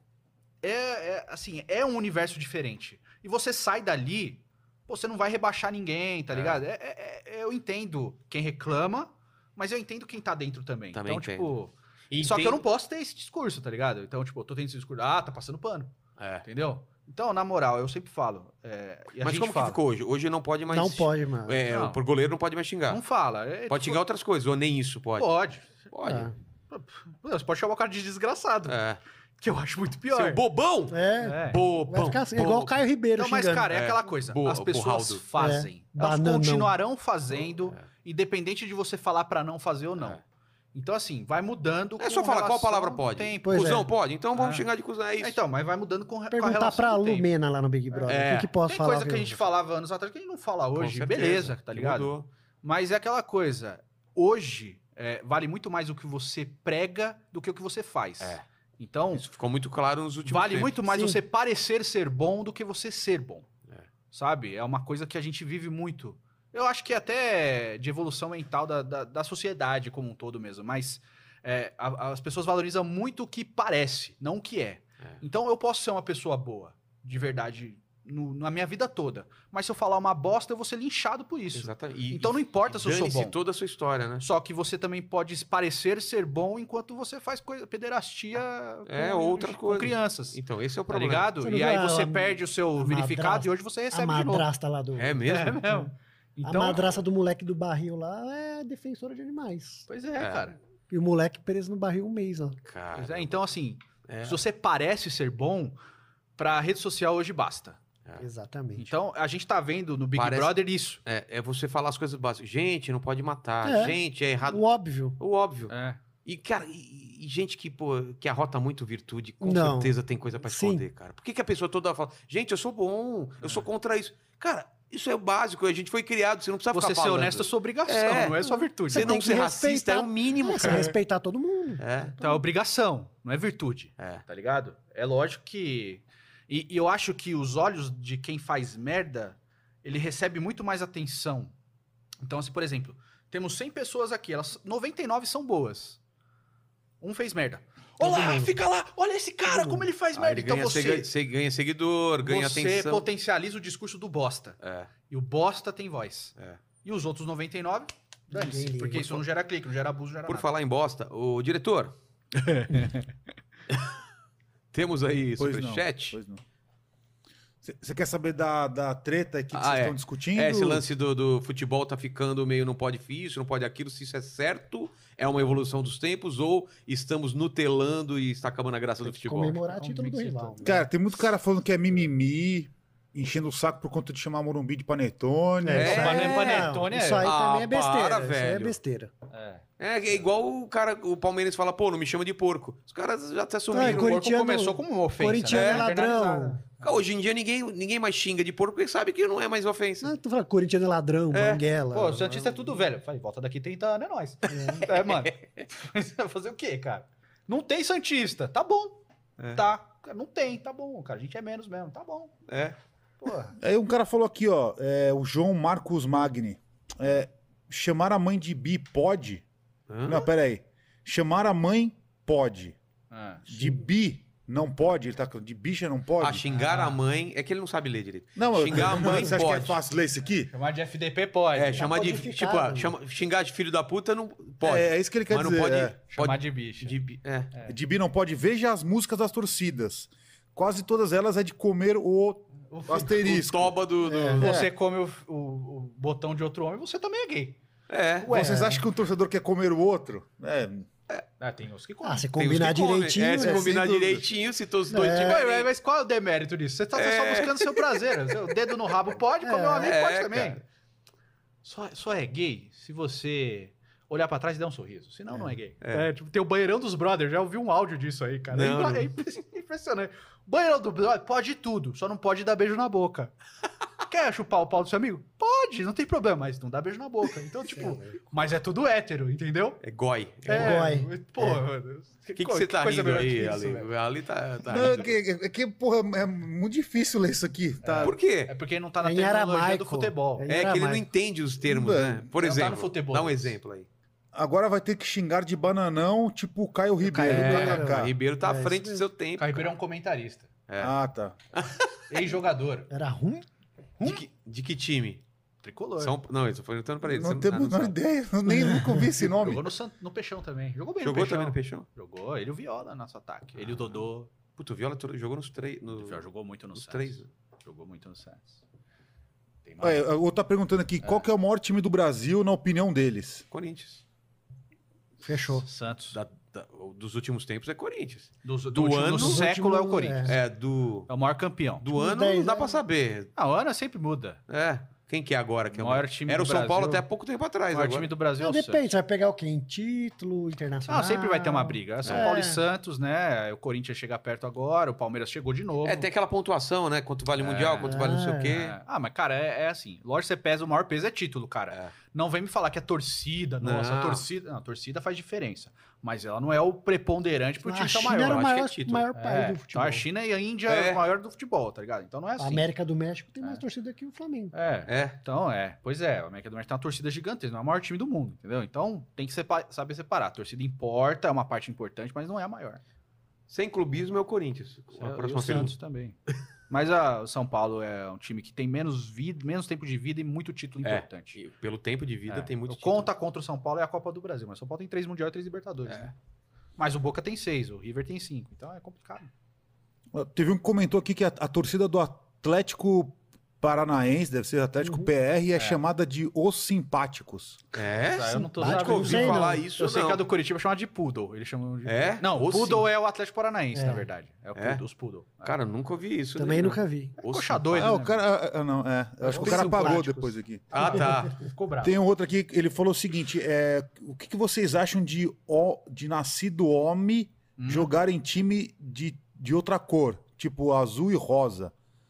É, é, assim, é um universo diferente. E você sai dali, você não vai rebaixar ninguém, tá É. ligado? É, é- é- eu entendo quem reclama, mas eu entendo quem tá dentro também. Também então, entendo. tipo... E Só tem- que eu não posso ter esse discurso, tá ligado? Então, tipo, eu tô tendo esse discurso. Ah, tá passando pano. É. Entendeu? Então, na moral, eu sempre falo. é, e a Mas gente como fala. que ficou hoje? Hoje não pode mais. Não pode, mano. É, Não. por goleiro não pode mais xingar. Não fala. é, Pode tipo, xingar outras coisas, ou nem isso pode. Pode. Pode. É. Você pode chamar o cara de desgraçado. É. Que eu acho muito pior. Seu bobão! É. É. Vai Bobão. ficar assim, é igual o Caio Ribeiro Não, mas, xingando. cara, é, É. aquela coisa. Boa, As o pessoas Porraldo. fazem. É. Elas Bananão. continuarão fazendo, É. independente de você falar pra não fazer ou não. É. Então, assim, vai mudando. É só com falar qual relação palavra ao pode. tempo. Pois Cusão é. pode? Então vamos É. xingar de cuzão. É isso. É, Então, mas vai mudando com, re- com a Perguntar relação pra do tempo. Lumena lá no Big Brother. É. O que, que posso Tem falar? coisa que a gente falava anos atrás que a gente não fala Com hoje. certeza, Beleza, tá que ligado? mudou. Mas é aquela coisa. Hoje, é, vale muito mais o que você prega do que o que você faz. É. Então, Isso ficou muito claro nos últimos vale tempos. muito mais Sim. você parecer ser bom do que você ser bom. É. Sabe? É uma coisa que a gente vive muito. Eu acho que até de evolução mental da, da, da sociedade como um todo mesmo. Mas é, a- as pessoas valorizam muito o que parece, não o que é. É. Então eu posso ser uma pessoa boa, de verdade, no- na minha vida toda. Mas se eu falar uma bosta, eu vou ser linchado por isso. Exatamente. E- Então não importa se eu sou dane-se bom. toda a sua história, né? Só que você também pode parecer ser bom enquanto você faz coisa, pederastia É, com, outra com coisa. crianças. Então, esse é o Tá problema. ligado? Você não E aí viu você a- perde o seu a verificado madrasta- e hoje você A recebe de novo. madrasta lá do... É mesmo? É mesmo. A madrasta do moleque do barril lá é defensora de animais. Pois é, É. cara. E o moleque preso no barril um mês, ó. Cara. Pois é, então, assim, é. se você parece ser bom, pra rede social hoje basta. É. Exatamente. Então, a gente tá vendo no Big Parece- Brother isso. É, é você falar as coisas básicas. Gente, não pode matar. É. Gente, é errado. O óbvio. O óbvio. É. E, cara, e, e gente que, pô, que arrota muito virtude, com Não. certeza tem coisa pra Sim. esconder, cara. Por que, que a pessoa toda fala, gente, eu sou bom, eu sou contra isso? Cara, isso é o básico, a gente foi criado, você não precisa Você ficar ser falando. honesto é sua obrigação, É. não é sua virtude. Você Você não tem que ser racista respeitar- é o mínimo, É, você cara. respeitar todo mundo. É, Então é obrigação, não é virtude. é. Tá ligado? É lógico que. E, e eu acho que os olhos de quem faz merda, ele recebe muito mais atenção. Então, assim, por exemplo, temos cem pessoas aqui, elas noventa e nove são boas. Um fez merda. Todo Olá, mundo. fica lá, olha esse cara, Todo como ele faz Aí merda. ele Então ganha, você, segui- se- ganha seguidor, ganha você atenção. potencializa o discurso do bosta. É, E o bosta tem voz. é. E os outros noventa e nove, Ninguém dane-se. liga. Porque isso não gera clique, não gera abuso, não gera Por nada. falar em bosta, o diretor. Temos aí Pois não, superchat. pois não. Você quer saber da, da treta aqui que Ah, vocês é. estão discutindo? É, esse lance do, do futebol tá ficando meio não pode isso, não pode aquilo, se isso é certo, é uma evolução dos tempos, ou estamos nutelando e está acabando a graça do futebol? Comemorar título do rival. Cara, tem muito cara falando que é mimimi, enchendo o saco por conta de chamar Morumbi de panetone. É. isso aí- Panetone é- Isso aí Ah, também é besteira. para, Isso aí é velho. besteira. É. É, é igual o cara, o Palmeirense fala, pô, não me chama de porco. Os caras já até Ah, assumiram. e O porco Corintiano- começou como uma ofensa, Corintiano né? é ladrão. Internalizada. Hoje em dia ninguém, ninguém mais xinga de porco porque sabe que não é mais ofensa. Ah, tu fala, Corintiano é ladrão, É. banguela. Pô, o Santista é tudo velho. Falei, volta daqui trinta anos, é nóis. É, mano. Mas vai fazer o quê, cara? Não tem Santista. Tá bom. É. Tá. Não tem, tá bom, cara. A gente é menos mesmo. Tá bom. É. Porra. Aí um cara falou aqui, ó, é, o João Marcos Magni. É, chamar a mãe de bi pode? Hã? Não, pera aí. Chamar a mãe pode. Ah, De bi não pode? Ele tá de bicha não pode? Ah, xingar a mãe. É que ele não sabe ler direito. Não, eu- xingar a mãe Você acha que é pode. fácil ler isso aqui? chamar de F D P pode. É, chamar de. codificado, Tipo, ah, né? chama- xingar de filho da puta não pode. É, é isso que ele quer mas não dizer. pode. é. Chamar pode de bicho. de- é. De bi não pode. Veja as músicas das torcidas. Quase todas elas é de comer o O O asterisco. toba do. do- É. Você come o, o- o botão de outro homem, você também é gay. É. Ué. Vocês acham que um torcedor quer comer o outro? É, Ah, tem os que comem. Ah, se Tem uns combinar que comem. direitinho. É, se né? combinar sem dúvida. direitinho, se todos os dois É. tiverem- Ué, mas qual é o demérito disso? Você tá É. só buscando seu prazer. O dedo no rabo pode, comer um amigo É, pode também. cara. Só, só é gay se você olhar pra trás e dar um sorriso. Senão não é gay. É. É, tipo, tem o banheirão dos brothers. Já ouvi um áudio disso aí, cara. É Não, impre- não. é impre- impressionante. Banheirão do brother pode tudo, só não pode dar beijo na boca. Quer chupar o pau do seu amigo? Pode, não tem problema, mas não dá beijo na boca. Então, tipo, mas é tudo hétero, entendeu? É goi. É, Goi. pô, mano. O que, que você tá coisa rindo melhor que aí, isso, Ali? velho. Ali tá, tá Não, é rindo. que, é que, porra, é muito difícil ler isso aqui. Tá? Por quê? É porque não tá na É em terminologia aramaico. do futebol. É em É que ele não aramaico. entende os termos, né? Por Não tá exemplo, no futebol dá um deles. exemplo aí. Agora vai ter que xingar de bananão, tipo o Caio Ribeiro. Caio do Ribeiro. K K. O Ribeiro tá É, à isso frente do mesmo. seu tempo. Caio Ribeiro é um comentarista. É. Ah, tá. Ex-jogador. Era ruim? De, que, de que time? Tricolor. São... Não, eu tô perguntando pra ele. Não você temos a não menor sabe. ideia. Eu nem nunca ouvi esse nome. Jogou no, San- no Peixão também. Jogou bem Jogou no Peixão. também no Peixão? Jogou. Ele e o Viola, nosso ataque. Ele e o Dodô. Puta, o Viola to- jogou nos três. No... O Viola jogou muito no Nos Santos. três. Jogou muito no Santos. Tem mais. Olha, eu tô perguntando aqui, qual que é o maior time do Brasil na opinião deles? Corinthians. Fechou. Santos. Da- da- dos últimos tempos é Corinthians. Do, do, do último ano- século é o último, Corinthians. É, do, É o maior campeão. do Últimos ano dez não dá anos. pra saber. Ah, o ano sempre muda. É. Quem que é agora? Que é O maior time Era do o São Paulo Brasil. até pouco tempo O atrás. maior Agora. time do Brasil é Não, o depende, Santos. você vai pegar o quê? Em título, internacional? Não, sempre vai ter uma briga. É São É. Paulo e Santos, né? O Corinthians chega perto agora, o Palmeiras chegou de novo. É, tem aquela pontuação, né? Quanto vale o Mundial, quanto vale não sei o quê. É. Ah, mas, cara, é, é assim. Lógico que você pesa, o maior peso é título, cara. É. Não vem me falar que é torcida, nossa, Não. a torcida. Não, a torcida faz diferença. Mas ela não é o preponderante pro A time ser China maior. era o acho que é maior, título. maior É, país do então futebol. a China e a Índia É. é o maior do futebol, tá ligado? Então não é A assim. América do México tem mais É. torcida que o Flamengo. É. É. Então, é. Pois é, o América do Norte tem uma torcida gigantesca, não é o maior time do mundo, entendeu? Então tem que sepa- saber separar. A torcida importa, é uma parte importante, mas não é a maior. Sem clubismo é o Corinthians. A É, e próxima o Santos também. Mas a, o São Paulo é um time que tem menos vida, menos tempo de vida e muito título É. importante. E pelo tempo de vida É. tem muito O título. conta contra o São Paulo é a Copa do Brasil, mas o São Paulo tem três Mundial e três Libertadores, É. né? Mas o Boca tem seis, o River tem cinco, então é complicado. Teve um que comentou aqui que a, a torcida do Atlético Paranaense, deve ser Atlético Uhum. P R, é, É. chamada de Os Simpáticos. É? Ah, eu não tô Nunca simpático, ouvi não sei, falar não. isso, Eu sei não. que a do Curitiba chama de Poodle. Eles chamam de... É? Não, o Ou Poodle sim. é o Atlético Paranaense, É. na verdade. É, o É? Poodle, os Poodle. Cara, eu nunca ouvi isso. Também né? nunca vi. Ou Coxa sim. doida, Ah, o né, cara. ah, não, é. Acho que o Os cara apagou simpáticos. depois aqui. Ah, tá. Ficou bravo. Tem um outro aqui, ele falou o seguinte: é, o que, que vocês acham de, ó- de nascido homem Hum. jogar em time de, de outra cor, tipo azul e rosa?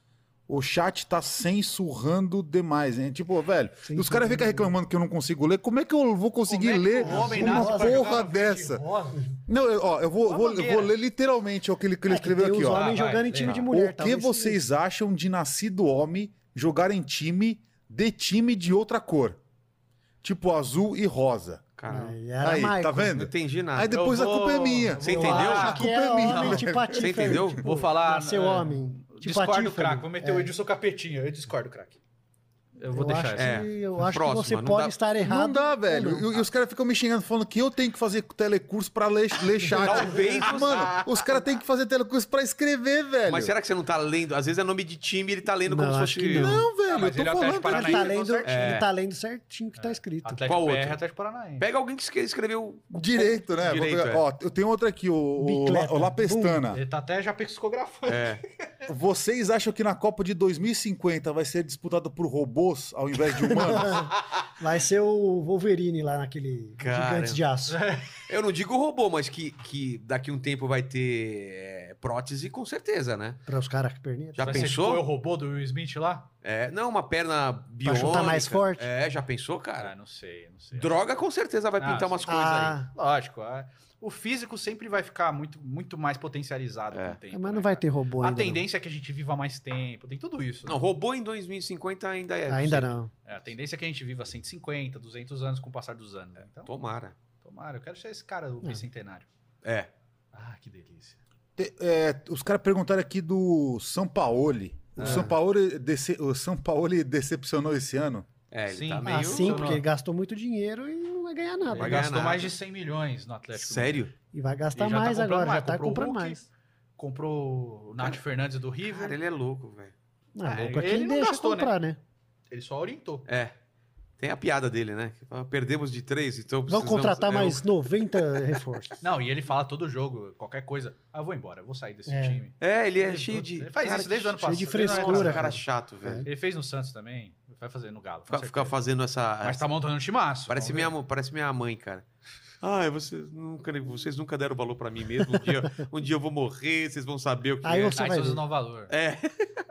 O chat tá censurrando demais, hein? Tipo, velho, Censurando. os caras ficam reclamando que eu não consigo ler. Como é que eu vou conseguir Como é que ler o homem uma nasce pra jogar porra no dessa? futebol? Não, eu, ó, eu vou, Uma vou, eu mangueira. vou ler literalmente o que ele, que ele É, que escreveu tem aqui, os ó. homens Ah, vai, jogando em lê time lá. de mulher. O que talvez vocês acham de nascido homem jogar em time de time de outra cor? Tipo azul e rosa. Caramba. Aí, Aí, aramaico. tá Não vendo? entendi nada. Aí depois Eu a culpa é vou- minha. Você vou- entendeu? Ah, A que culpa é é minha. homem, tipo a Você entendeu? Tipo, Vou falar- Nasceu é, homem. Tipo Discordo, a craque. Vou meter o É. Edilson Capetinha. Eu discordo, craque. Eu vou Eu deixar acho essa. É. que, eu acho Próxima, que você não pode dá- estar errado. Não dá, ou velho. não. E, e os caras ficam me xingando, falando que eu tenho que fazer telecurso pra ler, ler chat. Talvez. Mano, os caras têm que fazer telecurso pra escrever, velho. Mas será que você não tá lendo? Às vezes é nome de time e ele tá lendo como Não, se acho fosse. que não. Não, velho, Ah, mas eu tô ele é falando. Atlético Paranaense. Ele tá, Paranaense, lendo, certinho. ele tá lendo certinho o que tá escrito. Atlético Qual P R, outro? Atlético Paranaense. Pega alguém que escre- escreveu. Direito, né? Direito, Vou pegar- é. Ó, eu tenho outra aqui, o, o, Bicicleta. o La Pestana. Ele tá até já psicografando. É. Vocês acham que na Copa de dois mil e cinquenta vai ser disputado por robôs ao invés de humanos? Vai ser o Wolverine lá naquele Cara. Gigantes de Aço. Eu não digo robô, mas que, que daqui um tempo vai ter é, prótese, com certeza, né? Pra os caras que perniam. Já Vai ser pensou? tipo o robô do Will Smith lá? É, não, uma perna biônica. chutar mais forte? É, já pensou, cara? Ah, não sei, não sei. Droga com certeza vai Ah, pintar umas sim. coisas Ah, Lógico, é. O físico sempre vai ficar muito, muito mais potencializado É. com o tempo. mas né, não vai cara? ter robô A ainda. tendência é que a gente viva mais tempo, tem tudo isso. aí. né? Não, robô em dois mil e cinquenta ainda é. não. Ainda sei. não. É, a tendência é que a gente viva cento e cinquenta, duzentos anos com o passar dos anos. né? Então, Tomara. tomara, eu quero ser esse cara do bicentenário. É. Ah, que delícia. Te- é, os caras perguntaram aqui do Sampaoli. O Ah. Sampaoli, dece, o Sampaoli decepcionou esse ano? É, ele Sim. tá Ah, meio. Ah, sim, não. porque ele gastou muito dinheiro e não vai ganhar nada. Ele vai ganhar gastou nada. mais de cem milhões no Atlético. Sério? E vai gastar Ele já tá mais comprando agora, mais, já tá comprou o comprando Hulk. mais. Comprou o Nath Cara, Fernandes do River. Cara, ele é louco, velho. Não, Ah, louco é ele quem não deixa gastou, né? comprar, né? Ele só orientou. É. Tem a piada dele, né? Que fala, perdemos de três, então Vão precisamos... contratar é, mais noventa reforços. Não, e ele fala todo jogo, qualquer coisa. Ah, eu vou embora, eu vou sair desse É. time. É, ele é Ele- cheio de... ele faz cara, isso desde o ano cheio passado. de desde o ano frescura, passado. Cara chato, velho. Ele fez no Santos também, vai fazer no Galo. com Ficar certeza. fazendo essa... Mas tá montando um timaço. Parece vamos minha, ver. mãe- parece minha mãe, cara. Ai, vocês nunca, vocês nunca deram valor pra mim mesmo. Um dia, um dia eu vou morrer, vocês vão saber o que Aí é. você Aí vai vocês ver. não dão valor. É. É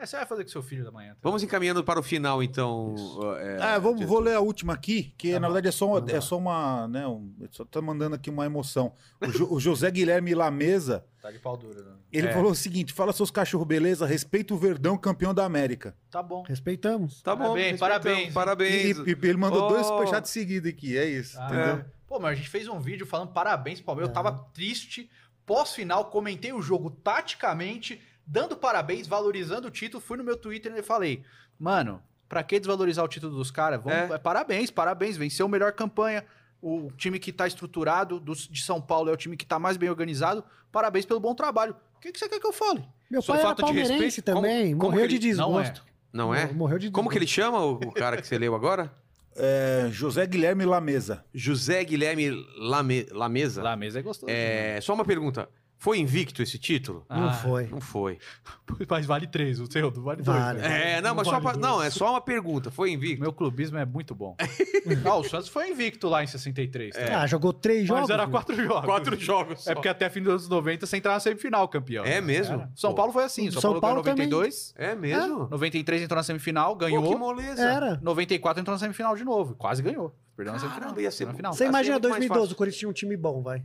Mas você vai fazer com seu filho da manhã. Tá? Vamos encaminhando para o final, então. É, Ah, vamos, diretor. vou ler a última aqui, que Tá na bom. verdade é só uma, Vamos é lá. só uma, né, um, só tá mandando aqui uma emoção. O, Jo- o José Guilherme Lamesa, Tá de pau duro, né? ele É. falou o seguinte, fala seus cachorros, beleza? Respeita o Verdão, campeão da América. Tá bom. Respeitamos. Tá bom, Parabéns, respeitamos, parabéns. E, Parabéns. e ele mandou Oh. dois superchats seguidos aqui, é isso, Ah, entendeu? é. Pô, mas a gente fez um vídeo falando parabéns pro Palmeiras. Eu É. tava triste. Pós-final, comentei o jogo taticamente, dando parabéns, valorizando o título. Fui no meu Twitter e falei, mano, pra que desvalorizar o título dos caras? Vamos- É. é, Parabéns, parabéns. Venceu a melhor campanha. O time que tá estruturado do- de São Paulo é o time que tá mais bem organizado. Parabéns pelo bom trabalho. O que, que você quer que eu fale? Meu Só pai era falta de palmeirense respeito. Como- também, como morreu que de ele- não é? desgosto. Não é? Morreu de Como que ele desgosto. chama, o, o cara que você leu agora? É, José Guilherme Lamesa. José Guilherme Lame, Lamesa. Lá mesmo é gostoso. É, só uma pergunta. Foi invicto esse título? Não Ah. foi. Não foi. Mas vale três, o seu vale Vale. dois. né? É, não, mas só vale pra- dois. não, é só uma pergunta. Foi O invicto? meu clubismo é muito bom. ah, o Santos foi invicto lá em sessenta e três. tá? Ah, jogou três jogos. Mas era viu? quatro jogos. Quatro jogos. É porque até fim dos anos noventa você entrar na semifinal, campeão. É mesmo? Era. São Pô. Paulo foi assim. São, São Paulo, Paulo ganhou noventa e dois. É mesmo? noventa e três entrou na semifinal, Pô, que ganhou. moleza. Era. noventa e quatro entrou na semifinal de novo. Quase ganhou. Perdeu na Caramba, semifinal. ia ser na final. Você Assim é imagina muito mais dois mil e doze, fácil. o Corinthians tinha um time bom, vai.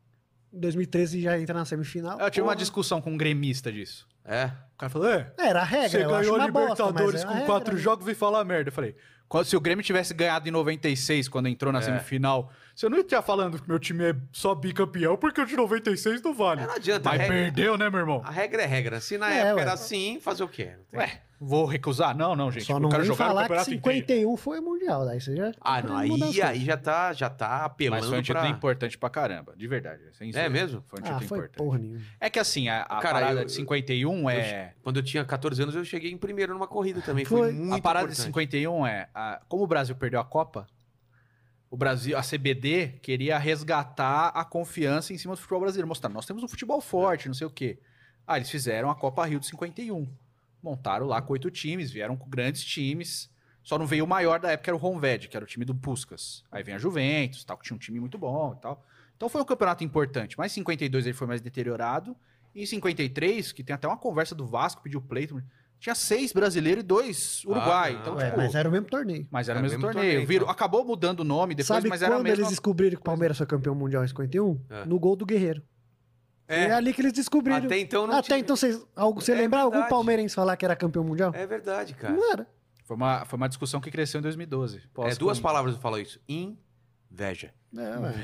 Em dois mil e treze já entra na semifinal. Eu tive uma Porra. discussão com um gremista disso. É. O cara falou: é, Era a regra, você eu acho ganhou uma bosta, Libertadores mas é a com regra, quatro né? jogos e falar merda. Eu falei, quando- se o Grêmio tivesse ganhado em noventa e seis, quando entrou na É. semifinal, você não ia estar falando que meu time é só bicampeão porque o de noventa e seis não vale. É, não adianta, Mas a regra- perdeu, né, meu irmão? A regra é regra. Se na É, época ué. era assim, fazer o quê? Não tem- Ué, vou recusar? Não, não, gente. Só o não cara vem jogar no falar que campeonato inteiro. cinquenta e um foi mundial, daí você já... Ah, não. Muda as Aí, coisas. aí já tá, já tá apelando Mas foi um título pra... importante pra caramba, de verdade. sem É zoeira. mesmo? Foi um Ah, título foi importante. porra nenhuma. É que assim, a, a Cara, parada eu- de cinquenta e um é... Quando eu tinha catorze anos, eu cheguei em primeiro numa corrida também. Foi, Foi. muito A parada de importante. cinquenta e um é... a- como o Brasil perdeu a Copa, o Brasil, a C B D queria resgatar a confiança em cima do futebol brasileiro. Mostrando, nós temos um futebol forte, não sei o quê. Ah, eles fizeram a Copa Rio de cinquenta e um. Montaram lá com oito times, vieram com grandes times. Só não veio o maior da época, era o Honved, que era o time do Puskás. Aí vem a Juventus, tal, que tinha um time muito bom e tal. Então foi um campeonato importante. Mas em cinquenta e dois ele foi mais deteriorado. E em cinquenta e três, que tem até uma conversa do Vasco, pediu pleito, tinha seis brasileiros e dois Uruguai. não. então, Ué, tipo, mas era o mesmo torneio. mas era É o mesmo, mesmo torneio. torneio, Virou- então. acabou mudando o nome depois, Sabe mas era a quando mesma... eles descobriram que o Palmeiras foi campeão mundial em cinquenta e um? É. No gol do Guerreiro. É. É ali que eles descobriram. Até então não Até tinha... então, vocês, algo, você É lembra algum verdade. palmeirense falar que era campeão mundial? É verdade, cara. Não era. Foi uma, foi uma discussão que cresceu em dois mil e doze. É, Pós- duas com- palavras eu falo isso. Inveja. É, ué.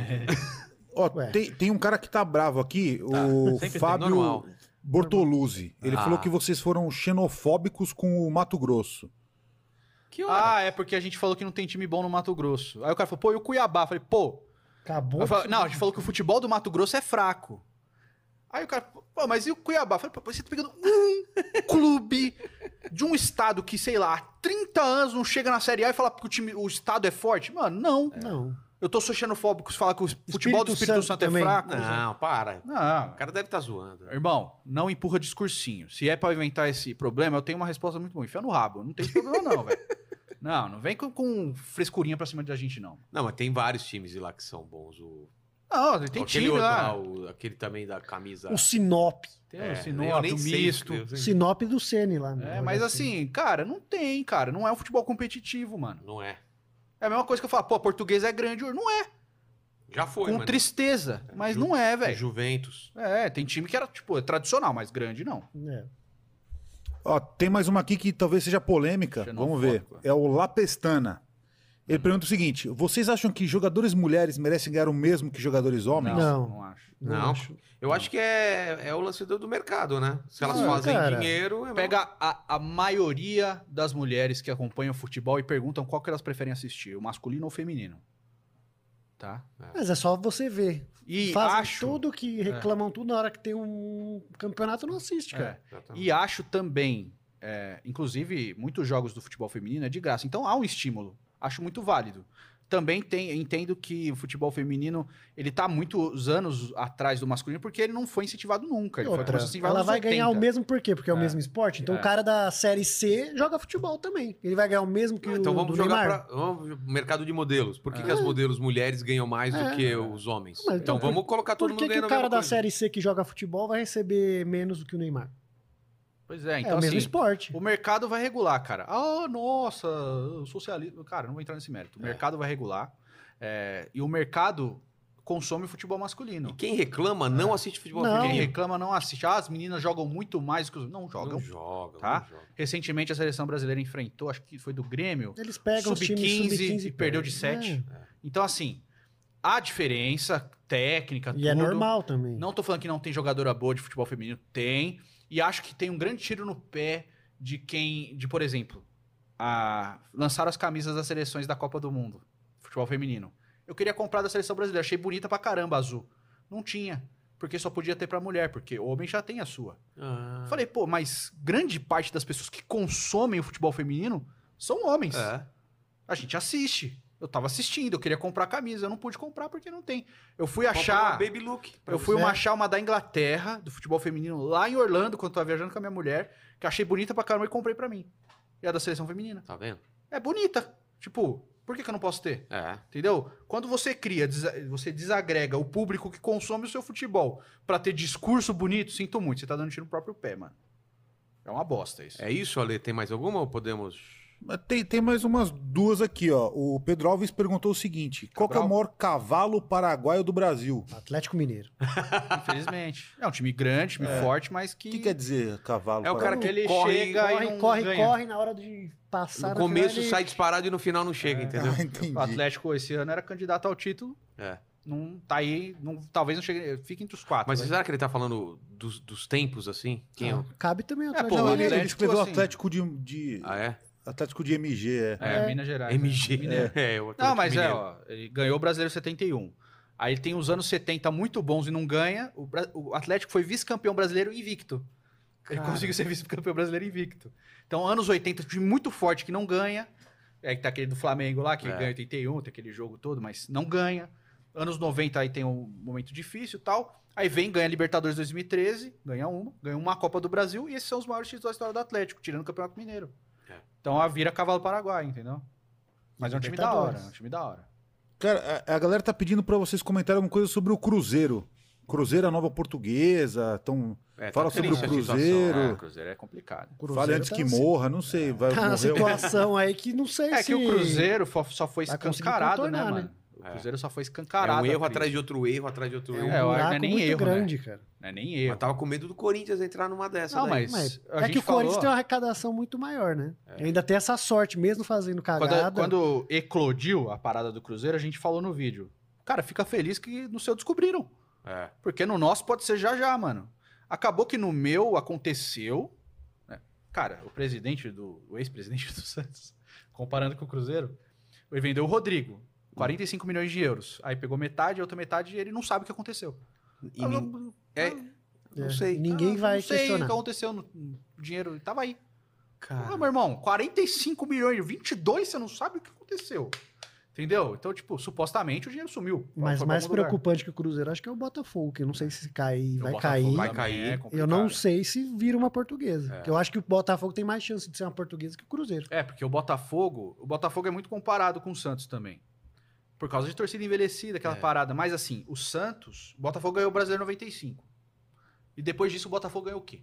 Ó, Ué. tem, tem um cara que tá bravo aqui, o sempre tem, Fábio normal. Bortoluzzi. Ele Ah. falou que vocês foram xenofóbicos com o Mato Grosso. Que hora? Ah, é porque a gente falou que não tem time bom no Mato Grosso. Aí o cara falou, pô, e o Cuiabá? Eu falei, pô... Acabou. Eu falei, não, a gente falou que o futebol do Mato Grosso é fraco. Aí o cara, pô, mas e o Cuiabá? Eu falei, pô, você tá pegando um clube de um estado que, sei lá, há trinta anos não chega na Série A e fala que o, time, o estado é forte? Mano, não. Não. Eu tô sou xenofóbico se falar que o futebol do Espírito Santo Santo é também. fraco. Não, para. Não. O cara deve estar zoando. Irmão, não empurra discursinho. Se é pra inventar esse problema, eu tenho uma resposta muito boa. Enfia no rabo. Não tem esse problema não, velho. Não, não vem com, com frescurinha pra cima da gente, não. Não, mas tem vários times de lá que são bons. O... Não, tem aquele time outro lá. o- aquele também da camisa. O Sinop. Tem É, o eu Sinop, nem o sei, misto. eu- Sinop do Sene lá. É, né? mas assim, cara, não tem, cara. Não é um futebol competitivo, mano. Não é. É a mesma coisa que eu falo, pô, português é grande. Não é. Já foi, Com mano. tristeza. Mas Ju- não é, velho. Juventus. É, tem time que era, tipo, é tradicional, mas grande não. É. Ó, tem mais uma aqui que talvez seja polêmica. Vamos ver. Xenofóbico. É o Lapestana. Ele pergunta o seguinte: vocês acham que jogadores mulheres merecem ganhar o mesmo que jogadores homens? Não. Não acho. Não, acho. eu acho que é, é o lance do, do mercado, né? Se elas Ah, fazem cara. dinheiro... É Pega a, a maioria das mulheres que acompanham futebol e perguntam qual que elas preferem assistir, o masculino ou o feminino. Tá? Mas é só você ver. E Fazem acho... tudo que reclamam tudo na hora que tem um campeonato, não assiste, cara. É. Exatamente. E acho também, é, inclusive, muitos jogos do futebol feminino é de graça. Então há um estímulo. Acho muito válido. Também tem, entendo que o futebol feminino, ele tá muitos anos atrás do masculino porque ele não foi incentivado nunca. Ele foi Outra, começou incentivado ela nos vai ganhar o oitenta. mesmo por quê? Porque é o É. mesmo esporte. Então É. o cara da Série C joga futebol também. Ele vai ganhar o mesmo que Ah, o então vamos do jogar Neymar. para o mercado de modelos. Por que, É. que as modelos mulheres ganham mais do É. que os homens? Mas então então por- vamos colocar todo Por mundo que, que ganhando o a cara mesma da coisa. Série C que joga futebol vai receber menos do que o Neymar? Pois é, É então o mesmo assim, esporte. o mercado vai regular, cara. Ah, nossa, o socialismo... Cara, não vou entrar nesse mérito. O É. mercado vai regular. é, e o mercado consome futebol masculino. E quem reclama não assiste futebol Não. Quem feminino. reclama não assiste. Ah, as meninas jogam muito mais que os... Não jogam. Não jogam, Tá? não jogam. Recentemente a seleção brasileira enfrentou, acho que foi do Grêmio, Eles pegam os sub times quinze sub quinze e perdeu de sete. Então, assim, há diferença técnica, E é tudo. normal também. Não tô falando que não tem jogadora boa de futebol feminino, tem. E acho que tem um grande tiro no pé de quem, de por exemplo, a, lançaram as camisas das seleções da Copa do Mundo, futebol feminino. Eu queria comprar da seleção brasileira, achei bonita pra caramba, azul. Não tinha, porque só podia ter pra mulher, porque o homem já tem a sua. Ah. Falei, pô, mas grande parte das pessoas que consomem o futebol feminino são homens. É. A gente assiste. Eu tava assistindo, eu queria comprar a camisa, eu não pude comprar porque não tem. Eu fui Compra achar... uma baby look. pra Eu fui você. uma, achar uma da Inglaterra, do futebol feminino, lá em Orlando, quando eu tava viajando com a minha mulher, que eu achei bonita pra caramba e comprei pra mim. E a da seleção feminina. Tá vendo? É bonita. Tipo, por que, que eu não posso ter? É. Entendeu? Quando você cria, desa- você desagrega o público que consome o seu futebol pra ter discurso bonito, sinto muito, você tá dando tiro no próprio pé, mano. É uma bosta isso. É isso, Ale? Tem mais alguma ou podemos... Mas Tem, tem mais umas duas aqui, ó. O Pedro Alves perguntou o seguinte: qual que é o Cabral? maior cavalo paraguaio do Brasil? Atlético Mineiro. Infelizmente. É um time grande, time forte, mas que... O que quer dizer cavalo É o cara paraguaio? que ele corre, chega Corre, e não corre, ganha. corre na hora de passar. No na começo final, ele- sai disparado e no final não chega, entendeu? Ah, entendi. O Atlético esse ano era candidato ao título, É. não tá aí, não, talvez não chegue, fique entre os quatro. Mas né? será que ele tá falando dos, dos tempos, assim? Quem é o- Ah, cabe também o É, Atlético pô, Não, o ele, Mineiro. ele Atlético, escreveu assim- Atlético de, de- Ah, é? Atlético de M G, é. É, É. Minas Gerais. M G. né? Mineiro. É, o Não, Atlético mas é, Mineiro. ó, ele ganhou o Brasileiro setenta e um. Aí ele tem os anos setenta muito bons e não ganha. O, Bra- o Atlético foi vice-campeão brasileiro invicto. Ele Cara. conseguiu ser vice-campeão brasileiro invicto. Então, anos oitenta, time muito forte que não ganha. É que tá aquele do Flamengo lá, que É. ganha em oitenta e um, tem aquele jogo todo, mas não ganha. Anos noventa aí tem um momento difícil e tal. Aí vem, ganha a Libertadores dois mil e treze, ganha uma, ganha uma Copa do Brasil, e esses são os maiores títulos da história do Atlético, tirando o Campeonato Mineiro. É. Então a vira cavalo paraguai, entendeu? Mas é um time da hora, Libertadores. é um time da hora. Cara, a, a galera tá pedindo pra vocês comentarem alguma coisa sobre o Cruzeiro. Cruzeiro é a nova portuguesa, tão... É, tá Fala sobre triste o a situação, Cruzeiro. É, o Cruzeiro é complicado. Cruzeiro Fale antes tá que assim- morra, não sei. Vai Tá uma morrer. situação aí que não sei É se... que o Cruzeiro fo- só foi vai conseguir escancarado, né, contornar, mano? né? O É. Cruzeiro só foi É escancarado. um erro a atrás crise. de outro erro, atrás de outro É erro. um É, eu acho que não é buraco nem muito erro, né? grande, cara. Não é nem erro. Mas tava com medo do Corinthians entrar numa dessa. Não, daí. mas Mas a é gente que o Corinthians falou- tem uma arrecadação muito maior, né? Ainda tem essa sorte, mesmo fazendo cagada. Quando, quando eclodiu a parada do Cruzeiro, a gente falou no vídeo. Cara, fica feliz que no seu descobriram. É. Porque no nosso pode ser já já, mano. Acabou que no meu aconteceu. Né? Cara, o presidente do. O ex-presidente do Santos, comparando com o Cruzeiro, ele vendeu o Rodrigo. quarenta e cinco milhões de euros. Aí pegou metade, a outra metade, e ele não sabe o que aconteceu. E nin- é, não É, sei. Ninguém Ah, vai não sei questionar. o que aconteceu no, no dinheiro. Tava aí. Cara, Ah, meu irmão, quarenta e cinco milhões, vinte e dois, você não sabe o que aconteceu. Entendeu? Então, tipo, supostamente o dinheiro sumiu. Mas Foi pra mais algum lugar. preocupante que o Cruzeiro, acho que é o Botafogo, que eu não sei se cair, O vai Botafogo cair. vai também cair. é Eu complicado. não sei se vira uma portuguesa. É. Porque eu acho que o Botafogo tem mais chance de ser uma portuguesa que o Cruzeiro. É, porque o Botafogo, o Botafogo é muito comparado com o Santos também. Por causa de torcida envelhecida, aquela É. parada. Mas assim, o Santos, o Botafogo ganhou o Brasileiro noventa e cinco. E depois disso o Botafogo ganhou o quê?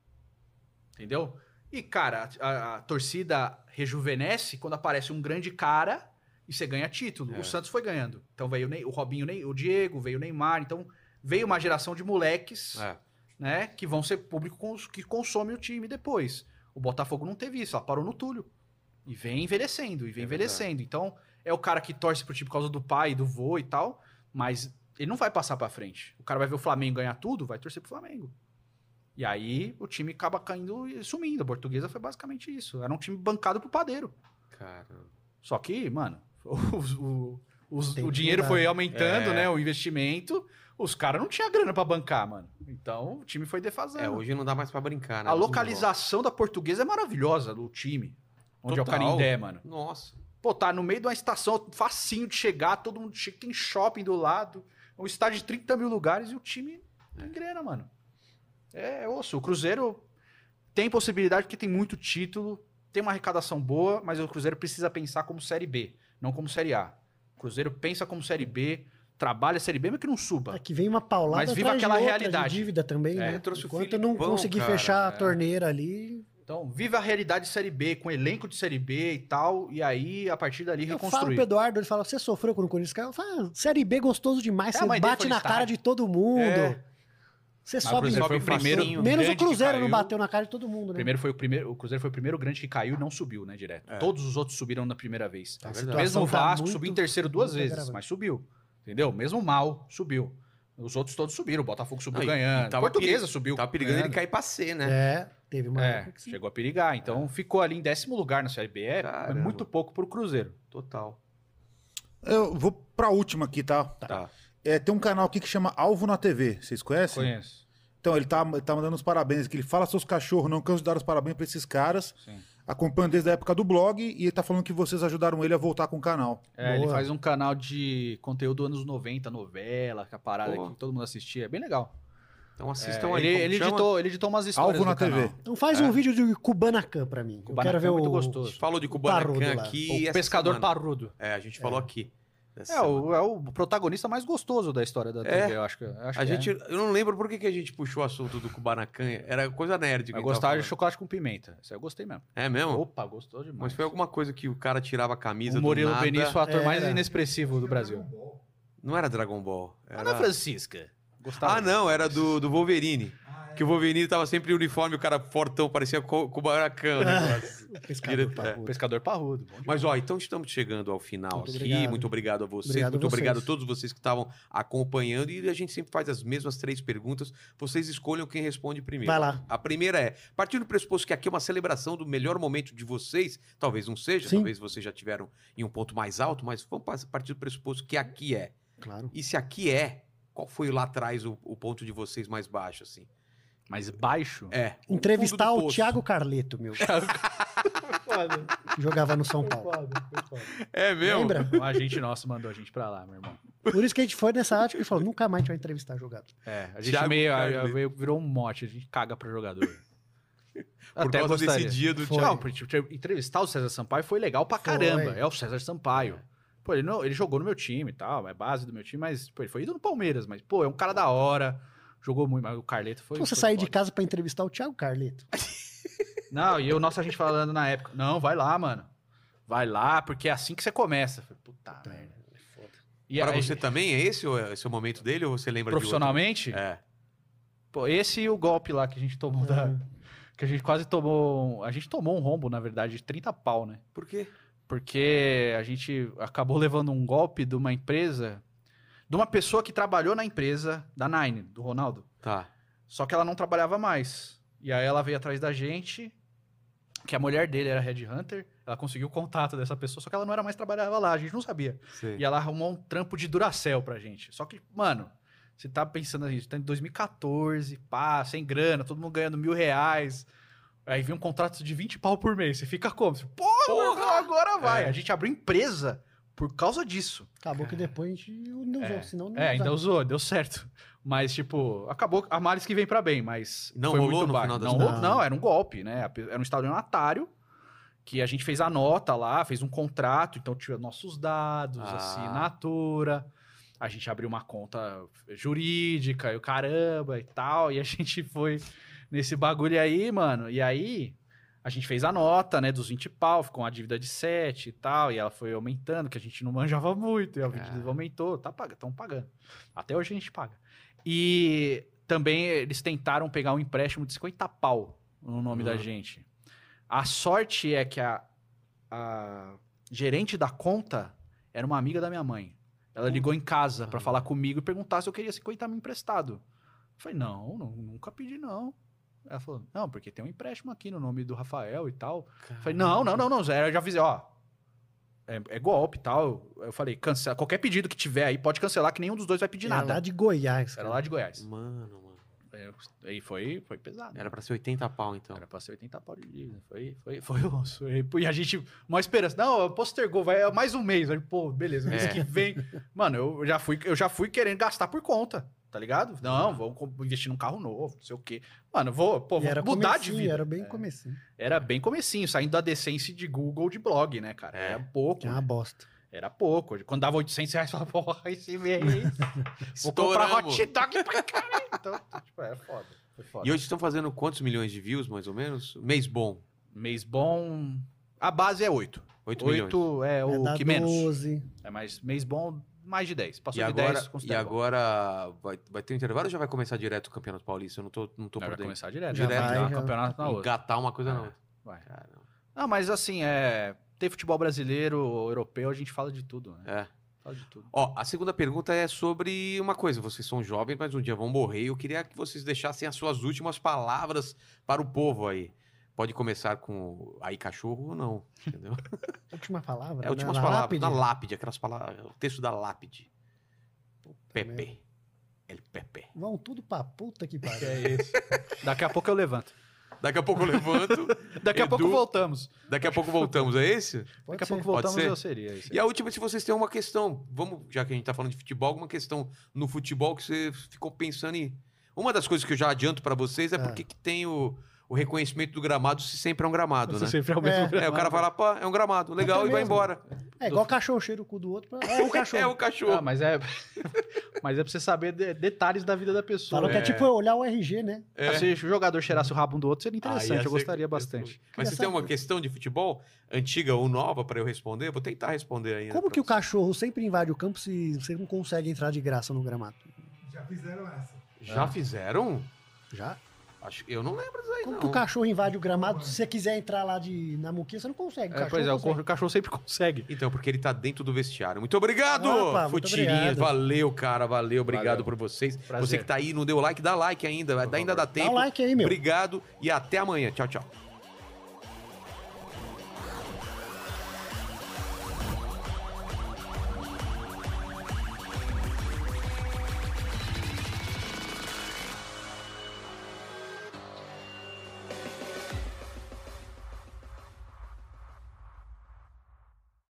Entendeu? E, cara, a, a torcida rejuvenesce quando aparece um grande cara e você ganha título. É. O Santos foi ganhando. Então veio o, Ney, o Robinho, Ney, o Diego, veio o Neymar. Então veio uma geração de moleques, é. né, que vão ser público cons- que consome o time depois. O Botafogo não teve isso, ela parou no Túlio. E vem envelhecendo, e vem É envelhecendo. Então, é o cara que torce pro time por causa do pai, do vô e tal, mas ele não vai passar pra frente. O cara vai ver o Flamengo ganhar tudo, vai torcer pro Flamengo. E aí, o time acaba caindo e sumindo. A Portuguesa foi basicamente isso. Era um time bancado pro padeiro. Cara. Só que, mano, os- o, os- Tem o que dinheiro mudar. foi aumentando, É. né? O investimento. Os caras não tinham grana pra bancar, mano. Então, o time foi defasando. É, hoje não dá mais pra brincar, né? A Os localização da Portuguesa é maravilhosa do time. Onde é o Total. Canindé, mano. jogos. Nossa. Pô, tá no meio de uma estação facinho de chegar, todo mundo chega, tem shopping do lado, um estádio de trinta mil lugares e o time engrena, mano. É, é osso. O Cruzeiro tem possibilidade porque tem muito título, tem uma arrecadação boa, mas o Cruzeiro precisa pensar como Série B, não como Série A. O Cruzeiro pensa como Série B, trabalha a Série B, mas que não suba. É que vem uma paulada Mas viva atrás de aquela outra realidade. de dívida também, É, né? eu trouxe o Enquanto eu não Filipão, conseguir cara, fechar a é. torneira ali... Então, vive a realidade de Série B, com elenco de Série B e tal, e aí, a partir dali, Eu falo reconstruir. pro Eduardo, ele fala, você sofreu quando o Corinthians caiu? Eu falo, ah, Série B gostoso demais, É, a você mãe dele bate foi no na cara estádio. de todo mundo. É. Você Mas o sobe... Cruzeiro foi o primeiro facinho. Menos o grande que Cruzeiro não caiu. bateu na cara de todo mundo, né? Primeiro foi o primeiro, o Cruzeiro foi o primeiro grande que caiu e não subiu, né, direto. É. Todos os outros subiram na primeira vez. É A verdade. Mesmo o situação tá Vasco muito- subiu em terceiro duas muito vezes, agravante. mas subiu. Entendeu? Mesmo o mal subiu. Os outros todos subiram. O Botafogo subiu Não, e- ganhando. e tava Portuguesa peri- subiu. Tava perigando ele ganhando. cair pra C, né? É, teve uma É, época que sim. chegou a perigar. Então ficou ali em décimo lugar na Série B. É, é Caramba. muito pouco pro Cruzeiro. Total. Eu vou pra última aqui, tá? Tá. É, tem um canal aqui que chama Alvo na T V. Vocês conhecem? Conheço. Então, ele tá, ele tá mandando os parabéns aqui. Ele fala seus cachorros, não canso de dar os parabéns pra esses caras. Sim. Acompanho desde a época do blog e ele tá falando que vocês ajudaram ele a voltar com o canal. É, ele Boa. faz um canal de conteúdo anos noventa, novela, que a parada Boa. que todo mundo assistia. É bem legal. Então É, assistam aí. ele, como ele, chama? editou, ele editou umas histórias Alvo na do canal. T V. Então faz É. um vídeo de Kubanacan pra mim. Eu Kubanacan quero ver é o... muito A gostoso. gente falou de Parrudo Kubanacan lá. aqui. O essa pescador semana. parrudo. É, a gente falou aqui. essa É semana. o, é o protagonista mais gostoso da história da T V, É. eu acho que, eu acho A que gente, é. eu não lembro por que, que a gente puxou o assunto do Kubanacan. Era coisa nerd. que a Eu gente gostava tava de chocolate com pimenta. Isso aí eu gostei mesmo. falando. É mesmo? Opa, gostou demais. Mas foi alguma coisa que o cara tirava a camisa O do Murilo nada. Benício foi o ator mais Era. inexpressivo do Brasil. Não era Dragon Ball. Era... Ana Francisca. Gostava. Ah, não, era do, do Wolverine. Que o Wolverine tava sempre em uniforme, o cara fortão, parecia co- Kubanacan. o negócio. O pescador Direto- parrudo. Pescador parrudo. Bom Mas, ó, então estamos chegando ao final Muito aqui. obrigado. Muito obrigado a vocês. Obrigado a muito vocês. obrigado a todos vocês que estavam acompanhando. E a gente sempre faz as mesmas três perguntas. Vocês escolham quem responde primeiro. Vai lá. A primeira é: partindo do pressuposto que aqui é uma celebração do melhor momento de vocês, talvez não seja, Sim. talvez vocês já tiveram em um ponto mais alto, mas vamos pa- partir do pressuposto que aqui é. Claro. E se aqui é, qual foi lá atrás o, o ponto de vocês mais baixo, assim? Mais baixo? É. o Entrevistar fundo do o poço. Thiago Carleto, meu. Jogava no São Paulo. É mesmo? Lembra? Um agente nosso mandou a gente pra lá, meu irmão. Por isso que a gente foi nessa área e falou, nunca mais a gente vai entrevistar jogador. É, a gente Thiago meio, Carleto. a- veio- virou um mote, a gente caga pra jogador. Por causa gostaria. desse dia do Foi. Thiago. Não, porque, tipo, entrevistar o César Sampaio foi legal pra caramba. Foi. É o César Sampaio. Pô, ele, não, ele jogou no meu time e tal, é base do meu time, mas pô, ele foi ídolo no Palmeiras, mas, pô, é um cara da hora, jogou muito, mas o Carleto foi... Você foi sair de foda. casa pra entrevistar o Thiago Carleto. Não, e o nosso a gente falando na época, não, vai lá, mano. Vai lá, porque é assim que você começa. Eu falei, puta merda. E Para aí, você também é esse, o- esse é o momento dele ou você lembra de profissionalmente, outro? É. pô, esse e o golpe lá que a gente tomou da... Que a gente quase tomou... A gente tomou um rombo, na verdade, de trinta pau, né? Por quê? Porque a gente acabou levando um golpe de uma empresa, de uma pessoa que trabalhou na empresa da Nine, do Ronaldo. Tá. Só que ela não trabalhava mais. E aí ela veio atrás da gente, que a mulher dele era headhunter, ela conseguiu o contato dessa pessoa, só que ela não era mais trabalhava lá, a gente não sabia. Sei. E ela arrumou um trampo de Duracell pra gente. Só que, mano, você tá pensando assim, tá em dois mil e quatorze, pá, sem grana, todo mundo ganhando mil reais. Aí vem um contrato de vinte pau por mês. Você fica como? Você, Porra, Porra! meu irmão, agora vai. É. A gente abriu empresa por causa disso. Acabou que depois a gente não usou, senão não É, ainda usava. usou, deu certo. Mas, tipo, acabou a males que vem pra bem, mas Não foi rolou muito no baixo. final das não, contas? rolou- não, era um golpe, né? Era um estelionatário que a gente fez a nota lá, fez um contrato, então tinha nossos dados, Ah. assinatura. A gente abriu uma conta jurídica e o caramba e tal, e a gente foi nesse bagulho aí, mano. E aí a gente fez a nota, né, dos vinte pau, ficou uma dívida de sete e tal, e ela foi aumentando, que a gente não manjava muito, e a dívida Ah. aumentou, tá pagando, estão pagando. Até hoje a gente paga. E também eles tentaram pegar um empréstimo de cinquenta pau no nome da Uhum. gente. A sorte é que a, a gerente da conta era uma amiga da minha mãe. Ela ligou em casa pra falar comigo e perguntar se eu queria cinquenta mil emprestado. Eu falei, não, não, nunca pedi, não. Ela falou, não, porque tem um empréstimo aqui no nome do Rafael e tal. Eu falei, não, não, não, não, Zé, eu já avisei, ó. É, é golpe e tal. Eu falei, cancela, qualquer pedido que tiver aí, pode cancelar, que nenhum dos dois vai pedir Era nada. lá de Goiás. Era cara. lá de Goiás. Mano, mano. É, aí foi, foi pesado. Era pra ser oitenta pau, então. Era pra ser oitenta pau de dívida. Foi, foi, foi osso. E a gente, uma esperança. Não, eu postergou, vai mais um mês. Aí, pô, beleza, mês É. que vem. Mano, eu já, fui, eu já fui querendo gastar por conta, tá ligado? Não, vou com- investir num carro novo, não sei o quê. Mano, eu vou, pô, E vou era mudar de comecinho, vida. Era bem comecinho. Era bem comecinho, saindo da decência de Google de blog, né, cara? É. Era pouco. Tinha uma bosta. Era pouco. Quando dava oitocentos reais, eu falava, porra, esse mês. Vou comprar Estouramos. hot dog pra caralho. Então, tipo, é foda. Foi foda. E hoje estão fazendo quantos milhões de views, mais ou menos? Mês bom. Mês bom. A base é oito. oito milhões. oito é o É dar que menos. doze. É mais mês bom, mais de dez. Passou E de agora, dez, e considera bom. agora vai, vai ter um intervalo ou já vai começar direto o Campeonato Paulista? Eu não tô, não tô Vai por dentro. começar direto. Já Já vai, vai, um já. campeonato na outra. Engatar uma coisa na É. outra. Vai. Caramba. Não, mas assim, é... tem futebol brasileiro, europeu, a gente fala de tudo, né? É. Fala de tudo. Ó, a segunda pergunta é sobre uma coisa. Vocês são jovens, mas um dia vão morrer. Eu queria que vocês deixassem as suas últimas palavras para o povo aí. Pode começar com aí cachorro ou não, entendeu? Última palavra. É, últimas na palavras. lápide? Na lápide, aquelas palavras. O texto da lápide. merda. Pepe. El Pepe. Vão tudo pra puta que pariu. É isso. Daqui a pouco eu levanto. Daqui a pouco eu levanto. Daqui a Edu, pouco voltamos. Daqui a pouco voltamos, é esse? Pode Daqui a ser. pouco Pode voltamos ser? eu seria. Isso aí. E a última, se vocês têm uma questão, vamos, já que a gente tá falando de futebol, alguma questão no futebol que você ficou pensando em. Uma das coisas que eu já adianto pra vocês é Ah. porque que tem o, o reconhecimento do gramado se sempre é um gramado, Você né? sempre é o mesmo É. É, o cara gramado. fala, pá, é um gramado, legal, É e vai mesmo. embora. É igual cachorro cheira o cu do outro. pra- É um cachorro. É o cachorro. Ah, mas é... mas é pra você saber de- detalhes da vida da pessoa. Falou que é É. tipo olhar o R G, né? É. Se o jogador cheirasse o rabo um do outro, seria Ah, interessante. ia eu ser- gostaria ia ser- bastante. Mas Queria você tem uma saber. questão de futebol, antiga ou nova, pra eu responder? Vou tentar responder ainda. Como pra que o você. cachorro sempre invade o campo se você não consegue entrar de graça no gramado? Já fizeram essa. Já Ah. fizeram? Já? Acho, eu não lembro disso aí, Como não. que o cachorro invade o gramado? Se você quiser entrar lá de, na muquinha, você não consegue. O É, cachorro pois é, o consegue. cor- o cachorro sempre consegue. Então, porque ele tá dentro do vestiário. Muito obrigado, Opa, muito Futirinhas. obrigado. Valeu, cara. Valeu, obrigado Valeu. por vocês. Prazer. Você que tá aí e não deu like, dá like ainda. Por Ainda dá favor. tempo. Dá um like aí, meu. Obrigado e até amanhã. Tchau, tchau.